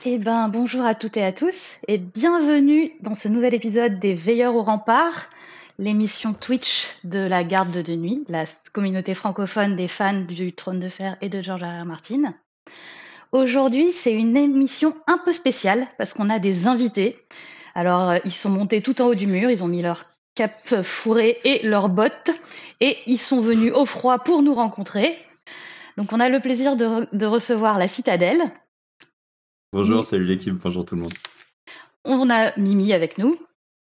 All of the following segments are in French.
Eh ben, bonjour à toutes et à tous, et bienvenue dans ce nouvel épisode des Veilleurs au Rempart, l'émission Twitch de la Garde de Nuit, la communauté francophone des fans du Trône de Fer et de George R.R. Martin. Aujourd'hui, c'est une émission un peu spéciale, parce qu'on a des invités. Alors, ils sont montés tout en haut du mur, ils ont mis leur cape fourrée et leurs bottes, et ils sont venus au froid pour nous rencontrer. Donc, on a le plaisir de recevoir la Citadelle. Bonjour, salut l'équipe, bonjour tout le monde. On a Mimi avec nous.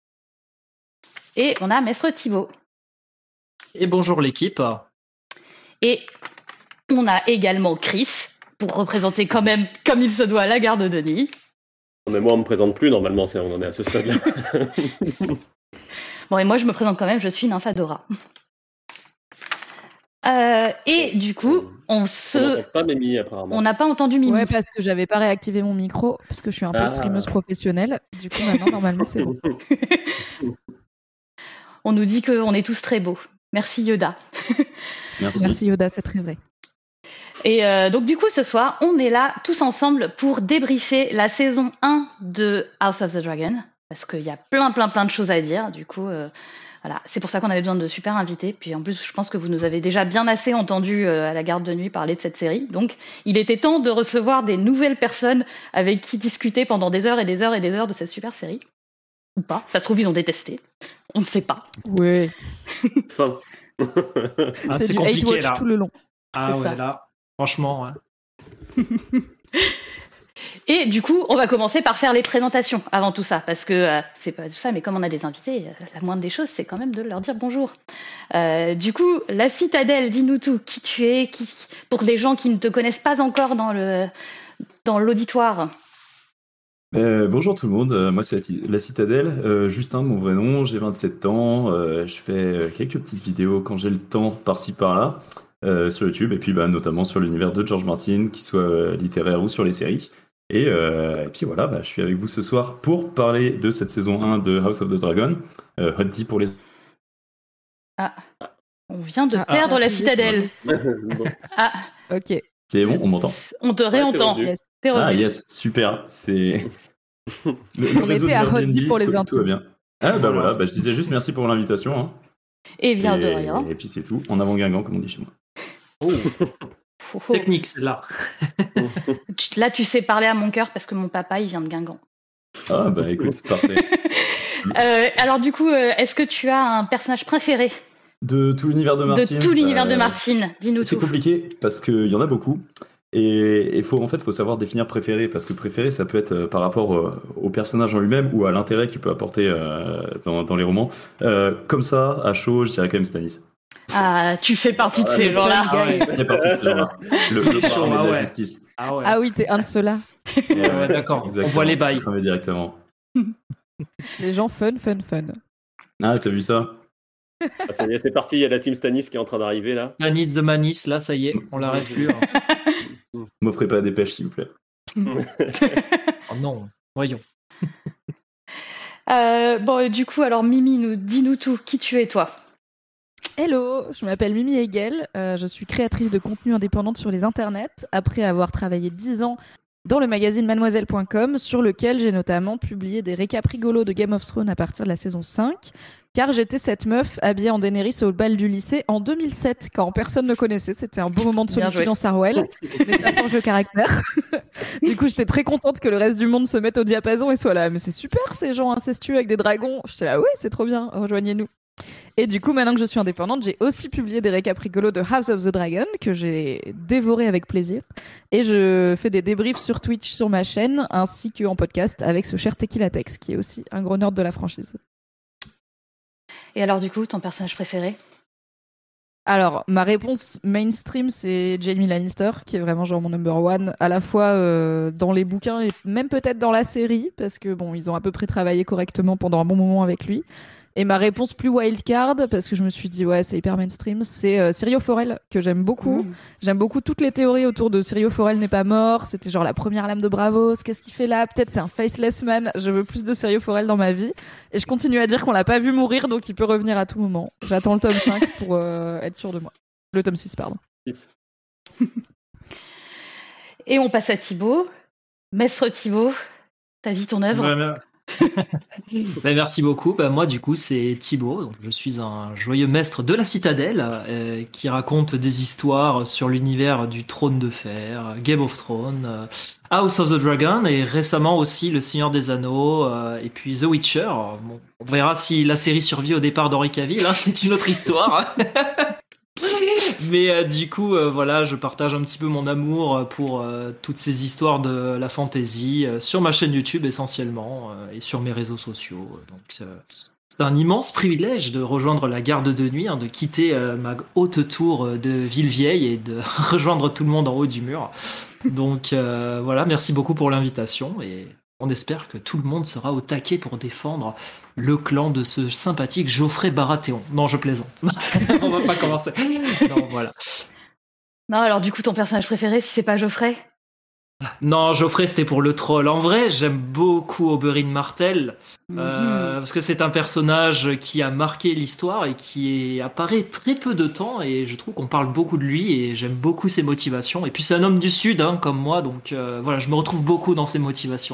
Et on a Maître Thibaut. Et bonjour l'équipe. Et on a également Chris, pour représenter quand même, comme il se doit, la Garde de Nuit. Mais moi, on me présente plus, normalement, on en est à ce stade-là. Bon, et moi, je me présente quand même, je suis Nymphadora. Et du coup, on n'entend pas Mimi, apparemment. On n'a pas entendu Mimi. Ouais, parce que j'avais pas réactivé mon micro, parce que je suis un peu streameuse professionnelle. Du coup, maintenant, normalement, c'est bon. On nous dit qu'on est tous très beaux. Merci Yoda. Merci Yoda, c'est très vrai. Et donc du coup, ce soir, on est là tous ensemble pour débriefer la saison 1 de House of the Dragon, parce qu'il y a plein de choses à dire. Du coup, voilà, c'est pour ça qu'on avait besoin de super invités. Puis en plus, je pense que vous nous avez déjà bien assez entendu à la Garde de Nuit parler de cette série. Donc, il était temps de recevoir des nouvelles personnes avec qui discuter pendant des heures et des heures et des heures de cette super série. Ou pas, ça se trouve, ils ont détesté. On ne sait pas. Oui. Fin. C'est compliqué là. Tout le long. Ah c'est ouais, ça. là, franchement. Ouais. Et du coup, on va commencer par faire les présentations avant tout ça, parce que c'est pas tout ça, mais comme on a des invités, la moindre des choses, c'est quand même de leur dire bonjour. Du coup, la Citadelle, dis-nous tout, qui tu es, pour les gens qui ne te connaissent pas encore dans l'auditoire. Bonjour tout le monde, moi c'est la Citadelle, Justin mon vrai nom, j'ai 27 ans, je fais quelques petites vidéos quand j'ai le temps par-ci par-là sur YouTube, et puis notamment sur l'univers de George Martin, qu'il soit littéraire ou sur les séries. Et puis voilà, je suis avec vous ce soir pour parler de cette saison 1 de House of the Dragon, Hot Tea pour les... Ah, on vient de perdre la Citadelle. Bon. Ah, Ok. C'est bon, on m'entend? on te réentend. Yes. T'es revenu. Ah yes, super, c'est... On était à Hot Tea pour les tout va intimes. bien. Ah voilà, je disais juste merci pour l'invitation. Hein. Et bien de rien. Et puis c'est tout, en avant Guingamp comme on dit chez moi. Oh, technique celle-là. Là, tu sais parler à mon cœur parce que mon papa, il vient de Guingamp. Ah écoute, c'est parfait. Alors du coup, est-ce que tu as un personnage préféré de tout l'univers de Martin? De tout l'univers de Martin, dis-nous tout. C'est compliqué parce qu'il y en a beaucoup. Et il faut savoir définir préféré, parce que préféré, ça peut être par rapport au personnage en lui-même ou à l'intérêt qu'il peut apporter dans les romans. Comme ça, à chaud, je dirais quand même Stannis. Ah, tu fais partie de ces gens-là. Je fais partie de ces gens-là. Le parrain de la justice. Ah oui, t'es un de ceux-là. Ouais, d'accord, Exactement. on voit les bails. Directement. Les gens fun. Ah, t'as vu ça? Ah, ça y est, c'est parti, il y a la team Stannis qui est en train d'arriver là. Stanis de Manis, là, ça y est, on l'arrête plus. Hein. M'offrez pas des pêches, s'il vous plaît. Oh non, voyons. Bon, du coup, alors Mimi, dis-nous tout. Qui tu es, toi? Hello, je m'appelle Mimi Hegel, je suis créatrice de contenu indépendante sur les internets, après avoir travaillé 10 ans dans le magazine mademoiselle.com, sur lequel j'ai notamment publié des récaps rigolos de Game of Thrones à partir de la saison 5, car j'étais cette meuf habillée en Daenerys au bal du lycée en 2007, quand personne ne connaissait. C'était un beau moment de solitude dans Sarwell, mais ça change le caractère. Du coup, j'étais très contente que le reste du monde se mette au diapason et soit là. Mais c'est super ces gens incestueux avec des dragons. J'étais là, ouais, c'est trop bien, rejoignez-nous. Et du coup, maintenant que je suis indépendante, j'ai aussi publié des récaps rigolos de House of the Dragon, que j'ai dévoré avec plaisir. Et je fais des débriefs sur Twitch sur ma chaîne, ainsi qu'en podcast avec ce cher Tequila Tex, qui est aussi un gros nerd de la franchise. Et alors, du coup, ton personnage préféré? Alors, ma réponse mainstream, c'est Jaime Lannister, qui est vraiment genre mon number one, à la fois dans les bouquins et même peut-être dans la série, parce que bon, ils ont à peu près travaillé correctement pendant un bon moment avec lui. Et ma réponse plus wildcard, parce que je me suis dit, ouais, c'est hyper mainstream, c'est Syrio Forel, que j'aime beaucoup. J'aime beaucoup toutes les théories autour de Syrio Forel n'est pas mort, c'était genre la première lame de Bravos, qu'est-ce qu'il fait là? Peut-être c'est un faceless man, je veux plus de Syrio Forel dans ma vie. Et je continue à dire qu'on l'a pas vu mourir, donc il peut revenir à tout moment. J'attends le tome 5 pour être sûr de moi. Le tome 6, pardon. Et on passe à Thibaut. Maître Thibaut, ta vie, ton œuvre. Merci beaucoup. Moi, du coup, c'est Thibaut. Donc, je suis un joyeux maître de la Citadelle qui raconte des histoires sur l'univers du Trône de Fer, Game of Thrones, House of the Dragon et récemment aussi Le Seigneur des Anneaux et puis The Witcher. Bon, on verra si la série survit au départ d'Henri Cavill. Hein, c'est une autre histoire. Mais du coup, voilà, je partage un petit peu mon amour pour toutes ces histoires de la fantasy sur ma chaîne YouTube essentiellement et sur mes réseaux sociaux. Donc, c'est un immense privilège de rejoindre la garde de nuit, de quitter ma haute tour de Villevieille et de rejoindre tout le monde en haut du mur. Donc voilà, merci beaucoup pour l'invitation et on espère que tout le monde sera au taquet pour défendre le clan de ce sympathique Geoffrey Baratheon. Non, je plaisante. On va pas commencer. Non, voilà. Non, alors du coup, ton personnage préféré, si c'est pas Geoffrey? Non, Geoffrey, c'était pour le troll. En vrai, j'aime beaucoup Oberyn Martell parce que c'est un personnage qui a marqué l'histoire et qui apparaît très peu de temps et je trouve qu'on parle beaucoup de lui et j'aime beaucoup ses motivations. Et puis c'est un homme du Sud, comme moi, donc voilà, je me retrouve beaucoup dans ses motivations.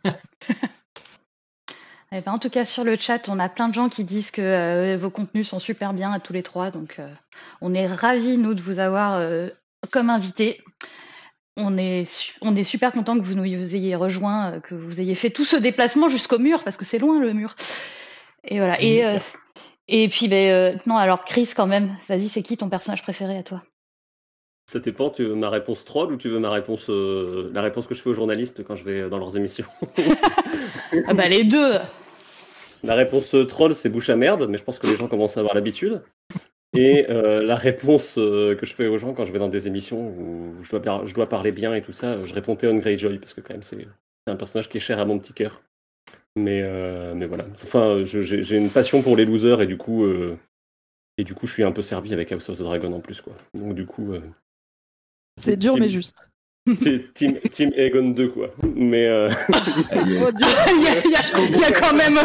Eh ben, en tout cas, sur le chat, on a plein de gens qui disent que vos contenus sont super bien à tous les trois. Donc, on est ravis, nous, de vous avoir comme invités. On est super contents que vous nous ayez rejoints, que vous ayez fait tout ce déplacement jusqu'au mur, parce que c'est loin, le mur. Et voilà. Et puis, non, alors, Chris, quand même, vas-y, c'est qui ton personnage préféré à toi? Ça dépend, tu veux ma réponse troll ou tu veux ma réponse, la réponse que je fais aux journalistes quand je vais dans leurs émissions? Ah bah les deux. La réponse troll, c'est bouche à merde, mais je pense que les gens commencent à avoir l'habitude. Et la réponse que je fais aux gens quand je vais dans des émissions où je dois parler bien et tout ça, je réponds Theon Greyjoy, parce que quand même c'est un personnage qui est cher à mon petit cœur. Mais voilà. Enfin, j'ai une passion pour les losers et du coup, je suis un peu servi avec House of the Dragon en plus, quoi. Donc du coup... c'est dur, mais juste. C'est Team Aegon 2, quoi. Mais... il y a quand même...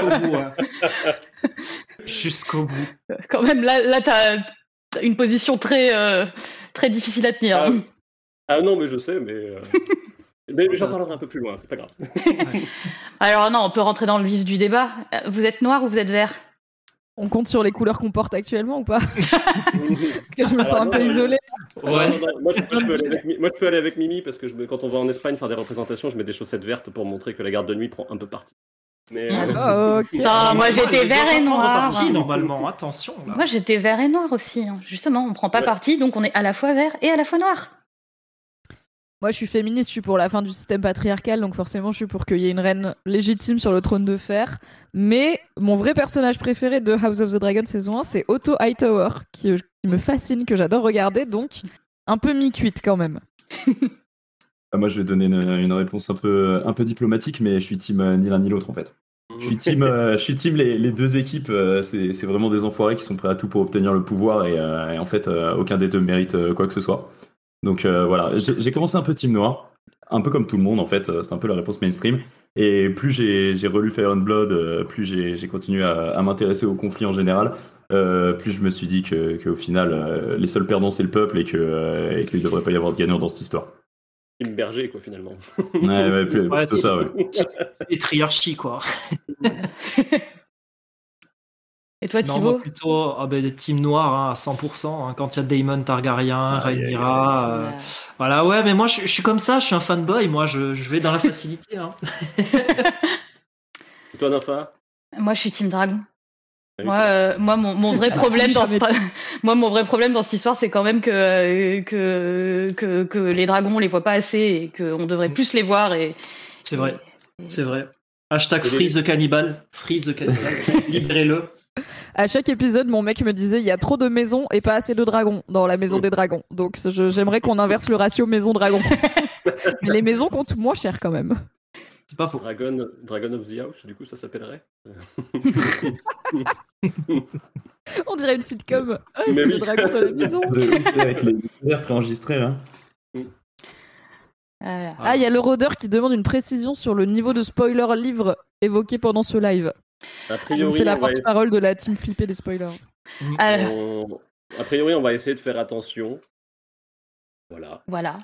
Jusqu'au bout. Quand même, là t'as une position très difficile à tenir. Ah non, mais je sais, mais j'en parlerai un peu plus loin, c'est pas grave. Alors non, on peut rentrer dans le vif du débat. Vous êtes noir ou vous êtes vert? On compte sur les couleurs qu'on porte actuellement ou pas? Parce que je me sens un peu isolée. Ouais. Non, moi, je peux aller avec Mimi parce que quand on va en Espagne faire des représentations, je mets des chaussettes vertes pour montrer que la garde de nuit prend un peu parti. Mais Okay. Non, moi j'étais vert et noir. Parti, normalement, attention. Là. Moi j'étais vert et noir aussi. Justement, on prend pas parti, donc on est à la fois vert et à la fois noir. Moi, je suis féministe, je suis pour la fin du système patriarcal, donc forcément, je suis pour qu'il y ait une reine légitime sur le trône de fer. Mais mon vrai personnage préféré de House of the Dragon saison 1, c'est Otto Hightower, qui me fascine, que j'adore regarder, donc un peu mi-cuite quand même. Moi, je vais donner une réponse un peu diplomatique, mais je suis team ni l'un ni l'autre en fait. Je suis team les deux équipes. C'est vraiment des enfoirés qui sont prêts à tout pour obtenir le pouvoir et en fait, aucun des deux mérite quoi que ce soit. Donc voilà, j'ai commencé un peu team noir, un peu comme tout le monde en fait. C'est un peu la réponse mainstream. Et plus j'ai relu Fire and Blood, plus j'ai continué à m'intéresser au conflit en général. Plus je me suis dit qu'au final, les seuls perdants c'est le peuple et qu'il ne devrait pas y avoir de gagnant dans cette histoire. Team Berger, quoi, finalement. Ouais, plutôt ça, ouais. Et triarchie, quoi. Et toi, Non, Thibaut? moi plutôt team noir à 100%. Quand il y a Daemon Targaryen, Rhaenyra. Voilà, ouais, mais moi je suis comme ça, je suis un fanboy. Moi, je vais dans la facilité. Et toi, Nafa? Moi, je suis team dragon. Moi, mon vrai problème dans cette histoire, c'est quand même que les dragons, on les voit pas assez et qu'on devrait plus les voir. C'est vrai, c'est vrai. Hashtag Freeze the Cannibal. Freeze the Cannibal. Libérez-le. À chaque épisode, mon mec me disait il y a trop de maisons et pas assez de dragons dans la maison des dragons. Donc j'aimerais qu'on inverse le ratio maison-dragon. Mais les maisons coûtent moins cher quand même. C'est pas pour Dragon of the House, du coup ça s'appellerait. On dirait une sitcom. C'est le dragon de la maison. Avec les verres préenregistrés là. Ah, il y a le rôdeur qui demande une précision sur le niveau de spoiler livre évoqué pendant ce live. A priori, on fait la porte-parole de la team flippée des spoilers. A priori, on va essayer de faire attention. Voilà.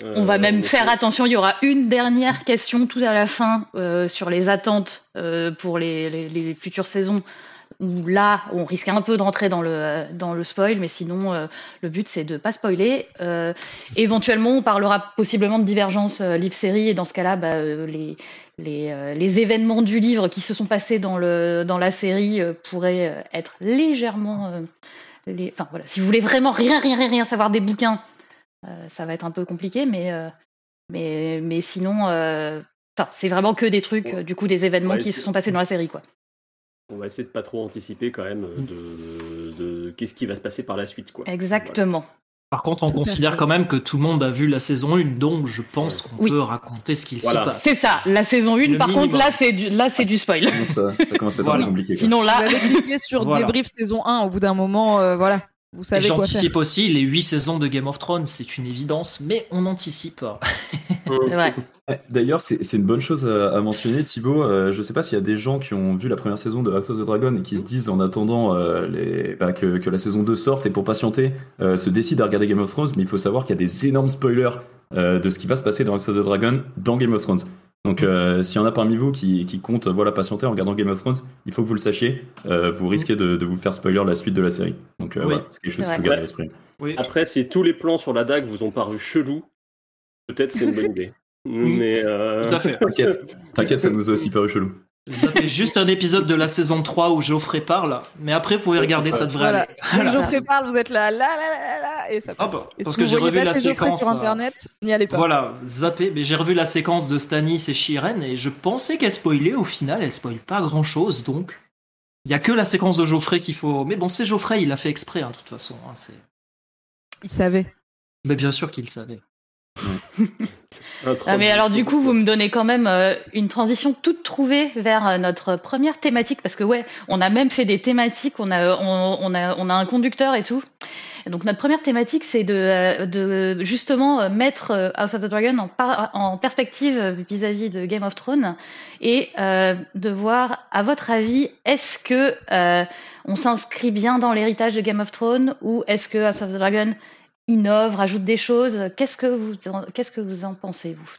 On va même faire attention, il y aura une dernière question tout à la fin sur les attentes pour les futures saisons. Où là, on risque un peu de rentrer dans le spoil, mais sinon, le but, c'est de ne pas spoiler. Éventuellement, on parlera possiblement de divergence livre-série, et dans ce cas-là, les événements du livre qui se sont passés dans la série pourraient être légèrement... Enfin, voilà. Si vous voulez vraiment rien savoir des bouquins, ça va être un peu compliqué, mais sinon, c'est vraiment que des trucs, du coup, des événements qui se sont passés dans la série, quoi. On va essayer de pas trop anticiper quand même de qu'est-ce qui va se passer par la suite, quoi. Exactement. Voilà. Par contre, on considère quand même que tout le monde a vu la saison 1, donc je pense qu'on peut raconter ce qu'il s'y passe. C'est ça, la saison 1, par contre, là, c'est du spoil. Ça commence à être compliqué. Sinon, là... Vous allez cliquer sur débrief saison 1, au bout d'un moment, voilà. Vous savez quoi faire. J'anticipe aussi les 8 saisons de Game of Thrones, c'est une évidence, mais on anticipe. C'est vrai. D'ailleurs, c'est une bonne chose à mentionner, Thibaut. Je sais pas s'il y a des gens qui ont vu la première saison de House of the Dragon et qui se disent en attendant que la saison 2 sorte et pour patienter, se décident à regarder Game of Thrones, mais il faut savoir qu'il y a des énormes spoilers de ce qui va se passer dans House of the Dragon dans Game of Thrones. Donc s'il y en a parmi vous qui comptent patienter en regardant Game of Thrones, il faut que vous le sachiez, vous risquez de vous faire spoiler la suite de la série. Donc voilà, c'est quelque chose qu'il faut garder à l'esprit. Oui. Après, si tous les plans sur la dague vous ont paru chelous, peut-être c'est une bonne idée. Mais Tout à fait. T'inquiète, ça nous a aussi paru chelou. Ça fait juste un épisode de la saison 3 où Geoffrey parle, mais après vous pouvez regarder, ça devrait aller. Voilà. Geoffrey parle, vous êtes là, et ça passe. Parce que j'ai revu la séquence sur internet, n'y allez pas. Voilà, zappé, mais j'ai revu la séquence de Stannis et Shiren et je pensais qu'elle spoilait, au final elle spoile pas grand chose, donc il y a que la séquence de Geoffrey qu'il faut. Mais bon, c'est Geoffrey, il l'a fait exprès, de toute façon. Il savait. Mais bien sûr qu'il savait. Mais alors du coup vous me donnez quand même une transition toute trouvée vers notre première thématique, parce que on a même fait des thématiques, on a un conducteur et tout. Et donc notre première thématique, c'est de justement mettre House of the Dragon en perspective vis-à-vis de Game of Thrones et de voir, à votre avis, est-ce que on s'inscrit bien dans l'héritage de Game of Thrones, ou est-ce que House of the Dragon innove, rajoute des choses? Qu'est-ce que vous en pensez, vous?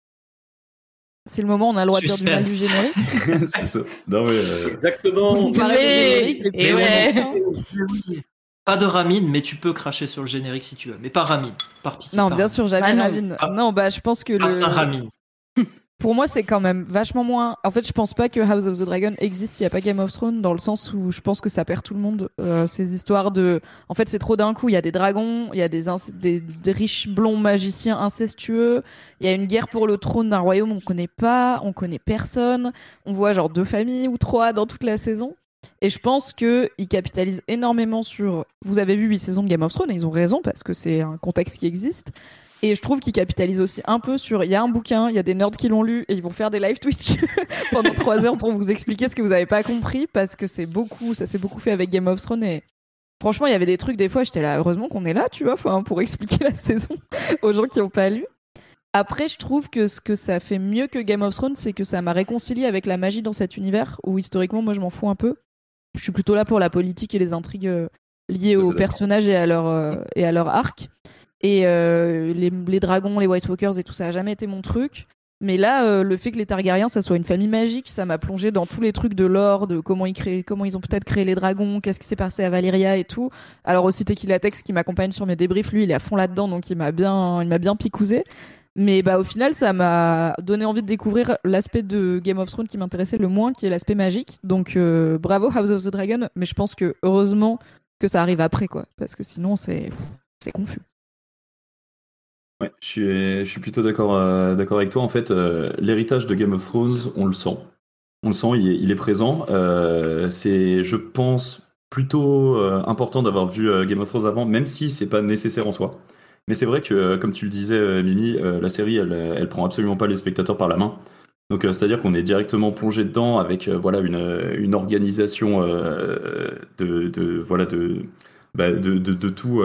C'est le moment où on a le droit de dire du mal du générique. C'est ça. Non, mais exactement. On parlait du générique, pas de Ramin, mais tu peux cracher sur le générique si tu veux. Mais pas Ramin, par pitié. Non, bien sûr, jamais Ramin. Non, je pense que Ramin. Pour moi, c'est quand même vachement moins... En fait, je pense pas que House of the Dragon existe s'il n'y a pas Game of Thrones, dans le sens où je pense que ça perd tout le monde. Ces histoires de... En fait, c'est trop d'un coup. Il y a des dragons, il y a des riches blonds magiciens incestueux, il y a une guerre pour le trône d'un royaume on connaît pas, on connaît personne. On voit genre 2 familles ou 3 dans toute la saison. Et je pense qu'ils capitalisent énormément sur... Vous avez vu 8 saisons de Game of Thrones, et ils ont raison, parce que c'est un contexte qui existe. Et je trouve qu'ils capitalisent aussi un peu sur... Il y a un bouquin, il y a des nerds qui l'ont lu, et ils vont faire des live Twitch pendant 3 heures pour vous expliquer ce que vous n'avez pas compris, parce que ça s'est beaucoup fait avec Game of Thrones. Et franchement, il y avait des trucs, des fois, j'étais là, heureusement qu'on est là, tu vois, pour expliquer la saison aux gens qui n'ont pas lu. Après, je trouve que ce que ça fait mieux que Game of Thrones, c'est que ça m'a réconcilié avec la magie dans cet univers, où historiquement, moi, je m'en fous un peu. Je suis plutôt là pour la politique et les intrigues liées aux personnages et à leur arc. Et les dragons, les White Walkers et tout ça a jamais été mon truc. Mais là, le fait que les Targaryens, ça soit une famille magique, ça m'a plongé dans tous les trucs de lore, de comment ils ont peut-être créé les dragons, qu'est-ce qui s'est passé à Valyria et tout. Alors aussi Tequila Tex qui m'accompagne sur mes débriefs, lui, il est à fond là-dedans, donc il m'a bien picousé. Mais au final, ça m'a donné envie de découvrir l'aspect de Game of Thrones qui m'intéressait le moins, qui est l'aspect magique. Donc bravo House of the Dragon, mais je pense que heureusement que ça arrive après, quoi, parce que sinon c'est confus. Ouais, je suis plutôt d'accord avec toi. En fait, l'héritage de Game of Thrones, on le sent, il est présent. C'est, je pense, plutôt important d'avoir vu Game of Thrones avant, même si c'est pas nécessaire en soi. Mais c'est vrai que, comme tu le disais, Mimi, la série, elle prend absolument pas les spectateurs par la main. Donc, c'est-à-dire qu'on est directement plongé dedans avec une organisation de tout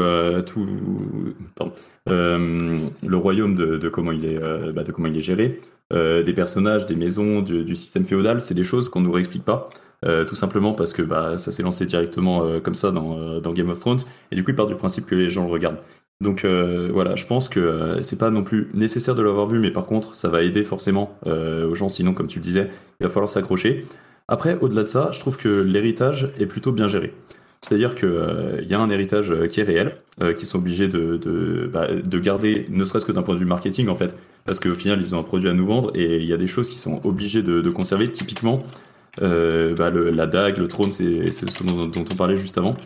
le royaume de comment il est géré, des personnages, des maisons, du système féodal. C'est des choses qu'on nous réexplique pas. Tout simplement parce que ça s'est lancé directement comme ça dans Game of Thrones, et du coup il part du principe que les gens le regardent. Donc voilà, je pense que c'est pas non plus nécessaire de l'avoir vu, mais par contre, ça va aider forcément aux gens. Sinon, comme tu le disais, il va falloir s'accrocher. Après, au-delà de ça, je trouve que l'héritage est plutôt bien géré. C'est-à-dire que y a un héritage qui est réel, qui sont obligés de garder, ne serait-ce que d'un point de vue marketing en fait, parce qu'au final, ils ont un produit à nous vendre et il y a des choses qui sont obligés de conserver. Typiquement, la dague, le trône, c'est ce dont on parlait juste avant.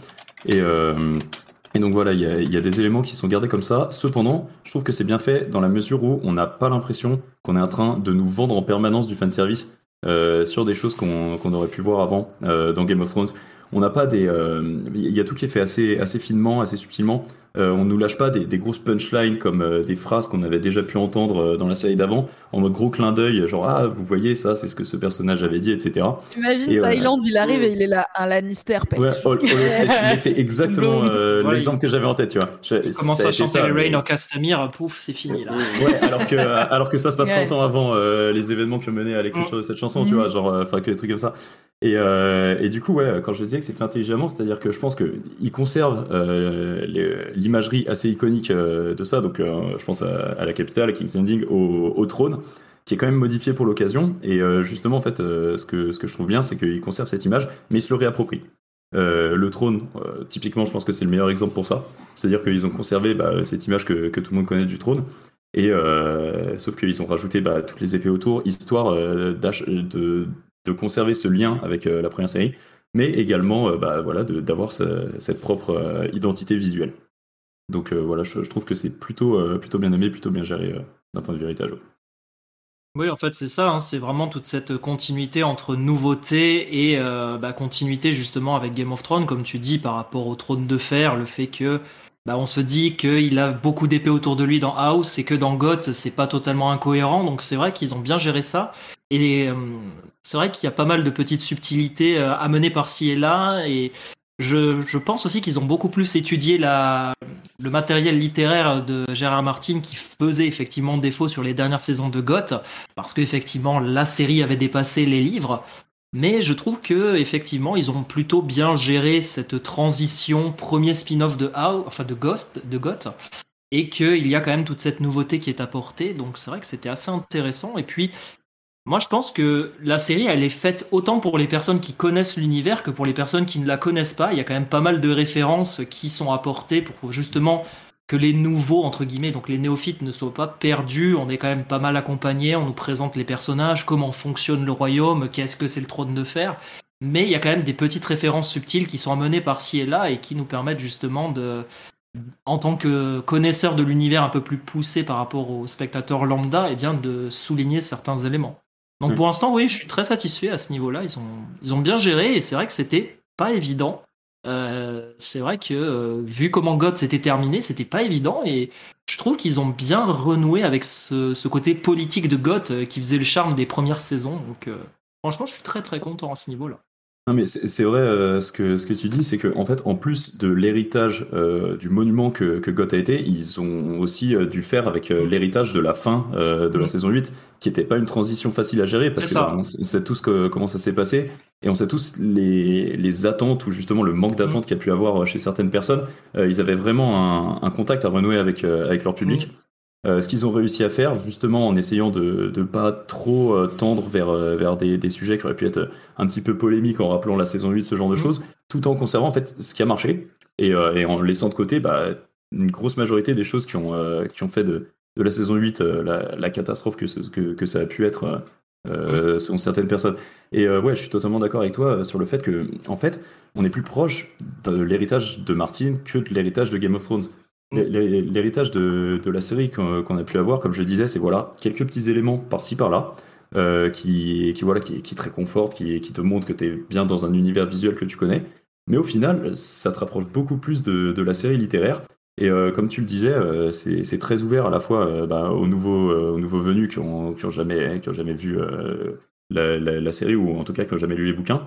Et donc voilà, il y a des éléments qui sont gardés comme ça. Cependant, je trouve que c'est bien fait dans la mesure où on n'a pas l'impression qu'on est en train de nous vendre en permanence du fanservice sur des choses qu'on aurait pu voir avant dans Game of Thrones. On n'a pas des... Il y a tout qui est fait assez finement, assez subtilement. On nous lâche pas des grosses punchlines comme des phrases qu'on avait déjà pu entendre dans la série d'avant, en mode gros clin d'œil, genre « Ah, vous voyez, ça, c'est ce que ce personnage avait dit, etc. » Imagine Thaïlande, il arrive et il est là, un Lannister, Ouais, mais c'est exactement l'exemple que j'avais en tête, tu vois. Commence à chanter les Rain en Castamir, pouf, c'est fini là. Ouais, alors que ça se passe 100 ans avant les événements qui ont mené à l'écriture de cette chanson, tu vois, genre, enfin, que des trucs comme ça. Et du coup, ouais, quand je disais que c'est fait intelligemment, c'est-à-dire que je pense qu'ils conservent l'imagerie assez iconique de ça, donc je pense à la capitale, à King's Landing, au trône, qui est quand même modifié pour l'occasion. Et justement, en fait, ce que je trouve bien, c'est qu'ils conservent cette image, mais ils se le réapproprient. Le trône, typiquement, je pense que c'est le meilleur exemple pour ça. C'est-à-dire qu'ils ont conservé cette image que tout le monde connaît du trône, et sauf qu'ils ont rajouté toutes les épées autour, histoire de conserver ce lien avec la première série, mais également voilà, d'avoir cette propre identité visuelle. Donc voilà, je trouve que c'est plutôt bien aimé, plutôt bien géré d'un point de vue héritage. Oui, en fait, c'est ça, hein, c'est vraiment toute cette continuité entre nouveauté et continuité justement avec Game of Thrones, comme tu dis, par rapport au Trône de Fer, le fait que on se dit qu'il a beaucoup d'épées autour de lui dans House et que dans GOT, c'est pas totalement incohérent, donc c'est vrai qu'ils ont bien géré ça. Et c'est vrai qu'il y a pas mal de petites subtilités amenées par-ci et là, et je pense aussi qu'ils ont beaucoup plus étudié le matériel littéraire de Gérard Martin qui faisait effectivement défaut sur les dernières saisons de GOT, parce qu'effectivement la série avait dépassé les livres. Mais je trouve que effectivement ils ont plutôt bien géré cette transition premier spin-off de GOT, et qu'il y a quand même toute cette nouveauté qui est apportée. Donc c'est vrai que c'était assez intéressant. Et puis moi, je pense que la série, elle est faite autant pour les personnes qui connaissent l'univers que pour les personnes qui ne la connaissent pas. Il y a quand même pas mal de références qui sont apportées pour justement que les nouveaux, entre guillemets, donc les néophytes ne soient pas perdus. On est quand même pas mal accompagnés, on nous présente les personnages, comment fonctionne le royaume, qu'est-ce que c'est le trône de fer. Mais il y a quand même des petites références subtiles qui sont amenées par-ci et là et qui nous permettent justement en tant que connaisseurs de l'univers un peu plus poussé par rapport aux spectateurs lambda, de souligner certains éléments. Donc pour l'instant, oui, je suis très satisfait à ce niveau-là. Ils ont bien géré et c'est vrai que c'était pas évident. C'est vrai que vu comment GOT s'était terminé, c'était pas évident et je trouve qu'ils ont bien renoué avec ce côté politique de GOT qui faisait le charme des premières saisons. Donc franchement, je suis très très content à ce niveau-là. Non mais c'est vrai ce que tu dis, c'est que en fait en plus de l'héritage du monument que GOT a été, ils ont aussi dû faire avec l'héritage de la fin de la saison 8, qui n'était pas une transition facile à gérer parce que on sait tous comment ça s'est passé et on sait tous les attentes ou justement le manque d'attente qu'il y a pu avoir chez certaines personnes. Ils avaient vraiment un contact à renouer avec leur public. Ce qu'ils ont réussi à faire, justement en essayant de pas trop tendre vers des sujets qui auraient pu être un petit peu polémiques en rappelant la saison 8, ce genre de choses, tout en conservant en fait ce qui a marché et en laissant de côté une grosse majorité des choses qui ont fait de la saison 8 la catastrophe que ça a pu être selon certaines personnes. Et ouais, je suis totalement d'accord avec toi sur le fait que en fait, on est plus proche de l'héritage de Martin que de l'héritage de Game of Thrones. L'héritage de la série qu'on a pu avoir, comme je disais, c'est voilà, quelques petits éléments par-ci par-là qui te réconfortent, qui te montrent que tu es bien dans un univers visuel que tu connais. Mais au final, ça te rapproche beaucoup plus de la série littéraire. Et comme tu le disais, c'est très ouvert à la fois aux nouveaux venus qui ont jamais vu la série, ou en tout cas qui n'ont jamais lu les bouquins,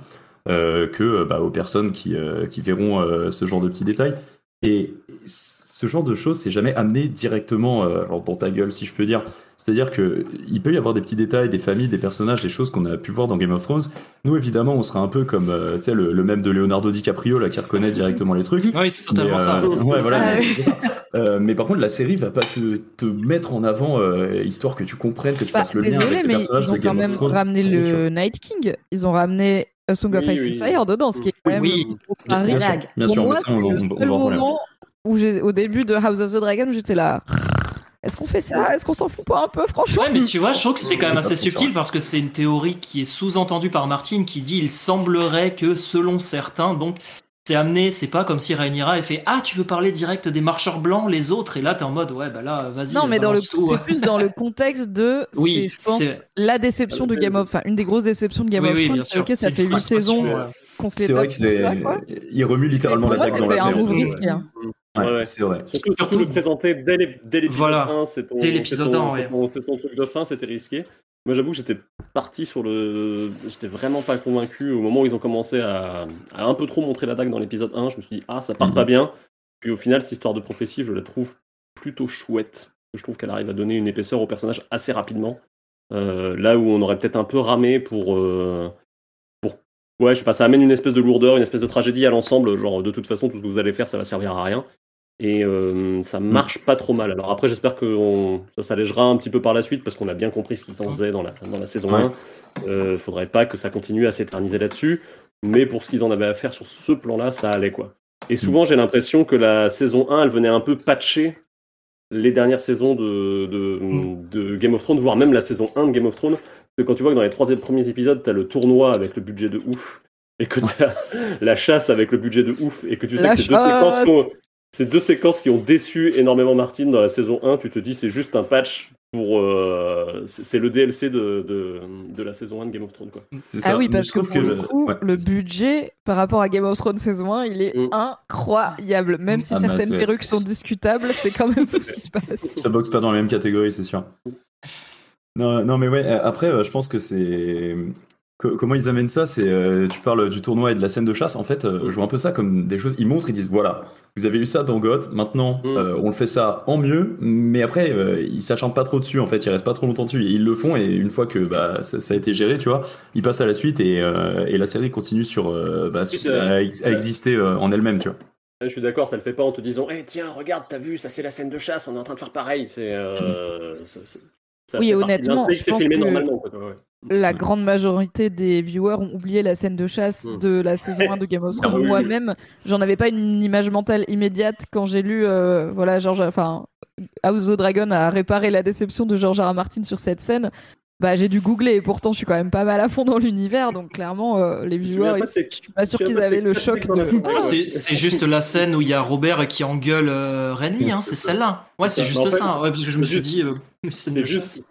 aux personnes qui verront ce genre de petits détails. Et ce genre de choses, c'est jamais amené directement dans ta gueule, si je peux dire. C'est-à-dire qu'il peut y avoir des petits détails, des familles, des personnages, des choses qu'on a pu voir dans Game of Thrones. Nous, évidemment, on sera un peu comme le mème de Leonardo DiCaprio là, qui reconnaît directement les trucs. Oui, c'est totalement ça. Ouais, voilà, c'est ça. Mais par contre, la série va pas te mettre en avant, histoire que tu comprennes, que tu fasses le lien avec les personnages de Game of Thrones. Ils ont quand même ramené le Night King. Ils ont ramené A Song of Ice and Fire dedans, ce qui est quand même bien sûr, moi, mais ça, on va en parler. moment où au début de House of the Dragon, j'étais là. Est-ce qu'on fait ça ? Est-ce qu'on s'en fout pas un peu, franchement ? Ouais, mais tu vois, je trouve que c'était quand même assez subtil parce que c'est une théorie qui est sous-entendue par Martin qui dit il semblerait que selon certains, donc c'est amené, c'est pas comme si Rhaenyra ait fait tu veux parler direct des marcheurs blancs, les autres, et là t'es en mode ouais bah là vas-y. Non, mais c'est plus dans le contexte de je pense la déception de Game of, une des grosses déceptions de Game of Thrones. C'est ok, ça fait 8 saisons qu'on se les tape sur ça, quoi. Il remue littéralement la dague dans la C'était un move risqué. Ouais, c'est vrai. Surtout le présenter dès l'épisode 1, c'est ton truc de fin, c'était risqué. Moi, j'avoue que j'étais parti j'étais vraiment pas convaincu au moment où ils ont commencé à un peu trop montrer la dague dans l'épisode 1. Je me suis dit, ça part pas bien. Puis au final, cette histoire de prophétie, je la trouve plutôt chouette. Je trouve qu'elle arrive à donner une épaisseur au personnage assez rapidement. Là où on aurait peut-être un peu ramé pour ouais, je sais pas, ça amène une espèce de lourdeur, une espèce de tragédie à l'ensemble. Genre, de toute façon, tout ce que vous allez faire, ça va servir à rien. Et ça marche pas trop mal. Alors après, j'espère que ça s'allégera un petit peu par la suite, parce qu'on a bien compris ce qu'ils en faisaient dans la saison 1. Faudrait pas que ça continue à s'éterniser là-dessus. Mais pour ce qu'ils en avaient à faire sur ce plan-là, ça allait, quoi. Et souvent, j'ai l'impression que la saison 1, elle venait un peu patcher les dernières saisons de Game of Thrones, voire même la saison 1 de Game of Thrones. Parce que quand tu vois que dans les 3 premiers épisodes, t'as le tournoi avec le budget de ouf, et que t'as la chasse avec le budget de ouf, et que tu sais que ces deux séquences qui ont déçu énormément Martin dans la saison 1, tu te dis c'est juste un patch pour c'est le DLC de la saison 1 de Game of Thrones, quoi. C'est ça. Oui, parce que pour le coup, le budget par rapport à Game of Thrones saison 1, il est incroyable. Même si certaines perruques sont discutables, c'est quand même fou ce qui se passe. Ça boxe pas dans la même catégorie, c'est sûr. Non, mais ouais, après, je pense que c'est... Comment ils amènent ça, c'est tu parles du tournoi et de la scène de chasse. En fait, je vois un peu ça comme des choses. Ils montrent, ils disent voilà, vous avez eu ça dans GOT. Maintenant, on le fait ça en mieux. Mais après, ils s'acharnent pas trop dessus. En fait, ils restent pas trop longtemps dessus. Ils le font et une fois que ça a été géré, tu vois, ils passent à la suite et la série continue à exister en elle-même, tu vois. Je suis d'accord, ça le fait pas en te disant tiens, regarde, t'as vu, ça c'est la scène de chasse. On est en train de faire pareil. C'est oui, honnêtement, je pense filmé que normalement, quoi. Ouais. La grande majorité des viewers ont oublié la scène de chasse de la saison 1 de Game of Thrones. Moi-même, j'en avais pas une image mentale immédiate quand j'ai lu House of the Dragon a réparé la déception de George R. R. Martin sur cette scène. J'ai dû googler et pourtant je suis quand même pas mal à fond dans l'univers, donc clairement les viewers, je suis pas sûr qu'ils avaient le choc de... C'est juste la scène où il y a Robert qui engueule Renly, c'est celle-là. Ouais, c'est juste ça, parce que je me suis dit... c'est juste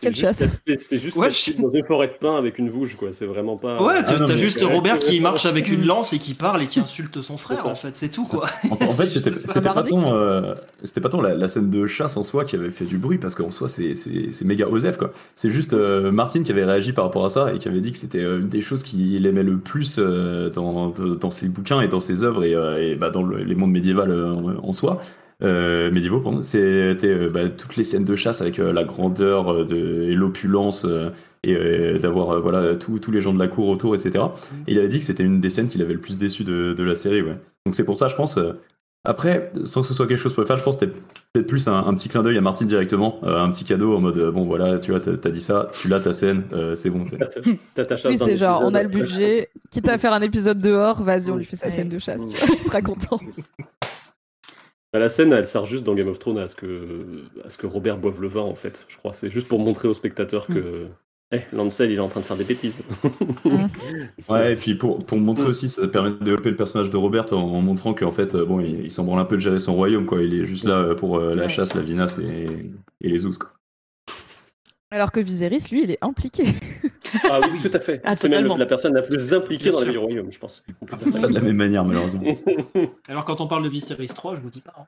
ouais, dans une forêt de pin avec une vouge, quoi. C'est vraiment pas... Ouais, t'as juste Robert qui marche avec une lance et qui parle et qui insulte son frère, en fait, c'est tout, quoi. En fait, c'était pas tant la scène de chasse en soi qui avait fait du bruit, parce qu'en soi, c'est méga osef, quoi. C'est juste Martin qui avait réagi par rapport à ça et qui avait dit que c'était une des choses qu'il aimait le plus dans ses bouquins et dans ses œuvres et dans les mondes médiévaux en soi. Médiévaux, pardon. C'était toutes les scènes de chasse avec la grandeur et l'opulence et d'avoir tous les gens de la cour autour, etc. Et il avait dit que c'était une des scènes qu'il avait le plus déçu de la série, ouais. Donc c'est pour ça, je pense. Après, sans que ce soit quelque chose pour le faire, je pense que c'était peut-être plus un petit clin d'œil à Martin directement, un petit cadeau en mode bon voilà, tu vois, t'as dit ça, tu l'as ta scène, c'est bon. T'as ta chasse. Oui, c'est genre on a le budget, quitte à faire un épisode dehors, vas-y, on lui fait sa scène de chasse, tu vois, il sera content. La scène, elle sert juste dans Game of Thrones à ce que Robert boive le vin, en fait. Je crois, c'est juste pour montrer aux spectateurs que Lancel, il est en train de faire des bêtises. Ouais, et puis pour montrer aussi, ça permet de développer le personnage de Robert en montrant qu'en fait, il s'en branle un peu de gérer son royaume, quoi. Il est juste là pour la chasse, la vinasse et les ouzes, quoi. Alors que Viserys, lui, il est impliqué. Ah oui, tout à fait. C'est même la personne la plus impliquée dans la vie du royaume, je pense. Pas de la même manière, malheureusement. Alors quand on parle de Viserys 3, je vous dis pas.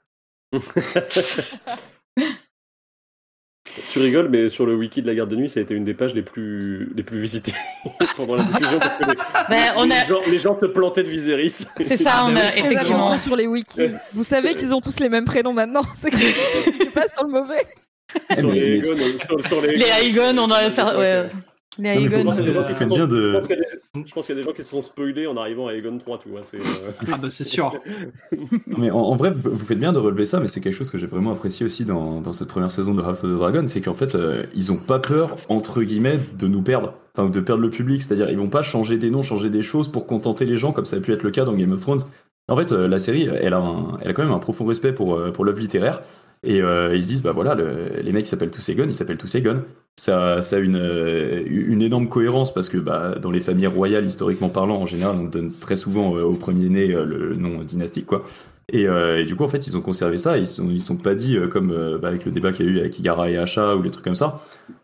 Tu rigoles, mais sur le wiki de la garde de nuit, ça a été une des pages les plus visitées pendant la diffusion parce que les gens se plantaient de Viserys. C'est ça, on a effectivement sur les wikis. Vous savez qu'ils ont tous les mêmes prénoms maintenant, c'est que tu passes sur le mauvais. Sur mais- les mais- Aegon, sur les Les Aegon, on a ça. Ouais. Les Non, mais faut Aegon. pas- Je pense Faites bien de- je pense qu'il y a des gens qui se sont spoilés en arrivant à Aegon 3, tu vois. Ah bah c'est sûr. Mais en vrai, vous faites bien de relever ça, mais c'est quelque chose que j'ai vraiment apprécié aussi dans cette première saison de House of the Dragon, c'est qu'en fait, ils ont pas peur, entre guillemets, de nous perdre, enfin de perdre le public, c'est-à-dire ils vont pas changer des noms, changer des choses pour contenter les gens, comme ça a pu être le cas dans Game of Thrones. En fait, la série, elle a quand même un profond respect pour l'œuvre littéraire, et ils se disent, bah voilà, les mecs qui s'appellent tous Aegon, ils s'appellent tous Aegon. Ça a une énorme cohérence, parce que bah, dans les familles royales, historiquement parlant, en général, on donne très souvent au premier-né le nom dynastique, quoi. Et du coup, en fait, ils ont conservé ça. Ils sont pas dit, comme bah, avec le débat qu'il y a eu avec Yara et Asha ou les trucs comme ça.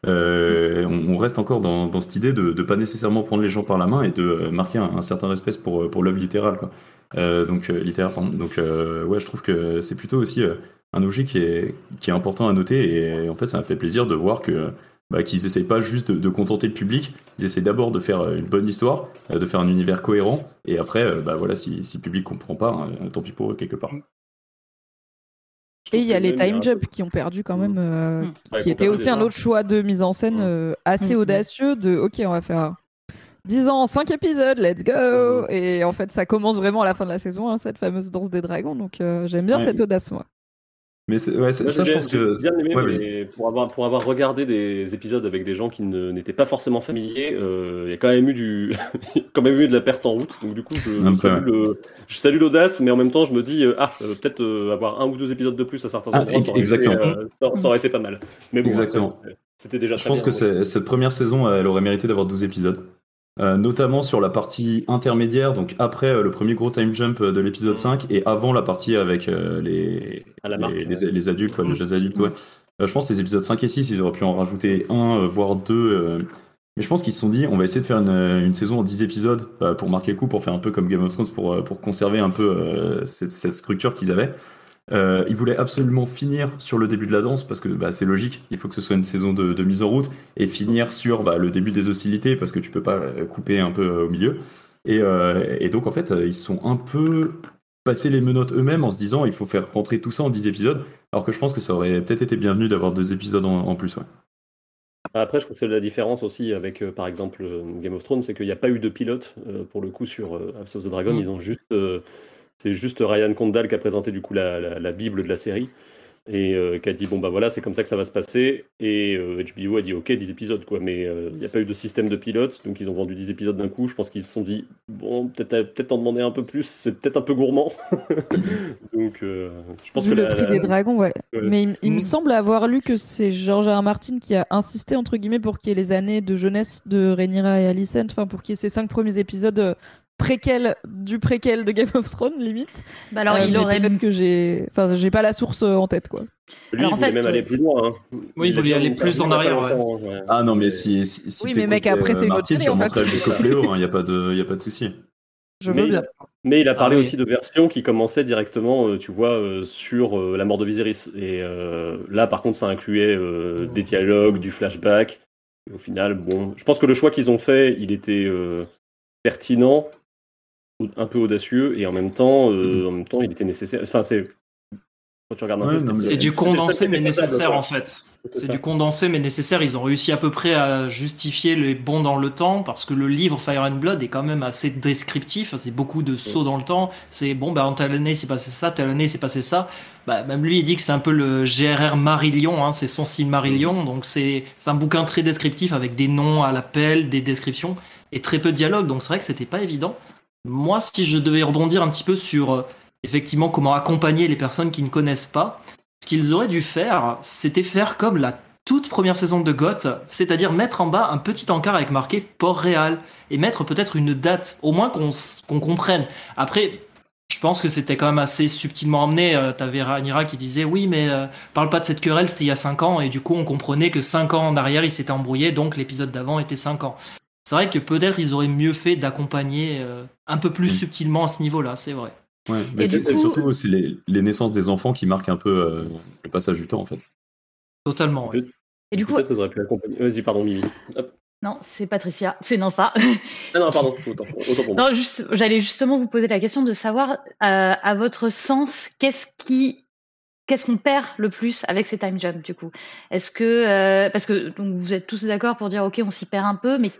On reste encore dans cette idée de pas nécessairement prendre les gens par la main et de marquer un certain respect pour l'œuvre littérale, quoi. Littéraire, pardon. Donc, ouais, je trouve que c'est plutôt aussi un objet qui est important à noter. Et en fait, ça m'a fait plaisir de voir qu'ils essayent pas juste de contenter le public, ils essayent d'abord de faire une bonne histoire, de faire un univers cohérent, et après, bah voilà, si le public comprend pas, tant pis pour eux quelque part. Et il y a les time jumps jumps qui ont perdu quand même, Ouais, qui était aussi déjà. un autre choix de mise en scène assez audacieux de ok, on va faire 10 ans, 5 épisodes, let's go. Et en fait, ça commence vraiment à la fin de la saison, hein, cette fameuse danse des dragons. Donc j'aime bien Ouais. cette audace, moi. Mais Moi, ça, je j'ai pense que. bien aimé, Ouais, mais pour avoir regardé des épisodes avec des gens qui n'étaient pas forcément familiers, il y a quand même eu quand même eu de la perte en route. Donc du coup, je salue l'audace, mais en même temps, je me dis peut-être avoir un ou deux épisodes de plus à certains endroits, ça aurait été pas mal. Mais bon, Exactement. après, c'était déjà Je très pense bien. que cette première saison, elle aurait mérité d'avoir 12 épisodes. Notamment sur la partie intermédiaire, donc après le premier gros time jump de l'épisode 5 et avant la partie avec À la marque, les adultes, les jeunes adultes, ouais. Je pense que les épisodes 5 et 6, ils auraient pu en rajouter un, voire deux. Mais je pense qu'ils se sont dit, on va essayer de faire une saison en 10 épisodes pour marquer le coup, pour faire un peu comme Game of Thrones, pour conserver un peu cette structure qu'ils avaient. Ils voulaient absolument finir sur le début de la danse parce que c'est logique, il faut que ce soit une saison de mise en route et finir sur le début des hostilités parce que tu peux pas couper un peu au milieu. Et donc en fait, ils sont un peu passé les menottes eux-mêmes en se disant il faut faire rentrer tout ça en 10 épisodes, alors que je pense que ça aurait peut-être été bienvenu d'avoir 2 épisodes en plus. Ouais. Après, je crois que c'est la différence aussi avec, par exemple, Game of Thrones, c'est qu'il n'y a pas eu de pilote pour le coup sur House of the Dragon. Ils ont juste, c'est juste Ryan Condal qui a présenté du coup la bible de la série et qui a dit bon bah voilà, c'est comme ça que ça va se passer. Et HBO a dit ok, 10 épisodes quoi, mais il n'y a pas eu de système de pilote, donc ils ont vendu 10 épisodes d'un coup. Je pense qu'ils se sont dit bon, peut-être en demander un peu plus, c'est peut-être un peu gourmand. Donc je pense Vu que le prix des dragons, ouais. Ouais. Mais il me semble avoir lu que c'est George R. R. Martin qui a insisté entre guillemets pour qu'il y ait les années de jeunesse de Rhaenyra et Alicent, enfin pour qu'il y ait ces 5 premiers épisodes préquel de Game of Thrones limite. Bah alors, il mais aurait peut-être que j'ai pas la source en tête quoi. Lui, Alors, il en voulait fait, même aller plus loin. Hein. Oui, il voulait aller plus en arrière. Ouais. Ouais. Ah non, mais si Oui, mais mec, après, c'est une autre Martin, série, tu en fait. remonterais jusqu'au fléau, y a pas de souci. Je veux bien. Mais il a parlé oui. aussi de versions qui commençaient directement, tu vois, sur la mort de Viserys. Et là, par contre, ça incluait des dialogues, du flashback. Et au final, bon, je pense que le choix qu'ils ont fait, il était pertinent, un peu audacieux, et en même temps, il était nécessaire. Enfin, c'est quand tu regardes un Ouais, peu, non, mais C'est du condensé mais nécessaire quoi. en fait. C'est ça. du condensé mais nécessaire. Ils ont réussi à peu près à justifier les bons dans le temps parce que le livre Fire and Blood est quand même assez descriptif. C'est beaucoup de sauts dans le temps. C'est bon, bah en telle année il s'est passé ça, telle année il s'est passé ça. Bah, même lui il dit que c'est un peu le GRR Marillion, hein, c'est son style Marillion. Donc c'est un bouquin très descriptif avec des noms à l'appel, des descriptions et très peu de dialogue. Donc c'est vrai que c'était pas évident. Moi, si je devais rebondir un petit peu sur effectivement comment accompagner les personnes qui ne connaissent pas, ce qu'ils auraient dû faire, c'était faire comme la toute première saison de GOT, c'est-à-dire mettre en bas un petit encart avec marqué Port-Réal et mettre peut-être une date, au moins qu'on comprenne. Après, je pense que c'était quand même assez subtilement emmené. T'avais Rhaenyra qui disait oui, mais parle pas de cette querelle, c'était il y a 5 ans, et du coup on comprenait que 5 ans en arrière il s'était embrouillé, donc l'épisode d'avant était 5 ans. C'est vrai que peut-être ils auraient mieux fait d'accompagner un peu plus subtilement à ce niveau-là, c'est vrai. Ouais, mais Et c'est du coup- surtout aussi les naissances des enfants qui marquent un peu le passage du temps en fait. Totalement. Ouais. Et du coup, Peut-être qu'ils auraient pu accompagner. Vas-y, pardon, Mimi. Hop. non, c'est Patricia, c'est non pas. Ah non, pardon, autant pour moi. Non, j'allais justement vous poser la question de savoir, à votre sens, qu'est-ce qu'est-ce qu'on perd le plus avec ces time jumps du coup? Est-ce que parce que donc vous êtes tous d'accord pour dire ok on s'y perd un peu, mais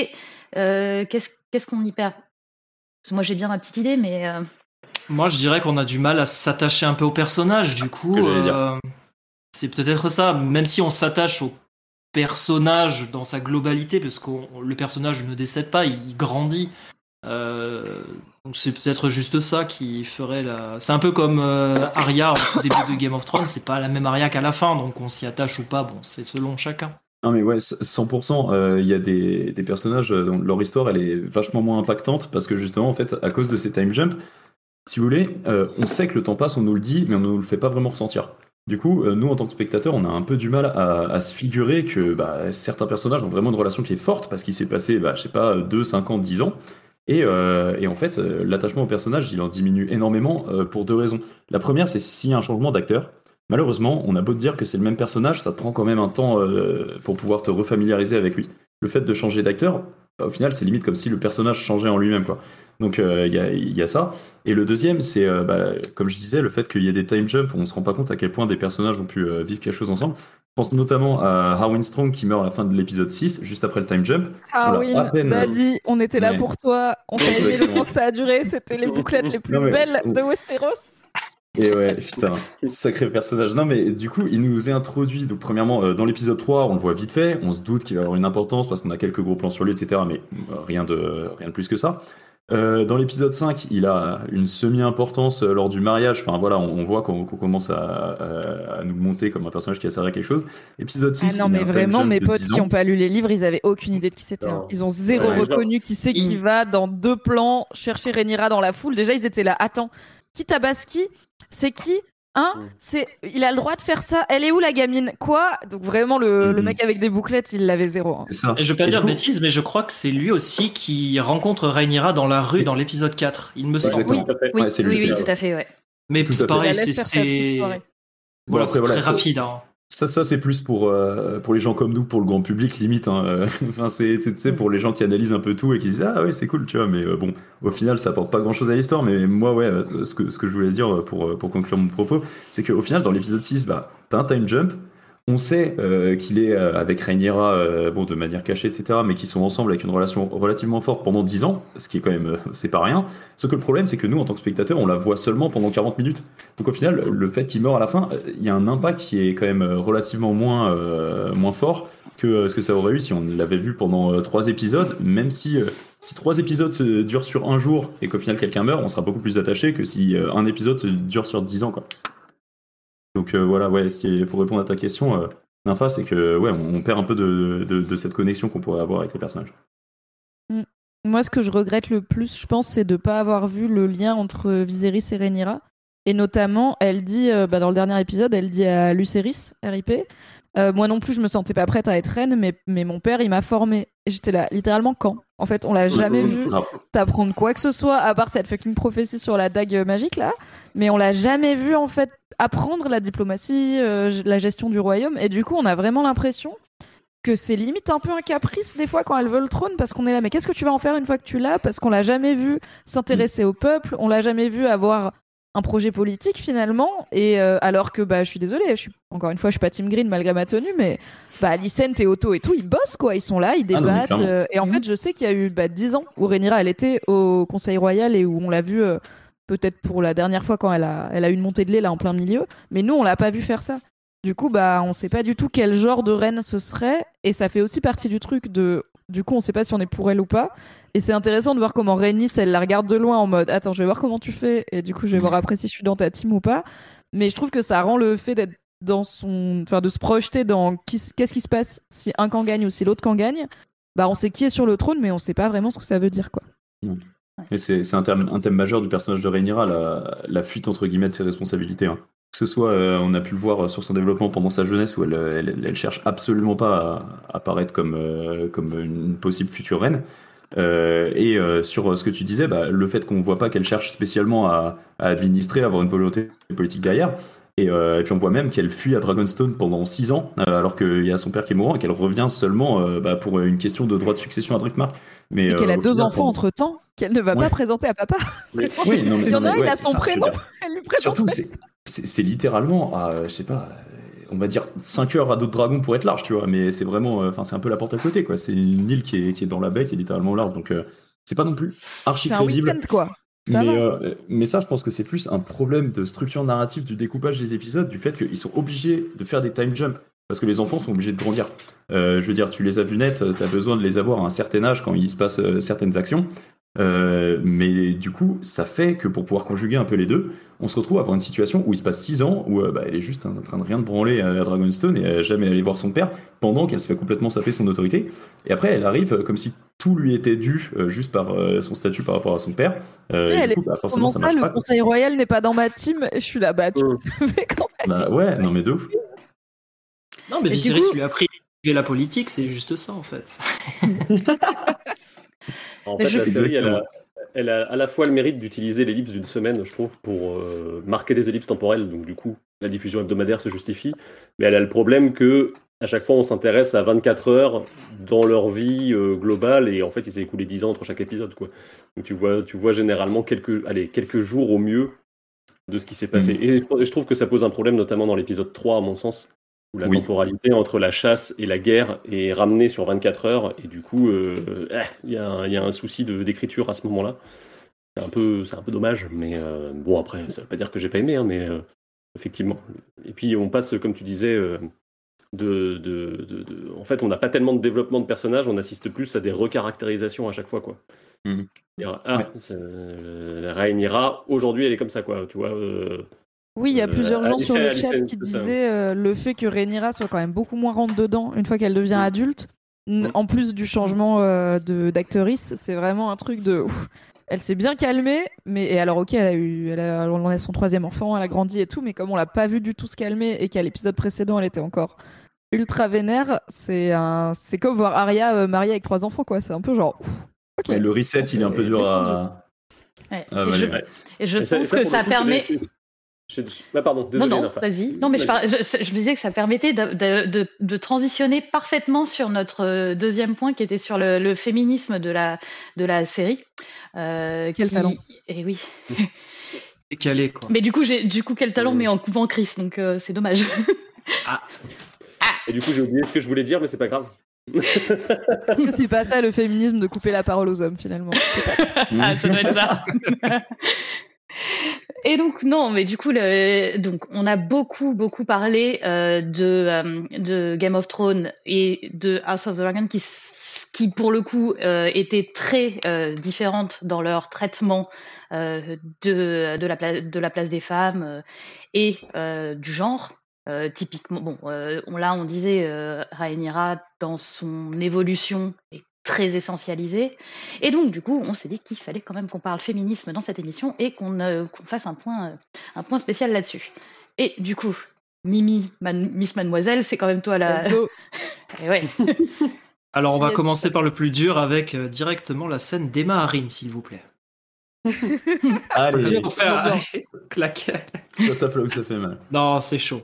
qu'est-ce qu'on y perd? Parce que moi j'ai bien ma petite idée, mais Moi, je dirais qu'on a du mal à s'attacher un peu au personnage. Du coup, que j'allais dire. c'est peut-être ça. Même si on s'attache au personnage dans sa globalité, parce que le personnage ne décède pas, il grandit. Donc c'est peut-être juste ça qui ferait la. C'est un peu comme Arya au début de Game of Thrones. C'est pas la même Arya qu'à la fin, donc on s'y attache ou pas. Bon, c'est selon chacun. Non mais ouais, 100%, il y a des personnages dont leur histoire elle est vachement moins impactante parce que justement en fait à cause de ces time jumps, si vous voulez, on sait que le temps passe, on nous le dit, mais on ne nous le fait pas vraiment ressentir. Du coup, nous en tant que spectateurs, on a un peu du mal à se figurer que certains personnages ont vraiment une relation qui est forte parce qu'il s'est passé, je sais pas, 2, 5 ans, 10 ans. Et en fait, l'attachement au personnage, il en diminue énormément pour 2 raisons. La première, c'est s'il y a un changement d'acteur. Malheureusement, on a beau te dire que c'est le même personnage, ça te prend quand même un temps pour pouvoir te refamiliariser avec lui. Le fait de changer d'acteur, au final, c'est limite comme si le personnage changeait en lui-même, quoi. Donc il y a ça. Et le deuxième, c'est, comme je disais, le fait qu'il y ait des time jumps, on se rend pas compte à quel point des personnages ont pu vivre quelque chose ensemble. Je pense notamment à Harwin Strong qui meurt à la fin de l'épisode juste après le time jump. Harwin, Daddy, on était là pour toi, on t'a aimé le temps que ça a duré, c'était les bouclettes les plus belles de Westeros. Et ouais, putain, sacré personnage. Non, mais du coup, il nous est introduit. Donc, premièrement, dans l'épisode 3, on le voit vite fait. On se doute qu'il va avoir une importance parce qu'on a quelques gros plans sur lui, etc. Mais rien de plus que ça. Dans l'épisode 5, il a une semi-importance lors du mariage. Enfin, voilà, on voit qu'on commence à nous monter comme un personnage qui a servi à quelque chose. Épisode 6. Ah non, mais vraiment, mes potes qui n'ont pas lu les livres, ils avaient aucune idée de qui c'était. Ils ont zéro reconnu qui c'est qui va dans 2 plans chercher Rhaenyra dans la foule. Déjà, ils étaient là. Attends, qui tabasse qui? C'est qui? Il a le droit de faire ça. Elle est où la gamine? Quoi? Donc vraiment le mec avec des bouclettes, il l'avait zéro. C'est ça. Et je vais pas dire de bêtises, mais je crois que c'est lui aussi qui rencontre Rhaenyra dans la rue dans l'épisode 4. Il me semble. Oui, tout à fait, ouais. Mais c'est pareil, c'est voilà, c'est très rapide. Hein. Ça c'est plus pour les gens comme nous, pour le grand public limite. Hein. Enfin, c'est pour les gens qui analysent un peu tout et qui disent ah ouais c'est cool, tu vois. Mais bon, au final ça apporte pas grand chose à l'histoire. Mais moi ce que je voulais dire pour conclure mon propos, c'est qu'au final dans l'épisode 6, t'as un time jump. On sait qu'il est avec Rhaenyra, de manière cachée, etc., mais qu'ils sont ensemble avec une relation relativement forte pendant 10 ans, ce qui est quand même, c'est pas rien. Sauf que le problème, c'est que nous, en tant que spectateurs, on la voit seulement pendant 40 minutes. Donc au final, le fait qu'il meurt à la fin, il y a un impact qui est quand même relativement moins fort que ce que ça aurait eu si on l'avait vu pendant 3 épisodes, même si 3 épisodes se durent sur un jour et qu'au final quelqu'un meurt, on sera beaucoup plus attaché que si un épisode se dure sur 10 ans, quoi. Donc voilà, pour répondre à ta question, Nympha, c'est que on perd un peu de cette connexion qu'on pourrait avoir avec les personnages. Moi, ce que je regrette le plus, je pense, c'est de ne pas avoir vu le lien entre Viserys et Rhaenyra. Et notamment, elle dit, dans le dernier épisode, elle dit à Lucerys, RIP, moi non plus, je me sentais pas prête à être reine, mais mon père, il m'a formée. Et j'étais là, littéralement, quand? En fait, on l'a jamais vu t'apprendre quoi que ce soit, à part cette fucking prophétie sur la dague magique, là. Mais on l'a jamais vu, en fait, apprendre la diplomatie, la gestion du royaume. Et du coup, on a vraiment l'impression que c'est limite un peu un caprice, des fois, quand elle veut le trône, parce qu'on est là, mais qu'est-ce que tu vas en faire une fois que tu l'as? Parce qu'on l'a jamais vu s'intéresser au peuple, on l'a jamais vu avoir un projet politique finalement, et alors que je suis désolée, encore une fois je suis pas Team Green malgré ma tenue, mais Alicent et Otto et tout, ils bossent quoi, ils sont là, ils débattent, et en fait je sais qu'il y a eu 10 ans où Rhaenyra elle était au Conseil Royal et où on l'a vu peut-être pour la dernière fois quand elle a eu une montée de lait là en plein milieu, mais nous on l'a pas vu faire ça. Du coup on sait pas du tout quel genre de reine ce serait, et ça fait aussi partie du truc du coup on sait pas si on est pour elle ou pas. Et c'est intéressant de voir comment Rhaenys, elle la regarde de loin en mode attends, je vais voir comment tu fais, et du coup je vais voir après si je suis dans ta team ou pas. Mais je trouve que ça rend le fait d'être de se projeter dans qu'est-ce qui se passe si un camp gagne ou si l'autre camp gagne, on sait qui est sur le trône, mais on sait pas vraiment ce que ça veut dire, quoi. Et c'est un thème majeur du personnage de Rhaenyra, la fuite entre guillemets de ses responsabilités. Hein. Que ce soit, on a pu le voir sur son développement pendant sa jeunesse où elle cherche absolument pas à apparaître comme une possible future reine. Et sur ce que tu disais, le fait qu'on voit pas qu'elle cherche spécialement à administrer, à avoir une volonté politique derrière, et puis on voit même qu'elle fuit à Dragonstone pendant 6 ans, alors qu'il y a son père qui est mourant, et qu'elle revient seulement pour une question de droit de succession à Driftmark. Et qu'elle a 2 enfants entre temps, qu'elle ne va pas présenter à papa. Oui, non, mais, il y en a un, il a son prénom, elle lui présente. Surtout, c'est littéralement à, je sais pas, on va dire 5 heures à dos de dragon pour être large, tu vois, mais c'est vraiment, enfin, c'est un peu la porte à côté, quoi. C'est une île qui est dans la baie, qui est littéralement large, donc c'est pas non plus archi C'est un crédible. week-end, quoi. Ça va. Mais ça, je pense que c'est plus un problème de structure narrative du découpage des épisodes, du fait qu'ils sont obligés de faire des time jumps. Parce que les enfants sont obligés de grandir. Je veux dire, tu les as vus net, t'as besoin de les avoir à un certain âge quand il se passe certaines actions. Mais du coup, ça fait que pour pouvoir conjuguer un peu les deux, on se retrouve à avoir une situation où il se passe 6 ans, où elle est juste en train de rien de branler à Dragonstone et à jamais aller voir son père, pendant qu'elle se fait complètement saper son autorité. Et après, elle arrive comme si tout lui était dû juste par son statut par rapport à son père. Et du coup, forcément, Comment ça ça, marche le pas. Conseil Royal n'est pas dans ma team? Je suis là, bah, tu Mm. le fais quand même. Bah ouais, non mais de ouf. Non, mais Et du Viserys coup- lui a appris la politique, c'est juste ça en fait. En Mais fait, la série, Exactement. elle a à la fois le mérite d'utiliser l'ellipse d'une semaine, je trouve, pour marquer des ellipses temporelles. Donc, du coup, la diffusion hebdomadaire se justifie. Mais elle a le problème que à chaque fois, on s'intéresse à 24 heures dans leur vie globale. Et en fait, il s'est écoulé 10 ans entre chaque épisode, quoi. Donc, tu vois généralement quelques jours au mieux de ce qui s'est passé. Et je trouve que ça pose un problème, notamment dans l'épisode 3, à mon sens, où la Oui. temporalité entre la chasse et la guerre est ramenée sur 24 heures. Et du coup, il y a un souci d'écriture à ce moment-là. C'est un peu dommage, mais bon, après, ça veut pas dire que j'ai pas aimé, hein, mais effectivement. Et puis, on passe, comme tu disais, en fait, on n'a pas tellement de développement de personnages, on assiste plus à des recaractérisations à chaque fois, quoi. Mhm. Rhaenyra, aujourd'hui, elle est comme ça, quoi, tu vois. Oui, il y a plusieurs gens sur le chat Alicent, qui c'est ça. disaient le fait que Rhaenyra soit quand même beaucoup moins rentre dedans une fois qu'elle devient adulte, en plus du changement d'actrice, c'est vraiment un truc de... ouf. Elle s'est bien calmée, et alors ok, elle en a son 3e enfant, elle a grandi et tout, mais comme on l'a pas vu du tout se calmer et qu'à l'épisode précédent elle était encore ultra vénère, c'est comme voir Arya mariée avec 3 enfants, quoi. C'est un peu genre... ouf, ok. Ouais, le reset, il est un peu dur à... Ouais. Ah, Et ouais. je Et ça- pense ça, que pour ça le coup, permet. Pardon, Non, désolé, non, Nafa. vas-y. Non, mais je disais que ça permettait de transitionner parfaitement sur notre deuxième point qui était sur le féminisme de la série. Quel talent. Et oui. Décalé quoi. Mais du coup, quel talent, mais en coupant Chris, donc c'est dommage. Et du coup, j'ai oublié ce que je voulais dire, mais c'est pas grave. C'est pas ça le féminisme, de couper la parole aux hommes, finalement. Ah, ça doit être ça. Et donc non, mais du coup, donc on a beaucoup parlé de Game of Thrones et de House of the Dragon qui pour le coup étaient très différentes dans leur traitement de la place des femmes et du genre. Typiquement, bon, là on disait Rhaenyra dans son évolution est très essentialisée, et donc du coup on s'est dit qu'il fallait quand même qu'on parle féminisme dans cette émission et qu'on fasse un point spécial là-dessus. Et du coup, Mimi, Miss Mademoiselle, c'est quand même toi la. Let's go. Et ouais. Alors on va Yes. commencer par le plus dur avec directement la scène d'Emma Arryn, s'il vous plaît. Allez, Pour faire claque. ça tape là où ça fait mal. Non, c'est chaud.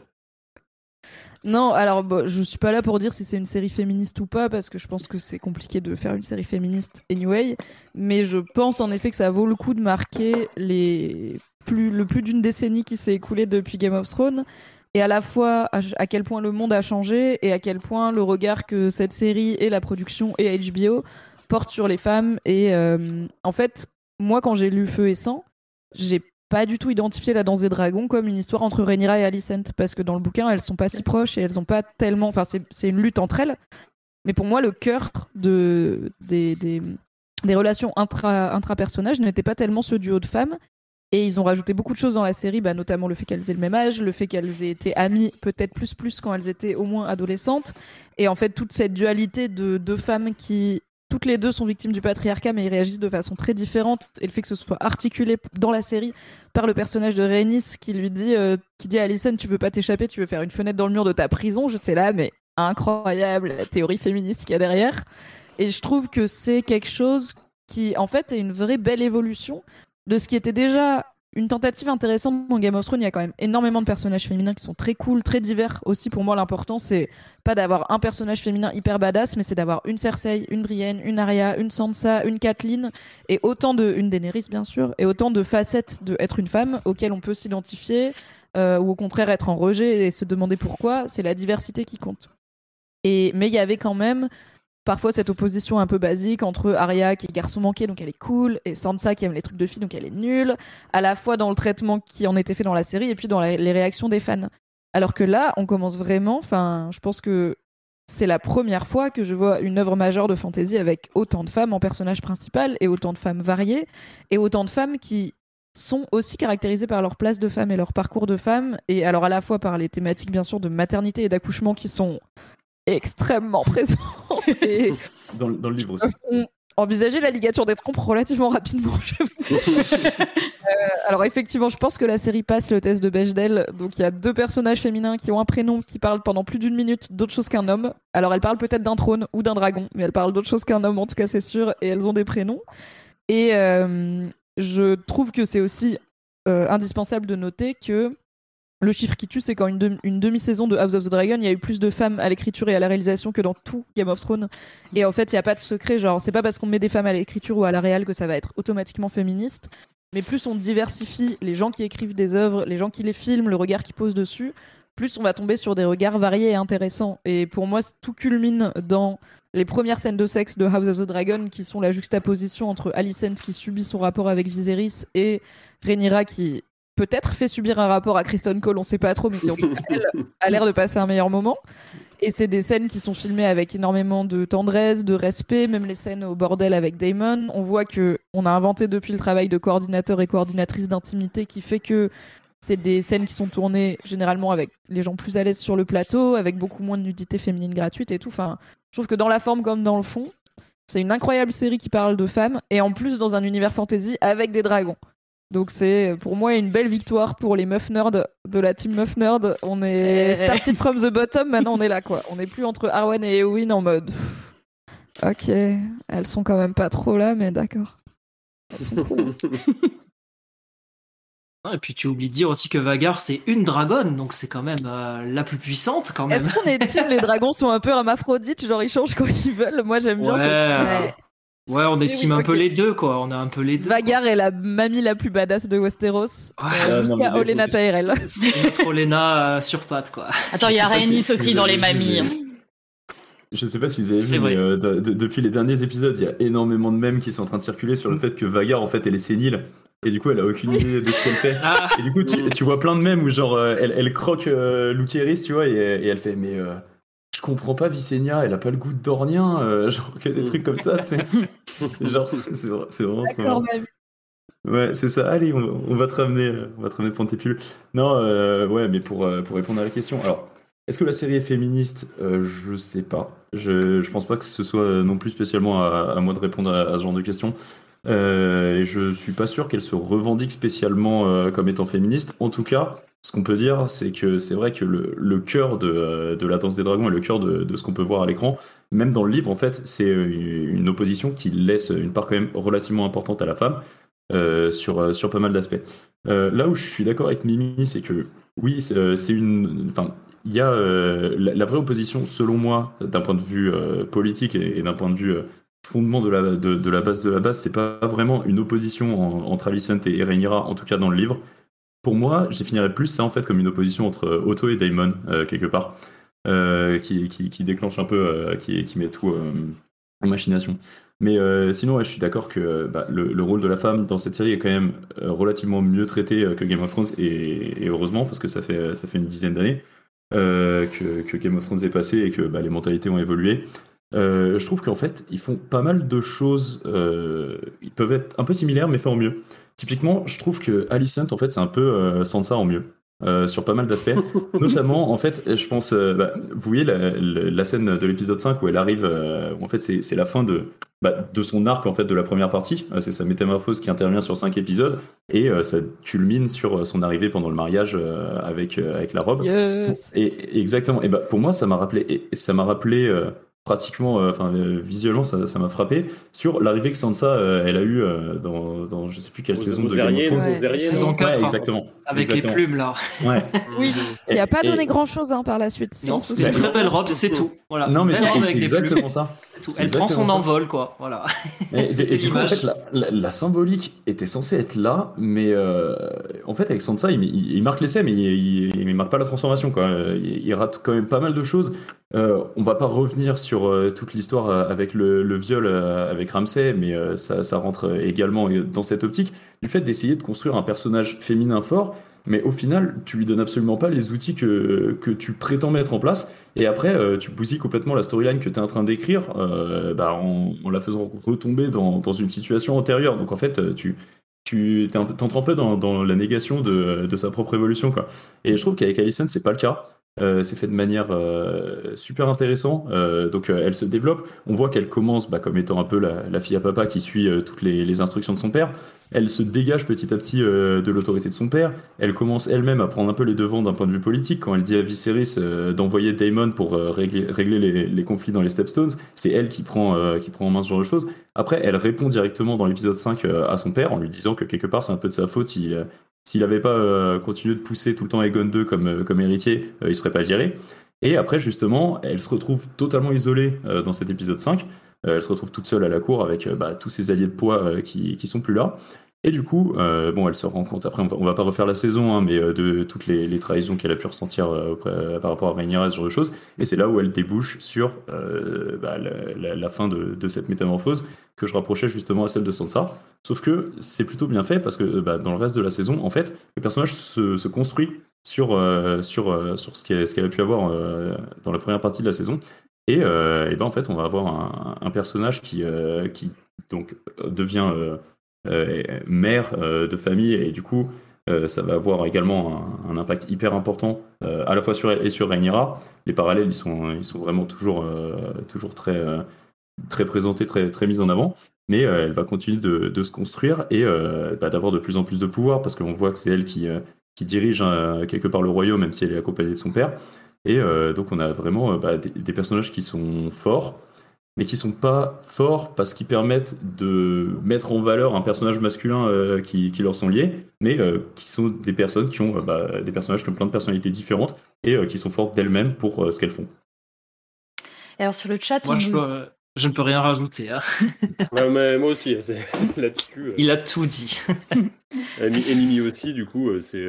Non, alors bon, je suis pas là pour dire si c'est une série féministe ou pas, parce que je pense que c'est compliqué de faire une série féministe anyway, mais je pense en effet que ça vaut le coup de marquer le plus d'une décennie qui s'est écoulée depuis Game of Thrones, et à la fois à quel point le monde a changé, et à quel point le regard que cette série et la production et HBO portent sur les femmes. Et en fait, moi quand j'ai lu Feu et Sang, j'ai pas du tout identifié la Danse des Dragons comme une histoire entre Rhaenyra et Alicent, parce que dans le bouquin elles sont pas si proches et elles ont pas tellement, enfin c'est une lutte entre elles, mais pour moi le cœur des relations intra-personnages n'était pas tellement ce duo de femmes, et ils ont rajouté beaucoup de choses dans la série, notamment le fait qu'elles aient le même âge, le fait qu'elles aient été amies peut-être plus quand elles étaient au moins adolescentes, et en fait toute cette dualité de deux femmes qui toutes les deux sont victimes du patriarcat, mais ils réagissent de façon très différente, et le fait que ce soit articulé dans la série par le personnage de Rhaenys qui dit à Alicent, tu veux pas t'échapper, tu veux faire une fenêtre dans le mur de ta prison. J'étais là, mais incroyable la théorie féministe qu'il y a derrière. Et je trouve que c'est quelque chose qui en fait est une vraie belle évolution de ce qui était déjà une tentative intéressante dans Game of Thrones. Il y a quand même énormément de personnages féminins qui sont très cool, très divers. Aussi, pour moi, l'important, c'est pas d'avoir un personnage féminin hyper badass, mais c'est d'avoir une Cersei, une Brienne, une Arya, une Sansa, une Catelyn, et une Daenerys, bien sûr, et autant de facettes de être une femme auxquelles on peut s'identifier, ou au contraire être en rejet et se demander pourquoi, c'est la diversité qui compte. Mais il y avait quand même parfois cette opposition un peu basique entre Arya qui est garçon manqué donc elle est cool et Sansa qui aime les trucs de filles donc elle est nulle, à la fois dans le traitement qui en était fait dans la série et puis dans les réactions des fans. Alors que là, on commence vraiment, je pense que c'est la première fois que je vois une œuvre majeure de fantasy avec autant de femmes en personnage principal et autant de femmes variées et autant de femmes qui sont aussi caractérisées par leur place de femme et leur parcours de femme, et alors à la fois par les thématiques bien sûr de maternité et d'accouchement qui sont extrêmement présentes et Dans le livre aussi. envisager la ligature des trompes relativement rapidement, j'avoue. Alors effectivement, je pense que la série passe le test de Bechdel. Donc il y a 2 personnages féminins qui ont un prénom qui parlent pendant plus d'1 minute d'autre chose qu'un homme. Alors elles parlent peut-être d'un trône ou d'un dragon, mais elles parlent d'autre chose qu'un homme, en tout cas c'est sûr, et elles ont des prénoms. Et je trouve que c'est aussi indispensable de noter que le chiffre qui tue, c'est quand une demi-saison de House of the Dragon, il y a eu plus de femmes à l'écriture et à la réalisation que dans tout Game of Thrones. Et en fait, il n'y a pas de secret, genre, c'est pas parce qu'on met des femmes à l'écriture ou à la réal que ça va être automatiquement féministe, mais plus on diversifie les gens qui écrivent des œuvres, les gens qui les filment, le regard qu'ils posent dessus, plus on va tomber sur des regards variés et intéressants. Et pour moi, tout culmine dans les premières scènes de sexe de House of the Dragon, qui sont la juxtaposition entre Alicent qui subit son rapport avec Viserys et Rhaenyra qui peut-être fait subir un rapport à Kristen Cole, on sait pas trop, mais qui en tout cas, elle, a l'air de passer un meilleur moment. Et c'est des scènes qui sont filmées avec énormément de tendresse, de respect, même les scènes au bordel avec Daemon. On voit qu'on a inventé depuis le travail de coordinateur et coordinatrice d'intimité qui fait que c'est des scènes qui sont tournées généralement avec les gens plus à l'aise sur le plateau, avec beaucoup moins de nudité féminine gratuite et tout. Enfin, je trouve que dans la forme comme dans le fond, c'est une incroyable série qui parle de femmes, et en plus dans un univers fantasy avec des dragons. Donc c'est pour moi une belle victoire pour les meufs nerds de la team meuf nerd. On est started from the bottom, maintenant on est là quoi. On n'est plus entre Arwen et Éowyn en mode ok, elles sont quand même pas trop là, mais d'accord. Elles sont cool. Et puis tu oublies de dire aussi que Vhagar c'est une dragonne, donc c'est quand même la plus puissante quand même. Est-ce qu'on est team les dragons sont un peu hermaphrodites, genre ils changent quand ils veulent? Moi j'aime bien ça. Ouais, on est team oui, un peu les deux, quoi. On a un peu les deux. Vhagar est la mamie la plus badass de Westeros, jusqu'à Olenna Tyrell. C'est notre Olenna sur pattes, quoi. Attends, il y a Rhaenys aussi dans les mamies. Je sais pas si vous avez vu, mais depuis les derniers épisodes, il y a énormément de mèmes qui sont en train de circuler sur le fait que Vhagar, en fait, elle est sénile. Et du coup, elle a aucune idée de ce qu'elle fait. Et du coup, tu vois plein de mèmes où, genre, elle croque Luke Harris, tu vois, et elle fait, mais je comprends pas, Visenya, elle a pas le goût de Dornien, genre, que des trucs comme ça, tu sais. Genre, c'est vraiment trop marrant. Ouais, c'est ça. Allez, on va te ramener prendre tes pilules. Non, ouais, mais pour répondre à la question, alors, est-ce que la série est féministe? Je sais pas. Je pense pas que ce soit non plus spécialement à moi de répondre à ce genre de questions. Et je suis pas sûr qu'elle se revendique spécialement comme étant féministe. En tout cas, ce qu'on peut dire, c'est que c'est vrai que le cœur de la danse des dragons et le cœur de ce qu'on peut voir à l'écran, même dans le livre, en fait, c'est une opposition qui laisse une part quand même relativement importante à la femme sur pas mal d'aspects. Là où je suis d'accord avec Mimi, c'est que oui, c'est une... Enfin, il y a la vraie opposition, selon moi, d'un point de vue politique et d'un point de vue fondement de la base, c'est pas vraiment une opposition entre Alicent et Rhaenyra, en tout cas dans le livre. Pour moi, je définirais plus ça en fait comme une opposition entre Otto et Daemon, quelque part, qui déclenche un peu, qui met tout en machination. Mais sinon, ouais, je suis d'accord que le rôle de la femme dans cette série est quand même relativement mieux traité que Game of Thrones, et heureusement, parce que ça fait une dizaine d'années que Game of Thrones est passé et que les mentalités ont évolué. Je trouve qu'en fait, ils font pas mal de choses. Ils peuvent être un peu similaires, mais faits en mieux. Typiquement, je trouve que Alicent, en fait, c'est un peu Sansa en mieux. Sur pas mal d'aspects. Notamment, en fait, je pense... vous voyez la scène de l'épisode 5 où elle arrive... où en fait, c'est la fin de son arc, en fait, de la première partie. C'est sa métamorphose qui intervient sur 5 épisodes. Et ça culmine sur son arrivée pendant le mariage avec la robe. Yes. Et exactement. Et pour moi, ça m'a rappelé... pratiquement, visuellement, ça m'a frappé sur l'arrivée que Sansa elle a eue dans je sais plus quelle saison de Game of Thrones. Saison 4, ouais, exactement. Avec les plumes là. Ouais. Oui, qui a pas donné grand chose par la suite. Non, c'est une très belle robe, c'est tout. Voilà. Non, mais c'est avec exactement ça. tout. C'est Elle prend son exactement ça. envol, quoi. Voilà. Et C'était du coup, en l'image. fait, la symbolique était censée être là, mais en fait, avec Sansa, il marque l'essai, mais il marque pas la transformation, quoi. Il rate quand même pas mal de choses. On va pas revenir sur toute l'histoire avec le viol avec Ramsay, mais ça rentre également dans cette optique du fait d'essayer de construire un personnage féminin fort, mais au final, tu lui donnes absolument pas les outils que tu prétends mettre en place. Et après, tu bousilles complètement la storyline que tu es en train d'écrire en la faisant retomber dans une situation antérieure. Donc en fait, t'entres un peu dans la négation de sa propre évolution, quoi. Et je trouve qu'avec Alicent, c'est pas le cas. C'est fait de manière super intéressante. Donc elle se développe. On voit qu'elle commence comme étant un peu la fille à papa qui suit toutes les instructions de son père. Elle se dégage petit à petit de l'autorité de son père. Elle commence elle-même à prendre un peu les devants d'un point de vue politique. Quand elle dit à Viserys d'envoyer Daemon pour régler les conflits dans les Stepstones, c'est elle qui prend en main ce genre de choses. Après, elle répond directement dans l'épisode 5 à son père en lui disant que quelque part c'est un peu de sa faute s'il n'avait pas continué de pousser tout le temps Aegon II comme héritier, il ne serait pas viré. Et après, justement, elle se retrouve totalement isolée dans cet épisode 5. Elle se retrouve toute seule à la cour avec tous ses alliés de poids qui sont plus là. Et du coup, elle se rend compte, après on va pas refaire la saison, hein, mais de toutes les trahisons qu'elle a pu ressentir par rapport à Rhaenyra, ce genre de choses. Et c'est là où elle débouche sur la fin de cette métamorphose que je rapprochais justement à celle de Sansa. Sauf que c'est plutôt bien fait parce que dans le reste de la saison, en fait, le personnage se construit sur ce qu'elle a pu avoir dans la première partie de la saison. Et en fait, on va avoir un personnage qui donc devient mère de famille, et du coup ça va avoir également un impact hyper important à la fois sur elle et sur Rhaenyra. Les parallèles ils sont vraiment toujours très présentés, très mis en avant, mais elle va continuer de se construire et d'avoir de plus en plus de pouvoir parce qu'on voit que c'est elle qui dirige quelque part le royaume, même si elle est accompagnée de son père. Et donc on a vraiment des personnages qui sont forts, mais qui sont pas forts parce qu'ils permettent de mettre en valeur un personnage masculin qui leur sont liés, mais qui sont des personnes qui ont des personnages qui ont plein de personnalités différentes et qui sont fortes d'elles-mêmes pour ce qu'elles font. Et alors sur le chat, Moi, je ne peux rien rajouter. Hein. Ouais, mais moi aussi, là-dessus. Il a tout dit. Et Mimi aussi, du coup, c'est.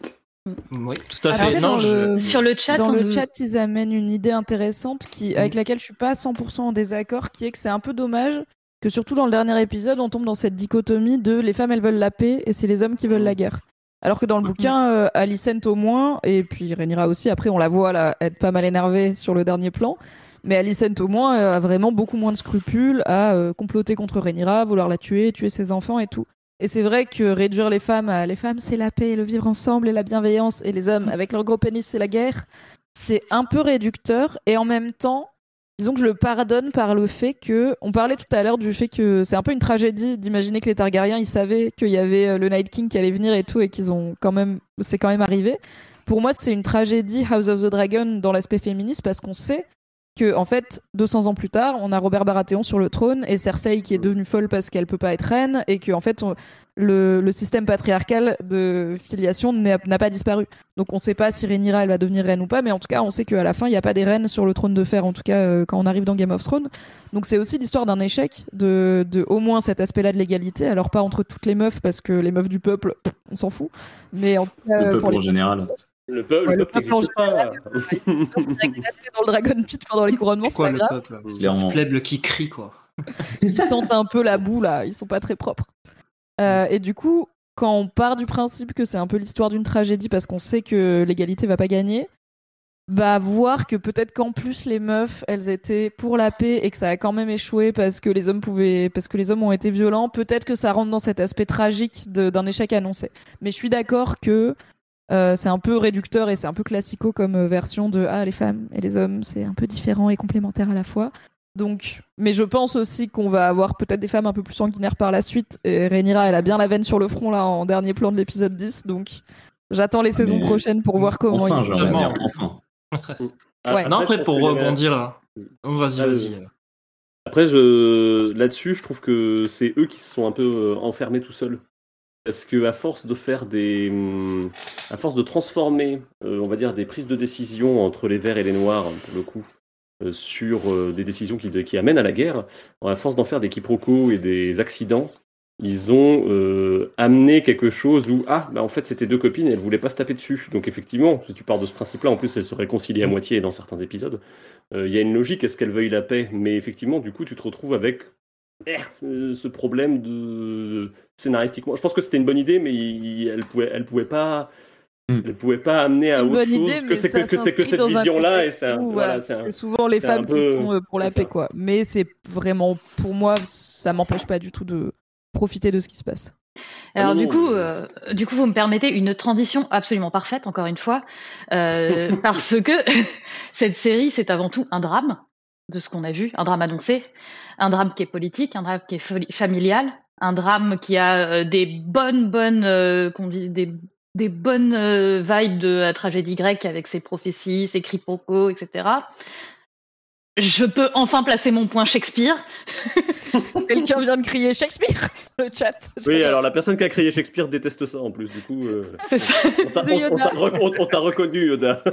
Oui, tout à Alors, fait. sur le chat, dans le chat, ils amènent une idée intéressante avec laquelle je suis pas à 100% en désaccord, qui est que c'est un peu dommage que surtout dans le dernier épisode, on tombe dans cette dichotomie de les femmes elles veulent la paix et c'est les hommes qui veulent la guerre. Alors que dans le bouquin, Alicent au moins, et puis Rhaenyra aussi, après on la voit là, être pas mal énervée sur le dernier plan, mais Alicent au moins a vraiment beaucoup moins de scrupules à comploter contre Rhaenyra, vouloir la tuer ses enfants et tout. Et c'est vrai que réduire les femmes à les femmes c'est la paix, le vivre ensemble et la bienveillance, et les hommes avec leur gros pénis c'est la guerre, c'est un peu réducteur. Et en même temps, disons que je le pardonne par le fait que, on parlait tout à l'heure du fait que c'est un peu une tragédie d'imaginer que les Targaryens ils savaient qu'il y avait le Night King qui allait venir et tout, et qu'ils ont c'est quand même arrivé. Pour moi c'est une tragédie House of the Dragon dans l'aspect féministe, parce qu'on sait que en fait 200 ans plus tard on a Robert Baratheon sur le trône et Cersei qui est devenue folle parce qu'elle peut pas être reine, et que en fait le système patriarcal de filiation n'a pas disparu. Donc on sait pas si Rhaenyra elle va devenir reine ou pas, mais en tout cas on sait qu'à la fin il y a pas des reines sur le trône de fer, en tout cas quand on arrive dans Game of Thrones. Donc c'est aussi l'histoire d'un échec de au moins cet aspect-là de l'égalité, alors pas entre toutes les meufs parce que les meufs du peuple on s'en fout, mais en tout cas Le peuple pour les en général. Le peuple n'existe pas. dans le Dragon Pit pendant les couronnements, c'est pas le grave. peuple C'est Clairement. les plebs qui crient, quoi. Ils sentent un peu la boue là, ils sont pas très propres. Et du coup, quand on part du principe que c'est un peu l'histoire d'une tragédie parce qu'on sait que l'égalité va pas gagner, voir que peut-être qu'en plus les meufs elles étaient pour la paix et que ça a quand même échoué parce que les hommes ont été violents, peut-être que ça rentre dans cet aspect tragique d'un échec annoncé. Mais je suis d'accord que c'est un peu réducteur et c'est un peu classico comme version de les femmes et les hommes c'est un peu différent et complémentaire à la fois. Donc, mais je pense aussi qu'on va avoir peut-être des femmes un peu plus sanguinaires par la suite. Et Rhaenyra, elle a bien la veine sur le front là en dernier plan de l'épisode 10, donc j'attends les saisons prochaines pour voir comment Enfin, ils j'ai envie de Enfin. dire, enfin. Ouais. Non, après, je pour trouve qu'il y a- rebondir... Vas-y. Après, là-dessus, je trouve que c'est eux qui se sont un peu enfermés tout seuls. Parce que à force de faire à force de transformer, on va dire, des prises de décision entre les verts et les noirs, pour le coup, sur des décisions qui amènent à la guerre, à force d'en faire des quiproquos et des accidents, ils ont amené quelque chose où, en fait, c'était deux copines et elles voulaient pas se taper dessus. Donc effectivement, si tu pars de ce principe-là, en plus, elles se réconcilient à moitié dans certains épisodes. Il y a une logique à ce qu'elles veuillent la paix, mais effectivement, du coup, tu te retrouves avec ce problème de scénaristiquement. Je pense que c'était une bonne idée, mais elle pouvait pas amener à Une autre bonne chose idée, mais ça que cette s'inscrit dans un vision-là. Et contexte où, c'est souvent les c'est femmes un peu- qui sont pour la c'est paix, ça. quoi. Mais c'est vraiment, pour moi, ça m'empêche pas du tout de profiter de ce qui se passe. Alors non, du coup, vous me permettez une transition absolument parfaite, encore une fois, parce que cette série, c'est avant tout un drame, de ce qu'on a vu, un drame annoncé, un drame qui est politique, un drame qui est familial, un drame qui a des bonnes vibes de la tragédie grecque avec ses prophéties, ses quiproquos, etc. Je peux enfin placer mon point Shakespeare. Quelqu'un vient de crier Shakespeare, le chat. Oui, alors la personne qui a créé Shakespeare déteste ça en plus, du coup. C'est ça. On t'a reconnu, Yoda.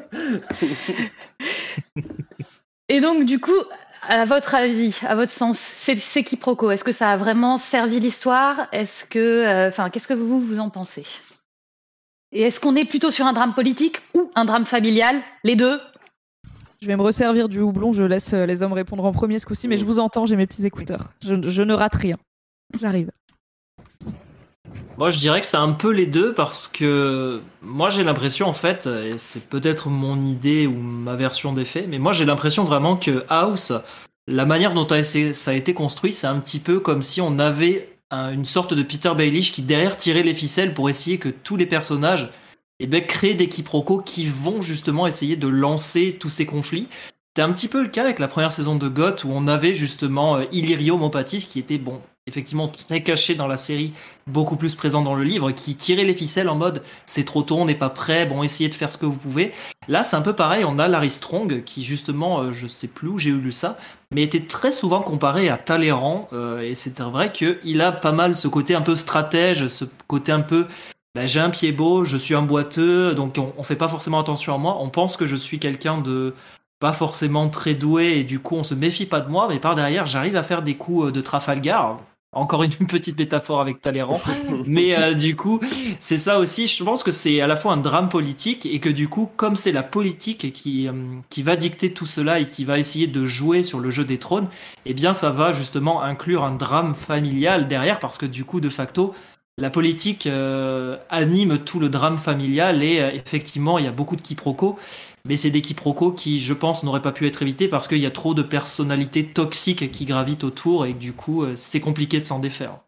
Et donc, du coup, à votre avis, à votre sens, c'est quiproquo. Est-ce que ça a vraiment servi l'histoire? Est-ce que, qu'est-ce que vous en pensez? Et est-ce qu'on est plutôt sur un drame politique ou un drame familial? Les deux? Je vais me resservir du houblon, je laisse les hommes répondre en premier ce coup-ci, mais je vous entends, j'ai mes petits écouteurs. Je ne rate rien. J'arrive. Moi, je dirais que c'est un peu les deux parce que moi, j'ai l'impression, en fait, et c'est peut-être mon idée ou ma version des faits, mais moi, j'ai l'impression vraiment que House, la manière dont ça a été construit, c'est un petit peu comme si on avait une sorte de Peter Baelish qui derrière tirait les ficelles pour essayer que tous les personnages créent des quiproquos qui vont justement essayer de lancer tous ces conflits. C'était un petit peu le cas avec la première saison de GOT où on avait justement Illyrio Mopatis qui était effectivement très caché dans la série, beaucoup plus présent dans le livre, qui tirait les ficelles en mode c'est trop tôt, on n'est pas prêt, essayez de faire ce que vous pouvez. Là c'est un peu pareil, on a Larry Strong qui justement, je sais plus où j'ai lu ça, mais était très souvent comparé à Talleyrand, et c'est vrai qu'il a pas mal ce côté un peu stratège, ce côté un peu j'ai un pied beau, je suis un boiteux, donc on fait pas forcément attention à moi, on pense que je suis quelqu'un de pas forcément très doué et du coup on se méfie pas de moi, mais par derrière j'arrive à faire des coups de Trafalgar. Encore une petite métaphore avec Talleyrand, mais du coup c'est ça aussi, je pense que c'est à la fois un drame politique et que du coup comme c'est la politique qui va dicter tout cela et qui va essayer de jouer sur le jeu des trônes, eh bien ça va justement inclure un drame familial derrière parce que du coup de facto la politique anime tout le drame familial et effectivement il y a beaucoup de quiproquos, mais c'est des quiproquos qui je pense n'auraient pas pu être évités parce qu'il y a trop de personnalités toxiques qui gravitent autour et que du coup c'est compliqué de s'en défaire.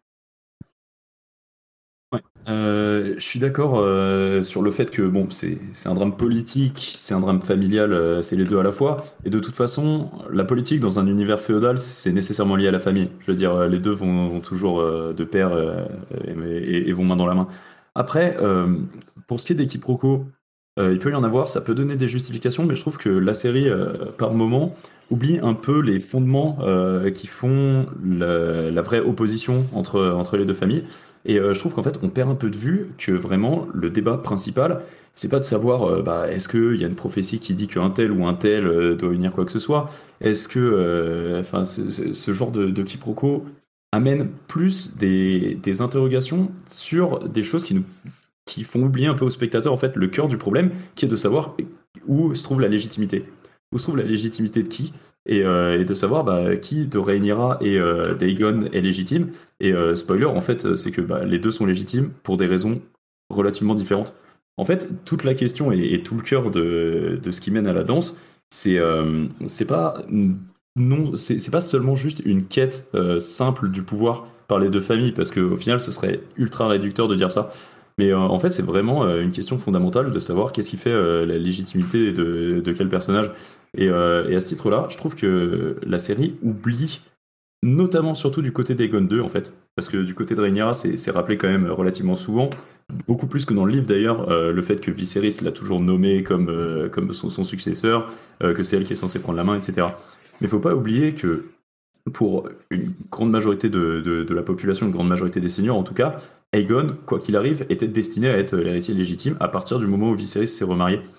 Ouais. Je suis d'accord sur le fait que c'est un drame politique, c'est un drame familial, c'est les deux à la fois. Et de toute façon, la politique dans un univers féodal, c'est nécessairement lié à la famille. Je veux dire, les deux vont toujours de pair et vont main dans la main. Après, pour ce qui est des quiproquos, il peut y en avoir, ça peut donner des justifications, mais je trouve que la série, par moment, oublie un peu les fondements qui font la vraie opposition entre les deux familles. Et je trouve qu'en fait, on perd un peu de vue que vraiment, le débat principal, c'est pas de savoir est-ce qu'il y a une prophétie qui dit qu'un tel ou un tel doit unir quoi que ce soit. Est-ce que ce genre de quiproquo amène plus des interrogations sur des choses qui font oublier un peu aux spectateurs en fait le cœur du problème, qui est de savoir où se trouve la légitimité. Où se trouve la légitimité de qui et de savoir qui de Rhaenyra et d'Aegon est légitime. Et spoiler, en fait, c'est que les deux sont légitimes pour des raisons relativement différentes. En fait, toute la question et tout le cœur de ce qui mène à la danse, c'est pas seulement juste une quête simple du pouvoir par les deux familles, parce qu'au final, ce serait ultra réducteur de dire ça. Mais en fait, c'est vraiment une question fondamentale de savoir qu'est-ce qui fait la légitimité de quel personnage. Et à ce titre-là, je trouve que la série oublie, notamment surtout du côté d'Aegon 2, en fait. Parce que du côté de Rhaenyra, c'est rappelé quand même relativement souvent, beaucoup plus que dans le livre d'ailleurs, le fait que Viserys l'a toujours nommé comme son successeur, que c'est elle qui est censée prendre la main, etc. Mais il faut pas oublier que pour une grande majorité de la population, une grande majorité des seigneurs en tout cas, Aegon, quoi qu'il arrive, était destiné à être l'héritier légitime à partir du moment où Viserys s'est remarié.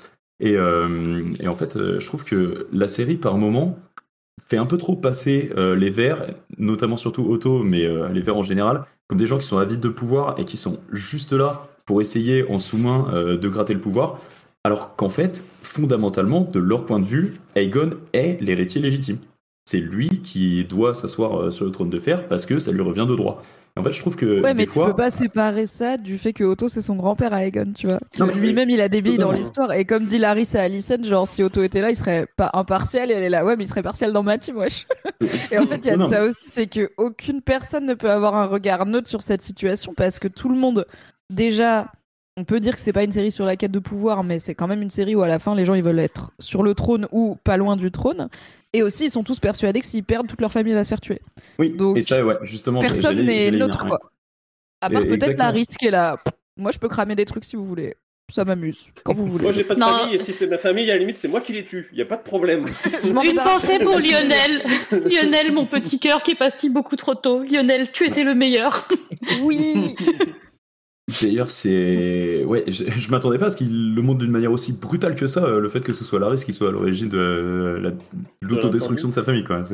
Et en fait, je trouve que la série, par moment, fait un peu trop passer les Verts, notamment surtout Otto, mais les Verts en général, comme des gens qui sont avides de pouvoir et qui sont juste là pour essayer en sous-main de gratter le pouvoir, alors qu'en fait, fondamentalement, de leur point de vue, Aegon est l'héritier légitime. C'est lui qui doit s'asseoir sur le trône de fer parce que ça lui revient de droit. Et en fait, je trouve que Ouais, des mais fois... tu peux pas séparer ça du fait que Otto c'est son grand-père à Aegon, tu vois. Non, mais- Lui-même il a des billes dans Totalement. l'histoire. Et comme dit Larissa à Alicent, genre si Otto était là, il serait pas impartial. Et elle est là, ouais, mais il serait partial dans ma team, wesh. Et en fait, il y a Non, de ça aussi, c'est que aucune personne ne peut avoir un regard neutre sur cette situation parce que tout le monde, déjà, on peut dire que c'est pas une série sur la quête de pouvoir, mais c'est quand même une série où à la fin les gens ils veulent être sur le trône ou pas loin du trône. Et aussi, ils sont tous persuadés que s'ils perdent, toute leur famille va se faire tuer. Oui, Donc, et ça, ouais, justement, Personne j'allais n'est y venir, neutre, ouais. quoi. À part peut-être Exactement. Larry qui est là. Moi, je peux cramer des trucs si vous voulez. Ça m'amuse. Quand vous voulez. Moi, j'ai pas de Non. famille, et si c'est ma famille, à la limite, c'est moi qui les tue. Y a pas de problème. Je m'en Une débarrasse. pensée pour Lionel. Lionel, mon petit cœur qui est parti beaucoup trop tôt. Lionel, tu étais le meilleur. Oui. D'ailleurs, c'est. Ouais, je m'attendais pas à ce qu'il le montre d'une manière aussi brutale que ça, le fait que ce soit Larys qui soit à l'origine de l'autodestruction de sa famille, quoi.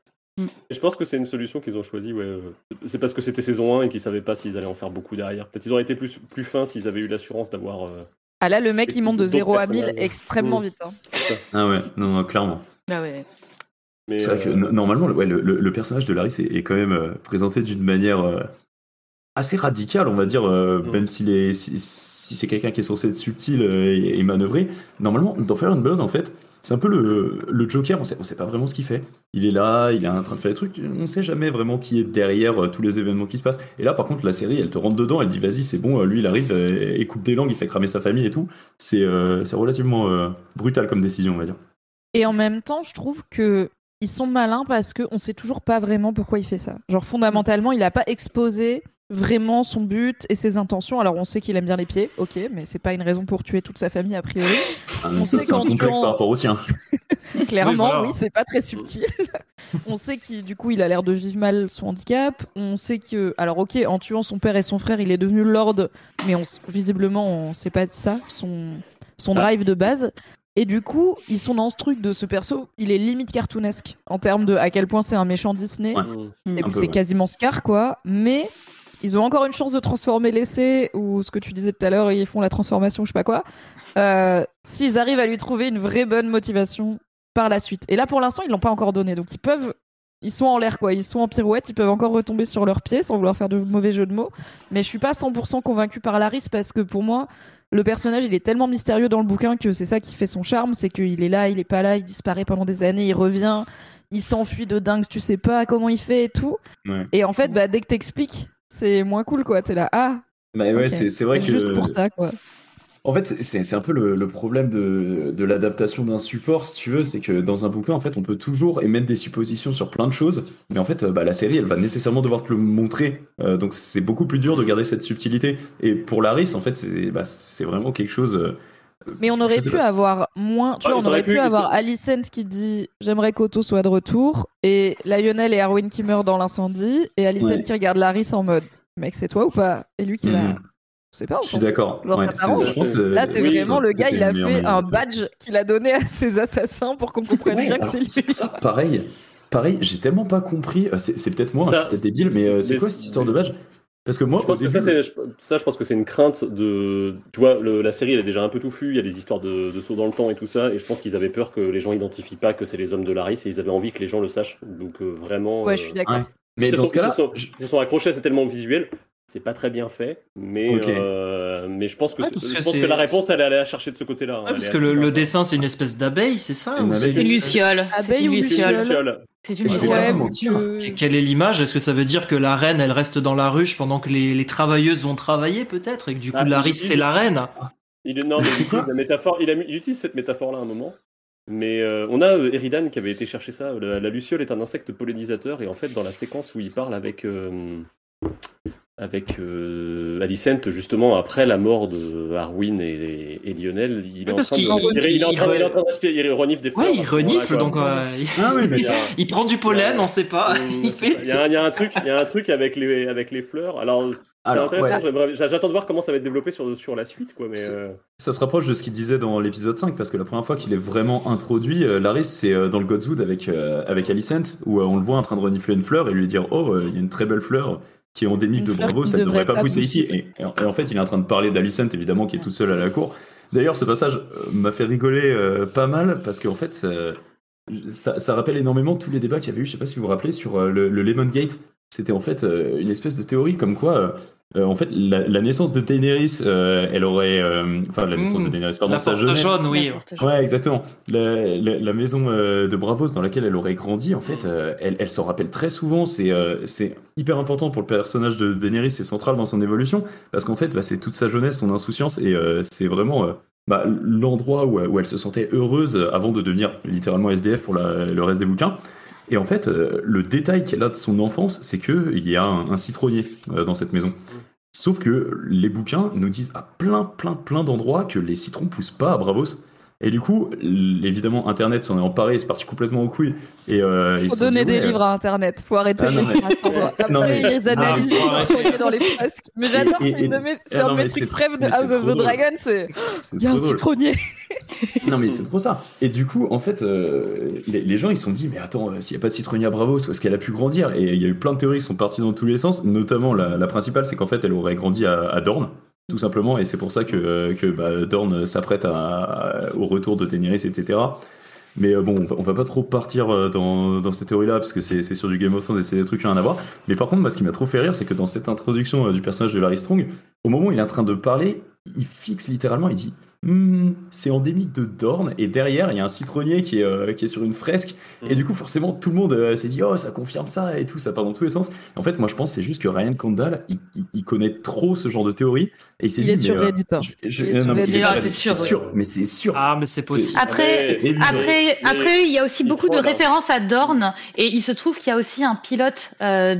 Et je pense que c'est une solution qu'ils ont choisie, ouais. C'est parce que c'était saison 1 et qu'ils savaient pas s'ils allaient en faire beaucoup derrière. Peut-être ils auraient été plus fins s'ils avaient eu l'assurance d'avoir. Ah là, le mec, il monte de D'autres 0 à 1000 personnages. extrêmement vite. Hein. C'est ça. Ah ouais, non, clairement. Ah ouais. Mais, C'est vrai que normalement, ouais, le personnage de Larys est quand même présenté d'une manière assez radicale, on va dire, même si c'est quelqu'un qui est censé être subtil et manœuvré. Normalement, dans Fire and Blood, en fait, c'est un peu le Joker, on sait pas vraiment ce qu'il fait. Il est là, il est en train de faire des trucs, on sait jamais vraiment qui est derrière tous les événements qui se passent. Et là, par contre, la série, elle te rentre dedans, elle dit vas-y, c'est bon, lui, il arrive et coupe des langues, il fait cramer sa famille et tout. C'est relativement brutal comme décision, on va dire. Et en même temps, je trouve que ils sont malins parce qu'on sait toujours pas vraiment pourquoi il fait ça. Genre, fondamentalement, il a pas exposé vraiment son but et ses intentions. Alors, on sait qu'il aime bien les pieds, ok, mais c'est pas une raison pour tuer toute sa famille, a priori. On sait C'est un qu'en complexe tuant- par rapport au sien. Clairement, Oui, voilà. oui, c'est pas très subtil. On sait qu'il, du coup, il a l'air de vivre mal son handicap. On sait que, alors ok, en tuant son père et son frère, il est devenu Lord, mais visiblement, on sait pas ça, son drive de base. Et du coup, ils sont dans ce truc de ce perso, il est limite cartoonesque en termes de à quel point c'est un méchant Disney. Ouais. C'est Un peu, c'est ouais. quasiment Scar, quoi. Mais ils ont encore une chance de transformer l'essai, ou ce que tu disais tout à l'heure, ils font la transformation, je sais pas quoi. S'ils arrivent à lui trouver une vraie bonne motivation par la suite. Et là, pour l'instant, ils l'ont pas encore donné. Donc ils sont en l'air, quoi. Ils sont en pirouette, ils peuvent encore retomber sur leurs pieds sans vouloir faire de mauvais jeux de mots. Mais je suis pas 100% convaincue par Larys parce que pour moi, le personnage, il est tellement mystérieux dans le bouquin que c'est ça qui fait son charme. C'est qu'il est là, il est pas là, il disparaît pendant des années, il revient, il s'enfuit de dingue, tu sais pas comment il fait et tout. Ouais. Et en fait, dès que t'expliques, c'est moins cool, quoi. T'es là, Mais ouais, ok. c'est vrai que. Juste pour ça, quoi. En fait, c'est un peu le problème de l'adaptation d'un support, si tu veux, c'est que dans un bouquin, en fait, on peut toujours émettre des suppositions sur plein de choses, mais en fait, la série, elle va nécessairement devoir te le montrer, donc c'est beaucoup plus dur de garder cette subtilité. Et pour Larys, en fait, c'est vraiment quelque chose. Mais on aurait je sais pu pas. avoir moins. Tu Ouais, vois, ils on aurait auraient pu, pu ils avoir auraient- Alicent qui dit j'aimerais qu'Otto soit de retour, et Lionel et Arwen qui meurent dans l'incendie, et Alicent Ouais. qui regarde Larys en mode mec, c'est toi ou pas? Et lui qui est là. Mhm. Je sais pas, on Je suis s'en fout. d'accord. Genre, Ouais, ça t'arrange. je pense que Là, c'est oui, vraiment ça, le gars, c'était il a le meilleur fait moyen un de faire. badge qu'il a donné à ses assassins pour qu'on comprenne Ouais, bien que alors, c'est lui. c'est ça, pareil, j'ai tellement pas compris, c'est peut-être moi, Ça, je suis peut-être débile, mais c'est mais- quoi cette histoire de badge? Parce que moi, Je pense au que ça, début- je pense que c'est une crainte de. Tu vois, la série, elle est déjà un peu touffue. Il y a des histoires de sauts dans le temps et tout ça. Et je pense qu'ils avaient peur que les gens identifient pas que c'est les hommes de Larys et ils avaient envie que les gens le sachent. Donc vraiment. Ouais, je suis d'accord. Ouais. Mais dans ce cas-là, ils se sont accrochés, c'est tellement visuel. C'est pas très bien fait, mais Ok. Mais je pense que Ouais, parce que je pense c'est- que la réponse, elle allait la chercher de ce côté-là. hein. Ouais, Elle parce est que assez le simple. dessin, c'est une espèce d'abeille, c'est ça C'est une ou abeille. C'est une luciole. Abeille ou C'est une C'est une luciole. luciole. C'est une Je vais luciole. pas Ouais, vous mais mentir. Quelle est l'image? Est-ce que ça veut dire que la reine, elle reste dans la ruche pendant que les travailleuses vont travailler, peut-être? Et que du coup, Ah, Larys, il- c'est la reine? Non, mais C'est il quoi utilise la métaphore. Il utilise cette métaphore-là à un moment. Mais on a Eridan qui avait été chercher ça. La luciole est un insecte pollinisateur et en fait, dans la séquence où il parle avec avec Alicent, justement, après la mort de Arwen et Lionel, il est en train de respirer, il renifle des fleurs. Ouais, il renifle, donc il prend du pollen, on sait pas. Il y a un truc avec les fleurs. Alors, c'est intéressant, j'attends de voir comment ça va être développé sur la suite, quoi. Mais ça se rapproche de ce qu'il disait dans l'épisode 5, parce que la première fois qu'il est vraiment introduit, Larys, c'est dans le Godswood avec Alicent, où on le voit en train de renifler une fleur et lui dire « Oh, il y a une très belle fleur qui est endémique de Braavos, ça ne devrait pas pousser ici. » Et en fait, il est en train de parler d'Alicent, évidemment, qui est tout seul à la cour. D'ailleurs, ce passage m'a fait rigoler pas mal, parce qu'en fait, ça rappelle énormément tous les débats qu'il y avait eu, je ne sais pas si vous vous rappelez, sur le Lemon Gate. C'était en fait une espèce de théorie comme quoi... en fait, la naissance de Daenerys, elle aurait... Enfin, la naissance de Daenerys, pardon, sa jeunesse. Jaune, oui. Ouais, exactement. La maison de Braavos dans laquelle elle aurait grandi, en fait, elle s'en rappelle très souvent. C'est hyper important pour le personnage de Daenerys, c'est central dans son évolution, parce qu'en fait, c'est toute sa jeunesse, son insouciance, et c'est vraiment l'endroit où elle se sentait heureuse avant de devenir littéralement SDF pour le reste des bouquins. Et en fait, le détail qu'elle a de son enfance, c'est qu'il y a un citronnier dans cette maison. Sauf que les bouquins nous disent à plein d'endroits que les citrons poussent pas à Braavos. Et du coup, évidemment, Internet s'en est emparé, c'est parti complètement aux couilles. Et, faut donner des livres à Internet, faut arrêter de les attendre. Après, ils analysent dans les fresques. Mais j'adore, c'est un de mes trucs préf de House of the Dragon, il y a un citronnier. Non mais c'est trop ça. Et du coup, en fait, les gens ils se sont dit, mais attends, s'il n'y a pas de citronnier à Braavos, où est-ce qu'elle a pu grandir? Et il y a eu plein de théories qui sont parties dans tous les sens, notamment la principale, c'est qu'en fait, elle aurait grandi à Dorne. Tout simplement, et c'est pour ça que Dorne s'apprête au retour de Daenerys, etc. Mais bon, on va pas trop partir dans ces théories-là, parce que c'est sur du Game of Thrones et c'est des trucs rien à voir. Mais par contre, moi, ce qui m'a trop fait rire, c'est que dans cette introduction du personnage de Larry Strong, au moment où il est en train de parler, il fixe littéralement, il dit c'est endémique de Dorne, et derrière il y a un citronnier qui est sur une fresque, et du coup forcément tout le monde s'est dit oh ça confirme ça et tout, ça part dans tous les sens. En fait moi je pense que c'est juste que Ryan Condal il connaît trop ce genre de théorie, et il s'est dit sur Reddit, c'est sûr, mais c'est sûr. Ah mais c'est possible. Après il y a aussi beaucoup de références à Dorne, et il se trouve qu'il y a aussi un pilote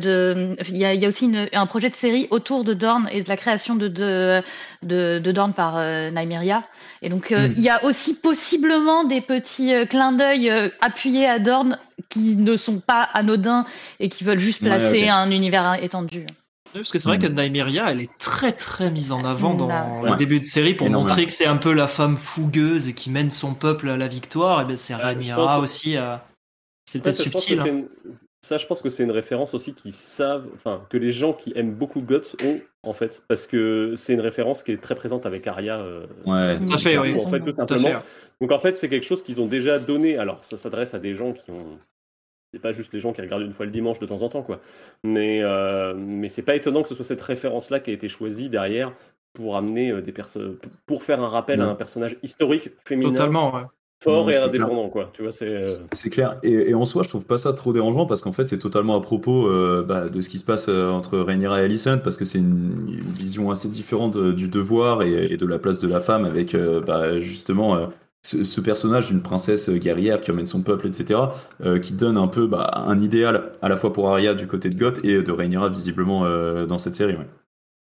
il y a aussi un projet de série autour de Dorne et de la création de Dorne par Nymeria. Et donc, il y a aussi possiblement des petits clins d'œil appuyés à Dorne qui ne sont pas anodins et qui veulent juste placer un univers étendu. Oui, parce que c'est vrai que Nymeria, elle est très très mise en avant dans le début de série pour montrer que c'est un peu la femme fougueuse et qui mène son peuple à la victoire. Et ben c'est Rhaenyra aussi. C'est peut-être subtil. Je pense que c'est une référence aussi que les gens qui aiment beaucoup GOT ont, en fait, parce que c'est une référence qui est très présente avec Arya. Tout à fait, oui. En fait, tout simplement. Donc en fait, c'est quelque chose qu'ils ont déjà donné. Alors, ça s'adresse à des gens qui ont. C'est pas juste les gens qui regardent une fois le dimanche de temps en temps, quoi. Mais c'est pas étonnant que ce soit cette référence-là qui a été choisie derrière pour amener des personnes, pour faire un rappel à un personnage historique féminin. Totalement, ouais. Fort et indépendant, quoi. Tu vois, c'est clair. Et en soi, je trouve pas ça trop dérangeant, parce qu'en fait, c'est totalement à propos de ce qui se passe entre Rhaenyra et Alicent, parce que c'est une vision assez différente du devoir et de la place de la femme, avec justement ce personnage d'une princesse guerrière qui emmène son peuple, etc., qui donne un peu un idéal à la fois pour Arya du côté de Goth et de Rhaenyra visiblement dans cette série. Ouais.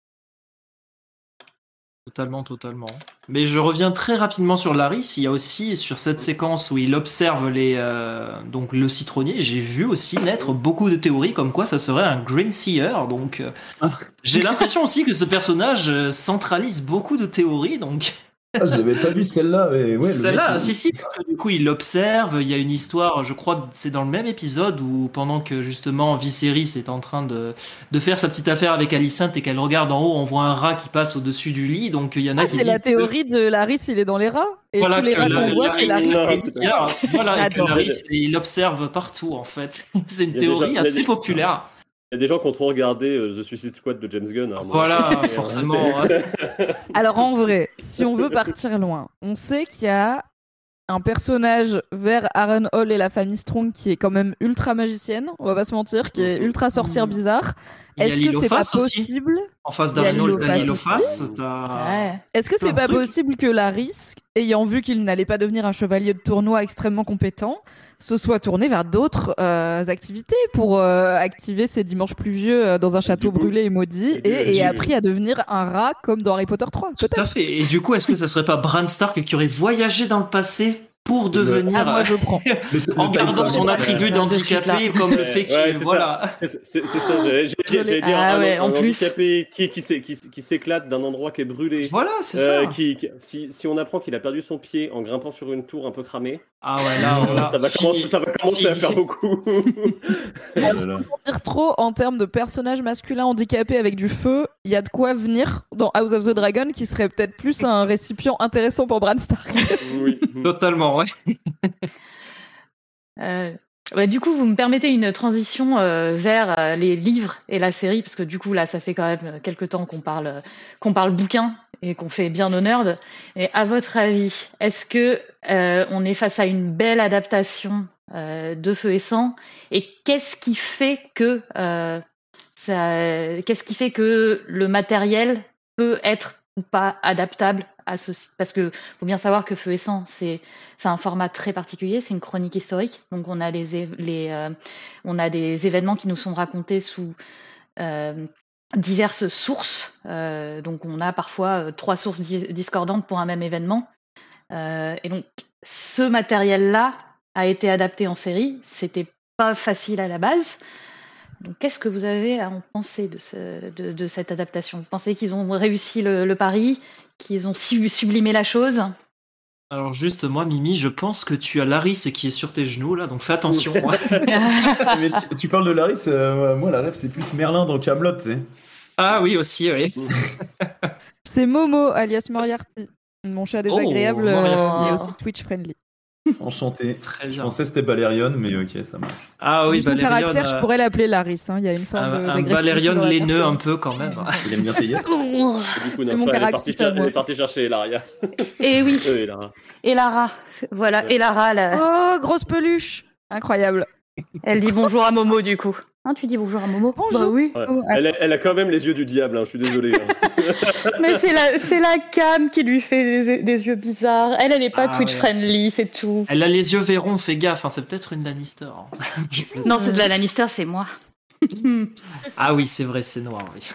Totalement. Mais je reviens très rapidement sur Larys. Il y a aussi sur cette séquence où il observe donc le citronnier, j'ai vu aussi naître beaucoup de théories comme quoi ça serait un Green Seer. Donc j'ai l'impression aussi que ce personnage centralise beaucoup de théories. Donc j'avais pas vu celle-là. Mais ouais, celle-là, si, parce que du coup il l'observe. Il y a une histoire, je crois que c'est dans le même épisode où pendant que justement Viserys est en train de faire sa petite affaire avec Alicent et qu'elle regarde en haut, on voit un rat qui passe au-dessus du lit. Donc il y en a qui c'est disent la théorie de Larys, il est dans les rats. Et voilà, tous les rats qu'on voit, c'est Larys. Voilà, et que Larys, il observe partout en fait. C'est une théorie assez populaire. Il y a des gens qui ont trop regardé The Suicide Squad de James Gunn. Voilà, forcément. Alors en vrai, si on veut partir loin, on sait qu'il y a un personnage vers Harrenhal et la famille Strong qui est quand même ultra magicienne, on va pas se mentir, qui est ultra sorcière bizarre. Il y a Est-ce que l'île aux c'est pas faces aussi. possible En face Il y a d'Areno, l'île aux t'as l'île aux faces faces. Ouais. Est-ce que Plein c'est de pas trucs. possible que Laris, ayant vu qu'il n'allait pas devenir un chevalier de tournoi extrêmement compétent, se soit tourné vers d'autres activités pour activer ses dimanches pluvieux dans un château du coup- brûlé et maudit et du- appris à devenir un rat comme dans Harry Potter 3? Tout à fait. Et du coup, est-ce que ça serait pas Bran Stark qui aurait voyagé dans le passé pour devenir, Ah, moi je prends. en gardant son Time attribut travel. De suite, d'handicapé, là. comme le fait qu'il Ouais, c'est voilà. C'est ça, j'allais dire Ah ouais, un en plus. handicapé qui s'éclate d'un endroit qui est brûlé. Voilà, c'est ça. Si on apprend qu'il a perdu son pied en grimpant sur une tour un peu cramée, Ah ouais, là, ça va commencer à faire beaucoup. Sans dire trop en termes de personnages masculins handicapés avec du feu, il y a de quoi venir dans House of the Dragon qui serait peut-être plus un récipient intéressant pour Bran Stark. Oui. Totalement, ouais. Ouais, du coup, vous me permettez une transition vers les livres et la série, parce que du coup, là, ça fait quand même quelques temps qu'on parle bouquin et qu'on fait bien nos nerds. Et à votre avis, est-ce que on est face à une belle adaptation de Feu et Sang? Et qu'est-ce qui fait que le matériel peut être ou pas adaptable à ce... Parce que faut bien savoir que Feu et Sang, c'est un format très particulier, c'est une chronique historique. Donc on a on a des événements qui nous sont racontés sous diverses sources. Donc on a parfois 3 sources discordantes pour un même événement. Et donc ce matériel-là a été adapté en série. C'était pas facile à la base. Donc qu'est-ce que vous avez à en penser de cette adaptation? Vous pensez qu'ils ont réussi le pari, qu'ils ont sublimé la chose? Alors juste, moi, Mimi, je pense que tu as Laris qui est sur tes genoux, là, donc fais attention. Mais tu parles de Laris, moi la rêve c'est plus Merlin dans Camelot, tu sais. Ah oui, aussi, oui. C'est Momo, alias Moriarty. Mon chat désagréable Moriarty. et aussi Twitch friendly. Enchanté. Très Je bien. pensais que c'était Balerion, mais ok, ça marche. Ah oui, Vu son Valérion, caractère, je pourrais l'appeler Laris. Hein. Il y a une forme un d'agressivité Valérion dans la laineux personne. un peu quand même. Il aime bien payer. Du coup, C'est Nympha, mon elle caractère, elle moi. est partie chercher Elaria. Et oui, Et Lara. et Lara. Voilà, Ouais. et Lara, Oh, grosse peluche. Incroyable. elle dit bonjour à Momo du coup. Hein, tu dis bonjour à Momo? Bonjour. Bah oui. Ouais. Oh, Elle a quand même les yeux du diable, hein, je suis désolé. hein. Mais c'est la cam qui lui fait des yeux bizarres. Elle est pas Ah Twitch ouais. friendly, c'est tout. Elle a les yeux verrons, fais gaffe, hein, c'est peut-être une Lannister. hein. Je plaisante. Non, c'est de la Lannister, c'est moi. Ah oui, c'est vrai, c'est noir, oui.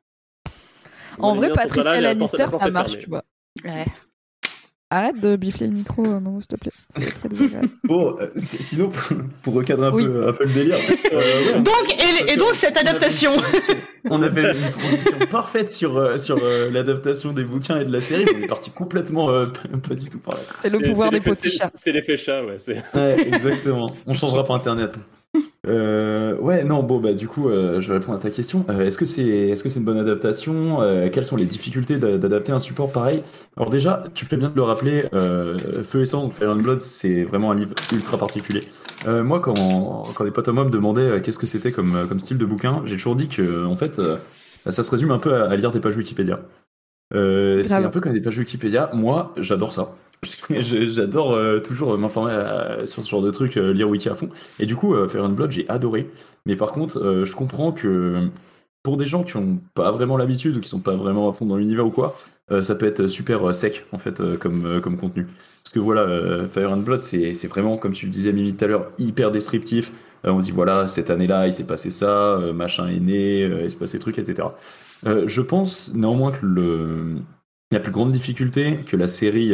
En Les vrai, liens sont pas Patricia là, la Lannister, porte est ça marche, fermée. tu vois. Ouais. Arrête de bifler le micro, Momo, s'il te plaît. C'est très désagréable. Bon, sinon, pour recadrer un Oui. peu le délire. ouais, Donc cette adaptation. On avait une transition parfaite sur l'adaptation des bouquins et de la série, mais on est parti complètement pas du tout par là. C'est le pouvoir des l'effet- petits chats. C'est l'effet chat, ouais. Ouais, exactement. On changera pour Internet. Ouais, non, bon, bah du coup, je vais répondre à ta question. Est-ce que c'est une bonne adaptation? Quelles sont les difficultés d'adapter un support pareil? Alors déjà, tu fais bien de le rappeler, Feu et Sang ou Fire and Blood, c'est vraiment un livre ultra particulier. Moi, quand des potes à moi me demandaient qu'est-ce que c'était comme style de bouquin, j'ai toujours dit que, en fait, ça se résume un peu à lire des pages Wikipédia. C'est Grave. un peu comme des pages Wikipédia. Moi, j'adore ça. J'adore toujours m'informer sur ce genre de trucs, lire Wiki à fond. Et du coup, Fire and Blood, j'ai adoré. Mais par contre, je comprends que pour des gens qui ont pas vraiment l'habitude ou qui sont pas vraiment à fond dans l'univers ou quoi, ça peut être super sec en fait comme contenu. Parce que voilà, Fire and Blood, c'est vraiment, comme tu le disais Mimi tout à l'heure, hyper descriptif. On dit voilà, cette année-là, il s'est passé ça, machin est né, il s'est passé des trucs, etc. Je pense néanmoins que la plus grande difficulté que la série,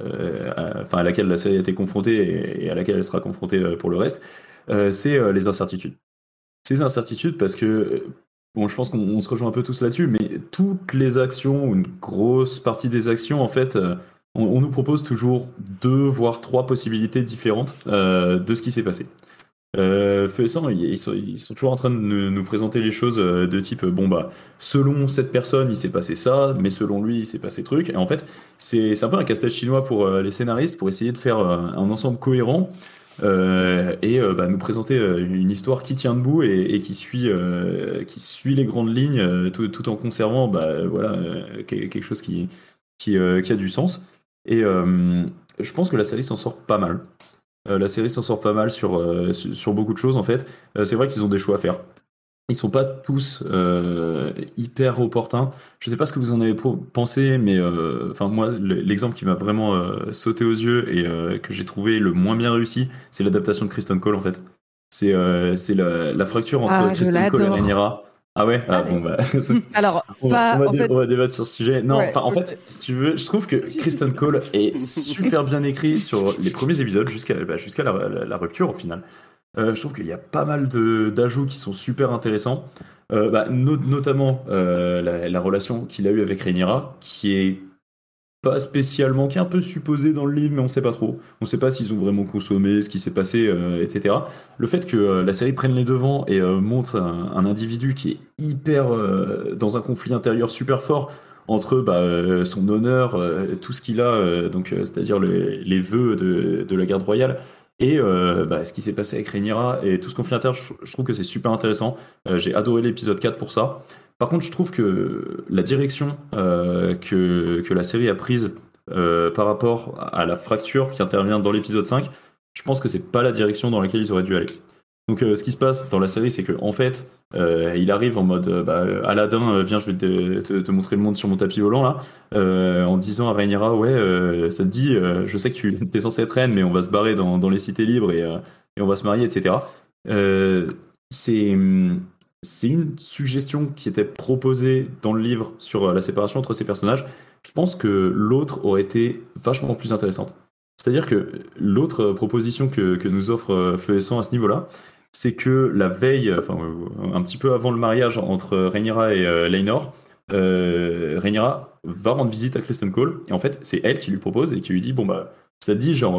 à laquelle la série a été confrontée et à laquelle elle sera confrontée pour le reste, c'est les incertitudes. Ces incertitudes parce que, bon, je pense qu'on se rejoint un peu tous là-dessus, mais toutes les actions, ou une grosse partie des actions, en fait, on nous propose toujours 2 voire 3 possibilités différentes de ce qui s'est passé. Feu et Sang, ils sont toujours en train de nous présenter les choses de type bon bah selon cette personne il s'est passé ça, mais selon lui il s'est passé truc. Et en fait c'est un peu un casse-tête chinois pour les scénaristes pour essayer de faire un ensemble cohérent et nous présenter une histoire qui tient debout et qui suit les grandes lignes tout en conservant quelque chose qui a du sens. Et je pense que la série s'en sort pas mal. La série s'en sort pas mal sur beaucoup de choses en fait. C'est vrai qu'ils ont des choix à faire. ils sont pas tous hyper opportuns. Je sais pas ce que vous en avez pensé, mais enfin moi, l'exemple qui m'a vraiment sauté aux yeux et que j'ai trouvé le moins bien réussi, c'est l'adaptation de Kristen Cole en fait. C'est la fracture entre Kristen Cole et Rhaenyra. Ah ouais, bon bah. Alors, on va débattre sur ce sujet. Non, enfin en fait, si tu veux, je trouve que Kristen Cole est super bien écrit sur les premiers épisodes jusqu'à la rupture au final. Je trouve qu'il y a pas mal d'ajouts qui sont super intéressants. Notamment la relation qu'il a eue avec Rhaenyra, qui est pas spécialement, qui est un peu supposée dans le livre, mais on sait pas trop. On sait pas s'ils ont vraiment consommé, ce qui s'est passé, etc. Le fait que la série prenne les devants et montre un individu qui est hyper dans un conflit intérieur super fort entre son honneur, tout ce qu'il a, c'est-à-dire les vœux de la garde royale, et ce qui s'est passé avec Rhaenyra et tout ce conflit intérieur, je trouve que c'est super intéressant. J'ai adoré l'épisode 4 pour ça. Par contre, je trouve que la direction que la série a prise par rapport à la fracture qui intervient dans l'épisode 5, je pense que c'est pas la direction dans laquelle ils auraient dû aller. Donc ce qui se passe dans la série, c'est qu'en fait, il arrive en mode Aladdin, viens, je vais te montrer le monde sur mon tapis volant là, en disant à Rhaenyra, ça te dit, je sais que tu es censé être reine, mais on va se barrer dans les cités libres et on va se marier, etc. C'est une suggestion qui était proposée dans le livre sur la séparation entre ces personnages. Je pense que l'autre aurait été vachement plus intéressante. C'est-à-dire que l'autre proposition que nous offre Feu et Sang à ce niveau-là, c'est que la veille, un petit peu avant le mariage entre Rhaenyra et Laenor, Rhaenyra va rendre visite à Kristen Cole, et en fait, c'est elle qui lui propose et qui lui dit, ça te dit, genre,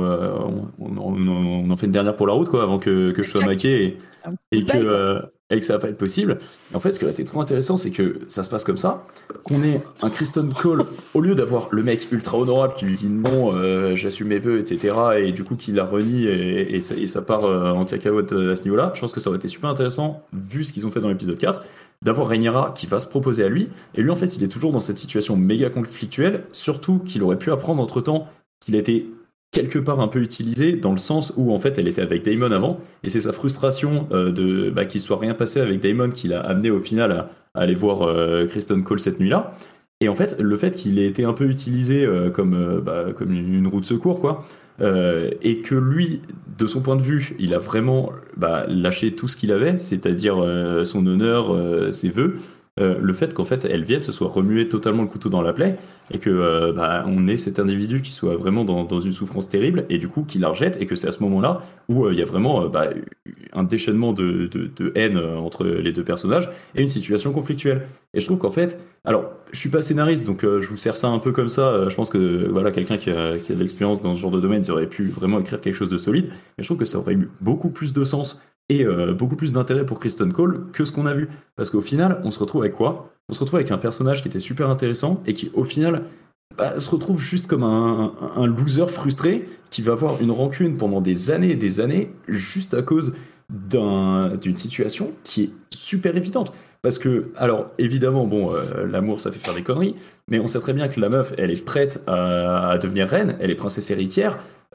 on en fait une dernière pour la route, quoi, avant que je sois maqué et que ça va pas être possible. Et en fait, ce qui aurait été trop intéressant, c'est que ça se passe comme ça, qu'on ait un Kristen Cole, au lieu d'avoir le mec ultra honorable qui lui dit non, j'assume mes vœux, etc., et du coup qui la renie et ça part en cacahuète à ce niveau-là. Je pense que ça aurait été super intéressant, vu ce qu'ils ont fait dans l'épisode 4, d'avoir Rhaenyra qui va se proposer à lui, et lui en fait il est toujours dans cette situation méga conflictuelle, surtout qu'il aurait pu apprendre entre-temps qu'il a été quelque part un peu utilisé dans le sens où en fait elle était avec Daemon avant, et c'est sa frustration qu'il soit rien passé avec Daemon qui l'a amené au final à aller voir Kristen Cole cette nuit-là. Et en fait le fait qu'il ait été un peu utilisé comme une roue de secours, quoi, et que lui, de son point de vue, il a vraiment lâché tout ce qu'il avait, c'est-à-dire son honneur, ses vœux. Le fait qu'en fait elle vienne se soit remué totalement le couteau dans la plaie et que on ait cet individu qui soit vraiment dans une souffrance terrible et du coup qui la rejette, et que c'est à ce moment-là où il y a vraiment un déchaînement de haine entre les deux personnages et une situation conflictuelle. Et je trouve qu'en fait, alors je suis pas scénariste donc je vous sers ça un peu comme ça, je pense que quelqu'un qui a de l'expérience dans ce genre de domaine, il aurait pu vraiment écrire quelque chose de solide, mais je trouve que ça aurait eu beaucoup plus de sens et beaucoup plus d'intérêt pour Kristen Cole que ce qu'on a vu. Parce qu'au final, on se retrouve avec quoi ? On se retrouve avec un personnage qui était super intéressant et qui, au final, se retrouve juste comme un loser frustré qui va avoir une rancune pendant des années et des années juste à cause d'une situation qui est super évidente. Parce que, alors, évidemment, l'amour, ça fait faire des conneries, mais on sait très bien que la meuf, elle est prête à devenir reine, elle est princesse héritière,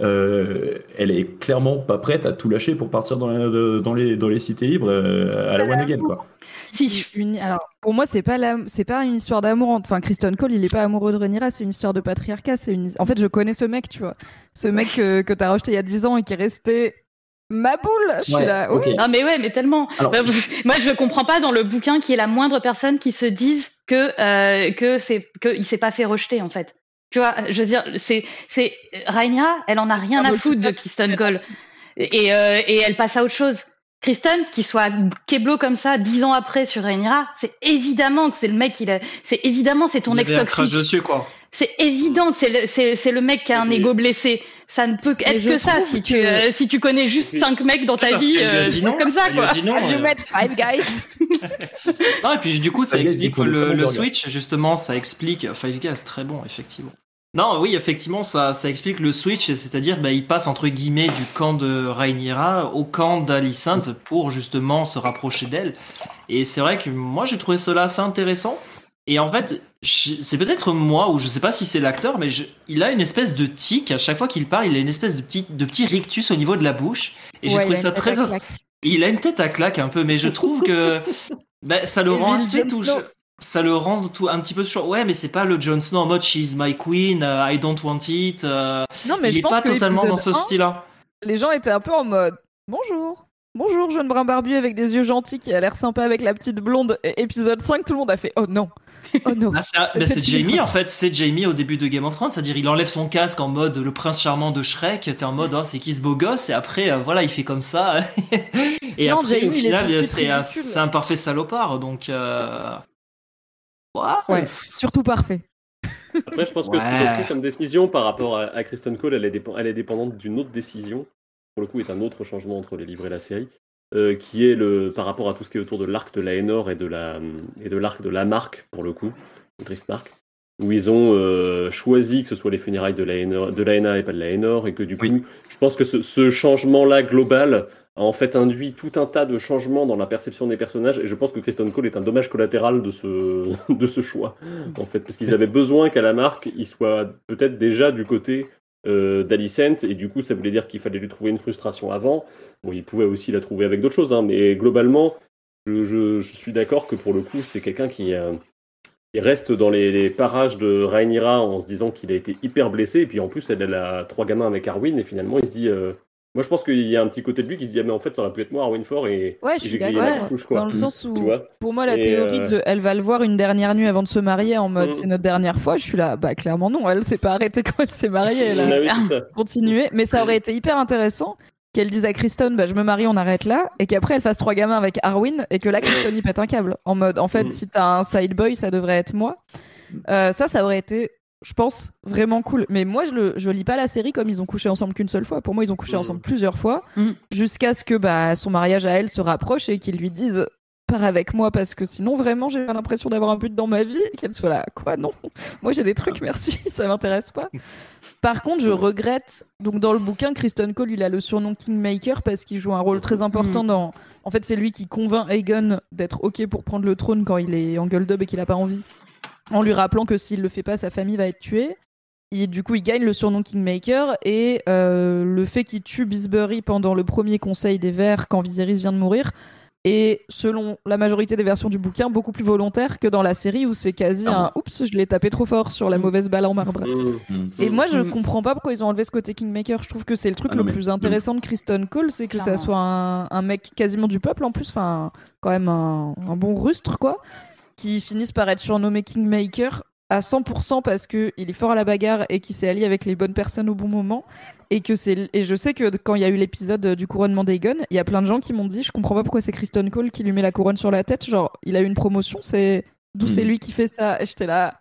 elle est clairement pas prête à tout lâcher pour partir dans les cités libres à la One Again, quoi. Alors, pour moi, c'est pas une histoire d'amour. Enfin, Kristen Cole, il est pas amoureux de Rhaenyra, c'est une histoire de patriarcat. En fait, je connais ce mec, tu vois. Ce mec que t'as rejeté il y a 10 ans et qui est resté ma boule. Je suis là. Okay. Non, mais tellement. Alors, moi, je comprends pas dans le bouquin qu'il y ait la moindre personne qui se dise qu'il s'est pas fait rejeter, en fait. Tu vois, je veux dire, c'est Rhaenyra, elle en a rien à foutre de Kristen Cole. Et elle passe à autre chose. Kristen, qui soit keblo comme ça 10 ans après sur Rhaenyra, c'est évidemment que c'est le mec c'est ton ex toxique. Dessus, quoi. C'est évident que c'est le mec qui a un ego blessé. Ça ne peut être que ça si tu connais juste 5 mecs dans ta vie, c'est comme ça, quoi. You met 5 guys. Non, et puis du coup ça explique le switch, justement, ça explique Five Guys, très bon, effectivement. Non, oui, effectivement, ça explique le switch, c'est-à-dire il passe entre guillemets du camp de Rhaenyra au camp d'Alicent pour justement se rapprocher d'elle. Et c'est vrai que moi j'ai trouvé cela assez intéressant. Et en fait, c'est peut-être moi, ou je sais pas si c'est l'acteur, mais il a une espèce de tic, à chaque fois qu'il parle, il a une espèce de petit rictus au niveau de la bouche. Et j'ai trouvé ça Il a une tête à claque un peu, mais je trouve que ça le rend assez touchant. Ça le rend tout un petit peu toujours. Ouais, mais c'est pas le Jon Snow en mode She's my queen, I don't want it. Non, mais il je est pense pas que totalement dans ce l'épisode 1, style-là. les gens étaient un peu en mode bonjour. Bonjour, jeune brun barbu avec des yeux gentils qui a l'air sympa avec la petite blonde. Et épisode 5, tout le monde a fait oh non. Oh non. C'est Jaime en fait, c'est Jaime au début de Game of Thrones, c'est-à-dire il enlève son casque en mode le prince charmant de Shrek, t'es en mode oh c'est qui ce beau gosse, et après voilà il fait comme ça. Et non, après Jaime, au final c'est un parfait salopard, donc ouais, surtout parfait. Après je pense que ce qu'ils ont pris comme décision par rapport à Kristen Cole, elle est dépendante d'une autre décision, pour le coup est un autre changement entre les livres et la série. Qui est par rapport à tout ce qui est autour de l'arc de Laenor et de l'arc de la Marque, pour le coup, Driftmark, où ils ont choisi que ce soit les funérailles de Laena et pas de Laenor, et que du coup, je pense que ce changement-là global a en fait induit tout un tas de changements dans la perception des personnages, et je pense que Kristen Cole est un dommage collatéral de ce choix, en fait, parce qu'ils avaient besoin qu'à la Marque, il soit peut-être déjà du côté d'Alicent, et du coup ça voulait dire qu'il fallait lui trouver une frustration avant. Bon, il pouvait aussi la trouver avec d'autres choses, hein, mais globalement je suis d'accord que pour le coup c'est quelqu'un qui reste dans les parages de Rhaenyra en se disant qu'il a été hyper blessé, et puis en plus elle a 3 gamins avec Arwen, et finalement il se dit moi je pense qu'il y a un petit côté de lui qui se dit ah, mais en fait ça aurait pu être moi Arwen Fort, et ouais, je suis d'accord, dans le sens où pour moi la théorie de elle va le voir une dernière nuit avant de se marier en mode c'est notre dernière fois, je suis là bah clairement non, elle s'est pas arrêtée quand elle s'est mariée, elle a continué, mais ça aurait été hyper intéressant qu'elle dise à Kristen bah je me marie, on arrête là, et qu'après elle fasse 3 gamins avec Arwen, et que là Kristen y pète un câble en mode en fait si t'as un side boy ça devrait être moi. Ça aurait été, je pense, vraiment cool. Mais moi, je lis pas la série comme ils ont couché ensemble qu'une seule fois. Pour moi, ils ont couché ensemble plusieurs fois, jusqu'à ce que son mariage à elle se rapproche et qu'ils lui disent pars avec moi, parce que sinon, vraiment, j'ai pas l'impression d'avoir un but dans ma vie. Et qu'elle soit là, quoi, non. Moi, j'ai des trucs, merci, ça m'intéresse pas. Par contre, je regrette. Donc, dans le bouquin, Kristen Cole, il a le surnom Kingmaker parce qu'il joue un rôle très important dans. En fait, c'est lui qui convainc Aegon d'être OK pour prendre le trône quand il est en gueule d'ub et qu'il a pas envie, en lui rappelant que s'il le fait pas, sa famille va être tuée. Et du coup, il gagne le surnom Kingmaker, et le fait qu'il tue Bisbury pendant le premier conseil des Verts quand Viserys vient de mourir est, selon la majorité des versions du bouquin, beaucoup plus volontaire que dans la série où c'est quasi un oups, je l'ai tapé trop fort sur la mauvaise balle en marbre. Et moi, je comprends pas pourquoi ils ont enlevé ce côté Kingmaker. Je trouve que c'est le truc le plus intéressant de Kristen Cole, c'est que ça soit un mec quasiment du peuple en plus, enfin, quand même un bon rustre, quoi, qui finissent par être surnommé Kingmaker à 100% parce qu'il est fort à la bagarre et qu'il s'est allié avec les bonnes personnes au bon moment. Et je sais que quand il y a eu l'épisode du couronnement d'Aegon, il y a plein de gens qui m'ont dit je comprends pas pourquoi c'est Kristen Cole qui lui met la couronne sur la tête. Genre, il a eu une promotion, d'où c'est lui qui fait ça. Et j'étais là.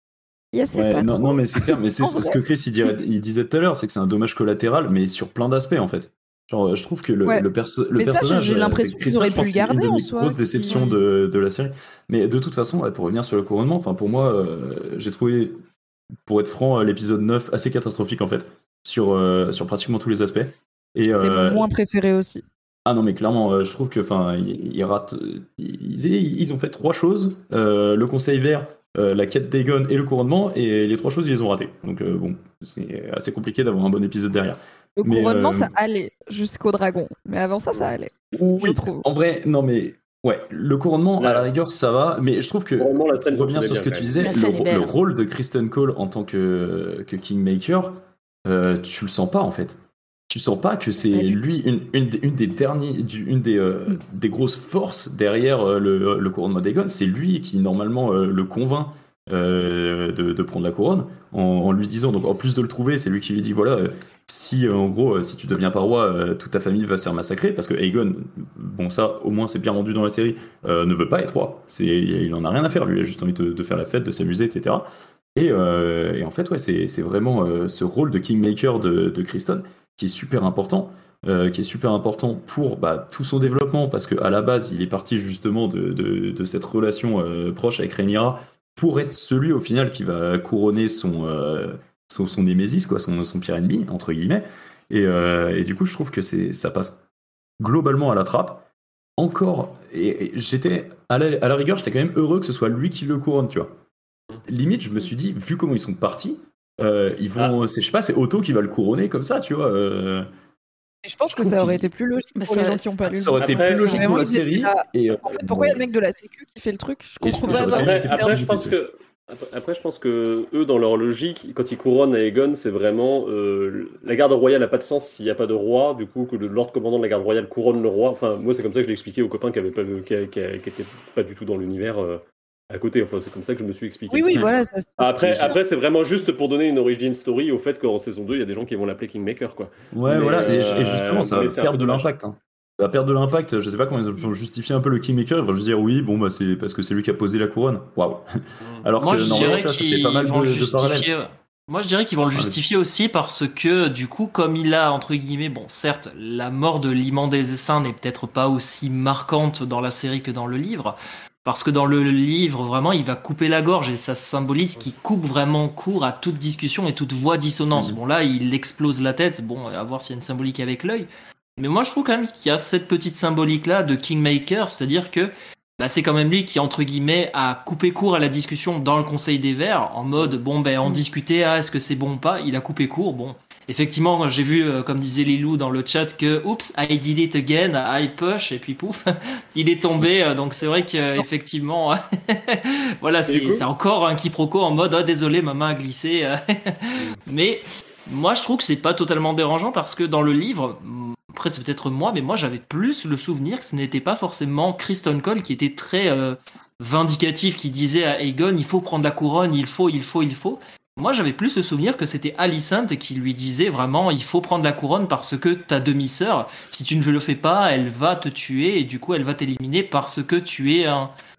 Non, mais c'est clair, mais c'est ce que Chris il disait tout à l'heure, c'est que c'est un dommage collatéral, mais sur plein d'aspects en fait. Genre, je trouve que le personnage, j'ai l'impression qu'ils auraient pu le garder en soi. C'est une grosse déception de la série. Mais de toute façon, pour revenir sur le couronnement, enfin pour moi, j'ai trouvé, pour être franc, l'épisode 9 assez catastrophique en fait, sur pratiquement tous les aspects. Et, c'est mon moins préféré aussi. Ah non, mais clairement, je trouve que, enfin, ils ratent. Ils ont fait 3 choses, le Conseil Vert, la quête d'Aegon et le couronnement, et les 3 choses ils les ont ratées. Donc bon, c'est assez compliqué d'avoir un bon épisode derrière. Le couronnement, ça allait jusqu'au dragon. Mais avant ça allait. Oui, je trouve. En vrai, non mais... Ouais, le couronnement, à la rigueur, ça va. Mais je trouve que, pour revenir sur ce que tu disais, le rôle de Kristen Cole en tant que Kingmaker, tu le sens pas, en fait. Tu sens pas que c'est lui une des grosses forces derrière le couronnement d'Aegon. C'est lui qui, normalement, le convainc de prendre la couronne en lui disant, donc en plus de le trouver, c'est lui qui lui dit voilà, si en gros si tu deviens pas roi, toute ta famille va se faire massacrer, parce que Aegon, bon ça au moins c'est bien rendu dans la série, ne veut pas être roi, il en a rien à faire, lui il a juste envie de faire la fête, de s'amuser, etc. Et en fait ouais, c'est vraiment ce rôle de Kingmaker de Kristen qui est super important. Pour tout son développement, parce qu'à la base il est parti justement de cette relation proche avec Rhaenyra pour être celui au final qui va couronner son némésis, quoi, son pire ennemi, entre guillemets. Et du coup, je trouve que ça passe globalement à la trappe. Encore, et j'étais, à la rigueur, j'étais quand même heureux que ce soit lui qui le couronne, tu vois. Limite, je me suis dit, vu comment ils sont partis, ils vont, je sais pas, c'est Otto qui va le couronner comme ça, tu vois. Et je pense que ça aurait été plus logique pour les gens qui n'ont pas lu. Ça aurait été Après, plus logique pour vraiment, la ils étaient série. là. Et, En fait, pourquoi il y a le mec de la sécu qui fait le truc? Je Et comprends je- pas. j'aurais genre, été Après, plus je pense limité. que après, je pense que eux, dans leur logique, quand ils couronnent Aegon, c'est vraiment la garde royale n'a pas de sens s'il n'y a pas de roi. Du coup, que le Lord commandant de la garde royale couronne le roi. Enfin, moi, c'est comme ça que je l'ai expliqué aux copains qui étaient pas du tout dans l'univers à côté. Enfin, c'est comme ça que je me suis expliqué. Oui, voilà. Ça, Après, c'est vraiment juste pour donner une origin story au fait qu'en saison 2, il y a des gens qui vont l'appeler Kingmaker, quoi. Ouais, Mais, voilà, et justement, ça mais va c'est un perdre peu de dommage. l'impact. Hein. Ça va perdre de l'impact. Je sais pas comment ils vont justifier un peu le Kingmaker. Ils vont juste dire oui, bon, bah, c'est parce que c'est lui qui a posé la couronne. Waouh. Alors Moi, que je normalement, dirais tu vois, ça fait pas mal qu'ils vont le de parallèles. justifier. Moi, je dirais qu'ils vont le justifier aussi parce que, du coup, comme il a, entre guillemets, bon, certes, la mort de l'imam des Essaims n'est peut-être pas aussi marquante dans la série que dans le livre. Parce que dans le livre, vraiment, il va couper la gorge et ça symbolise qu'il coupe vraiment court à toute discussion et toute voix dissonance. Bon, là, il explose la tête. Bon, à voir s'il y a une symbolique avec l'œil. Mais moi, je trouve quand même qu'il y a cette petite symbolique-là de Kingmaker, c'est-à-dire que bah, c'est quand même lui qui, entre guillemets, a coupé court à la discussion dans le Conseil des Verts, en mode, bon, ben, on discutait, est-ce que c'est bon ou pas? Il a coupé court, bon. Effectivement, j'ai vu, comme disait Lilou dans le chat, que, oups, I did it again, I push, et puis pouf, il est tombé, donc c'est vrai que, effectivement, voilà, c'est encore un quiproquo en mode, oh, désolé, ma main a glissé, mais, moi, je trouve que c'est pas totalement dérangeant parce que dans le livre, après c'est peut-être moi, mais moi j'avais plus le souvenir que ce n'était pas forcément Kristen Cole qui était très vindicatif, qui disait à Aegon il faut prendre la couronne, il faut. Moi j'avais plus le souvenir que c'était Alicent qui lui disait vraiment il faut prendre la couronne parce que ta demi-sœur, si tu ne le fais pas, elle va te tuer et du coup elle va t'éliminer parce que tu es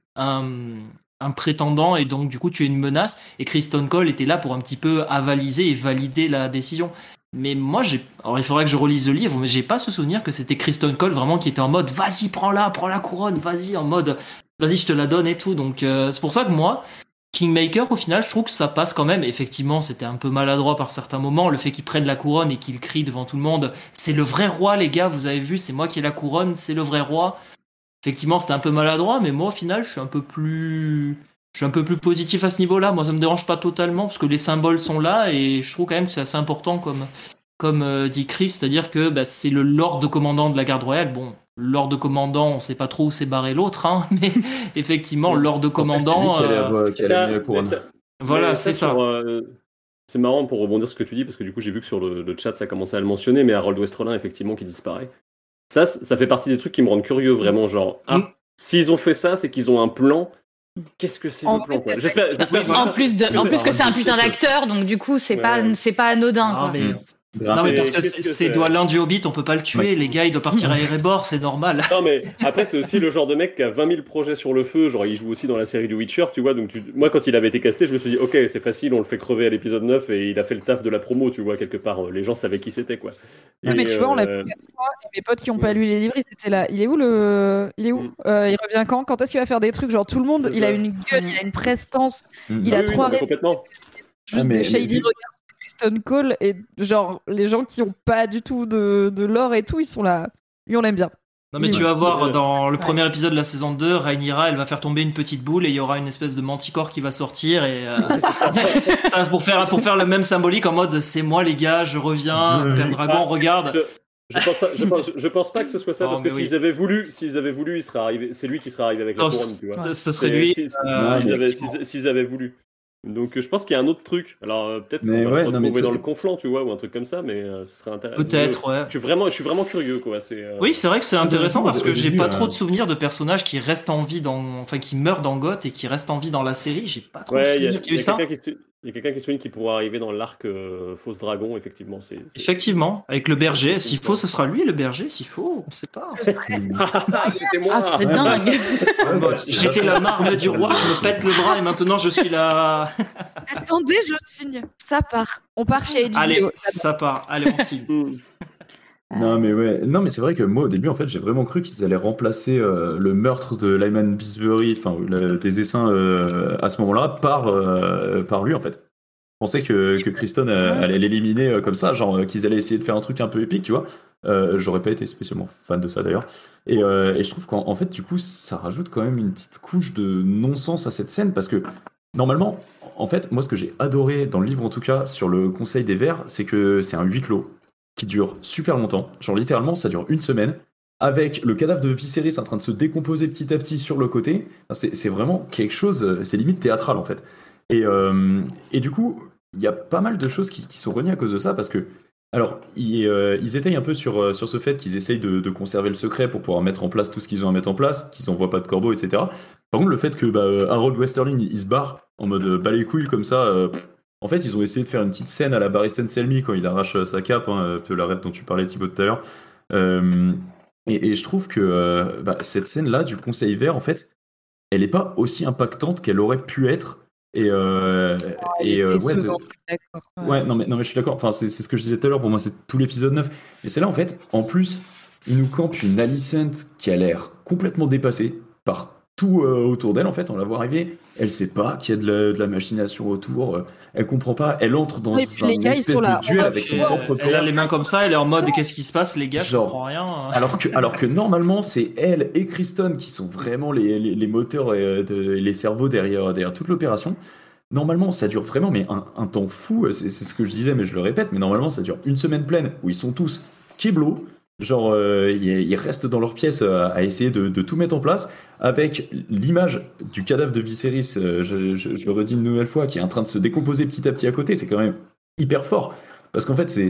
un prétendant et donc du coup tu es une menace, et Kristen Cole était là pour un petit peu avaliser et valider la décision. Mais moi, alors il faudrait que je relise le livre, mais j'ai pas ce souvenir que c'était Kristen Cole vraiment qui était en mode vas-y, prends la couronne, vas-y, en mode vas-y, je te la donne et tout. Donc c'est pour ça que moi, Kingmaker, au final, je trouve que ça passe quand même. Effectivement, c'était un peu maladroit par certains moments, le fait qu'il prenne la couronne et qu'il crie devant tout le monde c'est le vrai roi, les gars, vous avez vu, c'est moi qui ai la couronne, c'est le vrai roi. Effectivement, c'était un peu maladroit, mais moi, au final, je suis un peu plus positif à ce niveau-là. Moi, ça me dérange pas totalement parce que les symboles sont là et je trouve quand même que c'est assez important comme dit Chris, c'est-à-dire que bah, c'est le Lord de commandant de la garde royale. Bon, Lord de commandant, on sait pas trop où s'est barré l'autre, hein, mais effectivement, Lord de commandant. C'est lui qui allait mis la couronne. Voilà, c'est ça. C'est marrant pour rebondir sur ce que tu dis parce que du coup, j'ai vu que sur le chat, ça commençait à le mentionner, mais Harold Westerlin, effectivement, qui disparaît. Ça fait partie des trucs qui me rendent curieux, vraiment. Genre, s'ils ont fait ça, c'est qu'ils ont un plan. Qu'est-ce que c'est le plan, quoi. J'espère. En plus que c'est un putain d'acteur, donc du coup, c'est pas anodin. Non, quoi. Mais parce que c'est l'un du Hobbit, on peut pas le tuer. Les gars, il doit partir à Erebor, c'est normal. Non, mais après, c'est aussi le genre de mec qui a 20 000 projets sur le feu. Genre, il joue aussi dans la série du Witcher, tu vois. Donc, moi, quand il avait été casté, je me suis dit, ok, c'est facile, on le fait crever à l'épisode 9 et il a fait le taf de la promo, tu vois, quelque part. Les gens savaient qui c'était, quoi. Ouais, mais tu vois, on l'a vu 4 fois et mes potes qui n'ont pas lu les livres, ils étaient là. Il est où Il revient quand? Quand est-ce qu'il va faire des trucs? Genre, tout le monde, il a une gueule, il a une prestance, il a 3 réponses. Complètement. Juste des shady regards. Kristen Cole et genre les gens qui ont pas du tout de l'or et tout, ils sont là. Lui, on l'aime bien. Non mais tu vas voir dans le premier épisode de la saison 2, Rhaenyra, elle va faire tomber une petite boule et il y aura une espèce de manticore qui va sortir et ça pour faire le même symbolique en mode c'est moi les gars, je reviens, Père Dragon, regarde. Je pense pas que ce soit ça, parce que s'ils avaient voulu, il serait arrivé, c'est lui qui serait arrivé avec la couronne, tu vois. Ce serait lui. S'ils avaient voulu. Donc je pense qu'il y a un autre truc. Alors peut-être qu'on va le retrouver dans le conflant, tu vois, ou un truc comme ça, mais ce serait intéressant. Peut-être, ouais. Je suis vraiment curieux, quoi. Oui, c'est vrai que c'est intéressant parce que j'ai pas trop de souvenirs de personnages qui restent en vie qui meurent dans Goth et qui restent en vie dans la série. J'ai pas trop de souvenirs qu'il y a eu ça. Il y a quelqu'un qui souligne qui pourra arriver dans l'arc Fausse Dragon, effectivement. Effectivement, avec le berger. S'il faut, ce sera lui le berger. S'il faut, on sait pas. C'était moi. Ah, c'est dingue. J'étais la marme du roi, je me pète le bras et maintenant je suis là. Attendez, je signe. Ça part. On part chez HBO. Allez, ça part. Allez, on signe. Non mais c'est vrai que moi au début en fait j'ai vraiment cru qu'ils allaient remplacer le meurtre de Lyman Bisbury, enfin des Essaims à ce moment-là par lui en fait. Je pensais que Kristen allait l'éliminer comme ça, genre qu'ils allaient essayer de faire un truc un peu épique, tu vois. J'aurais pas été spécialement fan de ça d'ailleurs. Et je trouve qu'en fait du coup ça rajoute quand même une petite couche de non-sens à cette scène parce que normalement en fait moi ce que j'ai adoré dans le livre en tout cas sur le Conseil des Verts c'est que c'est un huis clos. qui dure super longtemps. Genre littéralement, ça dure une semaine. Avec le cadavre de Viserys en train de se décomposer petit à petit sur le côté. Enfin, c'est vraiment quelque chose, c'est limite théâtral en fait. Et du coup, il y a pas mal de choses qui sont reniées à cause de ça, parce que, alors, ils étayent un peu sur ce fait qu'ils essayent de conserver le secret pour pouvoir mettre en place tout ce qu'ils ont à mettre en place, qu'ils n'envoient pas de corbeaux, etc. Par contre, le fait que Harold Westerling, il se barre en mode bas les couilles comme ça, en fait, ils ont essayé de faire une petite scène à la Barristan Selmy quand il arrache sa cape, un peu la rêve dont tu parlais Thibaut tout à l'heure. Et je trouve que cette scène-là du Conseil Vert, en fait, elle n'est pas aussi impactante qu'elle aurait pu être. Elle était second, je suis d'accord. Ouais, non mais je suis d'accord. Enfin, c'est ce que je disais tout à l'heure. Pour moi, c'est tout l'épisode 9. Et c'est là, en fait, en plus, il nous campe une Alicent qui a l'air complètement dépassée par tout autour d'elle. En fait, on la voit arriver. Elle sait pas qu'il y a de la machination autour. Elle comprend pas. Elle entre dans Oui, puis un les gars, ils espèce sont là. de duel avec son propre Elle a père. les mains comme ça, elle est en mode qu'est-ce qui se passe les gars, je Genre, comprends rien. Alors que normalement, c'est elle et Kristen qui sont vraiment les moteurs et les cerveaux derrière toute l'opération. Normalement, ça dure vraiment mais un temps fou. C'est ce que je disais, mais je le répète. Mais normalement, ça dure une semaine pleine où ils sont tous kéblos. Genre, ils restent dans leur pièce à essayer de tout mettre en place, avec l'image du cadavre de Viserys, je le redis une nouvelle fois, qui est en train de se décomposer petit à petit à côté. C'est quand même hyper fort. Parce qu'en fait, c'est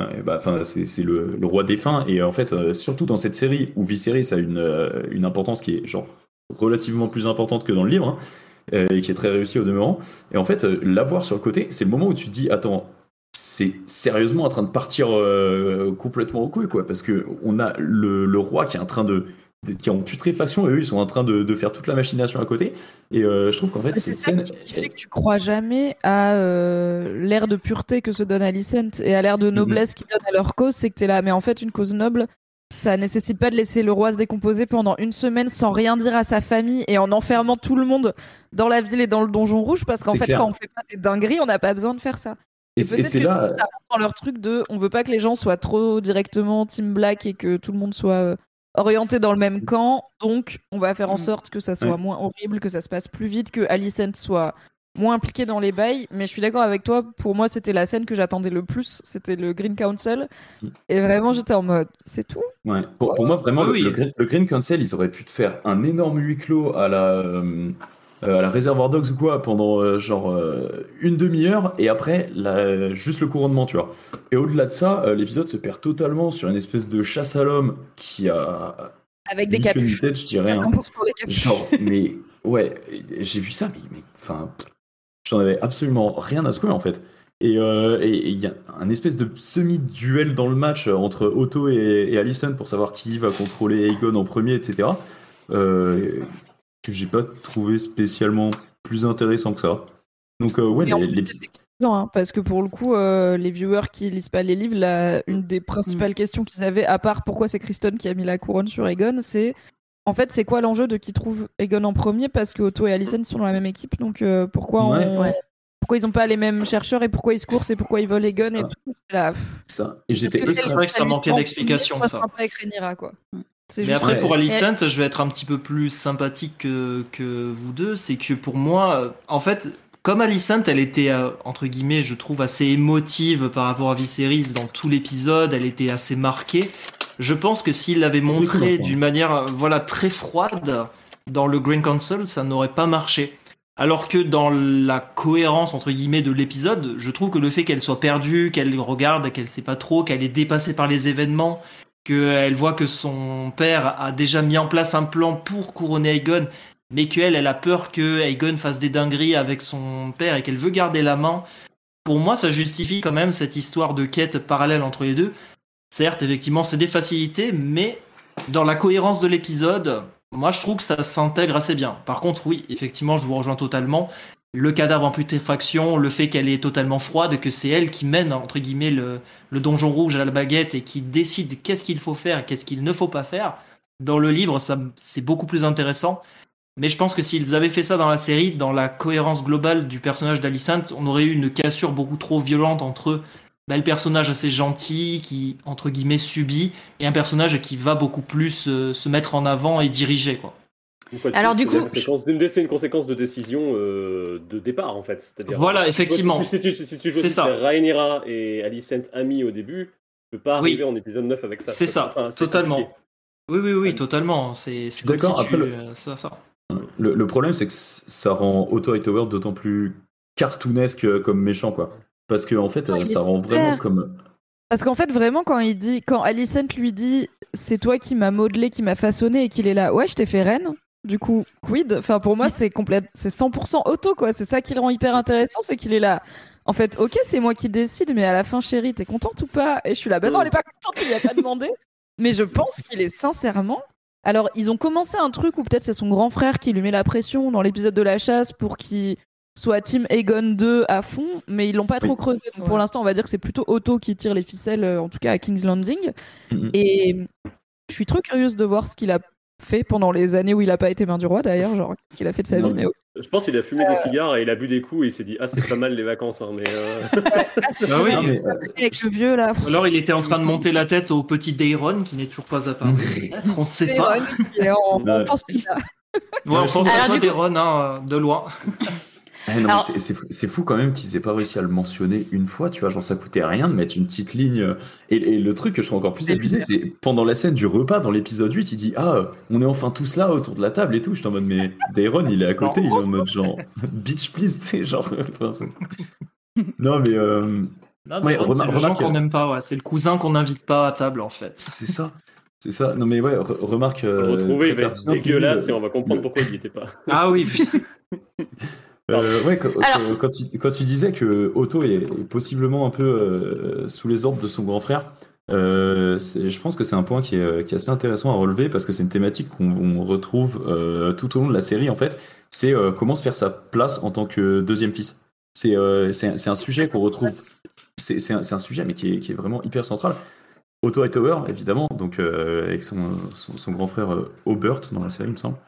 le roi défunt. Et en fait, surtout dans cette série où Viserys a une importance qui est genre relativement plus importante que dans le livre, hein, et qui est très réussi au demeurant. Et en fait, l'avoir sur le côté, c'est le moment où tu te dis, attends, c'est sérieusement en train de partir complètement au couille, quoi, parce que on a le roi qui est en train qui est en putréfaction, et eux ils sont en train de faire toute la machination à côté. Et je trouve qu'en fait C'est cette ça scène, qui fait que tu crois jamais à l'air de pureté que se donne Alicent et à l'air de noblesse qu'ils donnent à leur cause, c'est que t'es là, mais en fait une cause noble, ça nécessite pas de laisser le roi se décomposer pendant une semaine sans rien dire à sa famille et en enfermant tout le monde dans la ville et dans le donjon rouge, parce qu'en C'est fait clair. quand on fait pas des dingueries, on n'a pas besoin de faire ça. et Peut-être c'est que là, ça rentre dans leur truc de on veut pas que les gens soient trop directement Team Black et que tout le monde soit orienté dans le même camp, donc on va faire en sorte que ça soit Ouais. moins horrible, que ça se passe plus vite, que Alicent soit moins impliquée dans les bails. Mais je suis d'accord avec toi, pour moi c'était la scène que j'attendais le plus, c'était le Green Council, et vraiment j'étais en mode c'est tout. ouais. Pour moi vraiment Oui, oui. le Green Council, ils auraient pu te faire un énorme huis clos à la Reservoir Dogs ou quoi pendant une demi-heure, et après juste le couronnement, tu vois. Et au-delà de ça, l'épisode se perd totalement sur une espèce de chasse à l'homme qui a Avec des ni queue ni capuches. tête, je dirais, hein. 100% les capuches. Genre, mais ouais, j'ai vu ça, mais enfin, j'en avais absolument rien à secouer en fait. Et il y a un espèce de semi-duel dans le match entre Otto et Alicent pour savoir qui va contrôler Aegon en premier, etc. Que j'ai pas trouvé spécialement plus intéressant que ça. Donc ouais, Et en plus, l'épisode. c'était confusant, hein, parce que pour le coup, les viewers qui lisent pas les livres, une des principales questions qu'ils avaient, à part pourquoi c'est Kristen qui a mis la couronne sur Aegon, c'est en fait c'est quoi l'enjeu de qui trouve Aegon en premier, parce que Otto et Alicent sont dans la même équipe, donc pourquoi Ouais. pourquoi ils ont pas les mêmes chercheurs et pourquoi ils se coursent et pourquoi ils volent Aegon Ça. et tout. Là, Ça. Et j'étais parce que c'est vrai que ça manquait lui, d'explication, soit ça. sympa avec Rhaenyra, quoi. C'est Mais juste après, Ouais. pour Alicent, je vais être un petit peu plus sympathique que vous deux. C'est que pour moi, en fait, comme Alicent, elle était, entre guillemets, je trouve, assez émotive par rapport à Viserys dans tout l'épisode. Elle était assez marquée. Je pense que s'il l'avait montré d'une manière voilà, très froide dans le Green Council, ça n'aurait pas marché. Alors que dans la cohérence, entre guillemets, de l'épisode, je trouve que le fait qu'elle soit perdue, qu'elle regarde, qu'elle sait pas trop, qu'elle est dépassée par les événements, qu'elle voit que son père a déjà mis en place un plan pour couronner Aegon, mais elle a peur que Aegon fasse des dingueries avec son père et qu'elle veut garder la main. Pour moi, ça justifie quand même cette histoire de quête parallèle entre les deux. Certes, effectivement, c'est des facilités, mais dans la cohérence de l'épisode, moi, je trouve que ça s'intègre assez bien. Par contre, oui, effectivement, je vous rejoins totalement. Le cadavre en putréfaction, le fait qu'elle est totalement froide, que c'est elle qui mène, entre guillemets, le donjon rouge à la baguette et qui décide qu'est-ce qu'il faut faire et qu'est-ce qu'il ne faut pas faire. Dans le livre, ça, c'est beaucoup plus intéressant. Mais je pense que s'ils avaient fait ça dans la série, dans la cohérence globale du personnage d'Alicent, on aurait eu une cassure beaucoup trop violente entre le personnage assez gentil qui, entre guillemets, subit, et un personnage qui va beaucoup plus se mettre en avant et diriger, quoi. Alors, du coup, c'est une conséquence de décision de départ en fait. C'est-à-dire, Voilà, effectivement. Si tu joues C'est ça. Rhaenyra et Alicent amis au début, peux pas arriver en épisode 9 avec ça. C'est ça, Enfin, c'est totalement. compliqué. Oui, totalement. C'est comme d'accord, si tu... après, ça. Le problème, c'est que ça rend Otto Hightower d'autant plus cartoonesque comme méchant, quoi. Parce que en fait, Non, il est ça rend vraiment super. comme. Parce qu'en fait, vraiment, quand Alicent lui dit c'est toi qui m'as modelé, qui m'a façonné et qu'il est là, ouais, je t'ai fait reine. Du coup, quid? Enfin, pour moi, c'est 100% Otto, quoi. C'est ça qui le rend hyper intéressant, c'est qu'il est là. En fait, ok, c'est moi qui décide, mais à la fin, chérie, t'es contente ou pas? Et je suis là, ben non, elle est pas contente, tu lui as pas demandé. Mais je pense qu'il est sincèrement. Alors, ils ont commencé un truc où peut-être c'est son grand frère qui lui met la pression dans l'épisode de la chasse pour qu'il soit Team Aegon 2 à fond, mais ils l'ont pas trop creusé. Donc pour l'instant, on va dire que c'est plutôt Otto qui tire les ficelles, en tout cas à King's Landing. Et je suis trop curieuse de voir ce qu'il a fait pendant les années où il a pas été main du roi, d'ailleurs, genre ce qu'il a fait de sa vie. Mais Je pense qu'il a fumé des cigares et il a bu des coups et il s'est dit c'est pas mal les vacances, hein, mais. Ah oui, avec le vieux là. Ou alors il était en train de monter la tête au petit Daeron qui n'est toujours pas apparu. Peut-être, on ne sait pas. On pense qu'il a. Ouais, on pense à Alors, toi, du coup- Daeron, hein, de loin. Non, Alors- mais c'est fou quand même qu'ils aient pas réussi à le mentionner une fois, tu vois, genre ça coûtait rien de mettre une petite ligne. Et le truc que je trouve encore plus abusé, c'est pendant la scène du repas dans l'épisode 8, il dit on est enfin tous là autour de la table et tout. J'étais en mode, mais Daeron il est à côté, il est en mode genre bitch please, tu sais, genre. Non, mais. Non, Ouais, Daeron, c'est le genre remarque- qu'on n'aime pas, ouais. C'est le cousin qu'on n'invite pas à table, en fait. C'est ça. C'est ça. Non, mais ouais, remarque. On va le retrouver, très il va être pertinente, dégueulasse le- et on va comprendre pourquoi il n'y était pas. Ah oui, putain. Ouais, Alors- quand tu disais que Otto est possiblement un peu sous les ordres de son grand frère, je pense que c'est un point qui est assez intéressant à relever parce que c'est une thématique qu'on retrouve tout au long de la série en fait. C'est comment se faire sa place en tant que deuxième fils. C'est un sujet qu'on retrouve. C'est un sujet mais qui est vraiment hyper central. Otto Hightower, évidemment, donc avec son grand frère Hobart dans la série, il me semble.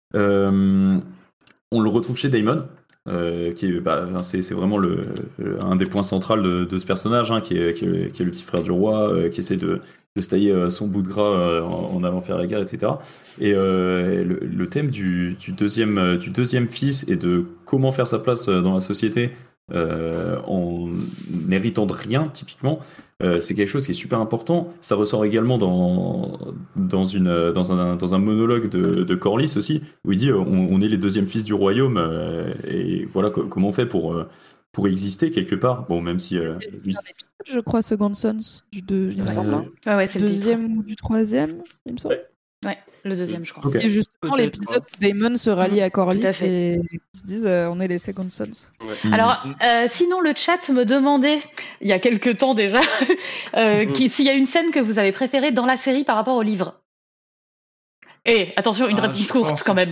On le retrouve chez Daemon. C'est vraiment un des points centraux de ce personnage, hein, qui est le petit frère du roi, qui essaie de se tailler son bout de gras en allant faire la guerre, etc. Et le thème du deuxième fils et de comment faire sa place dans la société en n'héritant de rien, typiquement, c'est quelque chose qui est super important. Ça ressort également dans un monologue de Corlys aussi, où il dit on est les deuxièmes fils du royaume, et voilà comment on fait pour exister quelque part. Bon, même si. Je crois Second Sons il me semble. Hein. Ouais, c'est le titre. Deuxième ou du troisième, il me semble. Ouais, le deuxième, je crois. Ok. Et justement, Peut-être, l'épisode où Daemon se rallie à Corlys Tout à fait. et ils se disent on est les Second Sons. Alors, sinon, le chat me demandait, il y a quelques temps déjà, s'il y a une scène que vous avez préférée dans la série par rapport au livre. Et attention, une réponse je courte pense. quand même.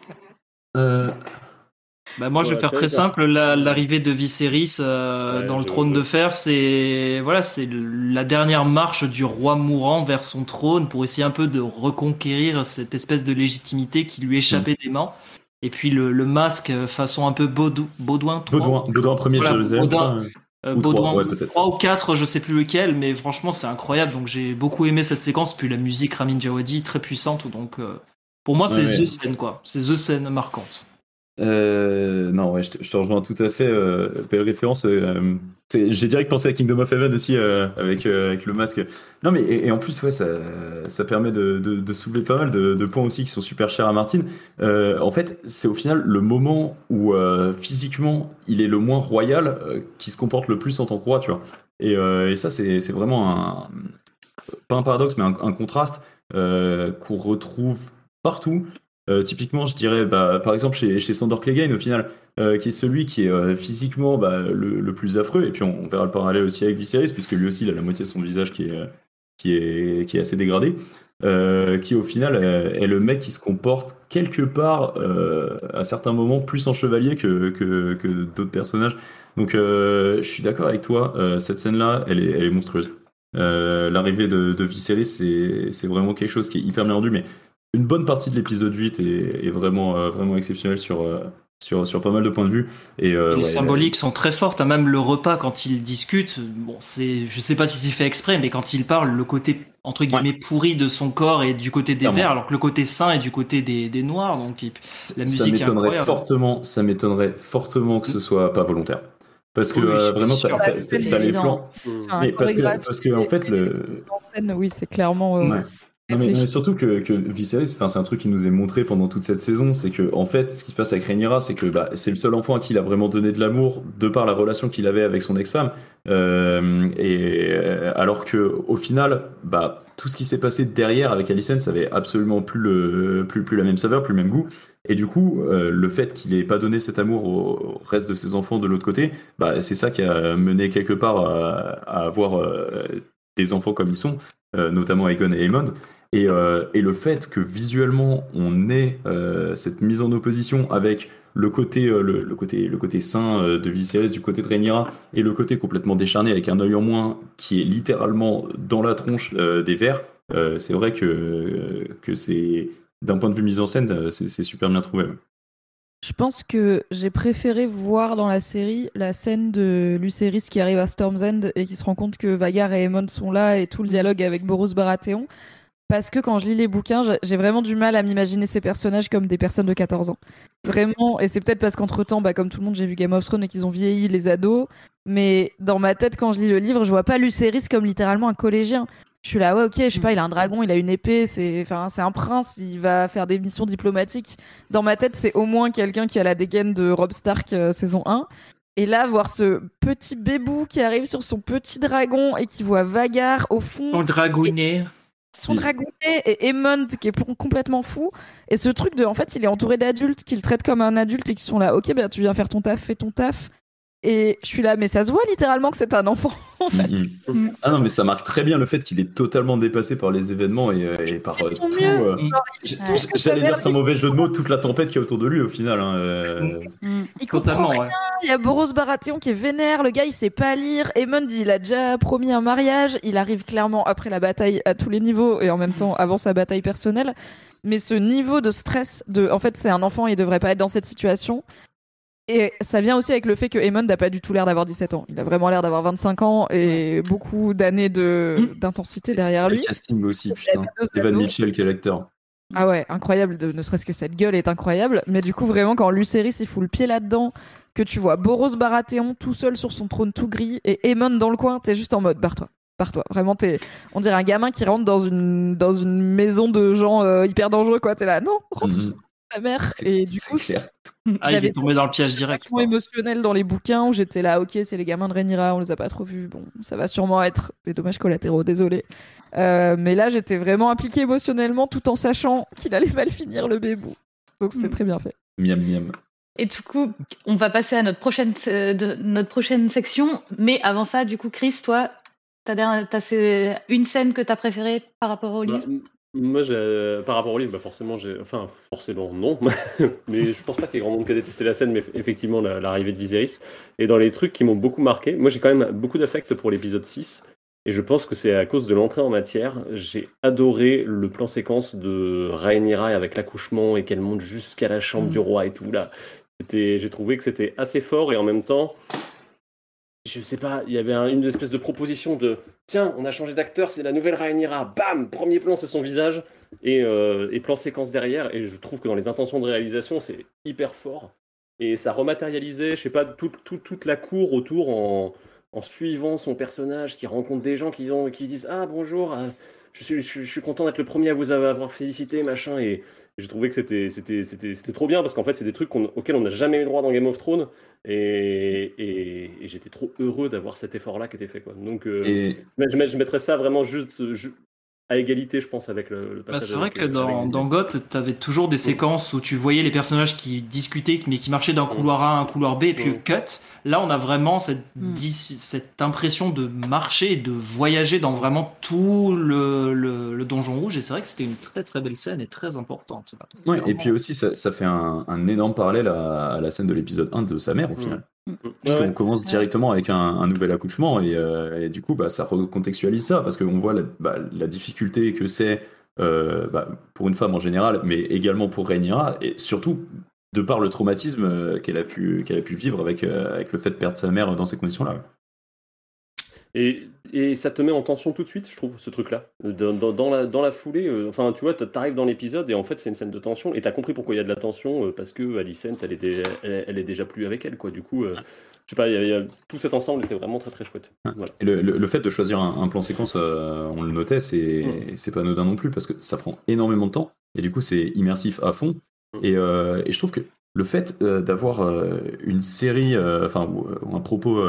Bah moi, je vais Ouais, faire c'est très vrai, simple. L'arrivée de Viserys dans le trône de fer, c'est la dernière marche du roi mourant vers son trône pour essayer un peu de reconquérir cette espèce de légitimité qui lui échappait des mains. Et puis le masque façon un peu Baudouin III. Baudouin premier Voilà, de Jérusalem. Baudouin. Ou Baudouin, trois, ouais, peut-être. 3 ou 4, je sais plus lequel, mais franchement c'est incroyable. Donc j'ai beaucoup aimé cette séquence. Puis la musique Ramin Djawadi très puissante. Donc pour moi c'est Ouais. the scène quoi. C'est the scène marquante. Non, ouais, je te rejoins tout à fait. Belle référence. J'ai direct pensé à Kingdom of Heaven aussi avec le masque. Non, mais et en plus, ouais, ça permet de soulever pas mal de points aussi qui sont super chers à Martin. En fait, c'est au final le moment où physiquement il est le moins royal qui se comporte le plus en tant que roi, tu vois. Et ça, c'est vraiment pas un paradoxe, mais un contraste qu'on retrouve partout. Typiquement, je dirais, par exemple, chez Sandor Clegane, au final, qui est celui qui est physiquement le plus affreux. Et puis, on verra le parallèle aussi avec Viserys, puisque lui aussi, il a la moitié de son visage qui est assez dégradé. Qui, au final, est le mec qui se comporte quelque part, à certains moments, plus en chevalier que d'autres personnages. Donc, je suis d'accord avec toi. Cette scène-là, elle est monstrueuse. L'arrivée de Viserys, c'est vraiment quelque chose qui est hyper bien rendu, mais une bonne partie de l'épisode 8 est vraiment exceptionnelle sur pas mal de points de vue. Et, Les symboliques sont très fortes. Même le repas, quand ils discutent, bon, je sais pas si c'est fait exprès, mais quand ils parlent, le côté entre guillemets pourri de son corps est du côté des Clairement. verts, alors que le côté sain est du côté des noirs. Donc la ça musique est m'étonnerait incroyable. fortement que ce soit pas volontaire. Parce que Oui, c'est vraiment, sûr. t'as C'est les évident. plans. Enfin, Mais parce chorégraphie que en et fait, en scène, oui, c'est clairement Ouais. Non, mais réfléchi. surtout que Viserys, c'est un truc qui nous est montré pendant toute cette saison, c'est que en fait, ce qui se passe avec Rhaenyra, c'est que c'est le seul enfant à qui il a vraiment donné de l'amour de par la relation qu'il avait avec son ex-femme, alors que au final, tout ce qui s'est passé derrière avec Alicent, ça avait absolument plus la même saveur, plus le même goût, et du coup, le fait qu'il ait pas donné cet amour au reste de ses enfants de l'autre côté, c'est ça qui a mené quelque part à avoir des enfants comme ils sont, notamment Aegon et Aemond. Et le fait que visuellement on ait cette mise en opposition avec le côté le côté sain de Viserys du côté de Rhaenyra et le côté complètement décharné avec un œil en moins qui est littéralement dans la tronche des vers, c'est vrai que c'est d'un point de vue mise en scène c'est super bien trouvé. Je pense que j'ai préféré voir dans la série la scène de Lucerys qui arrive à Storm's End et qui se rend compte que Vagar et Aemond sont là et tout le dialogue avec Boros Baratheon. Parce que quand je lis les bouquins, j'ai vraiment du mal à m'imaginer ces personnages comme des personnes de 14 ans. Vraiment, et c'est peut-être parce qu'entre-temps, comme tout le monde, j'ai vu Game of Thrones et qu'ils ont vieilli les ados. Mais dans ma tête, quand je lis le livre, je vois pas Lucerys comme littéralement un collégien. Je suis là, ouais, ok, je sais pas, il a un dragon, il a une épée, c'est un prince, il va faire des missions diplomatiques. Dans ma tête, c'est au moins quelqu'un qui a la dégaine de Robb Stark saison 1. Et là, voir ce petit bébou qui arrive sur son petit dragon et qui voit Vagar au fond. Ton dragounet. Son dragonnet et Aemond qui est complètement fou. Et ce truc de, en fait, il est entouré d'adultes qui le traitent comme un adulte et qui sont là, ok, tu viens faire ton taf, fais ton taf. Et je suis là, mais ça se voit littéralement que c'est un enfant, en fait. Ah non, mais ça marque très bien le fait qu'il est totalement dépassé par les événements et par tout. J'allais dire sans mauvais jeu de mots, toute la tempête qu'il y a autour de lui au final. Il comprend rien. Ouais. Il y a Boros Baratheon qui est vénère. Le gars, il sait pas lire. Aemond, il a déjà promis un mariage. Il arrive clairement après la bataille à tous les niveaux et en même temps avant sa bataille personnelle. Mais ce niveau de stress, en fait, c'est un enfant, il devrait pas être dans cette situation. Et ça vient aussi avec le fait que Aemond n'a pas du tout l'air d'avoir 17 ans. Il a vraiment l'air d'avoir 25 ans et beaucoup d'années d'intensité derrière lui. Le casting aussi, putain. Evan Mitchell, quel acteur. Ah ouais, incroyable, ne serait-ce que cette gueule est incroyable. Mais du coup, vraiment, quand Lucerys, il fout le pied là-dedans, que tu vois Boros Baratheon tout seul sur son trône tout gris et Aemond dans le coin, t'es juste en mode, barre-toi. Vraiment, on dirait un gamin qui rentre dans une maison de gens hyper dangereux, quoi. T'es là, non, rentre ta mère. Et du coup, il est tombé dans le piège direct. C'est émotionnel dans les bouquins où j'étais là, ok, c'est les gamins de Rhaenyra, on les a pas trop vus. Bon, ça va sûrement être des dommages collatéraux, désolé. Mais là, j'étais vraiment impliquée émotionnellement tout en sachant qu'il allait mal finir le bébou. Donc c'était très bien fait. Miam miam. Et du coup, on va passer à notre prochaine section. Mais avant ça, du coup, Chris, toi, t'as une scène que t'as préférée par rapport au livre? Moi, par rapport au livre, forcément, forcément non, mais je pense pas qu'il y ait grand monde qui a détesté la scène, mais effectivement, l'arrivée de Viserys. Et dans les trucs qui m'ont beaucoup marqué, moi j'ai quand même beaucoup d'affect pour l'épisode 6, et je pense que c'est à cause de l'entrée en matière. J'ai adoré le plan séquence de Rhaenyra avec l'accouchement et qu'elle monte jusqu'à la chambre du roi et tout, là. J'ai trouvé que c'était assez fort, et en même temps, je sais pas, il y avait une espèce de proposition de tiens, on a changé d'acteur, c'est la nouvelle Rhaenyra, bam, premier plan c'est son visage et plan séquence derrière, et je trouve que dans les intentions de réalisation c'est hyper fort et ça rematérialisait, je sais pas, toute la cour autour en suivant son personnage qui rencontre des gens qui disent ah bonjour, je suis content d'être le premier à vous avoir félicité machin, et j'ai trouvé que c'était trop bien parce qu'en fait c'est des trucs auxquels on n'a jamais eu droit dans Game of Thrones. Et j'étais trop heureux d'avoir cet effort-là qui était fait, quoi. Donc, je mettrais ça vraiment juste à égalité, je pense, avec le passage. C'est vrai que dans GOT, t'avais toujours des séquences où tu voyais les personnages qui discutaient, mais qui marchaient d'un couloir A à un couloir B, et puis cut. Là, on a vraiment cette impression de marcher et de voyager dans vraiment tout le Donjon Rouge, et c'est vrai que c'était une très très belle scène et très importante. Ouais, et puis aussi, ça fait un énorme parallèle à la scène de l'épisode 1 de sa mère, au final. Puisqu'on commence directement avec un nouvel accouchement, et du coup, ça recontextualise ça, parce qu'on voit la difficulté que c'est pour une femme en général, mais également pour Rhaenyra, et surtout de par le traumatisme qu'elle a pu vivre avec le fait de perdre sa mère dans ces conditions-là. Et ça te met en tension tout de suite, je trouve, ce truc-là. Dans la foulée, enfin, tu vois, t'arrives dans l'épisode et en fait, c'est une scène de tension. Et t'as compris pourquoi il y a de la tension, parce que Alicent, elle est déjà plus avec elle, quoi. Du coup, sais pas, tout cet ensemble était vraiment très très chouette. Voilà. Et le fait de choisir un plan séquence, on le notait, c'est pas anodin non plus parce que ça prend énormément de temps et du coup c'est immersif à fond. Et je trouve que le fait d'avoir une série, ou un propos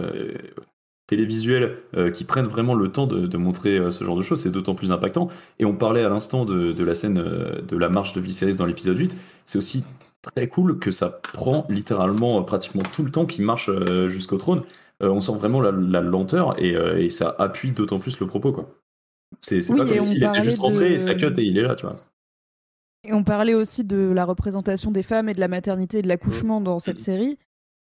télévisuel qui prennent vraiment le temps de montrer ce genre de choses, c'est d'autant plus impactant. Et on parlait à l'instant de la scène de la marche de Viserys dans l'épisode 8, c'est aussi très cool que ça prend littéralement pratiquement tout le temps qu'il marche jusqu'au trône. On sent vraiment la lenteur et ça appuie d'autant plus le propos, quoi. C'est pas comme s'il était juste rentré et ça cut et il est là, tu vois. Et on parlait aussi de la représentation des femmes et de la maternité et de l'accouchement dans cette série.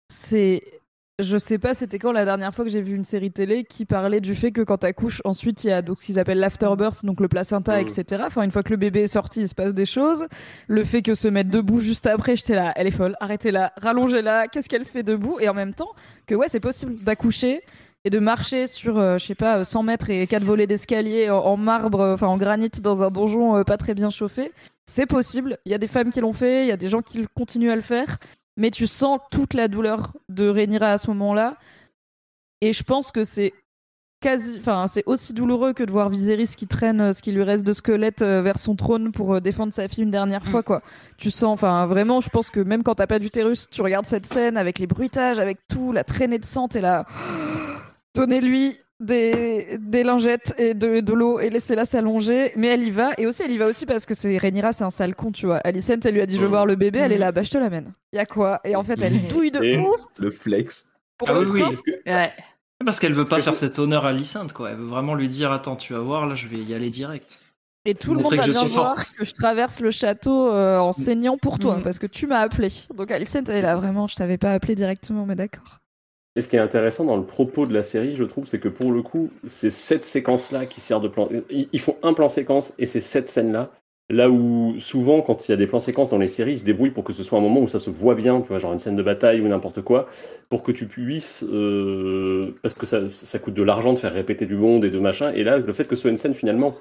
Je sais pas, c'était quand la dernière fois que j'ai vu une série télé qui parlait du fait que quand t'accouches, ensuite il y a donc ce qu'ils appellent l'afterbirth, donc le placenta, etc. Enfin, une fois que le bébé est sorti, il se passe des choses. Le fait que se mettre debout juste après, j'étais là, elle est folle, arrêtez-la, rallongez-la, qu'est-ce qu'elle fait debout? Et en même temps, que ouais, c'est possible d'accoucher et de marcher sur, je sais pas, 100 mètres et 4 volets d'escalier en marbre, enfin en granit dans un donjon pas très bien chauffé. C'est possible. Il y a des femmes qui l'ont fait, il y a des gens qui continuent à le faire. Mais tu sens toute la douleur de Rhaenyra à ce moment-là. Et je pense que c'est aussi douloureux que de voir Viserys qui traîne ce qui lui reste de squelette vers son trône pour défendre sa fille une dernière fois, quoi. Tu sens, vraiment, je pense que même quand t'as pas d'utérus, tu regardes cette scène avec les bruitages, avec tout, la traînée de sang, t'es là. Donnez-lui des lingettes et de l'eau et laissez-la s'allonger. Mais elle y va. Et aussi, elle y va aussi parce que Rhaenyra, c'est un sale con, tu vois. Alicent, elle lui a dit, je veux voir le bébé. Elle est là, bah, je te l'amène. Y a quoi? Et en fait, elle douille de ouf. Le flex. Oui. Ouais. Parce qu'elle veut pas faire cet honneur à Alicent, quoi. Elle veut vraiment lui dire, attends, tu vas voir, là, je vais y aller direct. Et tout le monde va bien voir que je traverse le château en saignant pour toi, parce que tu m'as appelé. Donc Alicent, elle est là, vraiment, je t'avais pas appelé directement, mais d'accord. Et ce qui est intéressant dans le propos de la série, je trouve, c'est que pour le coup, c'est cette séquence-là qui sert de plan. Ils font un plan séquence et c'est cette scène-là. Là où souvent, quand il y a des plans séquences dans les séries, ils se débrouillent pour que ce soit un moment où ça se voit bien, tu vois, genre une scène de bataille ou n'importe quoi, pour que tu puisses, parce que ça coûte de l'argent de faire répéter du monde et de machin. Et là, le fait que ce soit une scène finalement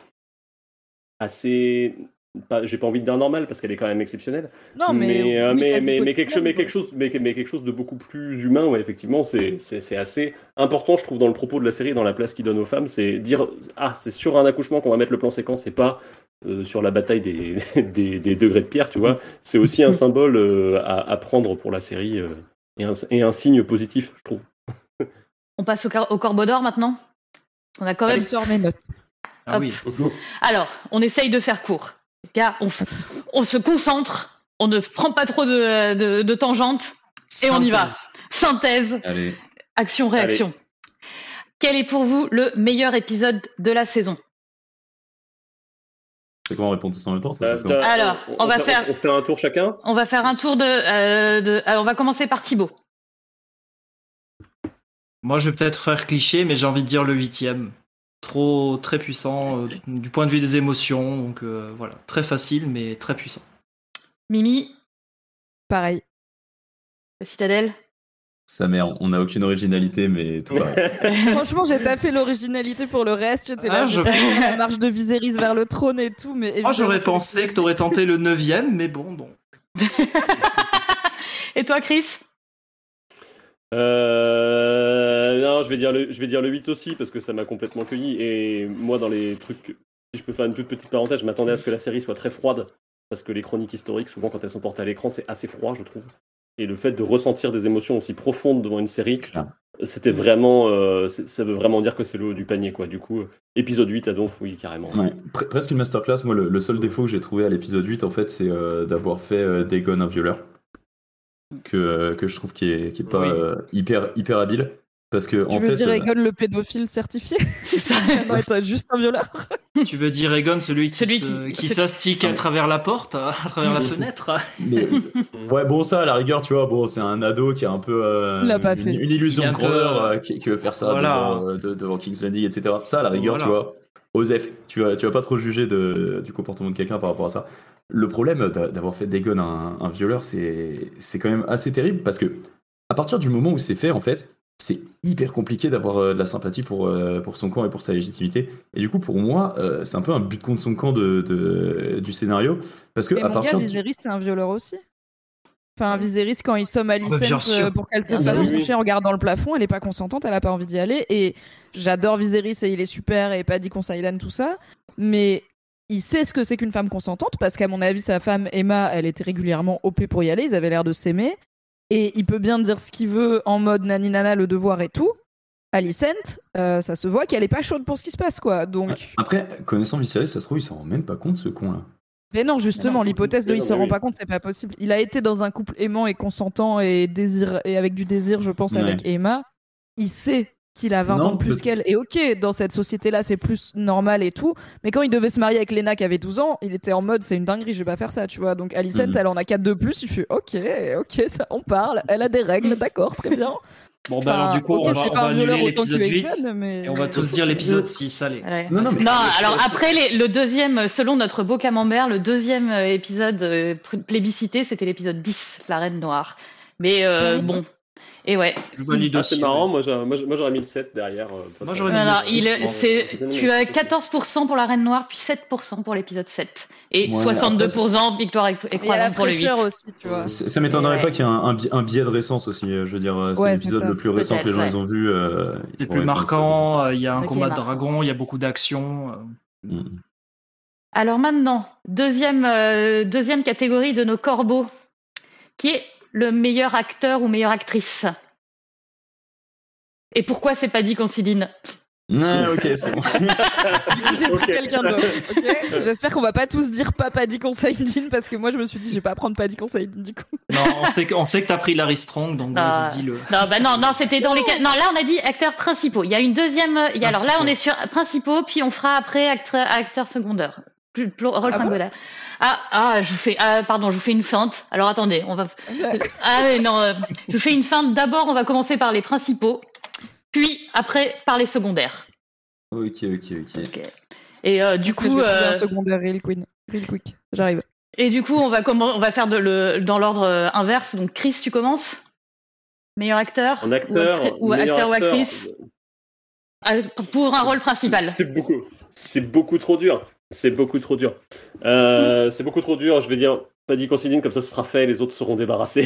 assez, j'ai pas envie de dire normale parce qu'elle est quand même exceptionnelle. Non, mais quelque chose de beaucoup plus humain. Ouais, effectivement, c'est assez important, je trouve, dans le propos de la série, dans la place qu'il donne aux femmes, c'est dire c'est sur un accouchement qu'on va mettre le plan séquence, c'est pas sur la bataille des degrés de pierre, tu vois. C'est aussi un symbole à prendre pour la série et un signe positif, je trouve. On passe au Corbeau d'Or maintenant. On a quand même. Je sors mes notes. Ah oui. Alors, on essaye de faire court. Gars, on se concentre, on ne prend pas trop de tangentes et on y va. Synthèse. Allez. Action-réaction. Allez. Quel est pour vous le meilleur épisode de la saison? C'est comment on répond tous en même temps Alors, on va faire un tour chacun. On va faire un tour alors, on va commencer par Thibaut. Moi, je vais peut-être faire cliché, mais j'ai envie de dire le 8e. Très puissant du point de vue des émotions, donc voilà, très facile mais très puissant. Mimi, pareil. La Citadelle. Sa mère, on n'a aucune originalité, mais tout pareil. Franchement, j'ai taffé l'originalité pour le reste. J'étais là, la marche de Viserys vers le trône et tout, mais j'aurais pensé que t'aurais tenté le 9e, mais bon. Et toi, Chris? Non, je vais dire le 8 aussi parce que ça m'a complètement cueilli. Et moi, dans les trucs, si je peux faire une toute petite parenthèse, je m'attendais à ce que la série soit très froide parce que les chroniques historiques, souvent quand elles sont portées à l'écran, c'est assez froid, je trouve. Et le fait de ressentir des émotions aussi profondes devant une série, c'était vraiment, ça veut vraiment dire que c'est le haut du panier, quoi. Du coup, épisode 8 à Donf, oui, carrément. Ouais. Presque une masterclass. Moi, le seul défaut que j'ai trouvé à l'épisode 8, en fait, c'est d'avoir fait Dagon un violeur. Que je trouve qui est pas hyper habile. Parce que, tu veux dire Aegon le pédophile certifié? C'est ça. Non, être juste un violeur. Tu veux dire Aegon celui qui s'astique à travers la porte, à travers la fenêtre? Ouais, bon, ça, à la rigueur, tu vois, bon, c'est un ado qui a un peu une illusion de grandeur, qui veut faire ça devant King's Landing, etc. Ça, à la rigueur, tu vois, Osef, tu vas pas trop juger du comportement de quelqu'un par rapport à ça. Le problème d'avoir fait Dagon un violeur, c'est quand même assez terrible parce que à partir du moment où c'est fait, en fait, c'est hyper compliqué d'avoir de la sympathie pour son camp et pour sa légitimité. Et du coup, pour moi, c'est un peu un but contre son camp du scénario parce que mais à partir Viserys, c'est un violeur aussi. Enfin, Viserys, quand il somme bien Alicent sûr. pour qu'elle se Bien fasse sûr. toucher en regardant le plafond, elle est pas consentante, elle a pas envie d'y aller. Et j'adore Viserys et il est super et Paddy Considine, tout ça. Mais il sait ce que c'est qu'une femme consentante parce qu'à mon avis, sa femme Emma, elle était régulièrement OP pour y aller. Ils avaient l'air de s'aimer. Et il peut bien dire ce qu'il veut en mode naninana, le devoir et tout. Alicent, ça se voit qu'elle est pas chaude pour ce qui se passe, quoi. Donc. Après, connaissant Viserys, ça se trouve, il s'en rend même pas compte, ce con-là. Mais non, justement, Non. l'hypothèse de Mais il non, se mais rend oui. pas compte, c'est pas possible. Il a été dans un couple aimant et consentant et avec du désir, je pense, Ouais. avec Emma. Il sait qu'il a 20 Non, ans de plus peut- qu'elle. Et ok, dans cette société-là, c'est plus normal et tout. Mais quand il devait se marier avec Lena qui avait 12 ans, il était en mode c'est une dinguerie, je vais pas faire ça, tu vois. Donc Alicent, Mhm. elle en a 4 de plus. Il fait ok, ça, on parle. Elle a des règles, d'accord, très bien. Bon, bah alors, du coup, ok, on va, c'est on pas va un violeur annuler autant que l'épisode 8. Aegon, mais... Et on va tous dire l'épisode 6, allez. Ouais. Non, mais- Non, alors après, le deuxième, selon notre beau camembert, le deuxième épisode plébiscité, c'était l'épisode 10, La Reine Noire. Mais bon, et ouais. Je valide Ah, aussi. c'est marrant, ouais. moi j'aurais mis le 7 derrière. Moi, j'aurais mis Alors, le six, tu as 14% pour La Reine Noire, puis 7% pour l'épisode 7. Et Ouais, 62% victoire Il y a la écrasante pour le 8. fraîcheur aussi, tu vois. Ça m'étonnerait Ouais. pas qu'il y ait un biais de récence aussi. Je veux dire, c'est Ouais, l'épisode c'est ça. le plus récent que les gens Peut-être, ils ont vu. C'est ils plus pourraient mettre ça. marquant, il y a un C'est combat de marquant. dragons, il y a beaucoup d'action. Mhm. Alors maintenant, deuxième catégorie de nos corbeaux, qui est le meilleur acteur ou meilleure actrice. Et pourquoi c'est pas dit Considine? Ah, ok, c'est bon. J'ai pris Ok. quelqu'un d'autre, ok. J'espère qu'on va pas tous dire pas Paddy Considine parce que moi je me suis dit je vais pas prendre Paddy Considine du coup. Non, on sait que t'as pris Larry Strong, donc Ah. vas-y, dis-le. Non, c'était dans les. Non, là on a dit acteurs principaux. Il y a une deuxième. Alors là on est sur principaux, puis on fera après acteurs secondaires. Rôle Ah bon secondaire. Je vous fais une feinte. Alors attendez, on va. Ah oui, non, je fais une feinte. D'abord, on va commencer par les principaux, puis après par les secondaires. Ok. Ok. Et du Après, coup, je vais trouver un secondaire real quick. J'arrive. on va faire dans l'ordre inverse. Donc Chris, tu commences. Meilleur acteur. En acteur, ou meilleur acteur ou acteur, actrice. Pour un rôle principal. C'est beaucoup trop dur. C'est beaucoup trop dur. Je vais dire Paddy Considine, comme ça ce sera fait, les autres seront débarrassés.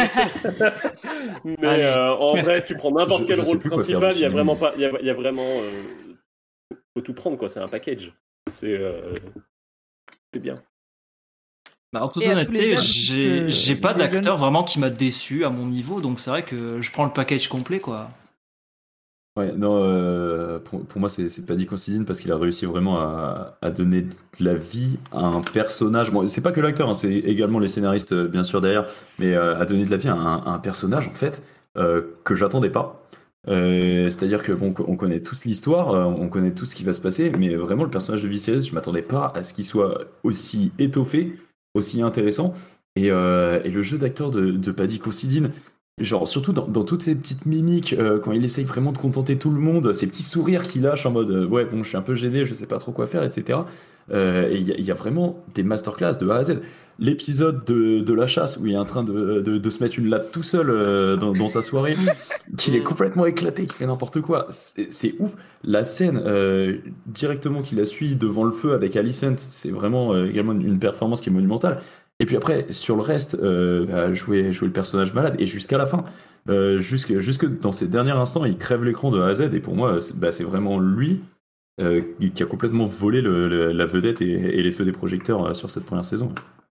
Mais Allez. en vrai, tu prends n'importe Je quel sais rôle plus quoi faire principal, du il y a film. vraiment pas, il y a vraiment, faut tout prendre quoi. C'est un package. C'est bien. Bah, en toute Et à tous les honnêteté, âges, j'ai pas les d'acteur jeunes. vraiment qui m'a déçu à mon niveau, donc c'est vrai que je prends le package complet, quoi. Ouais, non, pour moi, c'est Paddy Considine parce qu'il a réussi vraiment à donner de la vie à un personnage. Bon, c'est pas que l'acteur, hein, c'est également les scénaristes, bien sûr, derrière, mais à donner de la vie à un personnage, en fait, que j'attendais pas. C'est-à-dire que bon, on connaît tous l'histoire, on connaît tout ce qui va se passer, mais vraiment le personnage de Viserys, je m'attendais pas à ce qu'il soit aussi étoffé, aussi intéressant. Et le jeu d'acteur de Paddy Considine, genre surtout dans toutes ces petites mimiques, quand il essaye vraiment de contenter tout le monde, ces petits sourires qu'il lâche en mode ouais bon je suis un peu gêné, je sais pas trop quoi faire, etc. Et il y a vraiment des masterclass de A à Z. L'épisode de la chasse où il est en train de se mettre une latte tout seul dans sa soirée, qui est complètement éclaté, qui fait n'importe quoi, c'est ouf. La scène directement qui la suit devant le feu avec Alicent, c'est vraiment également une performance qui est monumentale. Et puis après, sur le reste, jouer le personnage malade, et jusqu'à la fin, jusque dans ces derniers instants, il crève l'écran de A à Z, et pour moi, c'est vraiment lui qui a complètement volé la vedette et les feux des projecteurs sur cette première saison.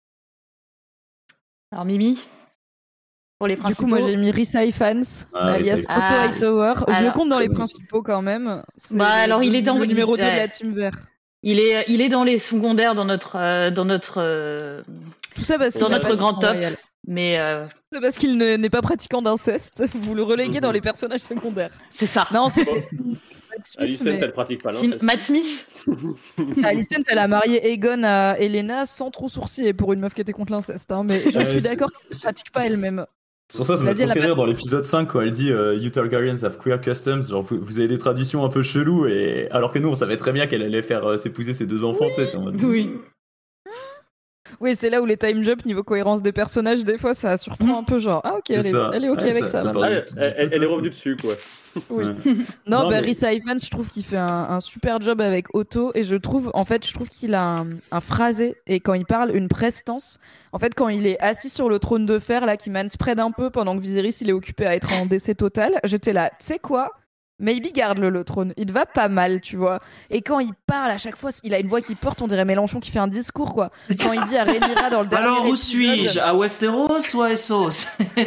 Alors Mimi, pour les Du principaux. coup, moi j'ai mis Rhys Ifans, alias Rhys Otto Ifans. Hightower. Je le alors, compte dans les très bon aussi. principaux quand même. C'est Bah, alors, il est dans le numéro 2 de ouais. la team vert. Il est dans les secondaires dans notre Tout ça parce Dans qu'il a notre pas de grand sang top. royal. mais C'est parce qu'il n'est pas pratiquant d'inceste. Vous le reléguez dans les personnages secondaires. c'est ça. Non, c'est Bon. Matt Smith, Alicent, mais- elle pratique pas l'inceste. Matt Smith. Alicent, elle a marié Aegon à Elena sans trop sourciller pour une meuf qui était contre l'inceste. Hein, mais je suis d'accord qu'elle ne pratique pas elle-même. C'est pour ça que ça Elle a m'a dit, trop elle fait a rire pas- dans l'épisode 5 quand elle dit You Targaryens have queer customs, genre vous avez des traditions un peu cheloues, alors que nous on savait très bien qu'elle allait faire s'épouser ses deux enfants, tu sais, t'es en mode- Oui. Oui, c'est là où les time jump niveau cohérence des personnages, des fois, ça surprend un peu. Genre, ah ok, elle est ok avec ça. Elle est revenue dessus, quoi. Oui. Ouais. Non, Non, mais- Rhys Ifans, je trouve qu'il fait un super job avec Otto et je trouve qu'il a un phrasé et quand il parle une prestance. En fait, quand il est assis sur le trône de fer là, qui manspread un peu pendant que Viserys il est occupé à être en décès total, j'étais là, tu sais quoi? Maybe garde le trône, il te va pas mal, tu vois. Et quand il parle à chaque fois, il a une voix qui porte, on dirait Mélenchon qui fait un discours, quoi. Quand il dit à Rhaenyra dans le dernier Alors, où épisode, suis-je? À Westeros ou à Essos?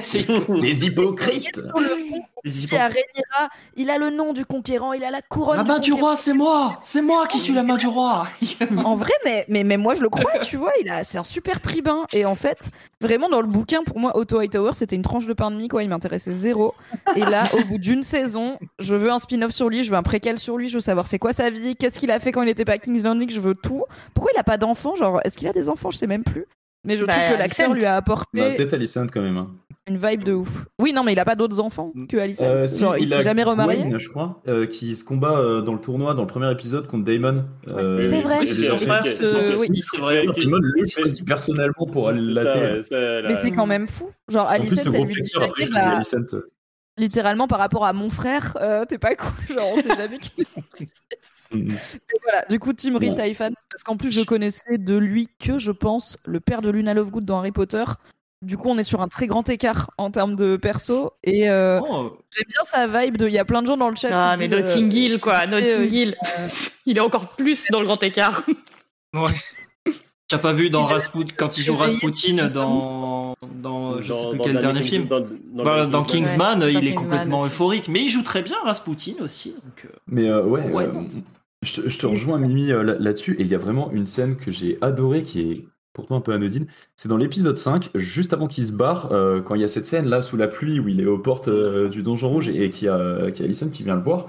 Des hypocrites. sur le fond, il dit à Rhaenyra, il a le nom du conquérant, il a la couronne La main du conquérant. roi, c'est moi! C'est moi qui suis la main du roi! En vrai, mais moi je le crois, tu vois, c'est un super tribun. Et en fait, vraiment dans le bouquin, pour moi, Otto Hightower, c'était une tranche de pain de mie, quoi. Il m'intéressait zéro. Et là, au bout d'une saison, je veux un spin-off sur lui, je veux un préquel sur lui, je veux savoir c'est quoi sa vie, qu'est-ce qu'il a fait quand il était pas à King's Landing, je veux tout. Pourquoi il a pas d'enfants? Genre, est-ce qu'il a des enfants? Je sais même plus. Mais je trouve que l'acteur lui a apporté Peut-être Alicent quand même. Hein. une vibe de ouf. Oui, non, mais il a pas d'autres enfants que Alicent. Si, Genre, il s'est a jamais remarié. Gwen, je crois, qui se combat dans le tournoi, dans le premier épisode contre Damon. C'est vrai. il y a des enfants. Oui. C'est vrai. Damon le choisit personnellement pour aller latter. Mais c'est quand même fou. Genre, En plus, Alicent, ce elle gros lui dit flexeur, après, je bah, choisis Alicent. littéralement par rapport à mon frère, t'es pas cool. Genre, on sait jamais qui. Mhm. Et voilà, du coup, Tim Rhys Ifans, parce qu'en plus, je connaissais de lui que, je pense, le père de Luna Lovegood dans Harry Potter. Du coup, on est sur un très grand écart en termes de perso. Et j'aime bien sa vibe de. Il y a plein de gens dans le chat. Ah, qui mais disent, Notting Hill, quoi. Notting Hill. Il est encore plus dans le grand écart. Ouais. T'as pas vu dans Rasputin, quand il joue Rasputin dans je sais plus quel dernier film. Dans Kingsman, Ouais, il dans est Kingsman complètement aussi. euphorique. Mais il joue très bien Rasputin aussi. Donc, Mais Ouais. je te rejoins Mimi là-dessus, et il y a vraiment une scène que j'ai adorée qui est pourtant un peu anodine. C'est dans l'épisode 5, juste avant qu'il se barre, quand il y a cette scène là sous la pluie où il est aux portes du Donjon Rouge et qu'il y a Alicent qui vient le voir.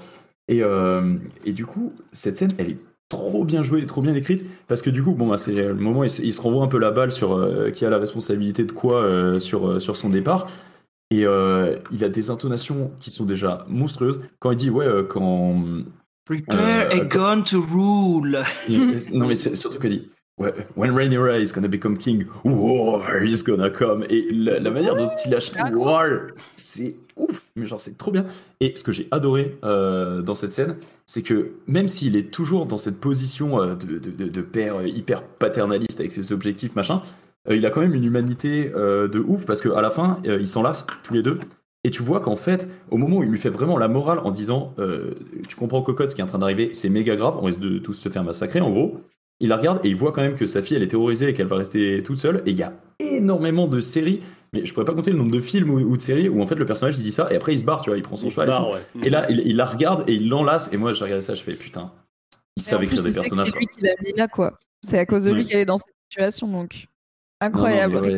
Et du coup, cette scène, elle est trop bien jouée, trop bien écrite, parce que du coup, bon, bah, c'est le moment où il se renvoie un peu la balle sur qui a la responsabilité de quoi sur son départ. Et il a des intonations qui sont déjà monstrueuses. Quand il dit, quand. Prepare a gun to rule. Non, mais surtout qu'il dit, when Rhaenyra is gonna become king, war is gonna come. Et la manière dont il lâche war, c'est ouf, mais genre c'est trop bien. Et ce que j'ai adoré dans cette scène, c'est que même s'il est toujours dans cette position de père hyper paternaliste avec ses objectifs, machin, il a quand même une humanité de ouf, parce qu'à la fin, ils s'enlacent tous les deux. Et tu vois qu'en fait, au moment où il lui fait vraiment la morale en disant tu comprends Cocotte, ce qui est en train d'arriver, c'est méga grave, on risque de tous se faire massacrer, en gros. Il la regarde et il voit quand même que sa fille, elle est terrorisée et qu'elle va rester toute seule. Et il y a énormément de séries, mais je pourrais pas compter le nombre de films ou de séries où en fait le personnage il dit ça et après il se barre, tu vois, il prend son cheval et tout. Et là, il la regarde et il l'enlace. Et moi, j'ai regardé ça, je fais putain, il savait écrire des personnages. C'est lui qui l'a mis là, quoi. C'est à cause de lui qu'elle est dans cette situation, donc incroyable. Non,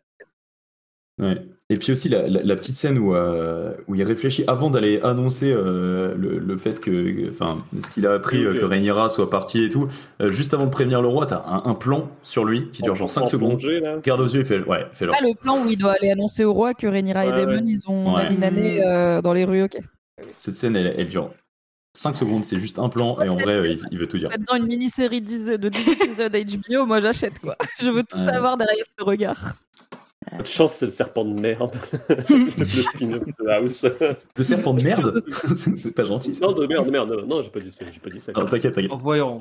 ouais. Et puis aussi la petite scène où il réfléchit avant d'aller annoncer le fait que, enfin, ce qu'il a appris que Rhaenyra soit partie et tout, juste avant de prévenir le roi, t'as un plan sur lui qui dure genre 5 secondes. Regarde aux yeux et fait genre. Ah, le plan où il doit aller annoncer au roi que Rhaenyra et Daemon ils ont naninané dans les rues, ok. Cette scène, elle dure 5 secondes, c'est juste un plan et en vrai, il veut tout dire. Faites-en une mini-série de 10 épisodes HBO, moi j'achète, quoi. Je veux tout savoir derrière ce regard. Pas de chance, c'est le serpent de merde. Le spin-off de House. Le serpent de merde. C'est pas gentil, ça. Non, de merde. Non, j'ai pas dit ça. Non, t'inquiète. Voyons.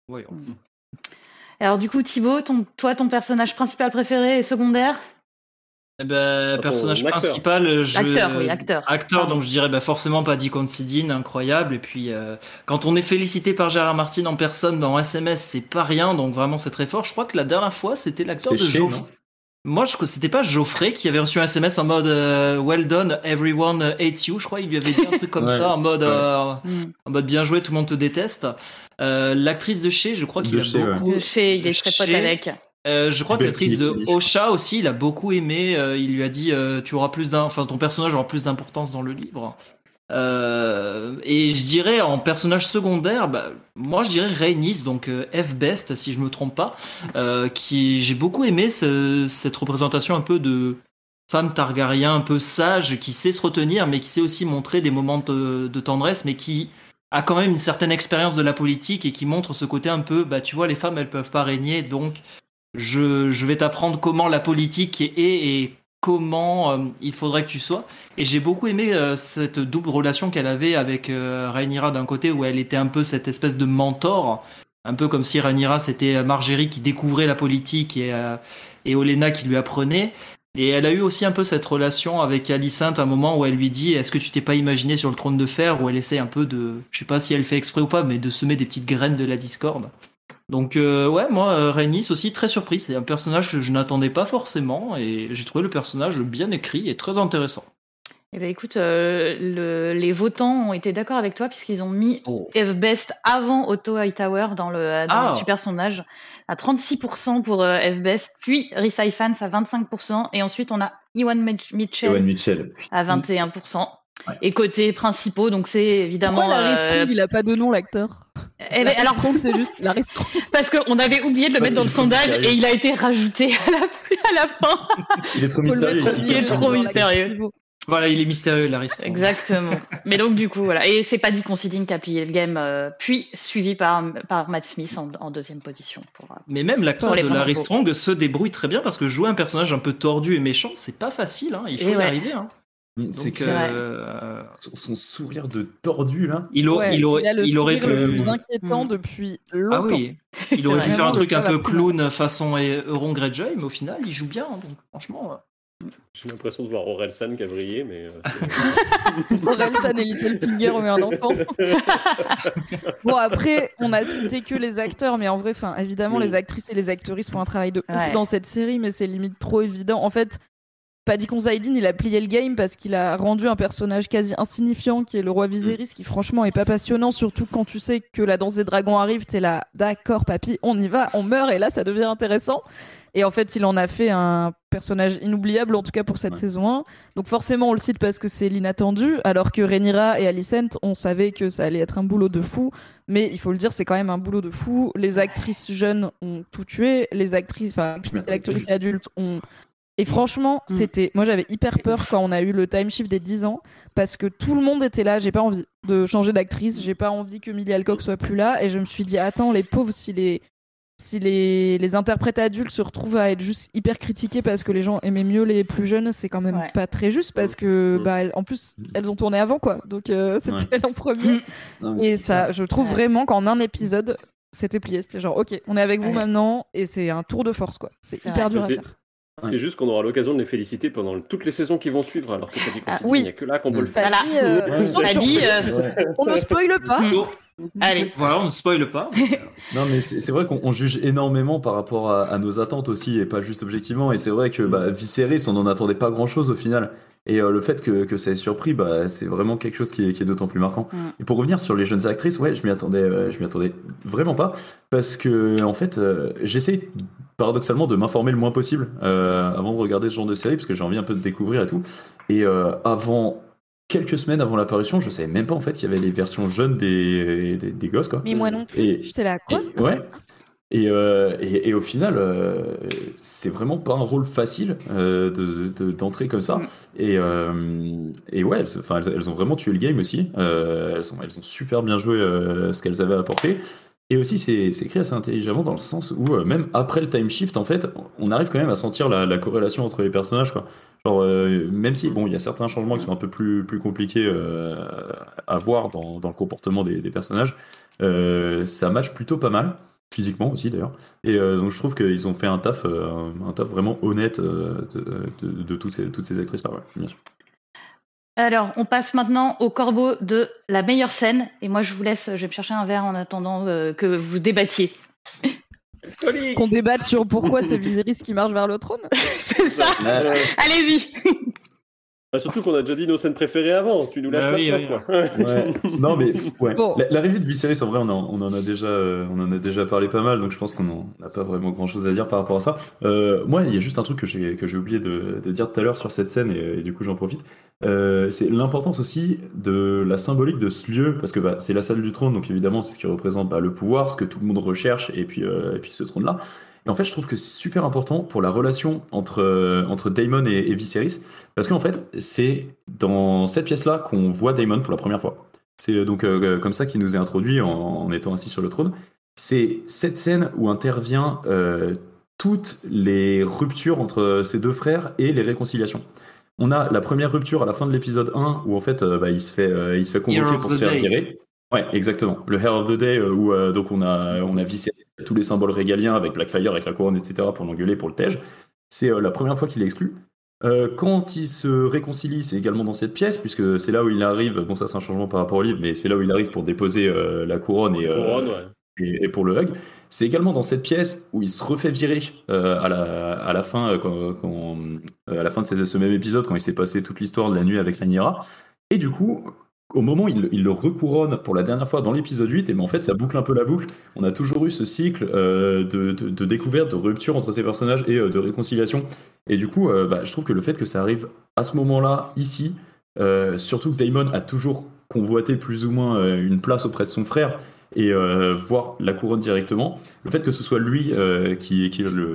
Alors du coup, Thibaut, ton personnage principal préféré et secondaire? Eh ben, personnage principal, acteur, donc je dirais forcément Paddy Considine, incroyable. Et puis quand on est félicité par Gérard Martin en personne dans SMS, c'est pas rien, donc vraiment c'est très fort. Je crois que la dernière fois c'était l'acteur de Geoffrey. Moi, je crois que c'était pas Geoffrey qui avait reçu un SMS en mode well done, everyone hates you. Je crois qu'il lui avait dit un truc comme ça, en mode bien joué, tout le monde te déteste. L'actrice de Shea, je crois qu'il a beaucoup. De Shea, il est très pote avec. Je crois que l'actrice de Osha aussi, il a beaucoup aimé. Il lui a dit, ton personnage aura plus d'importance dans le livre. Et je dirais en personnage secondaire, moi je dirais Rhaenys, donc F Best si je me trompe pas, j'ai beaucoup aimé cette représentation un peu de femme Targaryen un peu sage qui sait se retenir mais qui sait aussi montrer des moments de tendresse mais qui a quand même une certaine expérience de la politique et qui montre ce côté un peu tu vois, les femmes elles peuvent pas régner, donc je vais t'apprendre comment la politique est et comment il faudrait que tu sois. Et j'ai beaucoup aimé cette double relation qu'elle avait avec Rhaenyra d'un côté, où elle était un peu cette espèce de mentor, un peu comme si Rhaenyra c'était Margaery qui découvrait la politique et Olenna qui lui apprenait. Et elle a eu aussi un peu cette relation avec Alicent à un moment où elle lui dit est-ce que tu t'es pas imaginé sur le trône de fer, où elle essaie un peu de, je sais pas si elle fait exprès ou pas, mais de semer des petites graines de la discorde. Donc ouais, moi Rhaenys aussi très surpris, c'est un personnage que je n'attendais pas forcément et j'ai trouvé le personnage bien écrit et très intéressant. Eh ben écoute, les votants ont été d'accord avec toi puisqu'ils ont mis Eve Best avant Otto Hightower dans le super sondage, à 36% pour Eve Best, puis Rhys Ifans à 25%, et ensuite on a Ewan Mitchell à 21%. Ouais. Et côté principaux, donc c'est évidemment. Pourquoi Larry Strong, il a pas de nom, l'acteur? Alors Strong, c'est juste Larry Strong. Parce qu'on avait oublié de le mettre dans le sondage et il a été rajouté à la fin. Il est trop mystérieux. Il est trop mystérieux. Voilà, il est mystérieux, Larry Strong. Exactement. Mais donc du coup, voilà. Et c'est Paddy Considine qui a plié le game, puis suivi par Matt Smith en deuxième position. Mais même l'acteur de Larry Strong se débrouille très bien parce que jouer un personnage un peu tordu et méchant, c'est pas facile. Hein. Il faut y arriver. Hein. C'est que son sourire de tordu là. Il aurait pu le plus inquiétant depuis longtemps. Ah oui. Il aurait pu faire un truc un peu clown façon Euron Greyjoy, mais au final, il joue bien. Donc franchement. J'ai l'impression de voir Orelsan qui a brillé, mais. Orelsan et Littlefinger ont eu un enfant. Bon, après, on a cité que les acteurs, mais en vrai, évidemment, les actrices et les actrices font un travail de ouf dans cette série, mais c'est limite trop évident. En fait, Paddy Considine, il a plié le game parce qu'il a rendu un personnage quasi insignifiant qui est le roi Viserys, qui franchement est pas passionnant, surtout quand tu sais que la danse des dragons arrive, t'es là, d'accord papy, on y va, on meurt, et là ça devient intéressant. Et en fait, il en a fait un personnage inoubliable, en tout cas pour cette saison 1. Donc forcément, on le cite parce que c'est l'inattendu, alors que Rhaenyra et Alicent, on savait que ça allait être un boulot de fou. Mais il faut le dire, c'est quand même un boulot de fou. Les actrices jeunes ont tout tué. Les actrices adultes ont... Et franchement, moi j'avais hyper peur quand on a eu le time shift des 10 ans, parce que tout le monde était là, j'ai pas envie de changer d'actrice, j'ai pas envie que Millie Alcock soit plus là, et je me suis dit, attends, les pauvres, si les interprètes adultes se retrouvent à être juste hyper critiqués parce que les gens aimaient mieux les plus jeunes, c'est quand même pas très juste, parce que en plus elles ont tourné avant quoi, donc c'était elles en premier. Non, et ça, je trouve vraiment qu'en un épisode c'était plié, c'était genre ok, on est avec vous maintenant, et c'est un tour de force quoi, c'est hyper dur à faire. C'est juste qu'on aura l'occasion de les féliciter pendant toutes les saisons qui vont suivre, alors que il n'y a que là qu'on peut le faire. On ne spoile pas. Allez. Voilà, on ne spoile pas. Non, mais c'est vrai qu'on juge énormément par rapport à nos attentes aussi, et pas juste objectivement. Et c'est vrai que Viserys, on n'en attendait pas grand-chose au final. Et le fait que ça ait surpris, c'est vraiment quelque chose qui est d'autant plus marquant. Et pour revenir sur les jeunes actrices, je m'y attendais vraiment pas, parce que en fait, j'essaye paradoxalement de m'informer le moins possible avant de regarder ce genre de série, parce que j'ai envie un peu de découvrir et tout. Et quelques semaines avant l'apparition, je savais même pas en fait qu'il y avait les versions jeunes des gosses quoi. Mais moi non plus. J'étais là quoi. Et au final, c'est vraiment pas un rôle facile d'entrer comme ça. Et ouais, elles ont vraiment tué le game aussi. Elles ont super bien joué ce qu'elles avaient apporté. Et aussi, c'est écrit assez intelligemment dans le sens où, même après le time shift, en fait, on arrive quand même à sentir la corrélation entre les personnages, quoi. Genre, même si, il y a certains changements qui sont un peu plus compliqués à voir dans le comportement des personnages, ça match plutôt pas mal, physiquement aussi d'ailleurs. Et donc, je trouve qu'ils ont fait un taf vraiment honnête de toutes ces actrices-là, ouais, bien sûr. Alors, on passe maintenant au corbeau de la meilleure scène. Et moi, je vais me chercher un verre en attendant que vous débattiez. Qu'on débatte sur pourquoi c'est Viserys qui marche vers le trône. C'est ça. Allez-y. Surtout qu'on a déjà dit nos scènes préférées avant. Tu nous lâches maintenant, quoi. Ouais. Non, mais bon. L'arrivée de Viserys, en vrai, on en a déjà parlé pas mal, donc je pense qu'on n'a pas vraiment grand-chose à dire par rapport à ça. Moi, il y a juste un truc que j'ai oublié de dire tout à l'heure sur cette scène, et du coup, j'en profite. C'est l'importance aussi de la symbolique de ce lieu, parce que c'est la salle du trône, donc évidemment, c'est ce qui représente le pouvoir, ce que tout le monde recherche, et puis ce trône-là. Et en fait, je trouve que c'est super important pour la relation entre Daemon et Viserys, parce qu'en fait, c'est dans cette pièce-là qu'on voit Daemon pour la première fois. C'est donc comme ça qu'il nous est introduit en étant assis sur le trône. C'est cette scène où intervient toutes les ruptures entre ces deux frères et les réconciliations. On a la première rupture à la fin de l'épisode 1 où en fait il se fait convoquer pour se faire virer. Ouais, exactement. Le Hair of the Day où donc on a vissé tous les symboles régaliens avec Blackfire, avec la couronne, etc. pour l'engueuler pour le tège. C'est la première fois qu'il est exclu. Quand il se réconcilie, c'est également dans cette pièce, puisque c'est là où il arrive, bon ça c'est un changement par rapport au livre, mais c'est là où il arrive pour déposer la couronne et pour le hug. C'est également dans cette pièce où il se refait virer à la fin, à la fin de ce même épisode, quand il s'est passé toute l'histoire de la nuit avec Rhaenyra. Et du coup, au moment où il le recouronne pour la dernière fois dans l'épisode 8, et ben en fait ça boucle un peu la boucle. On a toujours eu ce cycle de découverte, de rupture entre ces personnages et de réconciliation. Et du coup, je trouve que le fait que ça arrive à ce moment-là, ici, surtout que Daemon a toujours convoité plus ou moins une place auprès de son frère, et voir la couronne directement, le fait que ce soit lui qui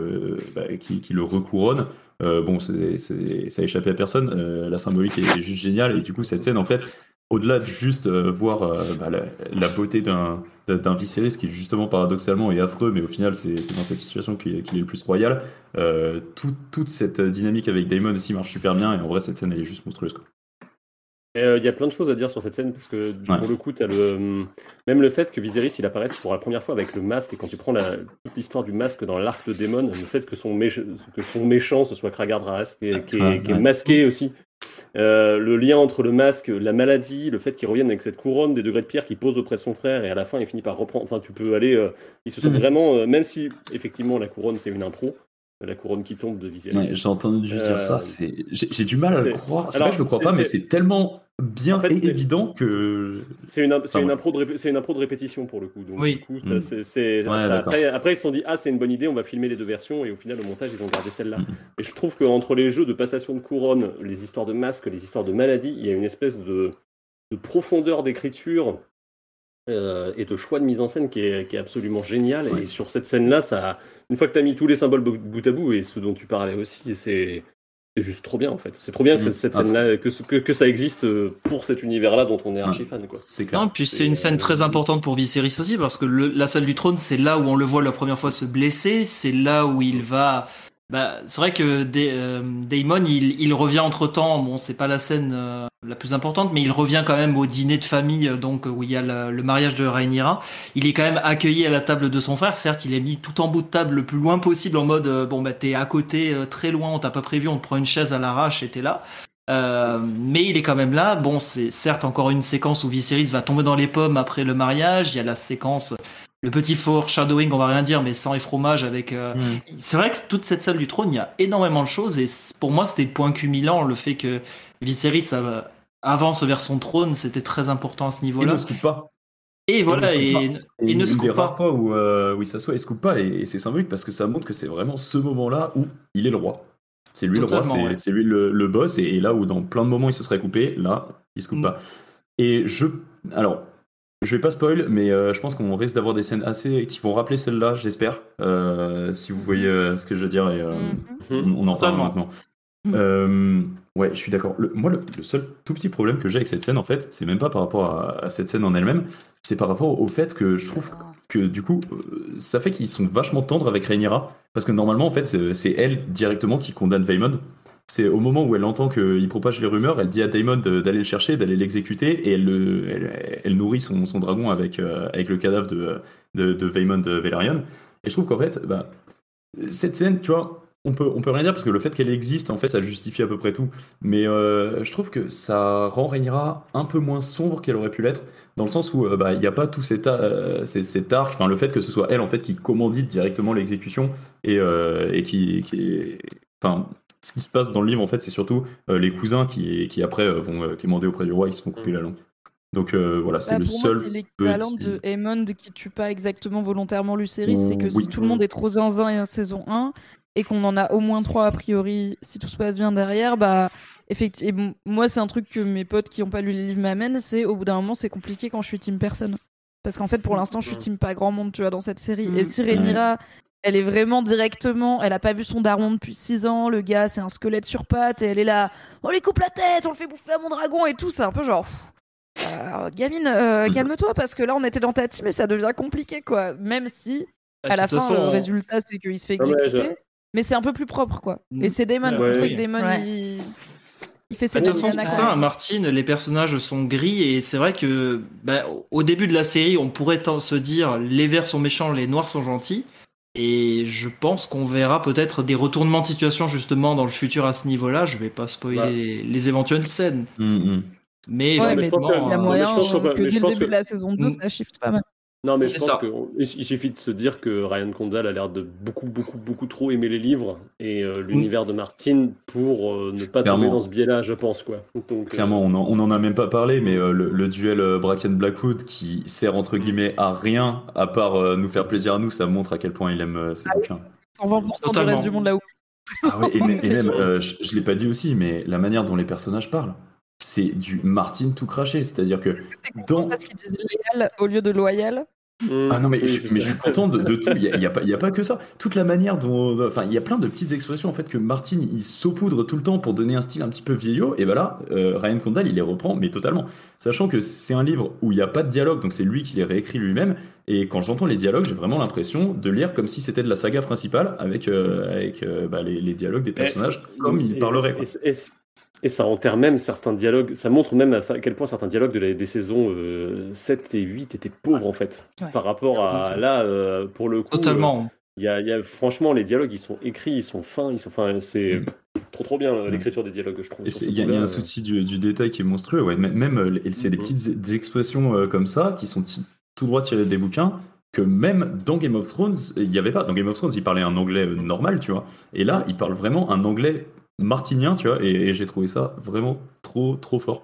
le recouronne, bon, ça a échappé à personne, la symbolique est juste géniale, et du coup cette scène en fait, au-delà de juste voir la beauté d'un Viserys qui justement paradoxalement est affreux, mais au final c'est dans cette situation qu'il est le plus royal, toute cette dynamique avec Daemon aussi marche super bien, et en vrai cette scène elle est juste monstrueuse, quoi. Il y a plein de choses à dire sur cette scène, parce que pour le coup, t'as même le fait que Viserys il apparaisse pour la première fois avec le masque, et quand tu prends toute l'histoire du masque dans l'arc de Daemon, le fait que son méchant ce soit Kragar Dras, qui est masqué aussi, le lien entre le masque, la maladie, le fait qu'il revienne avec cette couronne des degrés de pierre qu'il pose auprès de son frère, et à la fin il finit par reprendre, enfin tu peux aller, ils se sont vraiment, même si effectivement la couronne c'est une impro, la couronne qui tombe de Viserys. Ouais, j'ai entendu dire ça, j'ai du mal à le croire. C'est vrai que je le crois pas, mais c'est tellement bien en fait, et évident que... C'est une impro de répétition pour le coup. Donc, oui. Du coup, après, ils se sont dit, c'est une bonne idée, on va filmer les deux versions, et au final, au montage, ils ont gardé celle-là. Et je trouve qu'entre les jeux de passation de couronne, les histoires de masques, les histoires de maladies, il y a une espèce de profondeur d'écriture et de choix de mise en scène qui est absolument génial. Ouais. Et sur cette scène-là, une fois que tu as mis tous les symboles bout à bout, et ce dont tu parlais aussi, c'est juste trop bien en fait. C'est trop bien que cette scène-là, que ça existe pour cet univers-là dont on est archi fan, quoi. C'est clair. Non, puis c'est une scène très importante pour Viserys aussi, parce que la salle du trône, c'est là où on le voit la première fois se blesser, c'est là où il va... c'est vrai que Daemon, il revient entre-temps, bon, c'est pas la scène la plus importante, mais il revient quand même au dîner de famille, donc où il y a le mariage de Rhaenyra. Il est quand même accueilli à la table de son frère. Certes, il est mis tout en bout de table le plus loin possible, en mode t'es à côté, très loin, on t'a pas prévu, on te prend une chaise à l'arrache et t'es là. Mais il est quand même là. Bon, c'est certes encore une séquence où Viserys va tomber dans les pommes après le mariage. Il y a la séquence... Le petit foreshadowing, on va rien dire, mais sang et fromage avec... C'est vrai que toute cette salle du trône, il y a énormément de choses, et pour moi, c'était le point culminant, le fait que Viserys avance vers son trône, c'était très important à ce niveau-là. Il ne se coupe pas. Et voilà, et ne se coupe pas. Une des rares fois où il s'assoit, il se coupe pas, et c'est symbolique parce que ça montre que c'est vraiment ce moment-là où il est le roi. C'est lui totalement, le roi, c'est lui le boss, et là où dans plein de moments il se serait coupé, là, il se coupe pas. Et alors... Je vais pas spoil, mais je pense qu'on risque d'avoir des scènes qui vont rappeler celle-là, j'espère. Si vous voyez ce que je veux dire, et on en parle maintenant. Ouais, je suis d'accord. Moi, le seul tout petit problème que j'ai avec cette scène, en fait, c'est même pas par rapport à cette scène en elle-même, c'est par rapport au fait que je trouve que du coup, ça fait qu'ils sont vachement tendres avec Rhaenyra, parce que normalement, en fait, c'est elle directement qui condamne Vaemond. C'est au moment où elle entend qu'il propage les rumeurs, elle dit à Daemon d'aller le chercher, d'aller l'exécuter, et elle nourrit son dragon avec le cadavre de Vaemond Velaryon. Et je trouve qu'en fait, cette scène, tu vois, on peut rien dire, parce que le fait qu'elle existe, en fait, ça justifie à peu près tout. Mais je trouve que ça rend Rhaenyra un peu moins sombre qu'elle aurait pu l'être, dans le sens où il n'y a pas tout cet arc, enfin le fait que ce soit elle en fait qui commandite directement l'exécution et qui enfin ce qui se passe dans le livre, en fait, c'est surtout les cousins qui après vont quémander auprès du roi et qui se font couper la langue. Donc voilà, c'est le seul. Moi, c'est l'équivalent de Aemond qui tue pas exactement volontairement Lucerys. C'est que si tout le monde est trop zinzin en saison 1 et qu'on en a au moins 3 a priori, si tout se passe bien derrière, effectivement, moi, c'est un truc que mes potes qui n'ont pas lu les livres m'amènent. C'est au bout d'un moment, c'est compliqué quand je suis team personne. Parce qu'en fait, pour l'instant, je suis team pas grand monde, tu vois, dans cette série. Et si Rhaenyra. Elle est vraiment directement, elle a pas vu son daron depuis 6 ans, le gars c'est un squelette sur pattes et elle est là, on lui coupe la tête, on le fait bouffer à mon dragon et tout, c'est un peu genre, gamine, calme-toi parce que là on était dans ta team et ça devient compliqué quoi, même si À la de toute fin, façon, le résultat, c'est qu'il se fait Non, mais exécuter. Mais c'est un peu plus propre, quoi. Mm. Et c'est Damon. Ouais, On sait oui. que Damon, Ouais. il fait ses De toute façon, Damiana c'est quand ça, même. Martine, les personnages sont gris et c'est vrai que au début de la série, on pourrait se dire les verts sont méchants, les noirs sont gentils. Et je pense qu'on verra peut-être des retournements de situation justement dans le futur à ce niveau-là. Je vais pas spoiler Ouais. les éventuelles scènes. Mais Ouais, mais je pense que- il y a honnêtement, moyen je pense qu'on peut- que mais dès je le pense début que- de la saison 2, Mm. ça shift pas mal. Non, mais je C'est pense ça. qu'il suffit de se dire que Ryan Condal a l'air de beaucoup trop aimer les livres et l'univers de Martin pour ne pas Clairement. tomber dans ce biais-là, je pense, quoi. Donc, Clairement, on en a même pas parlé, mais le duel Bracken-Blackwood qui sert entre guillemets à rien, à part nous faire plaisir à nous, ça montre à quel point il aime ses bouquins. 120% du Totalement. reste du monde là-haut. Ah ouais, et même, je l'ai pas dit aussi, mais la manière dont les personnages parlent, c'est du Martin tout craché, c'est-à-dire que dans... Parce qu'ils disent léal au lieu de loyal. Ah non, mais, oui, je c'est ça. suis content de tout. Il y a pas que ça. Toute la manière dont. Enfin, il y a plein de petites expressions en fait que Martin il saupoudre tout le temps pour donner un style un petit peu vieillot. Et ben là, Ryan Condal il les reprend, mais totalement. Sachant que c'est un livre où il n'y a pas de dialogue, donc c'est lui qui les réécrit lui-même. Et quand j'entends les dialogues, j'ai vraiment l'impression de lire comme si c'était de la saga principale avec les dialogues des personnages comme ils parleraient. Quoi. Et ça enterre même certains dialogues, ça montre même à quel point certains dialogues des saisons 7 et 8 étaient pauvres en fait. Ouais. Par rapport à là, pour le coup. Totalement. Il y a franchement, les dialogues, ils sont écrits, ils sont fins, c'est trop bien l'écriture des dialogues, je trouve. Et il y a un souci du détail qui est monstrueux. Ouais. Même c'est des petites des expressions comme ça qui sont tout droit tirées des bouquins que même dans Game of Thrones, il n'y avait pas. Dans Game of Thrones, il parlait un anglais normal, tu vois. Et là, il parle vraiment un anglais martinien, tu vois. Et j'ai trouvé ça vraiment trop fort.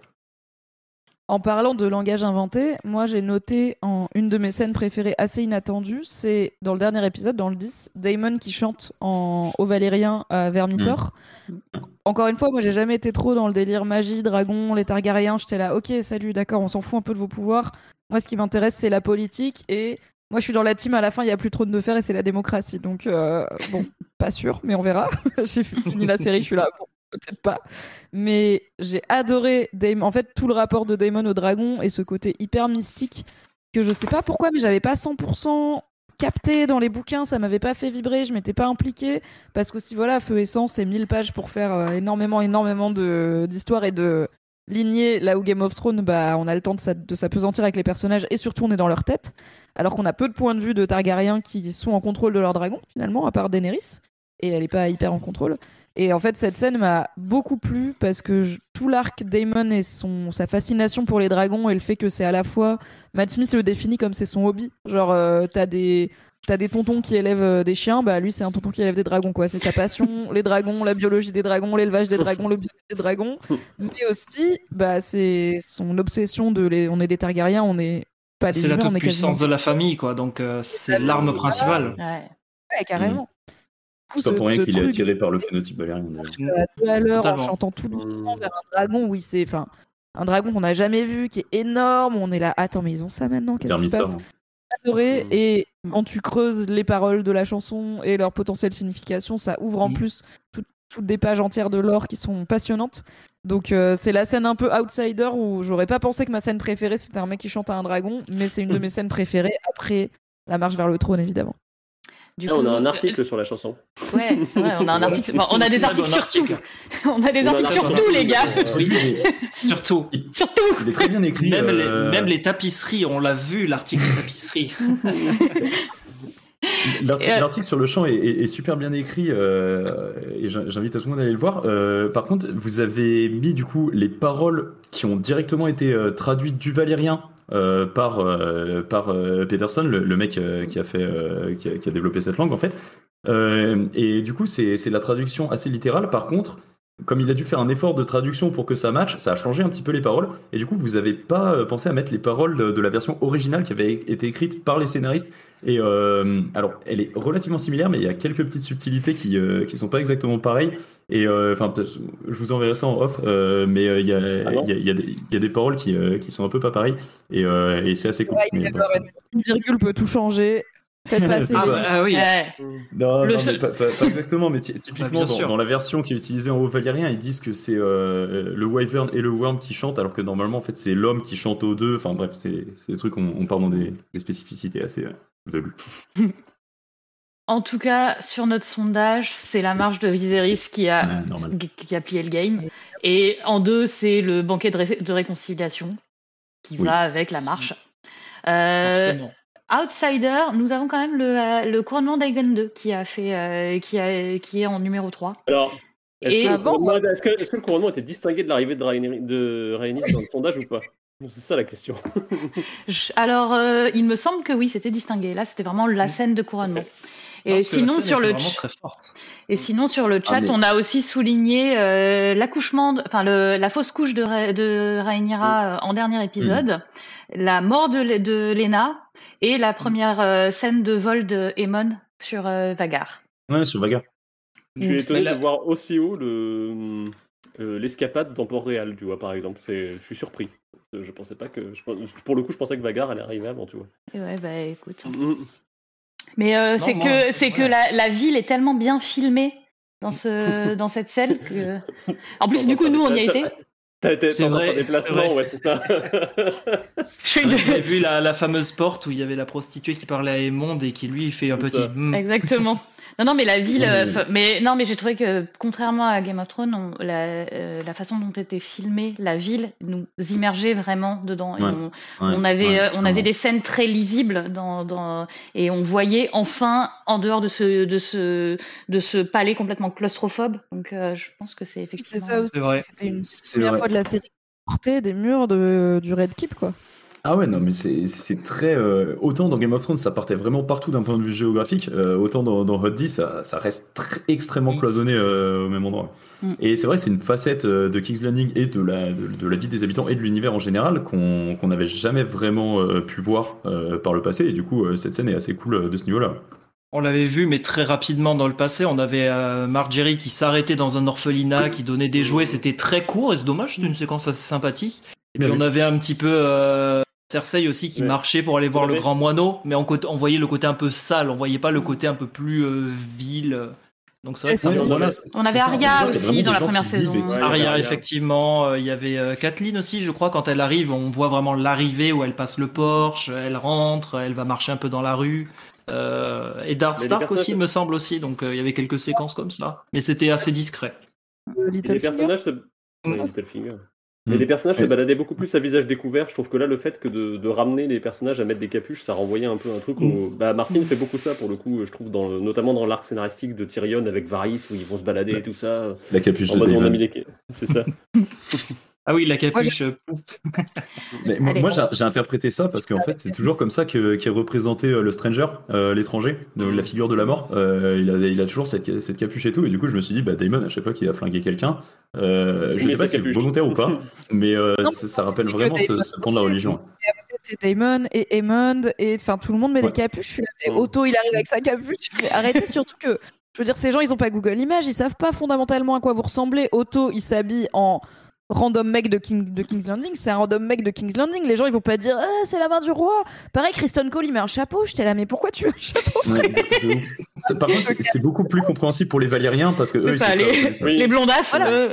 En parlant de langage inventé, moi j'ai noté en une de mes scènes préférées assez inattendue, c'est dans le dernier épisode, dans le 10, Daemon qui chante au Valérien à Vermithor. Encore une fois, moi j'ai jamais été trop dans le délire magie, dragon, les Targaryens, j'étais là, ok, salut, d'accord, on s'en fout un peu de vos pouvoirs. Moi ce qui m'intéresse c'est la politique et moi je suis dans la team à la fin, il n'y a plus trop de fer et c'est la démocratie. Donc bon, pas sûr, mais on verra. J'ai fini la série, je suis là, bon, peut-être pas. Mais j'ai adoré Daemon. En fait, tout le rapport de Daemon au dragon et ce côté hyper mystique que je sais pas pourquoi, mais j'avais pas 100% capté dans les bouquins, ça m'avait pas fait vibrer, je m'étais pas impliquée parce qu'aussi voilà, Feu et Sang, c'est 1000 pages pour faire énormément d'histoire et de lignées, là où Game of Thrones, bah, on a le temps de s'apesantir avec les personnages et surtout on est dans leur tête, alors qu'on a peu de points de vue de Targaryens qui sont en contrôle de leur dragon finalement, à part Daenerys, et elle est pas hyper en contrôle. Et en fait, cette scène m'a beaucoup plu parce que tout l'arc Daemon et sa fascination pour les dragons et le fait que c'est à la fois... Matt Smith le définit comme c'est son hobby. Genre, t'as des tontons qui élèvent des chiens, bah lui c'est un tonton qui élève des dragons, quoi. C'est sa passion, les dragons, la biologie des dragons, l'élevage des dragons, le bien-être des dragons. Mais aussi, bah c'est son obsession on est des Targaryens, on n'est pas des C'est la humains, on toute est puissance quasiment... de la famille, quoi. Donc c'est l'arme principale. Ouais. Ouais, carrément. C'est pas pour rien qu'il est truc attiré par le phénotype valérien. à 2 à l'heure en Totalement. chantant tout doucement vers un dragon, oui, c'est un dragon qu'on n'a jamais vu, qui est énorme. On est là, attends, mais ils ont ça maintenant, qu'est-ce qui se passe? Adoré. Et quand tu creuses les paroles de la chanson et leur potentielle signification, ça ouvre en plus toutes des pages entières de lore qui sont passionnantes. Donc c'est la scène un peu outsider où j'aurais pas pensé que ma scène préférée c'était un mec qui chante à un dragon, mais c'est une de mes scènes préférées après la marche vers le trône, évidemment. Du on a un article sur la chanson. Ouais, c'est vrai, on a un article. Enfin, on a des articles sur tout. On a des articles sur tout, les gars. Oui, surtout. Surtout. Il est très bien écrit. Même les tapisseries, on l'a vu, l'article tapisserie. L'article sur le chant est super bien écrit et j'invite tout le monde à aller le voir. Par contre, vous avez mis du coup les paroles qui ont directement été traduites du valérien par Peterson, le mec qui a développé cette langue en fait. Et du coup, c'est la traduction assez littérale. Par contre, comme il a dû faire un effort de traduction pour que ça matche, ça a changé un petit peu les paroles. Et du coup, vous avez pas pensé à mettre les paroles de la version originale qui avait été écrite par les scénaristes. Et alors, elle est relativement similaire, mais il y a quelques petites subtilités qui sont pas exactement pareilles. Et enfin, je vous enverrai ça en off. Mais il y a des paroles qui sont un peu pas pareilles. Et c'est assez cool. Ouais, mais, une virgule peut tout changer. Faites passer. Ah oui. Non, mais pas exactement, mais typiquement bien dans la version qui est utilisée en haut valérien, ils disent que c'est le Wyvern et le Worm qui chantent, alors que normalement en fait c'est l'homme qui chante aux deux. Enfin bref, c'est des trucs on part dans des spécificités assez veulues. En tout cas, sur notre sondage, c'est la marche de Viserys qui a normal. plié le game. Et en 2, c'est le banquet de réconciliation qui va avec la marche. Forcément. Outsider, nous avons quand même le couronnement d'Aegon 2 qui est en numéro 3. Alors, est-ce Et que, avant, est-ce que le couronnement était distingué de l'arrivée de Rhaenys dans le sondage ou pas? C'est ça la question. Alors, il me semble que oui, c'était distingué. Là, c'était vraiment la scène de couronnement. Et sinon, sur le chat, on a aussi souligné l'accouchement, la fausse couche de Rhaenyra en dernier épisode, la mort de Lena et la première scène de vol de Aemon sur Vagar. Ouais, sur Vagar. Je suis étonné de voir aussi haut l'escapade dans Port-Réal, tu vois, par exemple. Je suis surpris. Je pensais pas que... Pour le coup, je pensais que Vagar allait arriver avant, tu vois. Et ouais, bah écoute... Mais c'est que la ville est tellement bien filmée dans cette scène que... En plus, du coup, nous, on y a été. C'est vrai, déplacement, ouais, c'est ça. J'ai vu la fameuse porte où il y avait la prostituée qui parlait à Aemond et qui, lui, fait un petit... Exactement. Non, mais la ville... mais j'ai trouvé que, contrairement à Game of Thrones, la façon dont était filmée la ville nous immergeait vraiment dedans. Ouais. On avait des scènes très lisibles et on voyait enfin en dehors de ce palais complètement claustrophobe. Donc, je pense que c'est effectivement... C'est ça aussi. C'est vrai. C'était une première fois de la série portée des murs du Red Keep, quoi. Ah ouais, non, mais c'est très... autant dans Game of Thrones, ça partait vraiment partout d'un point de vue géographique, autant dans Hot 10, ça reste extrêmement cloisonné au même endroit. Et c'est vrai que c'est une facette de King's Landing et de la vie des habitants et de l'univers en général qu'on n'avait jamais vraiment pu voir par le passé. Et du coup, cette scène est assez cool de ce niveau-là. On l'avait vu, mais très rapidement dans le passé. On avait Margaery qui s'arrêtait dans un orphelinat, qui donnait des jouets. C'était très court et c'est dommage, c'était une séquence assez sympathique. Et puis on avait un petit peu... Cersei aussi qui marchait pour aller voir le grand moineau, mais on voyait le côté un peu sale, on voyait pas le côté un peu plus vil. Donc c'est vrai que on avait Arya aussi dans la première saison. Arya, effectivement, il y avait Catelyn aussi, je crois, quand elle arrive, on voit vraiment l'arrivée où elle passe le porche, elle rentre, elle va marcher un peu dans la rue. Et Darth Stark aussi, il me semble aussi, donc il y avait quelques séquences comme ça, mais c'était assez discret. Les personnages les personnages se baladaient beaucoup plus à visage découvert. Je trouve que là, le fait que de ramener les personnages à mettre des capuches, ça renvoyait un peu un truc au... Martin fait beaucoup ça, pour le coup, je trouve, notamment dans l'arc scénaristique de Tyrion avec Varys, où ils vont se balader et tout ça. La capuche en de mode on a Daemon. mis c'est ça. Ah oui, la capuche. Mais moi j'ai interprété ça parce qu'en fait, c'est toujours comme ça qu'est représenté le stranger, l'étranger, la figure de la mort. Il a toujours cette capuche et tout. Et du coup, je me suis dit, Daemon, à chaque fois qu'il a flingué quelqu'un, je sais pas si c'est volontaire ou pas, mais ça rappelle vraiment ce pan de la religion. Et après, c'est Daemon et Aemond, et enfin tout le monde met des capuches. Et Otto, il arrive avec sa capuche. Mais arrêtez, surtout que, je veux dire, ces gens, ils ont pas Google Images, ils savent pas fondamentalement à quoi vous ressemblez. Otto, il s'habille en random mec de King's Landing, c'est un random mec de King's Landing. Les gens, ils vont pas dire c'est la main du roi. Pareil, Kristen Cole, il met un chapeau. J'étais là, mais pourquoi tu as un chapeau, frère? Par contre, c'est beaucoup plus compréhensible pour les Valériens parce que eux, ils sont les blondasses. Voilà.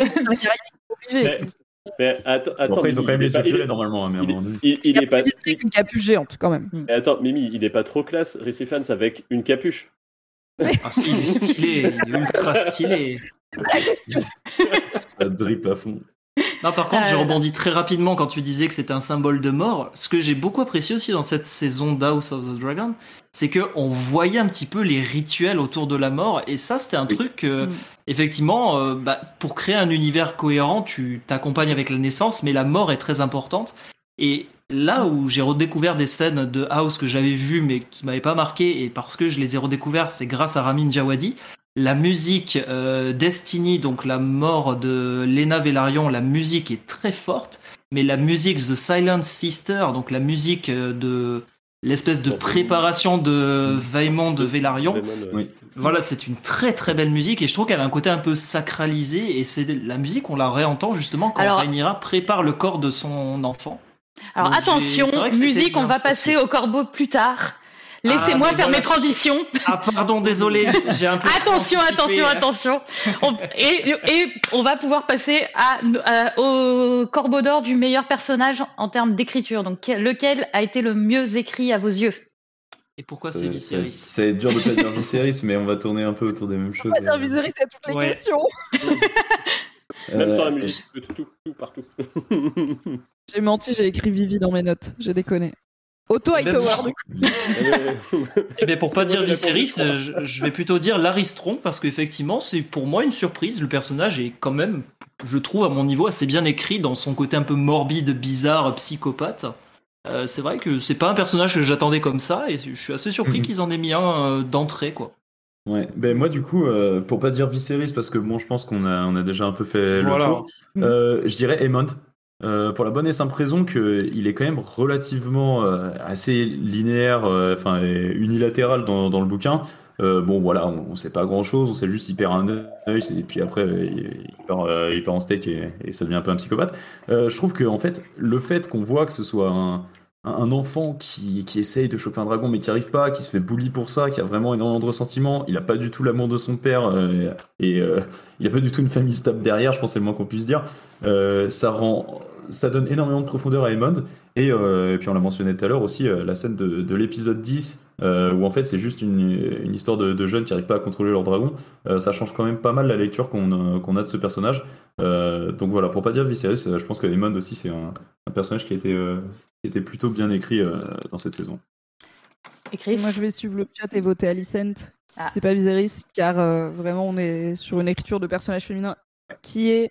Mais attends, après, ils ont quand même les yeux violets normalement. Mais il est pas discret qu'une capuche géante quand même. Mais attends, Mimi, il est pas trop classe, Récifans, avec une capuche. Ah si, il est stylé, il est ultra stylé. La question. Ça drip à fond. Non, par contre, je rebondis très rapidement quand tu disais que c'était un symbole de mort. Ce que j'ai beaucoup apprécié aussi dans cette saison d'House of the Dragon, c'est qu'on voyait un petit peu les rituels autour de la mort. Et ça, c'était un truc, effectivement, pour créer un univers cohérent, tu t'accompagnes avec la naissance, mais la mort est très importante. Et là où j'ai redécouvert des scènes de House que j'avais vues, mais qui m'avaient pas marqué, et parce que je les ai redécouvertes, c'est grâce à Ramin Djawadi. La musique Destiny, donc la mort de Lena Velaryon, la musique est très forte, mais la musique The Silent Sister, donc la musique de l'espèce de préparation de Vaemond de Velaryon, voilà, c'est une très très belle musique et je trouve qu'elle a un côté un peu sacralisé et c'est la musique, on la réentend justement quand Rhaenyra prépare le corps de son enfant. Alors donc, attention, musique, on va passer au corbeau plus tard. Laissez-moi faire mes transitions. Ah pardon, désolé, j'ai un peu attention. Et on va pouvoir passer au corbeau d'or du meilleur personnage en termes d'écriture. Donc lequel a été le mieux écrit à vos yeux? Et pourquoi c'est Viserys? C'est dur de pas dire Viserys, mais on va tourner un peu autour des mêmes choses. On va dire Viserys à toutes les questions. Même sur la musique, tout, partout. J'ai menti, j'ai écrit Vivi dans mes notes, j'ai déconné. Otto Hightower, du coup. Eh bien, pour pas dire Viserys, je vais plutôt dire Larry Strong, parce qu'effectivement, c'est pour moi une surprise. Le personnage est quand même, je trouve, à mon niveau, assez bien écrit dans son côté un peu morbide, bizarre, psychopathe. C'est vrai que c'est pas un personnage que j'attendais comme ça, et je suis assez surpris qu'ils en aient mis un d'entrée, quoi. Ouais, ben moi du coup, pour pas dire Viserys, parce que bon, je pense qu'on a déjà un peu fait le tour, je dirais Aemond. Pour la bonne et simple raison qu'il est quand même relativement assez linéaire, unilatéral dans le bouquin. Bon voilà, on sait pas grand chose, on sait juste qu'il perd un œil, et puis après il part en steak et ça devient un peu un psychopathe. Je trouve que en fait, le fait qu'on voit que ce soit un enfant qui essaye de choper un dragon mais qui arrive pas, qui se fait bully pour ça, qui a vraiment énormément de ressentiments, il a pas du tout l'amour de son père il a pas du tout une famille stable derrière, je pense que c'est le moins qu'on puisse dire. Ça donne énormément de profondeur à Aemond et puis on l'a mentionné tout à l'heure aussi, la scène de l'épisode 10 où en fait c'est juste une histoire de jeunes qui arrivent pas à contrôler leur dragon. Ça change quand même pas mal la lecture qu'on a de ce personnage. Donc voilà, pour pas dire Viserys, je pense que Aemond aussi c'est un personnage qui était plutôt bien écrit dans cette saison. Et Chris ? Moi, je vais suivre le chat et voter Alicent. C'est pas Viserys, car vraiment, on est sur une écriture de personnage féminin qui est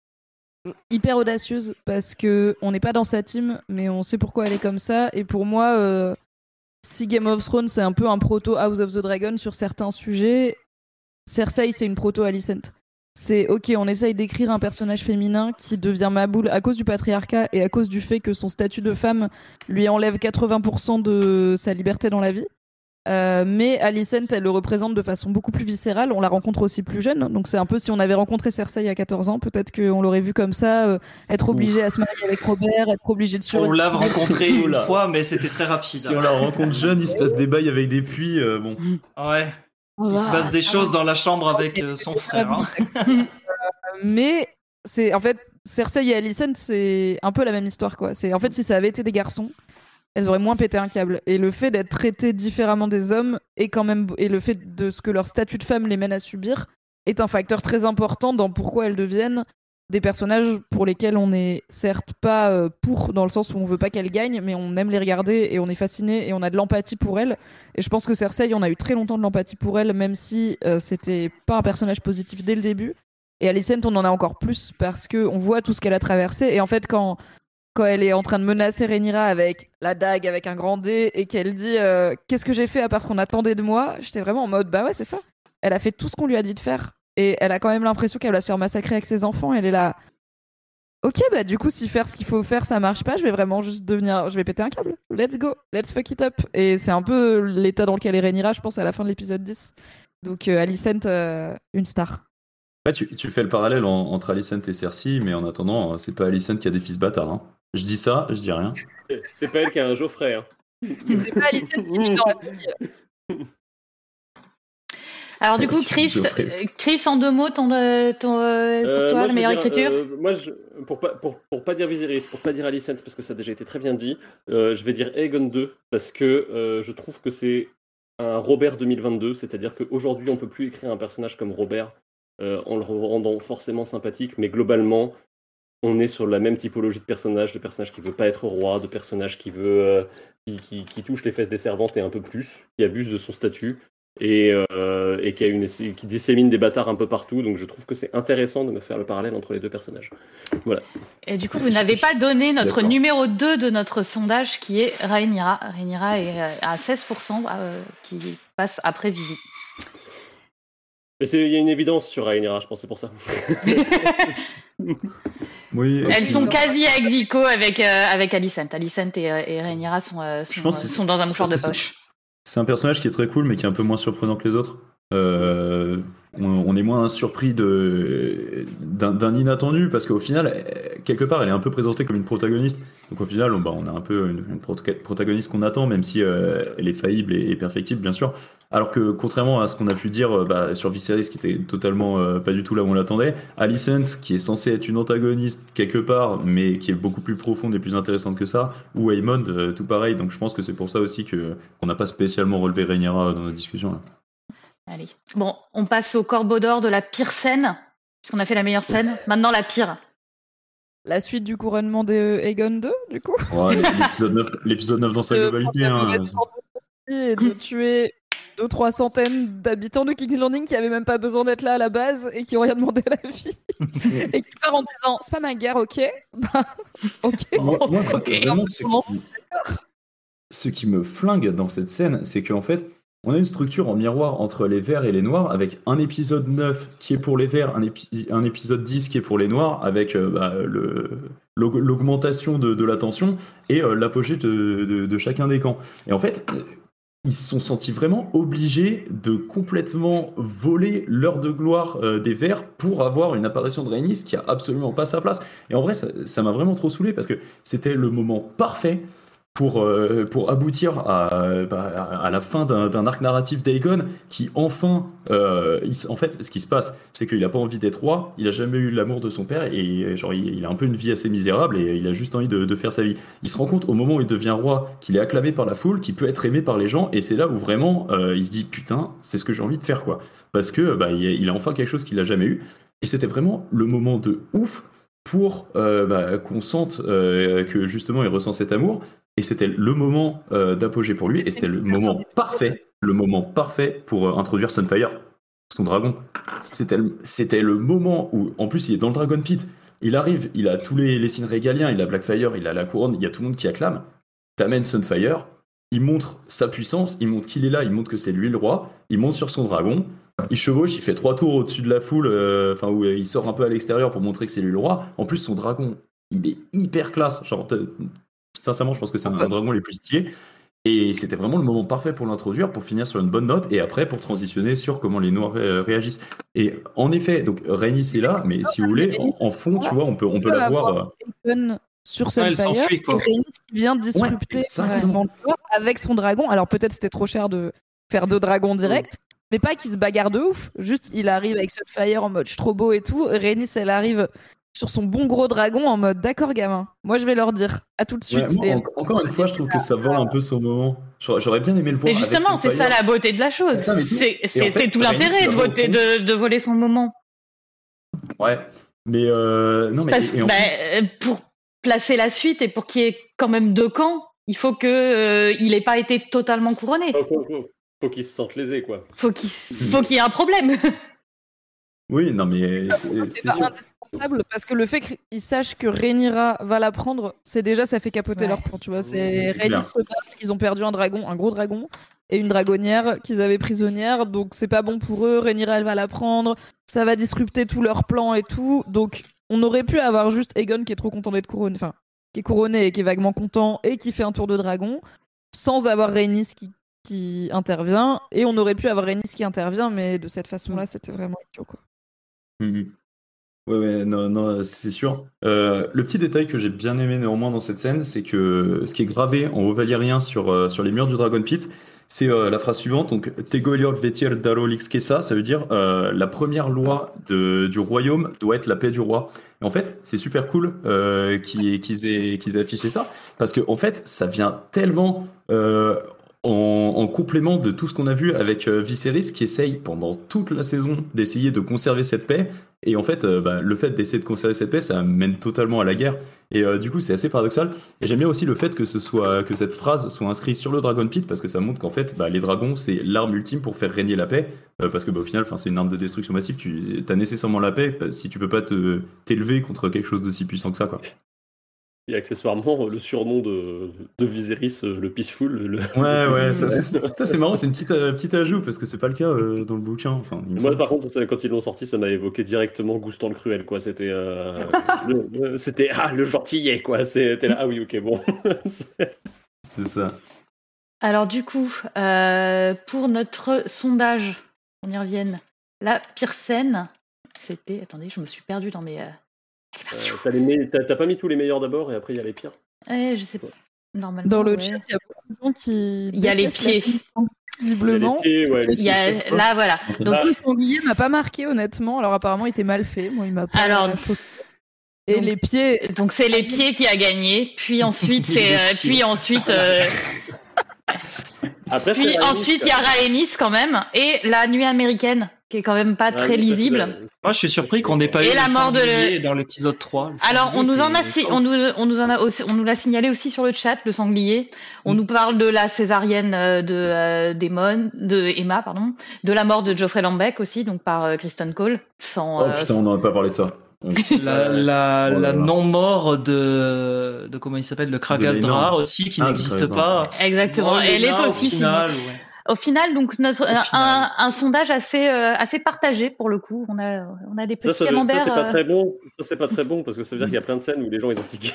hyper audacieuse, parce que on n'est pas dans sa team, mais on sait pourquoi elle est comme ça. Et pour moi, si Game of Thrones, c'est un peu un proto House of the Dragon sur certains sujets, Cersei, c'est une proto Alicent. C'est ok, on essaye d'écrire un personnage féminin qui devient maboule à cause du patriarcat et à cause du fait que son statut de femme lui enlève 80% de sa liberté dans la vie. Mais Alicent, elle le représente de façon beaucoup plus viscérale. On la rencontre aussi plus jeune, donc c'est un peu si on avait rencontré Cersei à 14 ans, peut-être qu'on l'aurait vu comme ça, être obligée à se marier avec Robert, être obligée de On l'a rencontré une fois, mais c'était très rapide. Si on la rencontre jeune, il se passe des bails avec des puits, bon. Ouais. Il se passe des choses dans la chambre avec son frère. Hein. Mais c'est en fait Cersei et Alicent, c'est un peu la même histoire, quoi. C'est en fait si ça avait été des garçons, elles auraient moins pété un câble. Et le fait d'être traitées différemment des hommes et le fait de ce que leur statut de femme les mène à subir est un facteur très important dans pourquoi elles deviennent des personnages pour lesquels on est certes pas pour, dans le sens où on veut pas qu'elles gagnent, mais on aime les regarder et on est fasciné et on a de l'empathie pour elles. Et je pense que Cersei, on a eu très longtemps de l'empathie pour elle, même si c'était pas un personnage positif dès le début. Et Alicent, on en a encore plus parce qu'on voit tout ce qu'elle a traversé. Et en fait, quand elle est en train de menacer Rhaenyra avec la dague, avec un grand D, et qu'elle dit qu'est-ce que j'ai fait à part ce qu'on attendait de moi, j'étais vraiment en mode bah ouais, c'est ça. Elle a fait tout ce qu'on lui a dit de faire. Et elle a quand même l'impression qu'elle va se faire massacrer avec ses enfants. Elle est là. Ok, bah du coup, si faire ce qu'il faut faire, ça marche pas, je vais péter un câble. Let's go, let's fuck it up. Et c'est un peu l'état dans lequel est Rhaenyra, je pense, à la fin de l'épisode 10. Donc Alicent, une star. Ouais, tu fais le parallèle entre Alicent et Cersei, mais en attendant, c'est pas Alicent qui a des fils bâtards. Hein. Je dis ça, je dis rien. C'est pas elle qui a un Geoffrey. Hein. C'est pas Alicent qui vit dans la famille. Alors du coup, Chris, en 2 mots, pour toi, la meilleure écriture moi, pour pas dire Viserys, pour pas dire Alicent, parce que ça a déjà été très bien dit, je vais dire Aegon 2, parce que je trouve que c'est un Robert 2022, c'est-à-dire qu'aujourd'hui, on peut plus écrire un personnage comme Robert en le rendant forcément sympathique, mais globalement, on est sur la même typologie de personnage qui veut pas être roi, de personnage qui veut qui touche les fesses des servantes et un peu plus, qui abuse de son statut. Et qui dissémine des bâtards un peu partout, donc je trouve que c'est intéressant de me faire le parallèle entre les deux personnages. Voilà. Et du coup, vous n'avez pas donné notre numéro 2 de notre sondage qui est Rhaenyra. Rhaenyra est à 16% qui passe après Vivi. Mais il y a une évidence sur Rhaenyra, je pense, c'est pour ça. Oui, elles sont quasi ex aequo avec Alicent. Alicent et Rhaenyra sont dans un mouchoir de poche. C'est un personnage qui est très cool, mais qui est un peu moins surprenant que les autres. on est moins surpris d'un inattendu, parce qu'au final, quelque part, elle est un peu présentée comme une protagoniste. Donc au final, on a un peu une protagoniste qu'on attend, même si elle est faillible et perfectible, bien sûr. Alors que contrairement à ce qu'on a pu dire sur Viserys, qui était totalement pas du tout là où on l'attendait, Alicent, qui est censée être une antagoniste quelque part, mais qui est beaucoup plus profonde et plus intéressante que ça, ou Aemond, tout pareil. Donc je pense que c'est pour ça aussi qu'on n'a pas spécialement relevé Rhaenyra dans notre discussion là. Allez. Bon, on passe au corbeau d'or de la pire scène, puisqu'on a fait la meilleure scène. Maintenant, la pire. La suite du couronnement de Aegon 2, du coup. Ouais, l'épisode 9 dans sa globalité. Et de tuer 200-300 centaines d'habitants de King's Landing qui avaient même pas besoin d'être là à la base et qui ont rien demandé à la vie. Et qui part en disant c'est pas ma guerre, ok. Bah, ok. Moi, Ok. vraiment, ce qui me flingue dans cette scène, c'est qu'en fait, on a une structure en miroir entre les verts et les noirs, avec un épisode 9 qui est pour les verts, un épisode 10 qui est pour les noirs, avec l'augmentation de la tension et l'apogée de chacun des camps. Et en fait, ils se sont sentis vraiment obligés de complètement voler l'heure de gloire des verts pour avoir une apparition de Rhaenys qui a absolument pas sa place. Et en vrai, ça m'a vraiment trop saoulé, parce que c'était le moment parfait pour aboutir à la fin d'un arc narratif d'Aegon qui enfin en fait, ce qui se passe, c'est qu'il a pas envie d'être roi, il a jamais eu l'amour de son père, et genre il a un peu une vie assez misérable, et il a juste envie de faire sa vie. Il se rend compte au moment où il devient roi qu'il est acclamé par la foule, qu'il peut être aimé par les gens, et c'est là où vraiment il se dit putain, c'est ce que j'ai envie de faire, quoi, parce que il a enfin quelque chose qu'il a jamais eu. Et c'était vraiment le moment de ouf pour qu'on sente que justement il ressent cet amour. Et c'était le moment d'apogée pour lui, et c'était le moment parfait pour introduire Sunfire, son dragon. C'était le moment où, en plus, il est dans le Dragon Pit. Il arrive, il a tous les signes régaliens, il a Blackfire, il a la couronne, il y a tout le monde qui acclame. T'amènes Sunfire, il montre sa puissance, il montre qu'il est là, il montre que c'est lui le roi, il monte sur son dragon, il chevauche, il fait 3 tours au-dessus de la foule, où il sort un peu à l'extérieur pour montrer que c'est lui le roi. En plus, son dragon, il est hyper classe. Genre, sincèrement, je pense que c'est un dragon les plus stylés. Et c'était vraiment le moment parfait pour l'introduire, pour finir sur une bonne note, et après pour transitionner sur comment les Noirs réagissent. Et en effet, donc Rhaenys est là, mais si vous voulez, en fond, tu vois, on peut la voir. Sur Sunfire, et Rhaenys qui vient disrupter avec son dragon. Alors peut-être c'était trop cher de faire 2 dragons directs, mais pas qu'il se bagarre de ouf. Juste, il arrive avec Sunfire en mode je suis trop beau et tout. Rhaenys, elle arrive sur son bon gros dragon en mode d'accord gamin, moi je vais leur dire à tout de suite. Ouais, moi, encore une fois, je trouve que ça vole un peu son moment. J'aurais bien aimé le voir. Mais justement, c'est ça la beauté de la chose. C'est tout l'intérêt de voler son moment. Ouais, mais non, mais pour placer la suite et pour qu'il y ait quand même 2 camps, il faut que il ait pas été totalement couronné. Faut qu'il se sente lésé, quoi. Faut qu'il y ait un problème. Oui, non, mais c'est sûr. Parce que le fait qu'ils sachent que Rhaenyra va la prendre, ça fait capoter leur plan, tu vois. C'est Rhaenys se bat, ils ont perdu un gros dragon, et une dragonnière qu'ils avaient prisonnière, donc c'est pas bon pour eux. Rhaenyra, elle va la prendre, ça va disrupter tout leur plan et tout. Donc on aurait pu avoir juste Aegon qui est trop content d'être couronné, enfin qui est couronné et qui est vaguement content et qui fait un tour de dragon, sans avoir Rhaenys qui intervient, et on aurait pu avoir Rhaenys qui intervient, mais de cette façon-là, c'était vraiment idiot, quoi. Ouais, non, c'est sûr. Le petit détail que j'ai bien aimé néanmoins dans cette scène, c'est que ce qui est gravé en haut valyrien sur les murs du Dragon Pit, c'est la phrase suivante, donc Tegolior Vetir Darolix Kessa, ça veut dire la première loi du royaume doit être la paix du roi. Et en fait, c'est super cool qu'ils aient affiché ça, parce que en fait, ça vient tellement en complément de tout ce qu'on a vu avec Viserys qui essaye pendant toute la saison d'essayer de conserver cette paix, et en fait le fait d'essayer de conserver cette paix, ça mène totalement à la guerre, et du coup c'est assez paradoxal. Et j'aime bien aussi le fait que cette phrase soit inscrite sur le Dragon Pit, parce que ça montre qu'en fait les dragons c'est l'arme ultime pour faire régner la paix, parce que au final c'est une arme de destruction massive, tu as nécessairement la paix si tu peux pas t'élever contre quelque chose d'aussi puissant que ça, quoi. Et accessoirement, le surnom de Viserys, le Peaceful. Ouais, ça c'est marrant, c'est une petite ajout, parce que c'est pas le cas dans le bouquin. Enfin, moi, par contre, quand ils l'ont sorti, ça m'a évoqué directement Goustan le Cruel, quoi. C'était le gentillet, quoi. C'était là, ah oui, ok, bon. C'est ça. Alors du coup, pour notre sondage, on y revienne, la pire scène, c'était... Attendez, je me suis perdue dans mes... T'as pas mis tous les meilleurs d'abord et après il y a les pires. Je sais pas. Normalement, Dans le chat, il y a beaucoup de gens qui. Il y a les pieds. Visiblement. Là, voilà. Donc, le sanglier m'a pas marqué, honnêtement. Alors, apparemment, il était mal fait. Moi, il m'a pas. Et donc, les pieds. Donc, c'est les pieds qui a gagné. Puis ensuite, Après, puis ensuite, il y a Rhaenys quand même. Et la nuit américaine, qui est quand même pas très lisible. Moi, je suis surpris qu'on n'ait pas eu la mort dans l'épisode 3. Alors, on nous l'a signalé aussi sur le chat, le sanglier. On nous parle de la césarienne de Emma, de la mort de Geoffrey Lambeck aussi, donc par Kristen Cole. Putain, on n'aurait pas parlé de ça. La non-mort de comment il s'appelle, le Kragasdra aussi, qui n'existe pas. Exactement. Elle est aussi au final, donc un sondage assez partagé pour le coup. On a des petits camemberts. Ça c'est pas très bon. Ça c'est pas très bon parce que ça veut dire qu'il y a plein de scènes où les gens ils ont tiqué.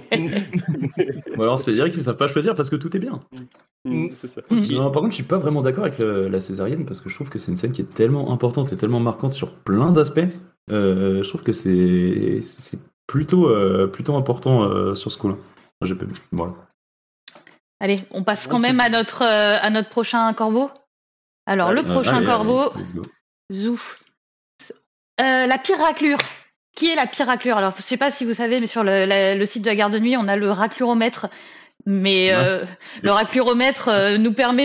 Ou alors c'est dire qu'ils savent pas choisir parce que tout est bien. C'est ça. Non, par contre, je suis pas vraiment d'accord avec la césarienne parce que je trouve que c'est une scène qui est tellement importante et tellement marquante sur plein d'aspects. Je trouve que c'est plutôt important sur ce coup-là. Voilà. Allez, on passe quand même à notre prochain corbeau. Alors, le prochain corbeau, Zou. La pire raclure. Qui est la pire raclure? Alors, je sais pas si vous savez, mais sur le site de la garde de nuit, on a le racluromètre. Mais le racluromètre nous permet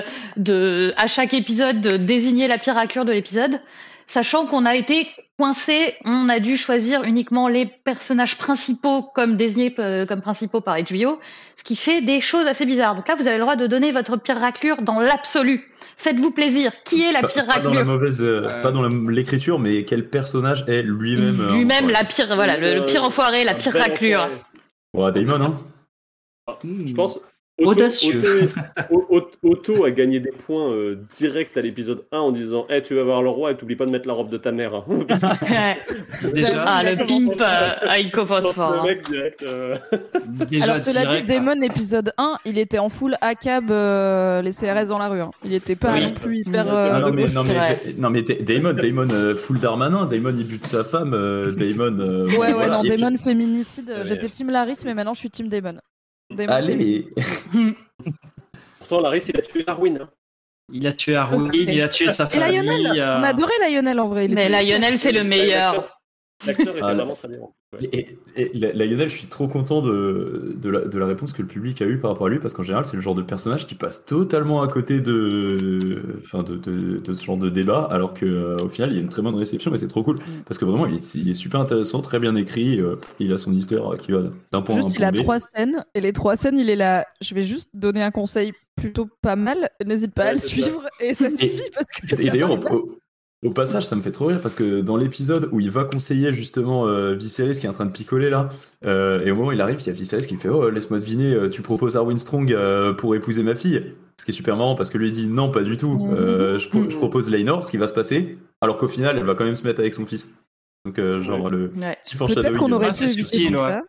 à chaque épisode de désigner la pire raclure de l'épisode. Sachant qu'on a été coincé, on a dû choisir uniquement les personnages principaux comme désignés comme principaux par HBO, ce qui fait des choses assez bizarres. Donc là, vous avez le droit de donner votre pire raclure dans l'absolu. Faites-vous plaisir. Qui est la pire raclure? Pas dans l'écriture, mais quel personnage est lui-même la pire, voilà, le pire enfoiré, la pire raclure. Ouais, Daemon, hein. Je pense. Audacieux. Otto a gagné des points direct à l'épisode 1 en disant tu vas voir le roi et t'oublies pas de mettre la robe de ta mère. Hein. Déjà, le pimp il commence fort. Le mec direct. Alors cela dit, Daemon épisode 1, il était en full ACAB les CRS dans la rue. Hein. Il était pas non plus hyper. Non mais Daemon full Darmanin, Daemon il bute sa femme, Daemon. Daemon féminicide. J'étais team Larys, mais maintenant je suis team Daemon. Allez. Pourtant, Larys, il a tué Arwen. Hein. Il a tué Arwen, il a tué sa famille. Et Lionel, on adorait Lionel en vrai. Mais Lionel, c'est le meilleur. L'acteur était vraiment très bien. Ouais. Et Lionel, je suis trop content de la réponse que le public a eue par rapport à lui, parce qu'en général, c'est le genre de personnage qui passe totalement à côté de ce genre de débat, alors qu'au final, il y a une très bonne réception et c'est trop cool. Parce que vraiment, il est super intéressant, très bien écrit, il a son histoire qui va d'un point à un point B. Il a 3 scènes, et les 3 scènes, il est là. Je vais juste donner un conseil plutôt pas mal, n'hésite pas à le suivre, et ça suffit. Et d'ailleurs, au passage, ça me fait trop rire parce que dans l'épisode où il va conseiller justement Viserys qui est en train de picoler là, et au moment où il arrive, il y a Viserys qui fait laisse-moi deviner, tu proposes Arwen Strong pour épouser ma fille. Ce qui est super marrant parce que lui il dit non, pas du tout. Je propose Laenor, ce qui va se passer, alors qu'au final, elle va quand même se mettre avec son fils. Donc le petit foreshadowing. Peut-être qu'on aurait pu éviter tout ça.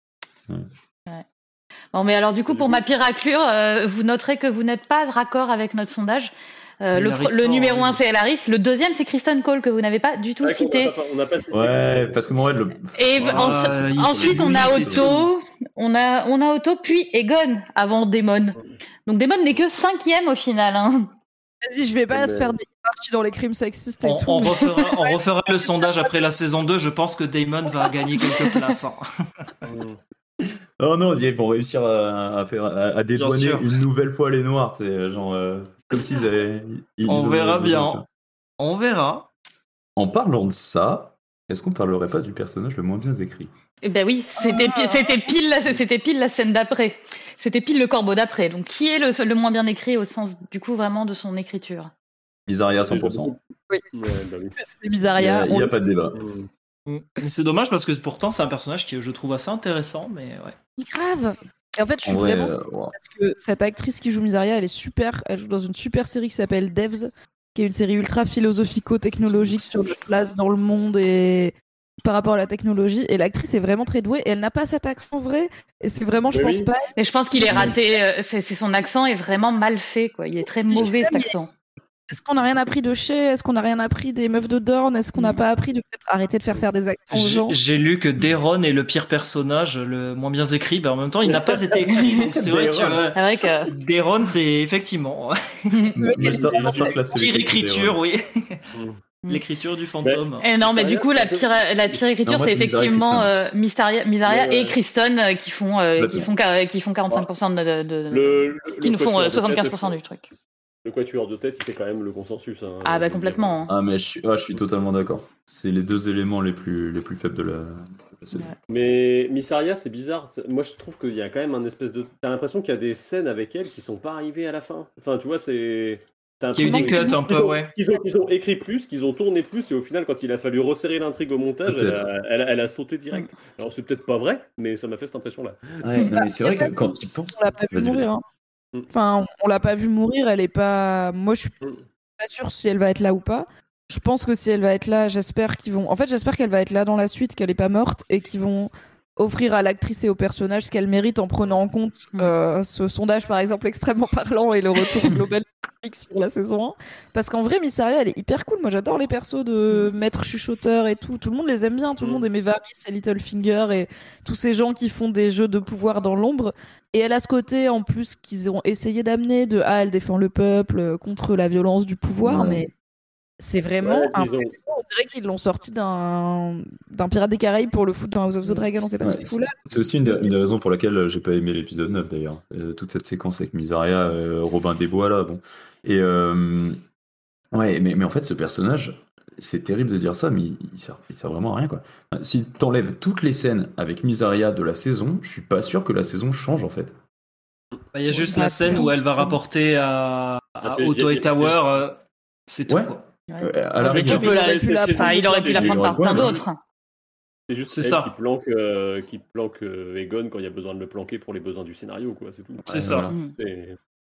Bon, mais alors du coup, pour ma pire raclure, vous noterez que vous n'êtes pas raccord avec notre sondage. Le numéro 1 c'est Larys, le deuxième c'est Kristen Cole que vous n'avez pas du tout cité. On n'a pas cité. Ouais, parce que moi Et ensuite on a Otto, on a Otto puis Aegon avant Daemon. Donc Daemon n'est que 5e au final. Hein. Vas-y, je vais pas faire des parties dans les crimes sexistes et tout. On refera le sondage après la saison 2. Je pense que Daemon va gagner quelques places. Hein. Oh non, ils vont réussir à dédouaner une nouvelle fois les Noirs, c'est genre comme s'ils avaient. On verra bien. On verra. En parlant de ça, est-ce qu'on parlerait pas du personnage le moins bien écrit? Eh ben oui, c'était pile la scène d'après. C'était pile le corbeau d'après. Donc qui est le moins bien écrit au sens du coup vraiment de son écriture? Mysaria 100%. Oui. Ouais, bah oui. C'est Mysaria. Il n'y a pas de débat. C'est dommage parce que pourtant c'est un personnage que je trouve assez intéressant, mais ouais. Grave. Et en fait, je suis parce que cette actrice qui joue Mysaria, elle est super. Elle joue dans une super série qui s'appelle Devs, qui est une série ultra philosophico-technologique sur la place dans le monde et par rapport à la technologie. Et l'actrice est vraiment très douée et elle n'a pas cet accent vrai. Et c'est vraiment, je pense pas. Mais je pense qu'il est raté. C'est son accent est vraiment mal fait, quoi. Il est très mauvais cet accent. Est-ce qu'on n'a rien appris de Shay? Est-ce qu'on n'a rien appris des meufs de Dorne? Est-ce qu'on n'a pas appris de peut-être arrêter de faire des actions aux gens? J'ai lu que Daeron est le pire personnage, le moins bien écrit, en même temps il n'a pas été écrit, donc c'est vrai que C'est vrai que. Daeron c'est effectivement pire écriture, oui. L'écriture du fantôme. Et non, mais du coup, la pire écriture, Non, moi, c'est c'est effectivement Mysaria Mais, et Kristen qui font 45% qui nous font 75% du truc. Le quatuor de tête, il fait quand même le consensus. Hein, Ah bah complètement. Hein. Ah, mais je suis totalement d'accord. C'est les deux éléments les plus faibles de la saison. Ouais. Mais Missaria, c'est bizarre. Moi, je trouve qu'il y a quand même un espèce de. T'as l'impression qu'il y a des scènes avec elle qui sont pas arrivées à la fin. Enfin, tu vois, c'est. Il y a eu des cuts un peu, ouais. Ils ont écrit plus, qu'ils ont tourné plus, et au final, quand il a fallu resserrer l'intrigue au montage, elle a sauté direct. Alors, c'est peut-être pas vrai, mais ça m'a fait cette impression-là. Ouais, non, mais c'est vrai que quand il pense. On l'a pas vu Vas-y, mourir. Hein. Enfin, on l'a pas vu mourir. Elle est pas. Moi, je suis pas sûre si elle va être là ou pas. Je pense que si elle va être là, j'espère qu'elle va être là dans la suite, qu'elle est pas morte et qu'ils vont offrir à l'actrice et au personnage ce qu'elle mérite en prenant en compte ce sondage, par exemple, extrêmement parlant et le retour global sur la saison 1. Parce qu'en vrai, Mysaria, elle est hyper cool. Moi, j'adore les persos de maître chuchoteur et tout. Tout le monde les aime bien. Tout le monde aimait Varys et Littlefinger et tous ces gens qui font des jeux de pouvoir dans l'ombre. Et elle a ce côté, en plus, qu'ils ont essayé d'amener de elle défend le peuple contre la violence du pouvoir, mais c'est vraiment on dirait qu'ils l'ont sorti d'un Pirate des Caraïbes pour le foot dans House of the Dragon. On sait pas si c'est cool. C'est aussi une des raisons pour laquelle j'ai pas aimé l'épisode 9 d'ailleurs. Toute cette séquence avec Mysaria, Robin des Bois là, bon. Et ouais, mais en fait, ce personnage, c'est terrible de dire ça, mais il sert vraiment à rien, quoi. Si t'enlèves toutes les scènes avec Mysaria de la saison, je suis pas sûr que la saison change en fait. Il y a juste la scène où elle va rapporter à Otto et Tower, c'est tout. Ouais. Quoi. À la rigueur. Il aurait pu la prendre par plein d'autres. C'est juste elle qui planque Aegon quand il y a besoin de le planquer pour les besoins du scénario, quoi. C'est tout. C'est ça. Voilà.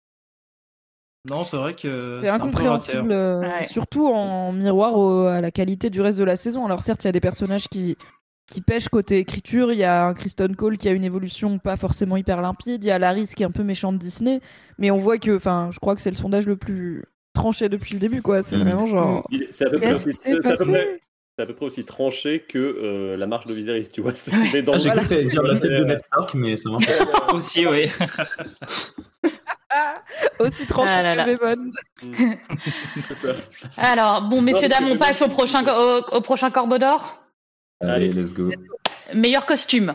Non, c'est vrai que c'est incompréhensible, surtout en miroir à la qualité du reste de la saison. Alors certes, il y a des personnages qui pêchent côté écriture. Il y a un Kristen Cole qui a une évolution pas forcément hyper limpide. Il y a Larys qui est un peu méchant de Disney. Mais on voit que, enfin, je crois que c'est le sondage le plus tranché depuis le début, quoi. C'est vraiment genre. C'est à peu près aussi tranché que la marche de Viserys, tu vois. J'ai cru que t'allais dire la tête de Ned Stark, mais ça marche pas. Aussi, oui. Aussi tranché que Devon. Alors, bon, messieurs, dames, on passe au prochain Corbeau d'Or. Allez, let's go. Meilleur costume.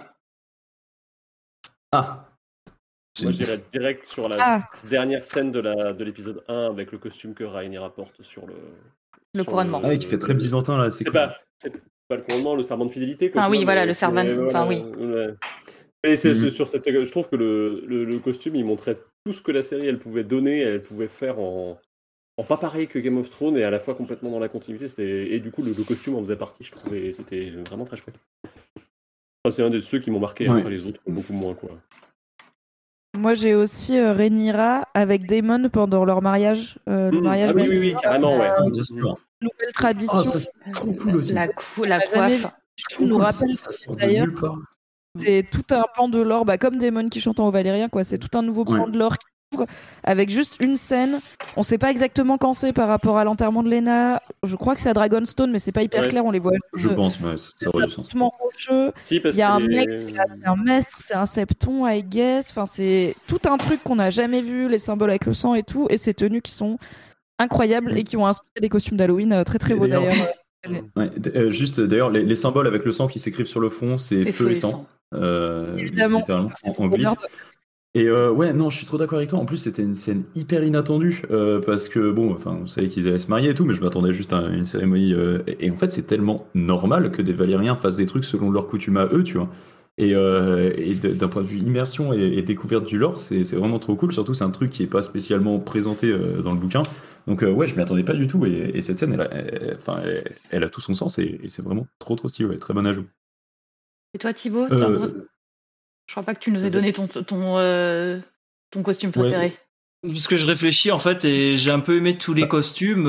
Ah. Moi, j'irais direct sur la dernière scène de l'épisode 1 avec le costume que Rhaenyra porte sur le couronnement. Qui fait très byzantin là. C'est cool. C'est pas le couronnement, le serment de fidélité. Ah oui, voilà, le serment. Enfin, oui. Et sur cette, je trouve que le costume, il montrait tout ce que la série elle pouvait donner, elle pouvait faire en pas pareil que Game of Thrones et à la fois complètement dans la continuité. Et du coup, le costume en faisait partie, je trouvais, c'était vraiment très chouette. Enfin, c'est un de ceux qui m'ont marqué, après les autres, beaucoup moins, quoi. Moi, j'ai aussi Rhaenyra avec Daemon pendant leur mariage. Le mariage. Oui, carrément, ouais. Nouvelle tradition. Oh, ça, c'est trop cool aussi. La coiffe. Je nous rappelle d'ailleurs. C'est tout un pan de lore, comme Daemon qui chante en valérien, quoi. C'est tout un nouveau pan de lore qui ouvre avec juste une scène. On sait pas exactement quand c'est par rapport à l'enterrement de Lena. Je crois que c'est à Dragonstone, mais c'est pas hyper clair. On les voit. Je pense, mais ça aurait du sens. Rocheux. Il y a un mec, c'est un mestre, c'est un septon, I guess. Enfin, c'est tout un truc qu'on n'a jamais vu, les symboles avec le sang et tout, et ces tenues qui sont incroyables et qui ont inspiré des costumes d'Halloween très très beaux d'ailleurs. Juste d'ailleurs, les symboles avec le sang qui s'écrivent sur le front, c'est feu et sang. Évidemment, littéralement, en glyphe. Et non, je suis trop d'accord avec toi. En plus, c'était une scène hyper inattendue parce que bon, enfin, on savait qu'ils allaient se marier et tout, mais je m'attendais juste à une cérémonie. Et en fait, c'est tellement normal que des Valériens fassent des trucs selon leur coutume à eux, tu vois. Et d'un point de vue immersion et découverte du lore, c'est vraiment trop cool. Surtout, c'est un truc qui est pas spécialement présenté dans le bouquin. Donc je m'y attendais pas du tout. Et cette scène, elle a tout son sens et c'est vraiment trop stylé. Très bon ajout. Et toi, Thibaut, je crois pas que tu nous aies donné ton costume préféré. Parce que je réfléchis en fait et j'ai un peu aimé tous les costumes.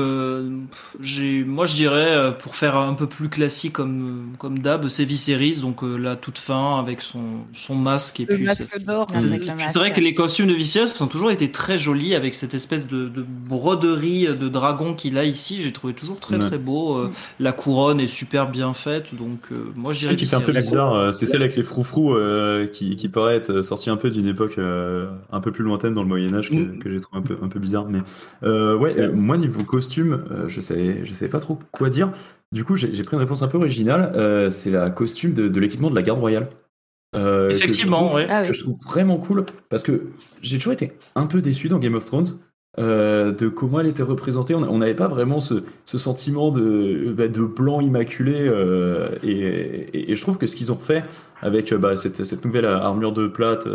Moi je dirais pour faire un peu plus classique comme d'hab, c'est Viserys, donc la toute fin avec son masque et Le puis masque d'or. c'est vrai que les costumes de Viserys ont toujours été très jolis avec cette espèce de broderie de dragon qu'il a ici. J'ai trouvé toujours très très beau. La couronne est super bien faite, donc moi je dirais Celle qui fait un peu Viserys. bizarre, c'est celle avec les froufrous qui paraît être sortie un peu d'une époque un peu plus lointaine dans le Moyen-Âge que j'ai trouvé un peu bizarre. Mais moi, niveau costume, je savais pas trop quoi dire. Du coup, j'ai pris une réponse un peu originale. C'est la costume de l'équipement de la garde royale. Effectivement, ouais. Que je trouve vraiment cool parce que j'ai toujours été un peu déçu dans Game of Thrones de comment elle était représentée. On n'avait pas vraiment ce sentiment de blanc immaculé et je trouve que ce qu'ils ont fait avec cette nouvelle armure de plate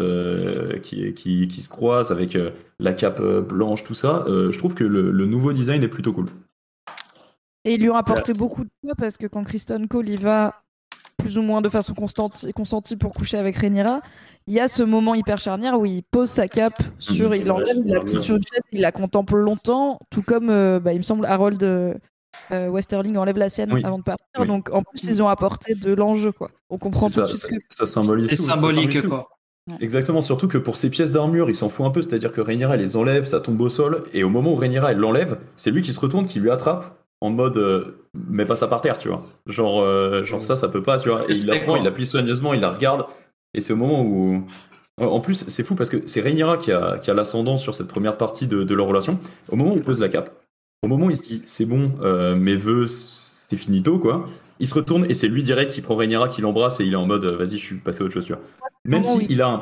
qui se croise avec la cape blanche, tout ça, je trouve que le nouveau design est plutôt cool. Et ils lui ont apporté beaucoup de poids parce que quand Kristen Cole y va plus ou moins de façon consentie pour coucher avec Rhaenyra, il y a ce moment hyper charnière où il pose sa cape sur, il l'enlève, il la pose sur une chaise, il la contemple longtemps, tout comme il me semble Harold Westerling enlève la sienne avant de partir. Oui. Donc en plus ils ont apporté de l'enjeu quoi. On comprend tout de suite que ça symbolise. C'est symbolique quoi. Exactement, surtout que pour ces pièces d'armure, il s'en fout un peu, c'est-à-dire que Rhaenyra elle les enlève, ça tombe au sol, et au moment où Rhaenyra elle l'enlève, c'est lui qui se retourne, qui lui attrape. En mode, mets pas ça par terre, tu vois. Genre ça peut pas, tu vois. Et il la prend, il la plie soigneusement, il la regarde. Et c'est au moment où. En plus, c'est fou parce que c'est Rhaenyra qui a l'ascendant sur cette première partie de leur relation. Au moment où il pose la cape, au moment où il se dit, c'est bon, mes vœux, c'est finito, quoi. Il se retourne et c'est lui direct qui prend Rhaenyra, qui l'embrasse et il est en mode, vas-y, je suis passé à autre chose, tu vois. Même s'il a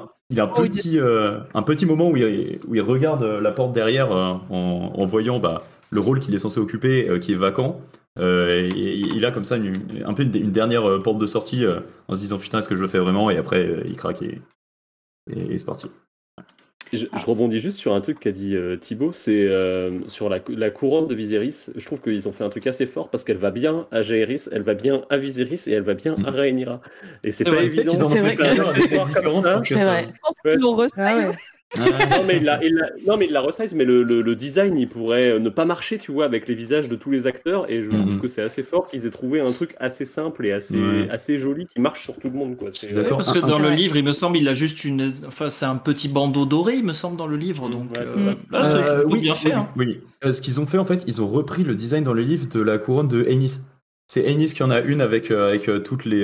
un petit moment où il regarde la porte derrière en voyant le rôle qu'il est censé occuper qui est vacant. Et il a comme ça une dernière porte de sortie en se disant putain est-ce que je le fais vraiment, et après il craque et c'est parti. Je rebondis juste sur un truc qu'a dit Thibaut, c'est sur la couronne de Viserys. Je trouve qu'ils ont fait un truc assez fort parce qu'elle va bien à Jaehaerys, elle va bien à Viserys et elle va bien à Rhaenyra. Et c'est pas évident. C'est vrai. Je pense qu'ils l'ont resize. Non mais il la resize, mais le design il pourrait ne pas marcher, tu vois, avec les visages de tous les acteurs, et je trouve que c'est assez fort qu'ils aient trouvé un truc assez simple et assez joli qui marche sur tout le monde quoi. D'accord, parce que dans le livre il me semble il a juste c'est un petit bandeau doré il me semble dans le livre, donc là c'est bien fait. Oui. Ce qu'ils ont fait en fait, ils ont repris le design dans le livre de la couronne de Aenys. C'est Aenys qui en a une avec toutes les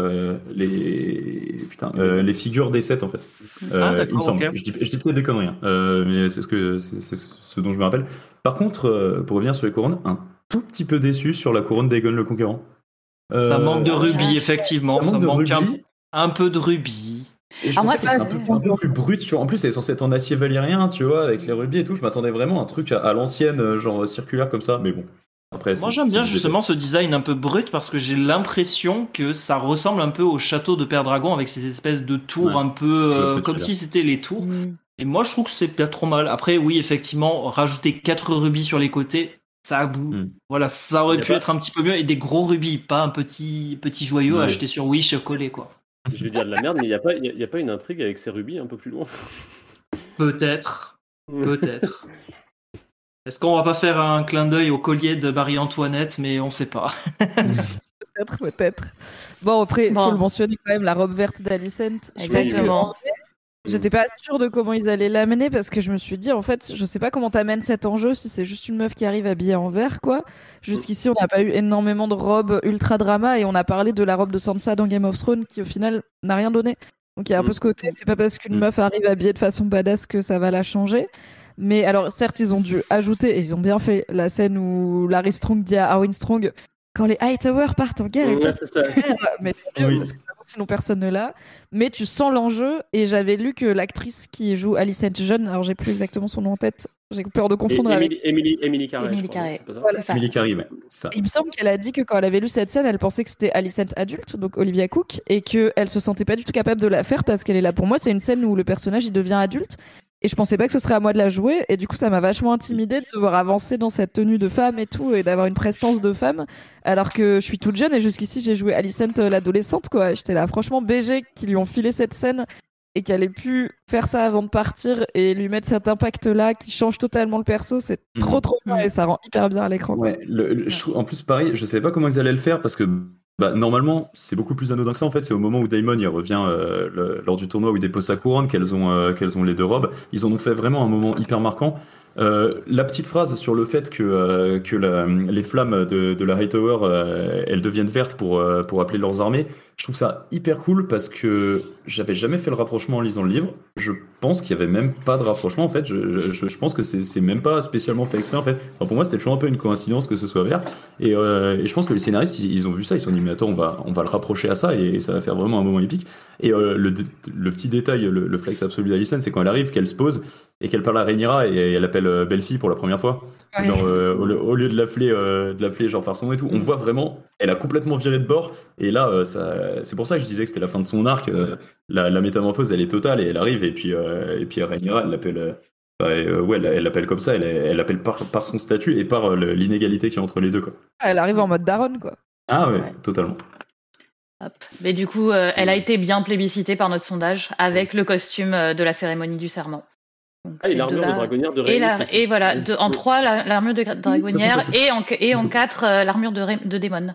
figures des 7 en fait. Il me semble. Okay. Je dis peut-être des conneries, mais c'est ce dont je me rappelle. Par contre, pour revenir sur les couronnes, un tout petit peu déçu sur la couronne d'Aegon le Conquérant. Ça manque de rubis, effectivement. Ça manque un peu de rubis. Et je pensais que c'était un peu plus brut, tu vois. En plus, elle est censée être en acier valyrien, tu vois, avec les rubis et tout. Je m'attendais vraiment à un truc à l'ancienne, genre circulaire comme ça, mais bon. Après, moi j'aime bien justement ce design un peu brut parce que j'ai l'impression que ça ressemble un peu au château de Père Dragon avec ces espèces de tours un peu comme si c'était les tours. Et moi je trouve que c'est pas trop mal. Après oui effectivement rajouter 4 rubis sur les côtés, ça a goût. Voilà, ça aurait pu être un petit peu mieux, et des gros rubis, pas un petit joyau acheté sur Wish collé quoi. Je vais dire de la merde, mais il y a pas une intrigue avec ces rubis un peu plus loin. Peut-être. Est-ce qu'on va pas faire un clin d'œil au collier de Marie-Antoinette, mais on sait pas. Peut-être. Bon, après, faut le mentionner quand même, la robe verte d'Alicent. Exactement. J'étais pas sûre de comment ils allaient l'amener parce que je me suis dit, en fait, je sais pas comment t'amènes cet enjeu si c'est juste une meuf qui arrive habillée en vert, quoi. Jusqu'ici, on n'a pas eu énormément de robes ultra drama, et on a parlé de la robe de Sansa dans Game of Thrones qui, au final, n'a rien donné. Donc il y a un peu ce côté, c'est pas parce qu'une meuf arrive habillée de façon badass que ça va la changer. Mais alors, certes, ils ont dû ajouter, et ils ont bien fait, la scène où Larry Strong dit à Arwen Strong, quand les Hightower partent en guerre, c'est ça. Mais parce que sinon personne ne l'a. Mais tu sens l'enjeu, et j'avais lu que l'actrice qui joue Alicent jeune, alors j'ai plus exactement son nom en tête, j'ai peur de confondre avec Emily Carré. Voilà, ça. Emily Carré, ouais. Ça. Il me semble qu'elle a dit que quand elle avait lu cette scène, elle pensait que c'était Alicent adulte, donc Olivia Cook, et qu'elle se sentait pas du tout capable de la faire parce qu'elle est là. Pour moi, c'est une scène où le personnage il devient adulte. Et je pensais pas que ce serait à moi de la jouer, et du coup ça m'a vachement intimidée de devoir avancer dans cette tenue de femme et tout, et d'avoir une prestance de femme, alors que je suis toute jeune, et jusqu'ici j'ai joué Alicent l'adolescente quoi. J'étais là franchement BG qui lui ont filé cette scène et qu'elle ait pu faire ça avant de partir et lui mettre cet impact-là qui change totalement le perso, c'est trop bien et ça rend hyper bien à l'écran. Ouais, en plus, pareil, je savais pas comment ils allaient le faire parce que normalement, c'est beaucoup plus anodin que ça en fait. C'est au moment où Daemon il revient lors du tournoi où il dépose sa couronne qu'elles ont les deux robes. Ils en ont fait vraiment un moment hyper marquant. La petite phrase sur le fait que les flammes de la Hightower elles deviennent vertes pour appeler leurs armées, je trouve ça hyper cool parce que j'avais jamais fait le rapprochement en lisant le livre. Je pense qu'il y avait même pas de rapprochement en fait. Je pense que c'est même pas spécialement fait exprès en fait. Enfin, pour moi, c'était toujours un peu une coïncidence que ce soit vert. Et je pense que les scénaristes ils ont vu ça, ils se sont dit mais attends, on va le rapprocher à ça et ça va faire vraiment un moment épique. Et le petit détail, le flex absolu d'Alicent, c'est quand elle arrive, qu'elle se pose et qu'elle parle à Rhaenyra et elle appelle Belle-Fille pour la première fois. Ouais. Genre au lieu de l'appeler genre par son nom et tout, on voit vraiment, elle a complètement viré de bord. Et là, c'est pour ça que je disais que c'était la fin de son arc. La métamorphose, elle est totale et elle arrive et puis Rhaenyra, elle l'appelle. Elle l'appelle comme ça. Elle l'appelle par son statut et par l'inégalité qu'il y a entre les deux quoi. Elle arrive en mode daronne quoi. Ah ouais. Ouais. Totalement. Hop. Mais du coup, elle a été bien plébiscitée par notre sondage avec le costume de la cérémonie du serment. Donc, Et ces l'armure deux-là. de dragonnière de Et, Rhaenys. et voilà, en 3, l'armure de dragonnière ça, c'est et en 4, l'armure de démon.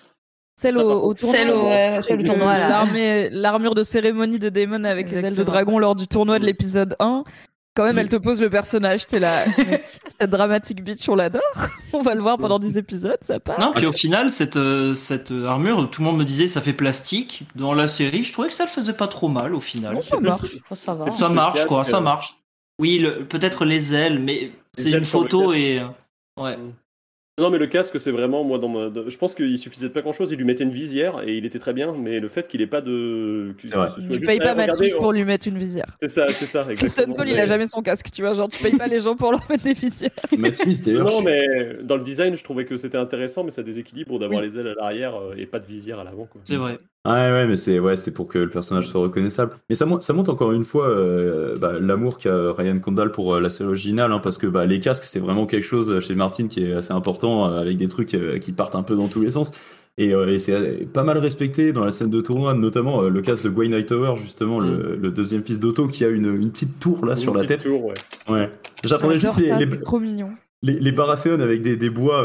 Celle Ça, par au contre, tournoi. Celle au tournoi, là. L'armure de cérémonie de Daemon avec les ailes de Exactement. dragon lors du tournoi de l'épisode 1. Quand même, elle te pose le personnage, t'es là. Mais qui, cette dramatique bitch, on l'adore. On va le voir pendant 10 épisodes, ça part. Non, puis au final, cette armure, tout le monde me disait ça fait plastique. Dans la série, je trouvais que ça le faisait pas trop mal au final. Non, ça marche. Ça va. Ça marche, casque, quoi, ça marche. Oui, peut-être les ailes, mais c'est ailes une sur le photo casque. et. Ouais. Non, mais le casque, c'est vraiment, moi, je pense qu'il suffisait de pas grand chose. Il lui mettait une visière et il était très bien, mais le fait qu'il ait pas de. C'est vrai. Tu payes pas Mathis pour lui mettre une visière. C'est ça, exactement. Kristen Cole, il a jamais son casque, tu vois. Genre, tu payes pas les gens pour leur mettre des visières. Matt Smith d'ailleurs. Non, mais dans le design, je trouvais que c'était intéressant, mais ça déséquilibre d'avoir les ailes à l'arrière et pas de visière à l'avant, quoi. C'est vrai. Ouais, mais c'est pour que le personnage soit reconnaissable. Mais ça montre encore une fois l'amour qu'a Ryan Condal pour la série originale, hein, parce que les casques, c'est vraiment quelque chose chez Martin qui est assez important, avec des trucs qui partent un peu dans tous les sens. Et c'est pas mal respecté dans la scène de tournoi, notamment le casque de Gwaine Hightower, justement, le deuxième fils d'Otto, qui a une petite tour là sur la tête. Tour, ouais. Ouais. J'attendais juste J'adore ça, c'est trop mignon. les Baratheon avec des bois.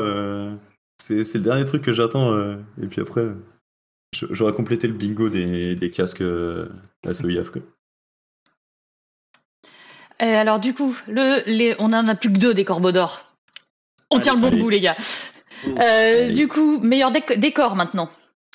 C'est le dernier truc que j'attends. Et puis après. J'aurais complété le bingo des casques à Soyaf. Alors du coup, on en a plus que 2 des corbeaux d'or. On tient le bon bout, les gars. Du coup, meilleur décor maintenant.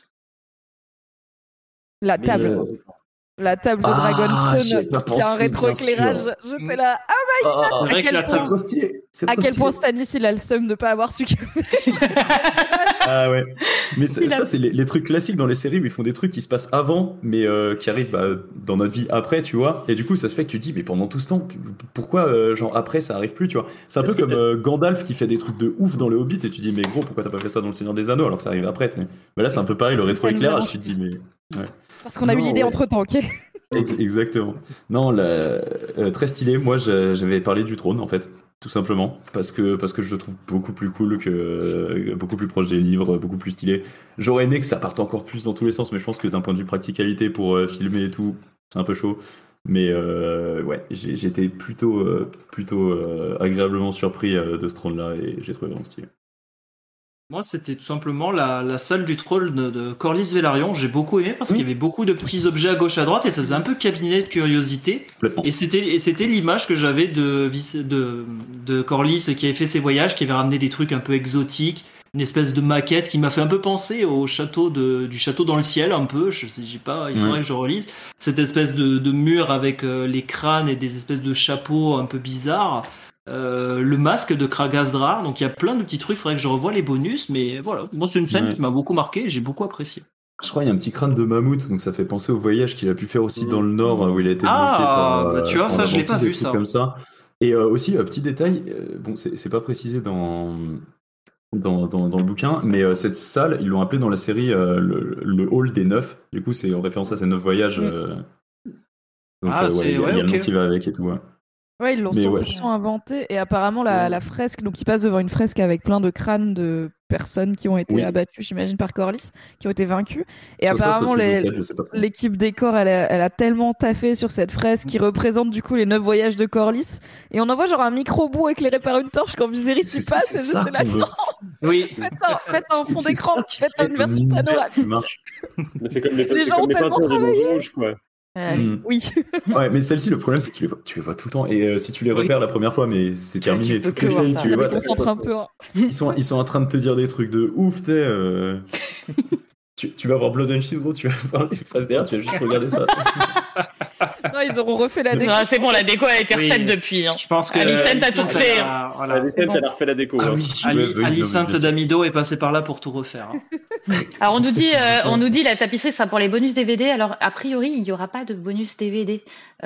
La table. La table de Dragonstone qui a un rétroéclairage. J'étais là. C'est vrai que la C'est table- trop stylé. À quel point Stannis il a le seum de pas avoir su que. Ah ouais. Mais ça, c'est les trucs classiques dans les séries où ils font des trucs qui se passent avant, mais qui arrivent dans notre vie après, tu vois. Et du coup, ça se fait que tu te dis, mais pendant tout ce temps, pourquoi, genre, après, ça arrive plus, tu vois. C'est un peu comme Gandalf qui fait des trucs de ouf dans le Hobbit, et tu te dis, mais gros, pourquoi t'as pas fait ça dans le Seigneur des Anneaux alors que ça arrive après, t'sais. Mais là, c'est un peu pareil, le Parce que ça nous rétroéclairage, avance. tu te dis, mais. Ouais. Parce qu'on a eu Non, l'idée ouais. entre temps, ok. Exactement. Non, très stylé. Moi, j'avais parlé du trône, en fait, tout simplement, parce que je le trouve beaucoup plus cool beaucoup plus proche des livres, beaucoup plus stylé. J'aurais aimé que ça parte encore plus dans tous les sens, mais je pense que d'un point de vue practicalité pour filmer et tout, c'est un peu chaud. Mais ouais, j'ai été plutôt agréablement surpris de ce trône-là et j'ai trouvé vraiment stylé. Moi, c'était tout simplement la salle du trône de Corlys Velaryon. J'ai beaucoup aimé parce qu'il y avait beaucoup de petits objets à gauche à droite et ça faisait un peu cabinet de curiosité. Complètement. Et c'était l'image que j'avais de Corlys qui avait fait ses voyages, qui avait ramené des trucs un peu exotiques, une espèce de maquette qui m'a fait un peu penser au château du château dans le ciel un peu. Je sais pas, il faudrait que je relise cette espèce de mur avec les crânes et des espèces de chapeaux un peu bizarres. Le masque de Kragazdrar, donc il y a plein de petits trucs, il faudrait que je revoie les bonus, mais voilà, moi c'est une scène qui m'a beaucoup marqué et j'ai beaucoup apprécié. Je crois qu'il y a un petit crâne de mammouth, donc ça fait penser au voyage qu'il a pu faire aussi dans le Nord où il a été bloqué par. Tu vois, ça je l'ai pas vu ça. Comme ça. Et aussi, petit détail, bon, c'est pas précisé dans le bouquin, mais cette salle, ils l'ont appelé dans la série le hall des 9. Du coup, c'est en référence à ces 9 voyages. Donc, il y a le nom qui va avec et tout. Ouais. Ouais, ils l'ont Mais 100% inventé. Et apparemment, la fresque, donc ils passent devant une fresque avec plein de crânes de personnes qui ont été abattues, j'imagine, par Corlys, qui ont été vaincues. Et Soit ça, apparemment, soit saison 7, je sais pas trop. l'équipe décor, elle a tellement taffé sur cette fresque qui représente du coup les 9 voyages de Corlys. Et on en voit genre un micro-bout éclairé par une torche quand Viserys y passe. C'est ça qu'on veut. Oui. Faites un fond C'est d'écran, ça qui faites fait une version que panoramique. ça marche. Mais c'est comme les Les gens ont tellement peintures des travaillé. Monts Rouges, quoi. Oui. Ouais, mais celle-ci, le problème, c'est que tu les vois tout le temps. Et si tu les repères la première fois, mais c'est terminé. peux Toutes que les voir scènes, ça. tu les Ça vois. déconcentre un peu. Hein. Ils sont en train de te dire des trucs de ouf, tu sais. Tu vas voir Blood and Cheese, gros, tu vas voir les phrases derrière, tu vas juste regarder ça. Non, ils auront refait la déco. Non, c'est bon, la déco a été Oui. refaite depuis. Hein. Je pense que Alicent a tout refait. Voilà. Alicent, bon. elle a refait la déco. Ah hein. oui, ouais, ouais, non, Alicent mais bien sûr. d'Amido est passé par là pour tout refaire. Hein. Alors on nous c'est dit la tapisserie sera pour les bonus DVD. Alors a priori il n'y aura pas de bonus DVD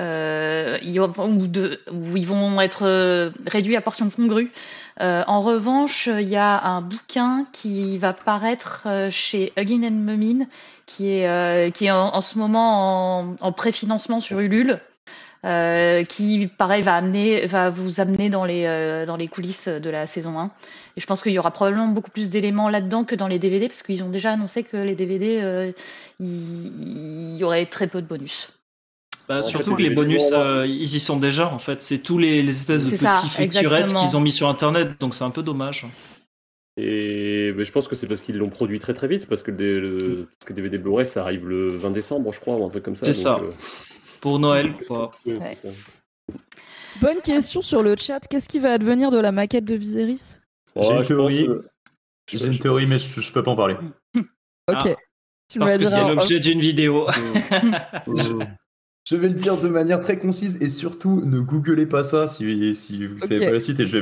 où ils vont être réduits à portions congrues. En revanche, il y a un bouquin qui va paraître chez Huggin and Mumin qui est en ce moment en préfinancement sur Ulule. Qui pareil va vous amener dans les coulisses de la saison 1. Et je pense qu'il y aura probablement beaucoup plus d'éléments là-dedans que dans les DVD parce qu'ils ont déjà annoncé que les DVD il y aurait très peu de bonus. Bah, En surtout fait, que les les bonus, vidéos, ils y sont déjà en fait. C'est tous les espèces de C'est ça, petits featurettes exactement. qu'ils ont mis sur internet, donc c'est un peu dommage. Et mais je pense que c'est parce qu'ils l'ont produit très très vite, parce que parce que DVD Blu-ray ça arrive le 20 décembre, je crois, ou un truc comme ça. C'est donc, ça. Pour Noël, quoi. ouais, Ouais. c'est ça. Bonne question sur le chat. Qu'est-ce qui va advenir de la maquette de Viserys? J'ai une je théorie. pense, J'ai une théorie, mais je peux pas en parler. Ok. Ah. Tu me Parce la que diras c'est en l'objet off. d'une vidéo. Je vais le dire de manière très concise et surtout ne googlez pas ça si vous savez Ok. pas la suite et je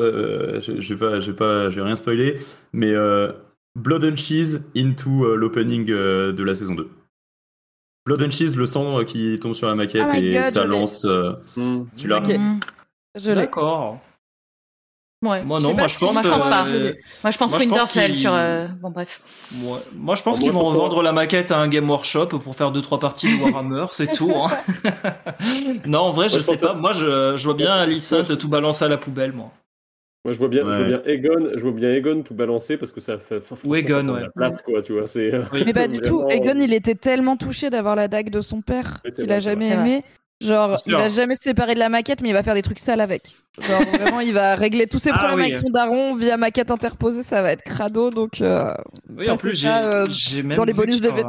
vais rien spoiler, mais Blood and Cheese into l'opening de la saison 2. Blood and Cheese, le sang qui tombe sur la maquette Oh my et God, ça je l'ai. lance. Tu l'as. Ok. Mm. Je l'ai. D'accord. Ouais. Moi Je non, sais moi pas je si- pense. moi, je pense pas. euh, Moi je pense moi, je pense Winterfell qu'il- sur bon bref. moi je pense Moi, qu'ils je vont pense qu'on- vendre la maquette à un Game Workshop pour faire 2-3 parties de Warhammer, c'est tout. Hein. Non, en vrai, je Moi, je sais pense pas. que- Moi, je vois bien Alicent tout balancer à la poubelle, moi. Moi je vois bien Aegon tout balancer parce que ça fait Ou Aegon, ça prend de ouais. la place, quoi, tu vois, c'est Oui. Mais pas du tout. vraiment- Egon, il était tellement touché d'avoir la dague de son père Oui, c'est qu'il vrai, a c'est jamais vrai. aimé. Genre, C'est il sûr. va jamais se séparer de la maquette, mais il va faire des trucs sales avec. Genre, vraiment, il va régler tous ses Ah problèmes oui. avec son daron via maquette interposée. Ça va être crado, donc. Oui, en passer plus, ça, j'ai même dans les vu bonus que- DVD.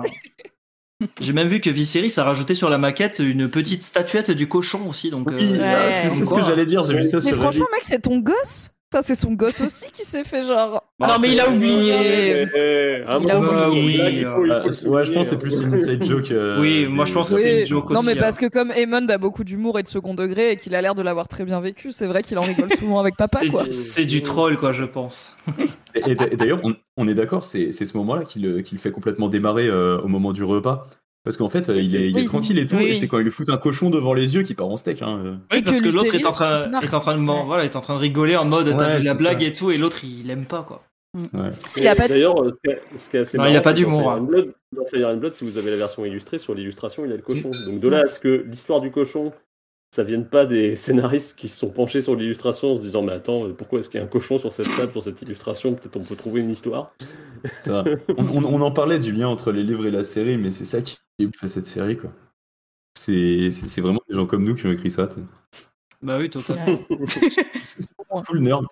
J'ai même vu que Viserys a rajouté sur la maquette une petite statuette du cochon aussi, donc. Oui, Ouais. c'est ce Quoi. que j'allais dire. J'ai vu ça Mais sur franchement, Reddit. mec, c'est ton gosse. Enfin, c'est son gosse aussi qui s'est fait genre. Non mais il a oublié. À un Il a moment, oublié. une blague, il faut le Ouais, je souligner, pense que c'est hein. plus une inside joke. Oui, moi, je pense que c'est une joke Non, aussi, mais hein. parce que comme Aemond a beaucoup d'humour et de second degré et qu'il a l'air de l'avoir très bien vécu, c'est vrai qu'il en rigole souvent avec papa, quoi. C'est du troll, quoi, je pense. Et d'ailleurs, on est d'accord, c'est ce moment-là qui le fait complètement démarrer au moment du repas. Parce qu'en fait, il est Oui. tranquille et tout, Oui. et c'est quand il lui fout un cochon devant les yeux qu'il part en steak. Hein. Oui, Et parce que que l'autre Lucerys est en train, se marre. est en train de, Ouais. voilà, est en train de rigoler en mode t'as Ouais, vu la c'est blague ça. et tout, et l'autre il aime pas, quoi. Ouais. Il a pas de- D'ailleurs, ce qui est assez Non, marrant, il a pas c'est que d'humour, Dans hein. Fire and Blood, dans Fire and Blood, si vous avez la version illustrée, sur l'illustration, il y a le cochon. Donc de là à ce que l'histoire du cochon, ça vienne pas des scénaristes qui se sont penchés sur l'illustration en se disant mais attends, pourquoi est-ce qu'il y a un cochon sur cette table, sur cette illustration? Peut-être on peut trouver une histoire. Putain. On en parlait du lien entre les livres et la série, mais c'est ça qui fait cette série, quoi. C'est vraiment des gens comme nous qui ont écrit ça. t'sais. Bah oui, totalement. C'est full nerd.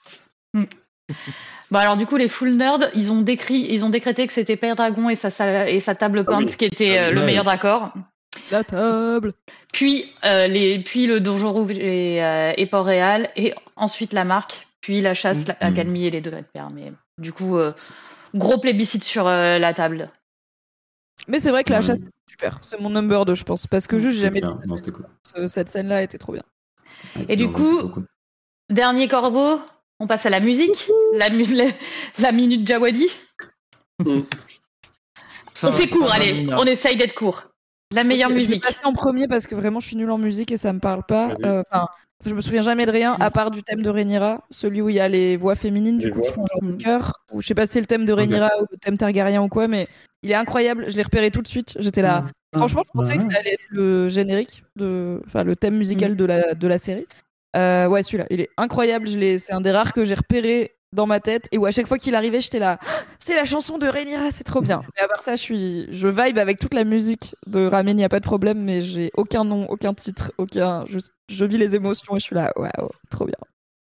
Bah alors du coup les full nerds ils ont décrété que c'était Père Dragon et sa table peinte oui. qui était le Ouais. meilleur d'accord. La table. Puis le Donjon Rouge et Port-Réal et ensuite la marque, puis la chasse, l'académie et les degrés de père. Mais du coup gros plébiscite sur la table. Mais c'est vrai que la Ouais. chasse, c'est super. C'est mon number 2, je pense. Parce que juste, j'ai jamais Bien. Non, c'était cool. cette scène-là était trop bien. Et du non, coup, c'est trop cool. Dernier corbeau, on passe à la musique, la minute Jawadi. On fait court, allez, on essaye d'être court. La meilleure Ok, Je musique. vais passer en premier parce que vraiment, je suis nulle en musique et ça me parle pas. Vas-y. Je me souviens jamais de rien, à part du thème de Rhaenyra, celui où il y a les voix féminines, du Les coup, voix. qui font genre Mm. de cœur. Ou je sais pas si c'est le thème de Rhaenyra ou le thème Targaryen ou quoi, mais il est incroyable. Je l'ai repéré tout de suite. J'étais là. Franchement, je pensais que ça allait être le générique, enfin le thème musical de la série. Ouais, celui-là, il est incroyable. C'est un des rares que j'ai repéré dans ma tête et où à chaque fois qu'il arrivait, j'étais là. Ah, c'est la chanson de Rhaenyra, c'est trop bien. Et à part ça, je vibe avec toute la musique de Ramen, il n'y a pas de problème, mais j'ai aucun nom, aucun titre, je vis les émotions et je suis là, waouh, trop bien.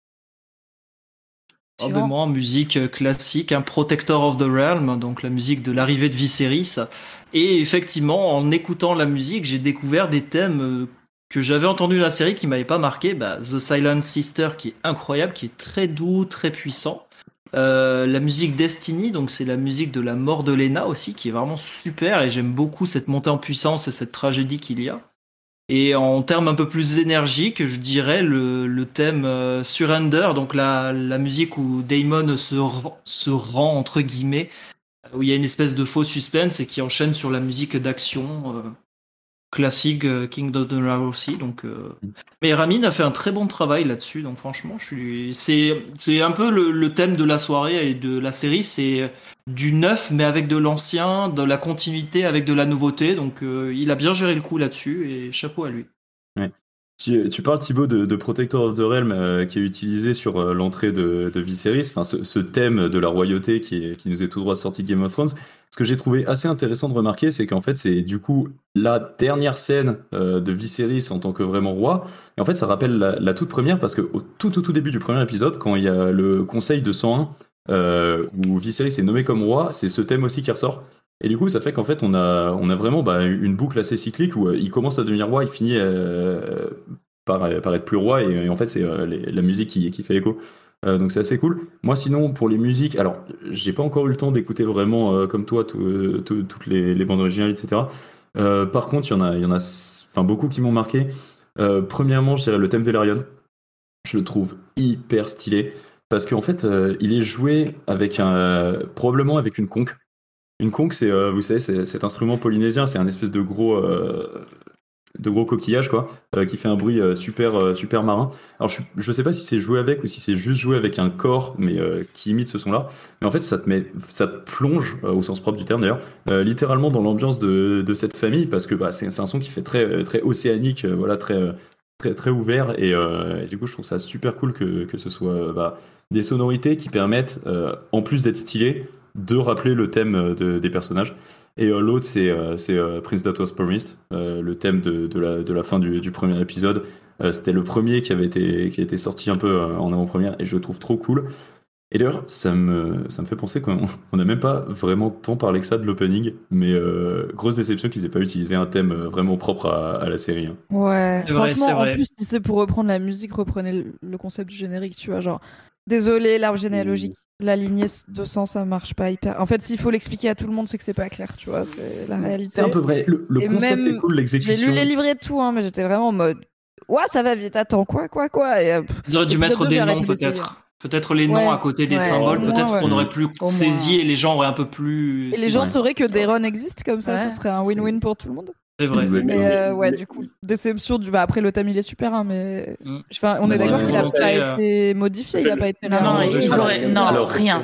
Oh, ben moi, en musique classique, un Protector of the Realm, donc la musique de l'arrivée de Viserys. Et effectivement, en écoutant la musique, j'ai découvert des thèmes que j'avais entendus dans la série qui m'avaient pas marqué. The Silent Sister, qui est incroyable, qui est très doux, très puissant. La musique Destiny, donc c'est la musique de la mort de Lena aussi, qui est vraiment super. Et j'aime beaucoup cette montée en puissance et cette tragédie qu'il y a. Et en termes un peu plus énergiques, je dirais le thème Surrender, donc la musique où Daemon se rend entre guillemets, où il y a une espèce de faux suspense et qui enchaîne sur la musique d'action classique King Donald aussi. Donc, mais Ramin a fait un très bon travail là-dessus, donc franchement, c'est un peu le thème de la soirée et de la série, c'est du neuf mais avec de l'ancien, de la continuité avec de la nouveauté, donc il a bien géré le coup là-dessus et chapeau à lui. Ouais. Tu parles, Thibaut, de Protector of the Realm qui est utilisé sur l'entrée de Viserys, enfin ce thème de la royauté qui nous est tout droit sorti de Game of Thrones. Ce que j'ai trouvé assez intéressant de remarquer, c'est qu'en fait c'est du coup la dernière scène de Viserys en tant que vraiment roi. Et en fait ça rappelle la toute première, parce qu'au tout début du premier épisode, quand il y a le conseil de 101 où Viserys est nommé comme roi, c'est ce thème aussi qui ressort. Et du coup, ça fait qu'en fait, on a vraiment une boucle assez cyclique où il commence à devenir roi, il finit par être plus roi, et en fait, c'est la musique qui fait écho. Donc c'est assez cool. Moi, sinon, pour les musiques, alors, j'ai pas encore eu le temps d'écouter vraiment, comme toi, toutes les bandes originales, etc. Par contre, il y en a enfin, beaucoup qui m'ont marqué. Premièrement, je dirais le thème Velaryon. Je le trouve hyper stylé, parce qu'en fait, il est joué avec probablement avec une conque. Une conque, c'est, vous savez, c'est cet instrument polynésien, c'est un espèce de gros coquillage, quoi, qui fait un bruit super marin. Alors, je sais pas si c'est joué avec ou si c'est juste joué avec un corps, mais qui imite ce son-là. Mais en fait, ça te plonge, au sens propre du terme d'ailleurs, littéralement dans l'ambiance de cette famille, parce que c'est un son qui fait très océanique, voilà, très ouvert, et du coup, je trouve ça super cool que ce soit des sonorités qui permettent, en plus d'être stylées, de rappeler le thème des personnages. Et l'autre, c'est Prince That Was Promised, le thème de la fin du premier épisode. C'était le premier qui a été sorti un peu en avant-première, et je le trouve trop cool. Et d'ailleurs, ça me fait penser qu'on n'a même pas vraiment tant parlé que ça de l'opening, mais grosse déception qu'ils aient pas utilisé un thème vraiment propre à la série. Hein. Ouais, C'est vrai, franchement, c'est en vrai. plus, si c'est pour reprendre la musique, reprenez le concept du générique, tu vois, genre, désolé, l'arbre généalogique, la lignée 200, ça marche pas hyper. En fait, s'il faut l'expliquer à tout le monde, c'est que c'est pas clair, tu vois, c'est la réalité. C'est un peu vrai. Le Et concept même, est cool, j'ai l'exécution. lu les livrets de tout, hein, mais j'étais vraiment en mode, ouais, ça va vite, attends, quoi. Et, Ils auraient dû épisode mettre 2, des j'ai noms arrêté d'essayer. peut-être. Peut-être les noms Ouais, à côté des ouais, symboles, au moins, peut-être ouais. qu'on aurait plus Au saisi moins. et les gens auraient un peu plus. Et les c'est gens vrai. sauraient que Daron existe, comme ça, Ouais. ce serait un win-win pour tout le monde. C'est vrai. Exactement. Mais ouais, du coup, déception du. Après, le thème, il est super, hein, mais. Mm. Enfin, on Bah, est c'est d'accord une qu'il a volonté, pas été modifié, il a pas été Non, non, réarrangé. ils auraient. Non, Alors, rien.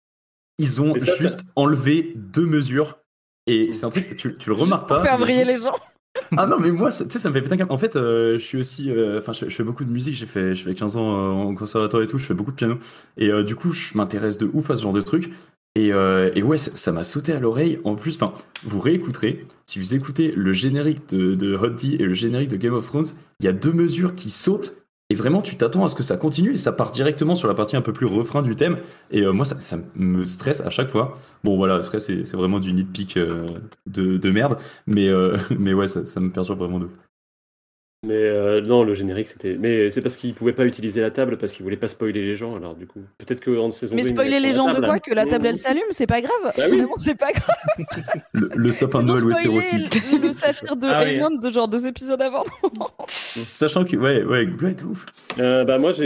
Ils ont Mais ça, juste enlevé 2 mesures. Et c'est un truc, tu le Juste remarques pour pas. faire mais briller juste- les gens. Ah non, mais moi, tu sais, ça me fait péter un câble. En fait, je suis aussi. Enfin, je fais beaucoup de musique. Je fais 15 ans en conservatoire et tout. Je fais beaucoup de piano. Et du coup, je m'intéresse de ouf à ce genre de truc. Et ouais, ça m'a sauté à l'oreille. En plus, enfin, vous réécouterez. Si vous écoutez le générique de Hot D et le générique de Game of Thrones, il y a 2 mesures qui sautent. Et vraiment, tu t'attends à ce que ça continue. Et ça part directement sur la partie un peu plus refrain du thème. Et moi, ça me stresse à chaque fois. Bon, voilà, après, c'est vraiment du nitpick de merde. Mais ouais, ça me perturbe vraiment de ouf. Mais non, le générique, c'était. Mais c'est parce qu'ils pouvaient pas utiliser la table parce qu'ils voulaient pas spoiler les gens. Alors, du coup, peut-être qu'en saison 2. Mais ils spoiler les mettront gens la de quoi? table. Que la table elle s'allume, c'est pas grave. Bah oui. Vraiment, c'est pas grave. Le sapin de Ils ont Noël spoilé Westerosi. le saphir de Ah oui. Aemon de genre 2 épisodes avant. Sachant que, ouais, de ouf. Bah moi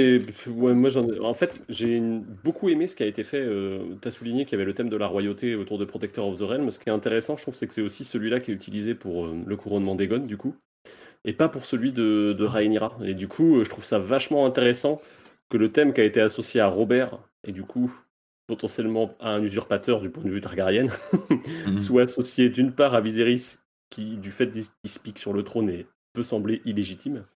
en fait beaucoup aimé ce qui a été fait. T'as souligné qu'il y avait le thème de la royauté autour de Protector of the Realm. Ce qui est intéressant, je trouve, c'est que c'est aussi celui-là qui est utilisé pour le couronnement d'Aegon, du coup, et pas pour celui de Rhaenyra. Et du coup, je trouve ça vachement intéressant que le thème qui a été associé à Robert et du coup potentiellement à un usurpateur du point de vue Targaryen soit associé d'une part à Viserys qui, du fait qu'il se pique sur le trône, peut sembler illégitime.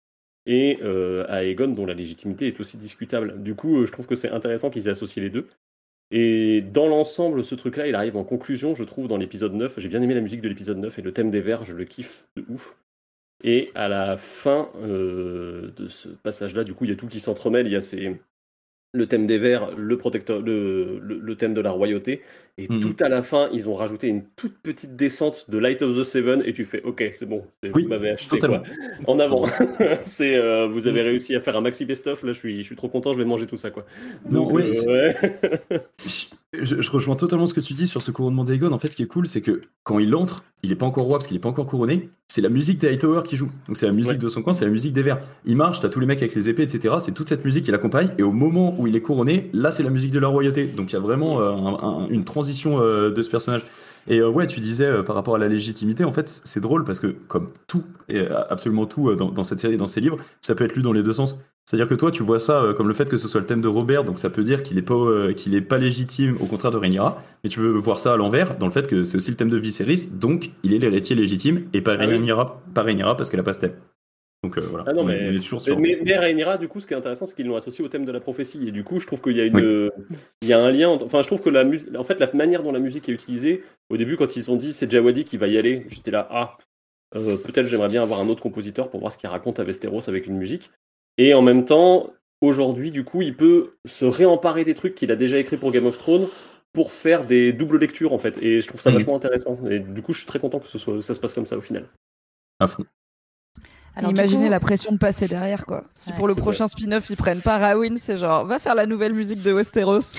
et à Aegon, dont la légitimité est aussi discutable. Du coup, je trouve que c'est intéressant qu'ils aient associé les deux. Et dans l'ensemble, ce truc-là, il arrive en conclusion, je trouve, dans l'épisode 9. J'ai bien aimé la musique de l'épisode 9 et le thème des vers, je le kiffe de ouf. Et à la fin de ce passage-là, du coup, il y a tout qui s'entremêle. Il y a le thème des vers, le thème de la royauté. Et tout à la fin, ils ont rajouté une toute petite descente de Light of the Seven. Et tu fais, ok, c'est bon, Oui, vous m'avez acheté totalement. quoi. En avant. Vous avez réussi à faire un maxi best-of. Là, je suis trop content, je vais manger tout ça, quoi. Non, Donc, ouais, ouais. je rejoins totalement ce que tu dis sur ce couronnement d'Aegon. En fait, ce qui est cool, c'est que quand il entre, il est pas encore roi parce qu'il est pas encore couronné. C'est la musique des Hightower qui joue. Donc c'est la musique de son camp, c'est la musique des Verts. Il marche, t'as tous les mecs avec les épées, etc. C'est toute cette musique qui l'accompagne. Et au moment où il est couronné, là, c'est la musique de la royauté. Donc il y a vraiment une transition de ce personnage. Et ouais, tu disais par rapport à la légitimité, en fait, c'est drôle parce que comme tout, et absolument tout dans cette série, dans ces livres, ça peut être lu dans les deux sens. C'est-à-dire que toi, tu vois ça comme le fait que ce soit le thème de Robert, donc ça peut dire qu'il est pas légitime, au contraire de Rhaenyra, mais tu veux voir ça à l'envers, dans le fait que c'est aussi le thème de Viserys, donc il est l'héritier légitime, et pas Rhaenyra parce qu'elle a pas ce thème. Donc voilà, Ah non, on est toujours sur... mais Rhaenyra, du coup, ce qui est intéressant, c'est qu'ils l'ont associé au thème de la prophétie. Et du coup, je trouve qu'il y a il y a un lien. Enfin, je trouve que en fait, la manière dont la musique est utilisée, au début, quand ils ont dit c'est Jawadi qui va y aller, j'étais là, peut-être j'aimerais bien avoir un autre compositeur pour voir ce qu'il raconte à Westeros avec une musique. Et en même temps, aujourd'hui, du coup, il peut se réemparer des trucs qu'il a déjà écrits pour Game of Thrones pour faire des doubles lectures, en fait. Et je trouve ça vachement intéressant. Et du coup, je suis très content que ça se passe comme ça au final. À fond. Alors, imaginez la pression de passer derrière, quoi. Si pour le prochain spin-off, ils prennent pas Rawin, c'est genre, va faire la nouvelle musique de Westeros.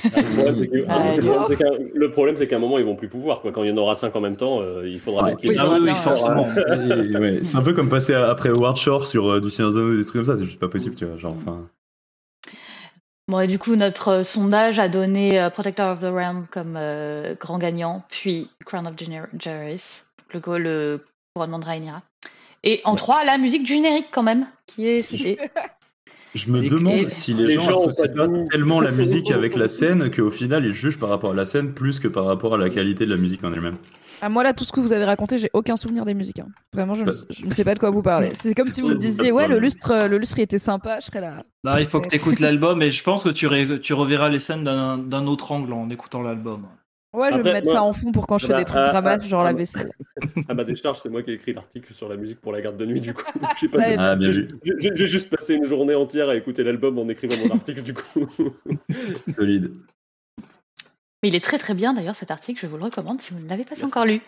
Le problème, c'est qu'à un moment, ils vont plus pouvoir, quoi. Quand il y en aura 5 en même temps, il faudra bien qu'ils forcément. C'est un peu comme passer après Howard Shore sur du Seigneur des Anneaux, des trucs comme ça, c'est juste pas possible, tu vois. Genre, enfin. Bon, et du coup, notre sondage a donné Protector of the Realm comme grand gagnant, puis Crown of Daenerys, le couronnement de Rhaenyra. Et en 3, la musique du générique, quand même, qui est citée. Je me demande si les gens associent pas tellement la musique avec la scène qu'au final, ils jugent par rapport à la scène plus que par rapport à la qualité de la musique en elle-même. Ah, moi, là, tout ce que vous avez raconté, j'ai aucun souvenir des musiques. Hein. Vraiment, je ne sais pas de quoi vous parlez. C'est comme si vous me disiez, ouais, le lustre il était sympa, je serais là. Là, il faut que tu écoutes l'album et je pense que tu reverras les scènes d'un autre angle en écoutant l'album. Ouais, je vais me mettre ça en fond pour quand je fais des trucs dramatiques, genre la vaisselle. À ma décharge, c'est moi qui ai écrit l'article sur la musique pour la garde de nuit, du coup. J'ai juste passé une journée entière à écouter l'album en écrivant mon article, du coup. Solide. Mais il est très très bien d'ailleurs cet article, je vous le recommande si vous ne l'avez pas encore lu.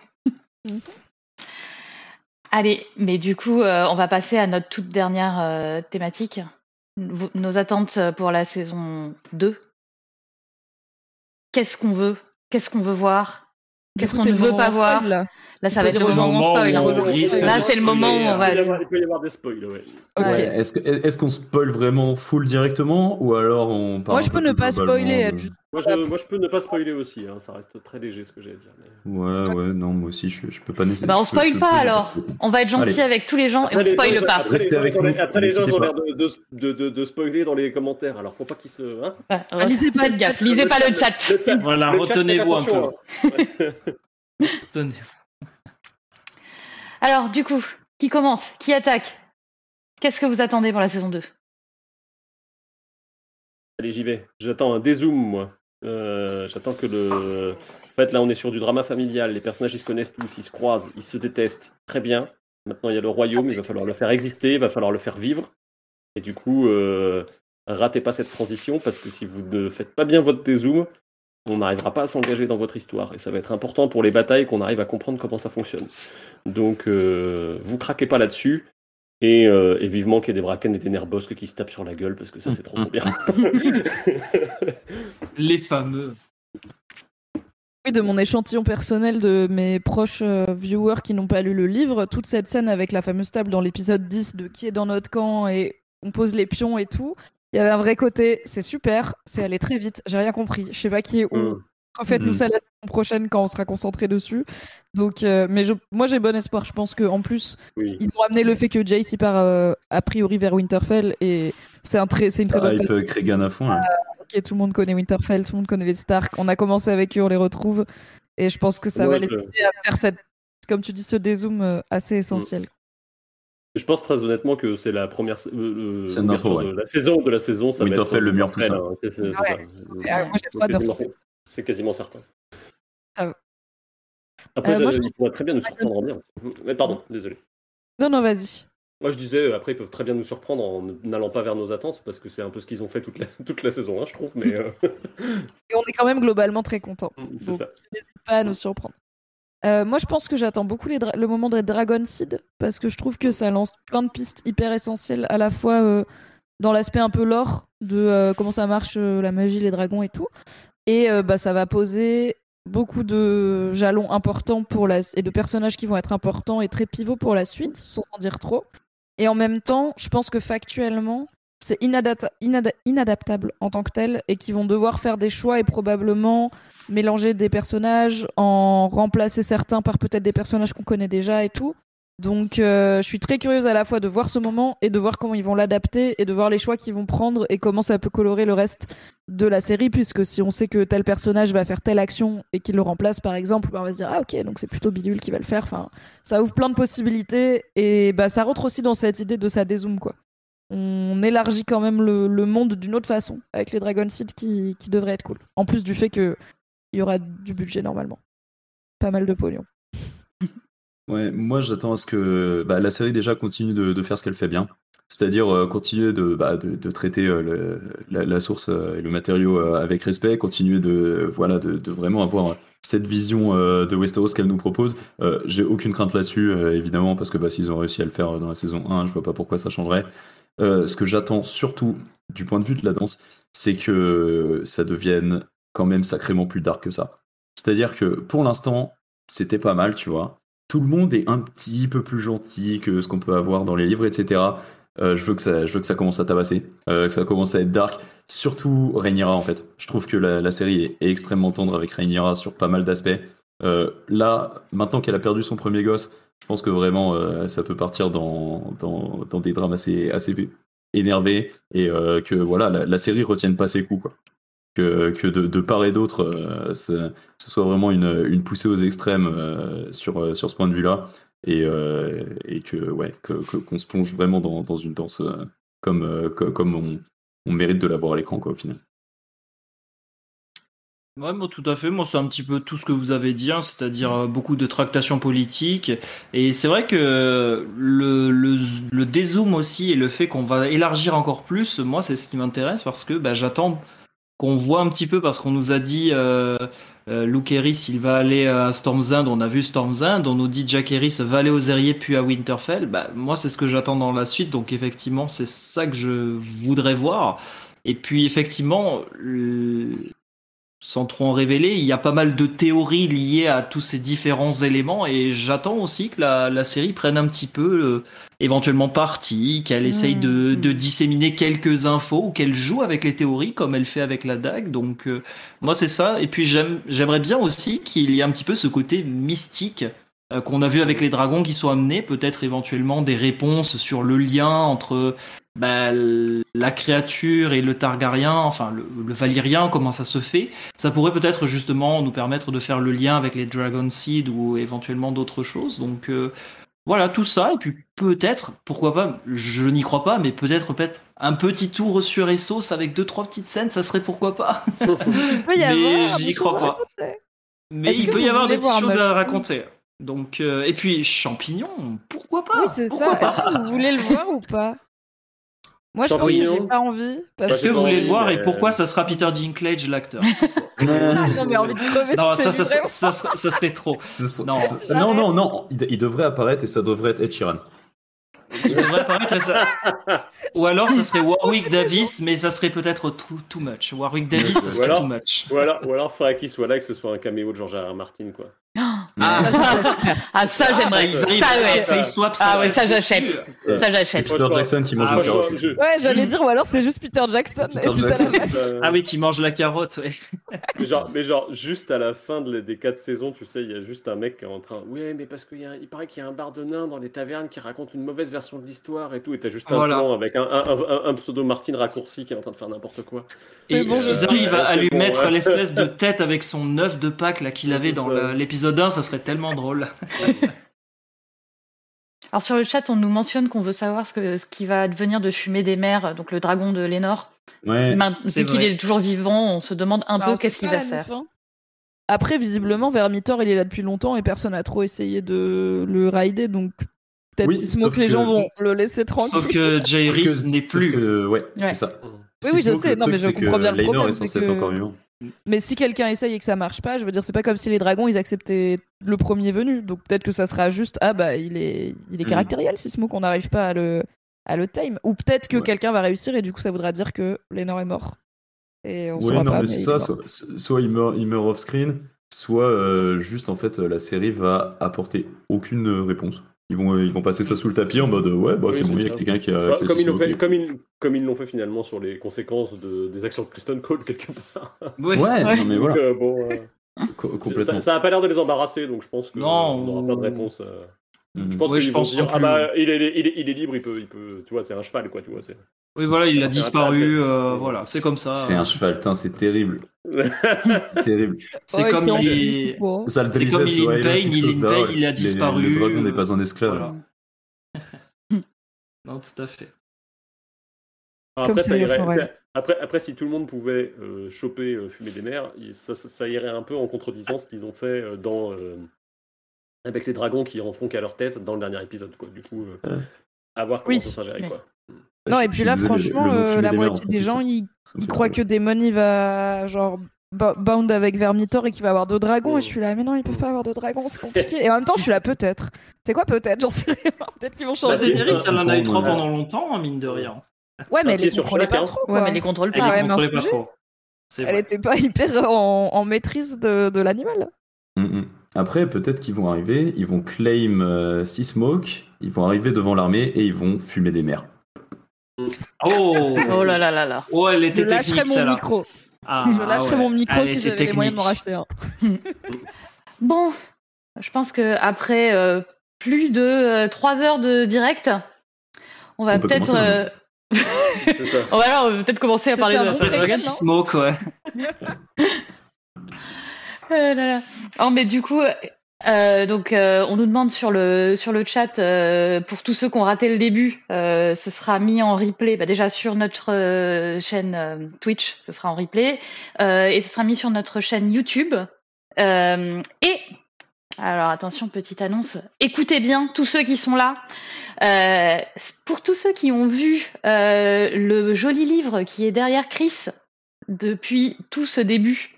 Allez, mais du coup, on va passer à notre toute dernière thématique. Nos attentes pour la saison 2. Qu'est-ce qu'on veut ? Qu'est-ce qu'on veut voir ? Qu'est-ce qu'on ne veut pas voir ? Là, ça va être le moment spoil. Là, c'est le moment où on va... Il peut y avoir des spoils, ouais. Okay. Ouais, est-ce qu'on spoil vraiment full directement ou alors on parle... Moi, je peux ne pas spoiler. Moi, je peux ne pas spoiler aussi, hein. Ça reste très léger ce que j'ai à dire. Mais... Ouais, non, moi aussi, je peux pas nécessairement... Bah, on spoil pas alors. On va être gentil avec tous les gens et on spoil pas. Restez avec nous. Après, les gens ont l'air de spoiler dans les commentaires, alors faut pas qu'ils se... Hein, lisez pas de gaffe, lisez pas le chat. Voilà, retenez-vous un peu. Retenez-vous. Alors, du coup, qui commence ? Qui attaque ? Qu'est-ce que vous attendez pour la saison 2 ? Allez, j'y vais. J'attends un dézoom, moi. J'attends que En fait, là, on est sur du drama familial. Les personnages, ils se connaissent tous, ils se croisent, ils se détestent. Très bien. Maintenant, il y a le royaume, il va falloir le faire exister, il va falloir le faire vivre. Et du coup, ratez pas cette transition, parce que si vous ne faites pas bien votre dézoom, on n'arrivera pas à s'engager dans votre histoire. Et ça va être important pour les batailles qu'on arrive à comprendre comment ça fonctionne. Donc, vous craquez pas là-dessus. Et vivement qu'il y ait des Bracken et des Nerbosques qui se tapent sur la gueule, parce que ça, c'est trop bien. Les fameux. Oui, de mon échantillon personnel de mes proches viewers qui n'ont pas lu le livre, toute cette scène avec la fameuse table dans l'épisode 10 de qui est dans notre camp et on pose les pions et tout, il y avait un vrai côté, c'est super, c'est allé très vite, j'ai rien compris, je sais pas qui est où. En fait, nous, ça la saison prochaine quand on sera concentré dessus. Donc, mais moi, j'ai bon espoir. Je pense qu'en plus, ils ont amené le fait que Jace part a priori vers Winterfell et c'est une très bonne. Il peut Cregan à fond. Là. Ok, tout le monde connaît Winterfell, tout le monde connaît les Stark. On a commencé avec eux, on les retrouve et je pense que ça va les aider à faire comme tu dis, ce dézoom assez essentiel. Je pense très honnêtement que c'est la première Scène d'intro, de la saison, ça va être Winterfell, le mur, tout ça. c'est ça. Moi, j'ai trop hâte de retrouver. C'est quasiment certain. Ah. Après, moi, ils pourraient très bien nous surprendre en bien. Mais pardon, désolé. Non, vas-y. Moi, je disais, après, ils peuvent très bien nous surprendre en n'allant pas vers nos attentes, parce que c'est un peu ce qu'ils ont fait toute la saison 1, je trouve. Mais Et on est quand même globalement très contents. c'est ça. N'hésite pas à nous surprendre. Moi, je pense que j'attends beaucoup le moment de Dragon Seed, parce que je trouve que ça lance plein de pistes hyper essentielles, à la fois dans l'aspect un peu lore de comment ça marche, la magie, les dragons et tout. Et ça va poser beaucoup de jalons importants et de personnages qui vont être importants et très pivots pour la suite, sans en dire trop. Et en même temps, je pense que factuellement, c'est inadaptable en tant que tel et qu'ils vont devoir faire des choix et probablement mélanger des personnages, en remplacer certains par peut-être des personnages qu'on connaît déjà et tout. Donc je suis très curieuse à la fois de voir ce moment et de voir comment ils vont l'adapter et de voir les choix qu'ils vont prendre et comment ça peut colorer le reste de la série, puisque si on sait que tel personnage va faire telle action et qu'il le remplace par exemple, on va se dire ah ok, donc c'est plutôt Bidule qui va le faire. Enfin, ça ouvre plein de possibilités et ça rentre aussi dans cette idée de ça dézoome quoi. On élargit quand même le monde d'une autre façon avec les Dragon Seed qui devrait être cool. En plus du fait qu'il y aura du budget normalement. Pas mal de pognon. Ouais, moi j'attends à ce que la série déjà continue de faire ce qu'elle fait bien, c'est-à-dire continuer de traiter la source et le matériau avec respect, continuer de vraiment avoir cette vision de Westeros qu'elle nous propose. J'ai aucune crainte là-dessus, évidemment, parce que s'ils ont réussi à le faire dans la saison 1, je vois pas pourquoi ça changerait. Ce que j'attends surtout du point de vue de la danse, c'est que ça devienne quand même sacrément plus dark que ça. C'est-à-dire que pour l'instant, c'était pas mal, tu vois. Tout le monde est un petit peu plus gentil que ce qu'on peut avoir dans les livres, etc. Je veux que ça commence à tabasser, que ça commence à être dark. Surtout Rhaenyra, en fait. Je trouve que la série est extrêmement tendre avec Rhaenyra sur pas mal d'aspects. Là, maintenant qu'elle a perdu son premier gosse, je pense que vraiment ça peut partir dans des drames assez énervés et que voilà, la série retienne pas ses coups, quoi. Que de part et d'autre, ce soit vraiment une poussée aux extrêmes sur ce point de vue-là, et qu'on se plonge vraiment dans une danse comme on mérite de l'avoir à l'écran, quoi, au final. Ouais, moi, tout à fait. Moi, c'est un petit peu tout ce que vous avez dit, hein, c'est-à-dire beaucoup de tractations politiques. Et c'est vrai que le dézoom aussi et le fait qu'on va élargir encore plus, moi, c'est ce qui m'intéresse parce que j'attends qu'on voit un petit peu, parce qu'on nous a dit Luke Harris, il va aller à Storm's End, on a vu Storm's End, on nous dit Jack Harris va aller aux Aeriers puis à Winterfell. Moi, c'est ce que j'attends dans la suite, donc effectivement, c'est ça que je voudrais voir. Et puis, effectivement, sans trop en révéler, il y a pas mal de théories liées à tous ces différents éléments, et j'attends aussi que la série prenne un petit peu éventuellement parti, qu'elle essaye de disséminer quelques infos, ou qu'elle joue avec les théories comme elle fait avec la dague. Donc moi c'est ça, et puis j'aimerais bien aussi qu'il y ait un petit peu ce côté mystique qu'on a vu avec les dragons qui sont amenés, peut-être éventuellement des réponses sur le lien entre la créature et le Targaryen, enfin le Valyrien, comment ça se fait. Ça pourrait peut-être justement nous permettre de faire le lien avec les Dragon Seed ou éventuellement d'autres choses. Donc voilà, tout ça, et puis peut-être, pourquoi pas, je n'y crois pas, mais peut-être un petit tour sur Essos avec 2-3 petites scènes, ça serait pourquoi pas. Mais j'y crois pas. Mais il peut y avoir des petites choses à raconter. Donc, et puis Champignon, pourquoi pas? Oui, c'est ça. Est-ce que vous voulez le voir ou pas? Moi, je pense que j'ai pas envie. Est-ce que vous voulez le voir, et pourquoi ça sera Peter Dinklage, l'acteur? Non, mais envie de crever. Non, ça serait trop. Non, il devrait apparaître et ça devrait être Ed Sheeran. Il devrait apparaître et ça. Ou alors ça serait Warwick Davis, mais ça serait peut-être too much. Warwick Davis, ça serait too much. Ou alors faudrait qu'il soit là et que ce soit un caméo de George R. R. Martin, quoi. Ça j'aimerais. Ça j'achète. Peter Jackson qui mange le carotte. Ouais, j'allais dire, ou alors c'est juste Peter Jackson. Ah oui, qui mange la carotte, ouais. mais genre, juste à la fin des 4 saisons, tu sais, il y a juste un mec qui est en train. Ouais, mais parce qu'il paraît qu'il y a un bar de nains dans les tavernes qui raconte une mauvaise version de l'histoire et tout, et t'as juste un plan avec un pseudo Martin raccourci qui est en train de faire n'importe quoi. Et s'ils arrivent à lui mettre l'espèce de tête avec son œuf de Pâques là qu'il avait dans l'épisode 1, ça serait tellement drôle. Alors sur le chat, on nous mentionne qu'on veut savoir ce qui va devenir de Fumée des Mers, donc le dragon de Lénore. Ouais. Vu qu'il est toujours vivant, on se demande un peu on qu'est-ce sait qu'il pas va la faire. mi-fin. Après, visiblement, Vermithor, il est là depuis longtemps et personne n'a trop essayé de le rider, donc peut-être Oui, si sauf les que- gens vont le laisser tranquille. Sauf que Jairis n'est plus. Ouais, Ouais. c'est ça. Oui, je Smoke, sais, le non, mais truc, je c'est comprends que bien le Laenor problème, est c'est censé être que- encore vivant. Mais si quelqu'un essaye et que ça marche pas, je veux dire, c'est pas comme si les dragons ils acceptaient le premier venu. Donc peut-être que ça sera juste il est caractériel si Smoke on n'arrive pas à le tame. Ou peut-être que Ouais. quelqu'un va réussir et du coup ça voudra dire que Lénor est mort. Et on Oui, saura non, pas. mais c'est il ça. est mort. Soit il meurt off-screen, soit juste en fait la série va apporter aucune réponse. Ils vont passer ça sous le tapis en mode ouais, bah, Oui, c'est bon, il y a ça. quelqu'un qui a. Soit qui a comme, sismoqué. comme ils l'ont fait finalement sur les conséquences des actions de Kristen Cole quelque part. Ouais. Ouais, non, mais Donc, voilà, bon, complètement. ça a pas l'air de les embarrasser, donc je pense qu'on aura plein de réponses. Mhm. Je pense Oui, qu'ils je vont pense se dire non ah plus. bah il est libre, il peut, tu vois, c'est un cheval quoi, tu vois. Oui, voilà, il a C'est disparu. un Voilà, c'est comme ça. C'est un cheval, putain, c'est terrible. Terrible. C'est Ouais, comme c'est en il plus, est. quoi. Ça, le C'est comme Drizzt de Ilyn Highland Payne, Six Ilyn Star, Payne, il a disparu. Le dragon n'est pas un esclave. Voilà. Non, tout à fait. Comme Après, Cyril Forel. après, si tout le monde pouvait choper Fumée des Mers, ça irait un peu en contredisant ce qu'ils ont fait avec les dragons qui en font qu'à leur tête dans le dernier épisode. Quoi. Du coup, à voir comment Oui. ça sera géré. Quoi. Non, Je et suis puis là, désolé, franchement, le mot Fumée la des Mers en moitié des français, gens, ça ils me fait croient trop que Demon va genre bound avec Vermithor et qu'il va avoir deux dragons. Et je suis là, mais non, ils peuvent pas avoir deux dragons, c'est compliqué. Et en même temps, je suis là, peut-être. C'est quoi, peut-être? J'en sais rien. Peut-être qu'ils vont changer. Bah, Daenerys, elle en a eu Bon, 3 ouais. pendant longtemps, hein, mine de rien. Ouais, mais Un elle pied les sur contrôlait chaque, pas hein. trop, quoi. Ouais, mais elle les contrôle Elle quand pas. même les un contrôlait pas sujet. trop. C'est Elle vrai. était pas hyper en maîtrise de l'animal. Après, peut-être qu'ils vont arriver, ils vont claim Seasmoke, ils vont arriver devant l'armée et ils vont fumer des mers. Oh Oh là là là là. Oh, elle Je était lâcherai technique, mon celle-là. micro. Ah, Je lâcherai ouais. mon micro Elle si était j'avais les moyens de m'en technique. racheter un. Bon, je pense que après plus de 3 heures de direct, on va On peut peut-être commencer maintenant. C'est ça. on va peut-être commencer à C'était parler de un la bon fin. prélude. Peut-être aussi Smoke, ouais. Là, là. Oh, mais du coup, on nous demande sur le chat, pour tous ceux qui ont raté le début, ce sera mis en replay, déjà sur notre chaîne Twitch, ce sera en replay, et ce sera mis sur notre chaîne YouTube. Et alors attention, petite annonce, écoutez bien tous ceux qui sont là. Pour tous ceux qui ont vu le joli livre qui est derrière Chris depuis tout ce début.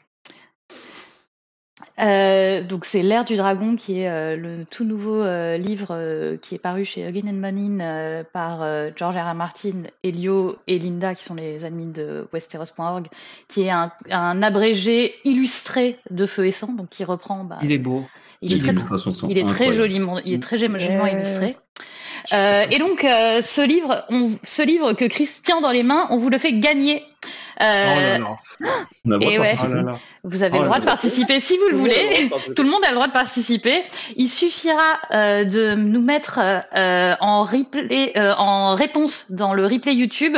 Donc c'est L'Ère du Dragon qui est le tout nouveau livre qui est paru chez Huggin and Monin par George R. R. Martin, Elio et Linda qui sont les admins de Westeros.org, qui est un abrégé illustré de Feu et Sang, donc qui reprend. Il est beau. Il est Les très, illustrations sont il est très incroyables. il est très joliment Yes. illustré. Et donc ce livre que Chris tient dans les mains, on vous le fait gagner. Oh là là. On a le droit de Et ouais. participer. Oh là là. Vous avez Oh le droit là de là. participer si vous le voulez. Tout le monde a le droit de participer. Il suffira de nous mettre en replay, en réponse dans le replay YouTube,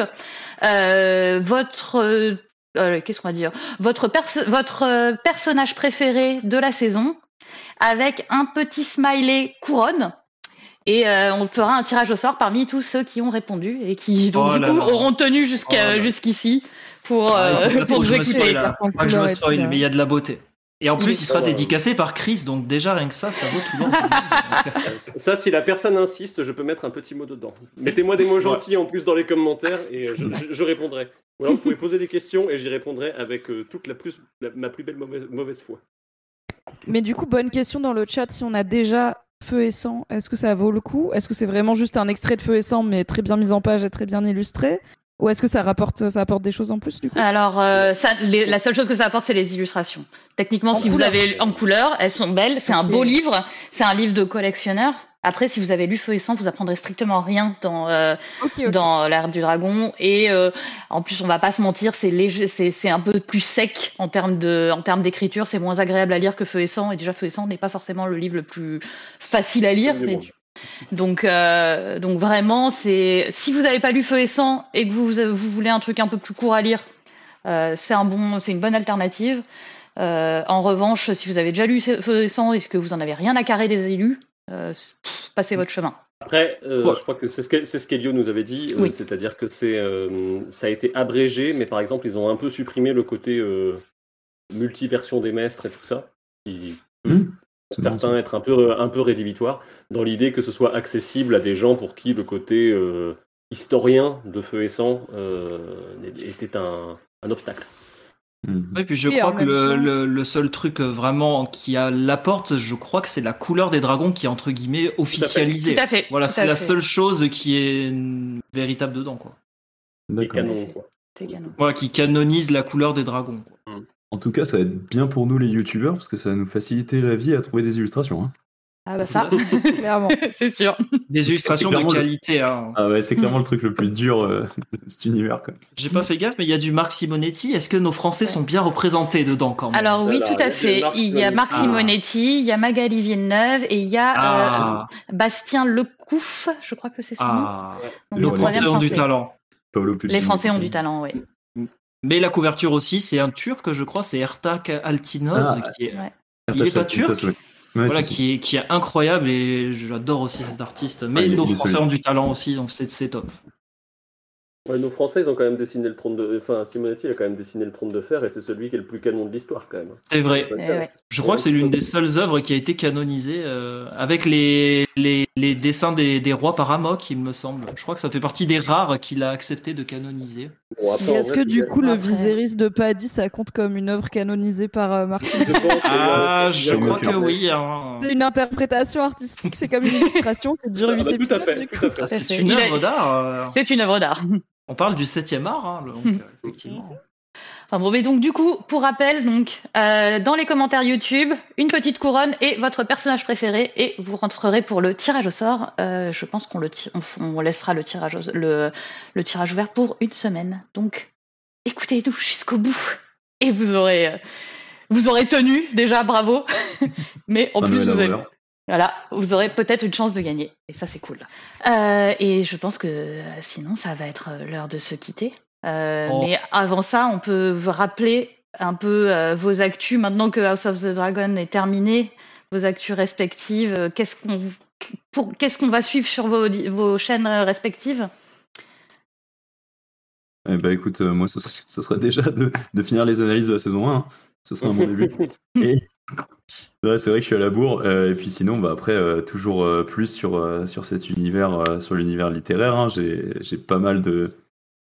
votre qu'est-ce qu'on va dire, votre personnage préféré de la saison, avec un petit smiley couronne. Et on fera un tirage au sort parmi tous ceux qui ont répondu et qui donc Oh du là coup là. auront tenu Oh là là. jusqu'ici pour Faut pour que je nous me écouter. spoil, là. Par Faut pas que je me couleur et spoil, tout, là. mais il y a de la beauté. Et en Il plus, est- il sera Oh, dédicacé par Chris, donc déjà rien que ça vaut tout l'or. Ça, si la personne insiste, je peux mettre un petit mot dedans. Mettez-moi des mots gentils en plus dans les commentaires et je répondrai. Ou alors vous pouvez poser des questions et j'y répondrai avec toute ma plus belle mauvaise foi. Mais du coup, bonne question dans le chat. Si on a déjà Feu et Sang, est-ce que ça vaut le coup? Est-ce que c'est vraiment juste un extrait de Feu et Sang, mais très bien mis en page et très bien illustré? Ou est-ce que ça apporte des choses en plus du coup? Alors, la seule chose que ça apporte, c'est les illustrations. Techniquement, En si couleur. vous avez en couleur, elles sont belles. C'est un Ok. beau livre. C'est un livre de collectionneur. Après, si vous avez lu Feu et Sang, vous apprendrez strictement rien dans Ok. dans l'ère du dragon. Et en plus, on va pas se mentir, c'est léger, c'est un peu plus sec en termes d'écriture. C'est moins agréable à lire que Feu et Sang. Et déjà, Feu et Sang n'est pas forcément le livre le plus facile à lire. Absolument. Donc vraiment, si vous n'avez pas lu Feu et Sang et que vous voulez un truc un peu plus court à lire, c'est une bonne alternative. En revanche, si vous avez déjà lu Feu et Sang et que vous en avez rien à carrer des élus, passez votre chemin. Après, je crois que c'est ce qu'Elio nous avait dit, Oui. c'est-à-dire que ça a été abrégé, mais par exemple, ils ont un peu supprimé le côté multiversion des maîtres et tout ça, qui peut C'est pour certains être un peu rédhibitoire, dans l'idée que ce soit accessible à des gens pour qui le côté historien de Feu et Sang était un obstacle. Oui, puis je Oui, crois en que même temps- le seul truc vraiment qui l'apporte, je crois que c'est la couleur des dragons qui est entre guillemets officialisée. Tout à fait. Voilà, tout c'est à la fait. seule chose qui est véritable dedans, quoi. Et D'accord. canon, quoi. C'est canon. Voilà, qui canonise la couleur des dragons, quoi. En tout cas, ça va être bien pour nous les youtubeurs parce que ça va nous faciliter la vie à trouver des illustrations. Hein. Ah bah ça, Clairement. c'est sûr. Des C'est illustrations de clairement qualité, hein. Ah ouais, c'est clairement le truc le plus dur de cet univers. Quoi. J'ai pas fait gaffe, mais il y a du Marc Simonetti. Est-ce que nos Français sont bien représentés dedans quand même? Alors oui, Alors, tout il y à a fait. Marc Il y a Marc Simonetti. Simonetti, il y a Magali Villeneuve et il y a Ah, Bastien Lecouf, je crois que c'est son nom. ah. Donc, Les le Français Français ont du Français. talent. Paolo Puccini. Les Français ont du talent, oui. Mais la couverture aussi, c'est un Turc, je crois, c'est Ertak Altinoz, Ah, qui est, Ouais. il est pas turc, Ouais, voilà, si. qui est incroyable et j'adore aussi cet artiste. Mais il nos est Français solide. ont du talent aussi, donc c'est top. Ouais, nos Français, ils ont quand même dessiné le trône de... Enfin, Simonetti a quand même dessiné le trône de fer, et c'est celui qui est le plus canon de l'histoire, quand même. C'est vrai. Eh ouais. Je crois que c'est l'une des seules œuvres qui a été canonisée avec les dessins des rois par Amok, il me semble. Je crois que ça fait partie des rares qu'il a accepté de canoniser. Bon, après, Et en est-ce vrai, que du coup le Après- Viserys de Paddy ça compte comme une œuvre canonisée par Martin? je pense que Ah, il y je a- crois il y a- que oui. Hein. C'est une interprétation artistique, c'est comme une illustration qui dure Ça, 8 bah, tout à épisodes fait, du tout coup. à fait. Ah, c'est fait. une Il a- œuvre d'art. C'est une œuvre d'art. On parle du 7e art, hein, donc effectivement. Enfin bon, mais donc du coup, pour rappel, donc dans les commentaires YouTube, une petite couronne et votre personnage préféré, et vous rentrerez pour le tirage au sort. Je pense qu'on on laissera le tirage ouvert pour une semaine. Donc écoutez-nous jusqu'au bout et vous aurez tenu déjà, bravo. Mais en plus vous aurez peut-être une chance de gagner et ça c'est cool. Et je pense que sinon ça va être l'heure de se quitter. Mais avant ça, on peut vous rappeler un peu vos actus. Maintenant que House of the Dragon est terminé, vos actus respectives, qu'est-ce qu'on va suivre sur vos chaînes respectives? Eh ben, écoute, moi, ce serait déjà de finir les analyses de la saison 1. Hein. Ce serait un bon début. Et ouais, c'est vrai que je suis à la bourre. Et puis sinon, bah, après, toujours plus sur cet univers, sur l'univers littéraire. Hein. J'ai pas mal de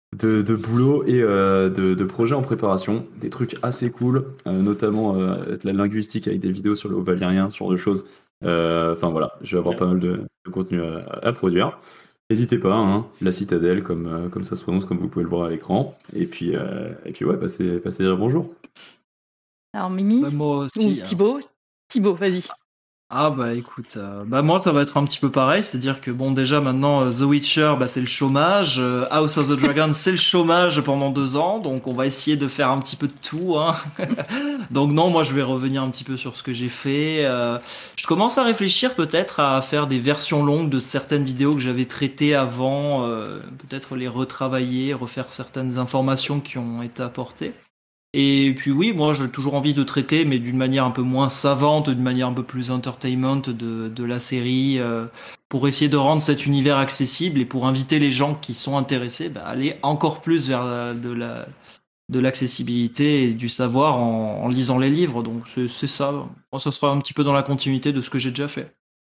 boulot et de projets en préparation, des trucs assez cool, notamment de la linguistique avec des vidéos sur le haut valyrien, ce genre de choses. Enfin voilà, je vais avoir pas mal de contenu à produire. N'hésitez pas, hein, la citadelle, comme ça se prononce, comme vous pouvez le voir à l'écran. Et puis ouais, passez dire bonjour. Alors Mimi Bah, moi ou aussi. Hein. Thibaut, vas-y. Ah bah écoute, bah moi ça va être un petit peu pareil, c'est-à-dire que bon déjà maintenant The Witcher bah c'est le chômage, House of the Dragon c'est le chômage pendant 2 ans, donc on va essayer de faire un petit peu de tout. Hein. Donc non, moi je vais revenir un petit peu sur ce que j'ai fait. Je commence à réfléchir peut-être à faire des versions longues de certaines vidéos que j'avais traitées avant, peut-être les retravailler, refaire certaines informations qui ont été apportées. Et puis oui, moi j'ai toujours envie de traiter, mais d'une manière un peu moins savante, d'une manière un peu plus entertainment de la série, pour essayer de rendre cet univers accessible et pour inviter les gens qui sont intéressés à aller encore plus vers de l'accessibilité et du savoir en lisant les livres. Donc c'est ça. Moi, ça sera un petit peu dans la continuité de ce que j'ai déjà fait.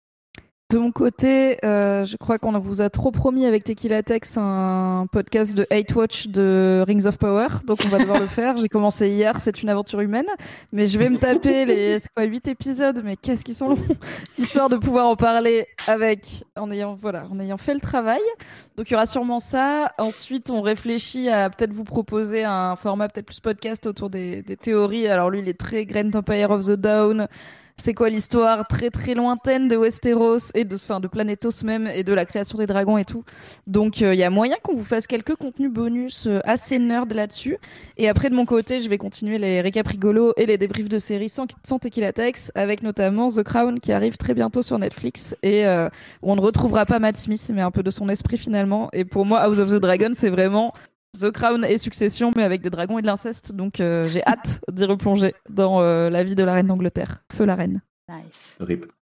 De mon côté, je crois qu'on vous a trop promis avec Tequila Tex un podcast de Hate Watch de Rings of Power, donc on va devoir le faire. J'ai commencé hier, c'est une aventure humaine, mais je vais me taper les 8 épisodes, mais qu'est-ce qu'ils sont longs, histoire de pouvoir en parler en ayant fait le travail. Donc il y aura sûrement ça. Ensuite, on réfléchit à peut-être vous proposer un format peut-être plus podcast autour des théories. Alors lui, il est très Grand Empire of the Dawn. C'est quoi l'histoire très très lointaine de Westeros et de Planetos même et de la création des dragons et tout. Donc il y a moyen qu'on vous fasse quelques contenus bonus assez nerd là-dessus. Et après de mon côté, je vais continuer les récaps rigolos et les débriefs de séries sans Tequila Tex, avec notamment The Crown qui arrive très bientôt sur Netflix et où on ne retrouvera pas Matt Smith mais un peu de son esprit finalement. Et pour moi, House of the Dragon, c'est vraiment The Crown et Succession, mais avec des dragons et de l'inceste. Donc j'ai hâte d'y replonger dans la vie de la reine d'Angleterre. Feu la reine. Nice. RIP.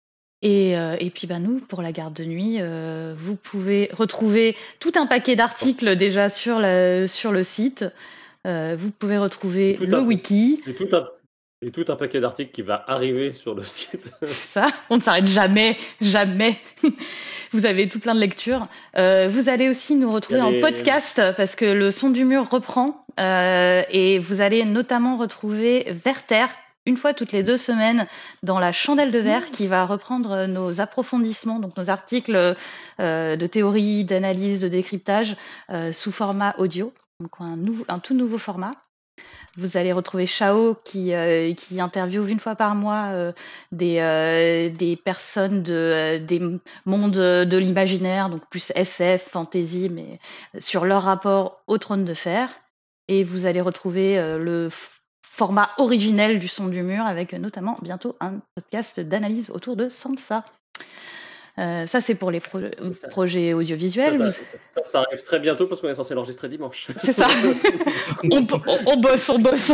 Et puis nous, pour la garde de nuit, vous pouvez retrouver tout un paquet d'articles déjà sur le site. Vous pouvez retrouver le wiki. Et tout un paquet d'articles qui va arriver sur le site. Ça, on ne s'arrête jamais. Vous avez tout plein de lectures. Vous allez aussi nous retrouver en podcast parce que le son du mur reprend. Et vous allez notamment retrouver Werther, une fois toutes les 2 semaines, dans la chandelle de verre, qui va reprendre nos approfondissements, donc nos articles de théorie, d'analyse, de décryptage, sous format audio. Donc un tout nouveau format. Vous allez retrouver Chao qui interviewe une fois par mois des personnes des mondes de l'imaginaire, donc plus SF, fantasy, mais sur leur rapport au trône de fer. Et vous allez retrouver le format originel du son du mur avec notamment bientôt un podcast d'analyse autour de Sansa. Ça, c'est pour les projets audiovisuels. Ça arrive très bientôt parce qu'on est censé l'enregistrer dimanche. C'est ça. on bosse.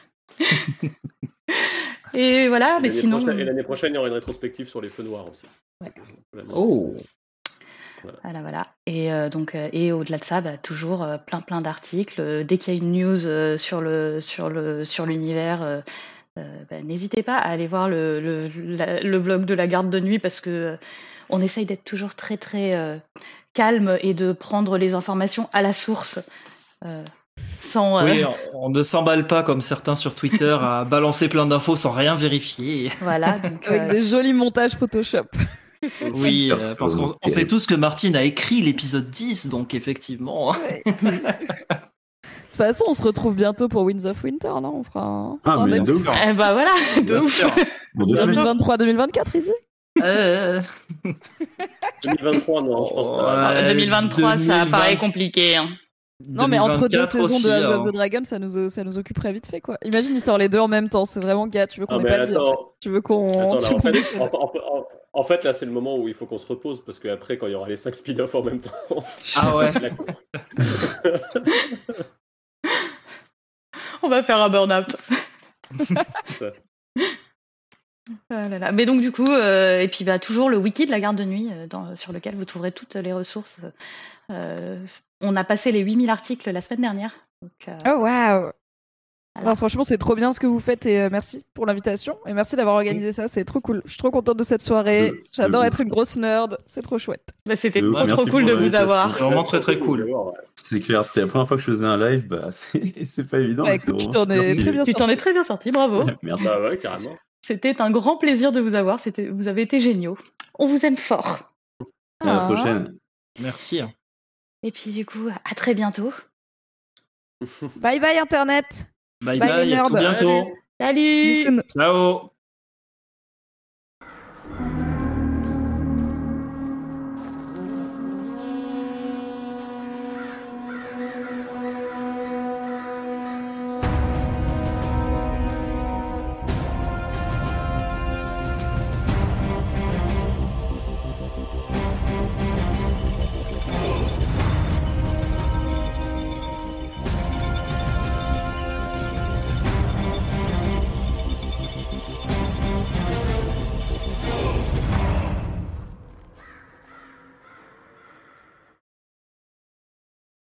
Et voilà, mais sinon... Et l'année prochaine, il y aura une rétrospective sur les feux noirs aussi. Ouais. Oh. Voilà. Et donc, et au-delà de ça, toujours plein d'articles. Dès qu'il y a une news sur l'univers, n'hésitez pas à aller voir le blog de la garde de nuit parce que on essaye d'être toujours très très calme et de prendre les informations à la source. Sans, Oui, on ne s'emballe pas comme certains sur Twitter à balancer plein d'infos sans rien vérifier. Voilà. Donc, avec des jolis montages Photoshop. Oui, parce qu'on sait tous que Martine a écrit l'épisode 10, donc effectivement. De toute façon, on se retrouve bientôt pour Winds of Winter, non? On fera un mais de ouf. voilà, de Bien ouf. sûr. 2023-2024 ici. 2023, non, je pense pas. 2023, ça paraît compliqué. Hein. Non, mais entre 2 saisons aussi, de House of the Dragon, ça nous occuperait vite fait, quoi. Imagine, ils sortent les 2 en même temps. C'est vraiment, gars, tu veux qu'on ait pas de vie, en fait. Tu veux qu'on... En fait, là, c'est le moment où il faut qu'on se repose, parce qu'après, quand il y aura les 5 spin-offs en même temps... Ah ouais. On va faire un burn-out. Ça. Ah là là. Mais donc du coup, et puis toujours le wiki de la garde de nuit sur lequel vous trouverez toutes les ressources. On a passé les 8000 articles la semaine dernière. Donc, Oh waouh! Voilà. Non, franchement, c'est trop bien ce que vous faites et merci pour l'invitation et merci d'avoir organisé ça. C'est trop cool. Je suis trop contente de cette soirée. J'adore être une grosse nerd. C'est trop chouette. C'était Merci trop cool pour de vous l'invitation. avoir. C'est vraiment très très cool. C'est clair, c'était la première fois que je faisais un live, c'est pas évident. Bah, mais c'est écoute, tu vraiment t'en es super très stylé. bien Tu t'en es très bien sorti, bravo. Merci. Bah ouais, carrément. C'était un grand plaisir de vous avoir. Vous avez été géniaux. On vous aime fort. À la prochaine. Merci. Et puis du coup, à très bientôt. Bye bye Internet. Bye Bye, bye, les à tout nerds. bientôt. Salut. See you soon. Ciao.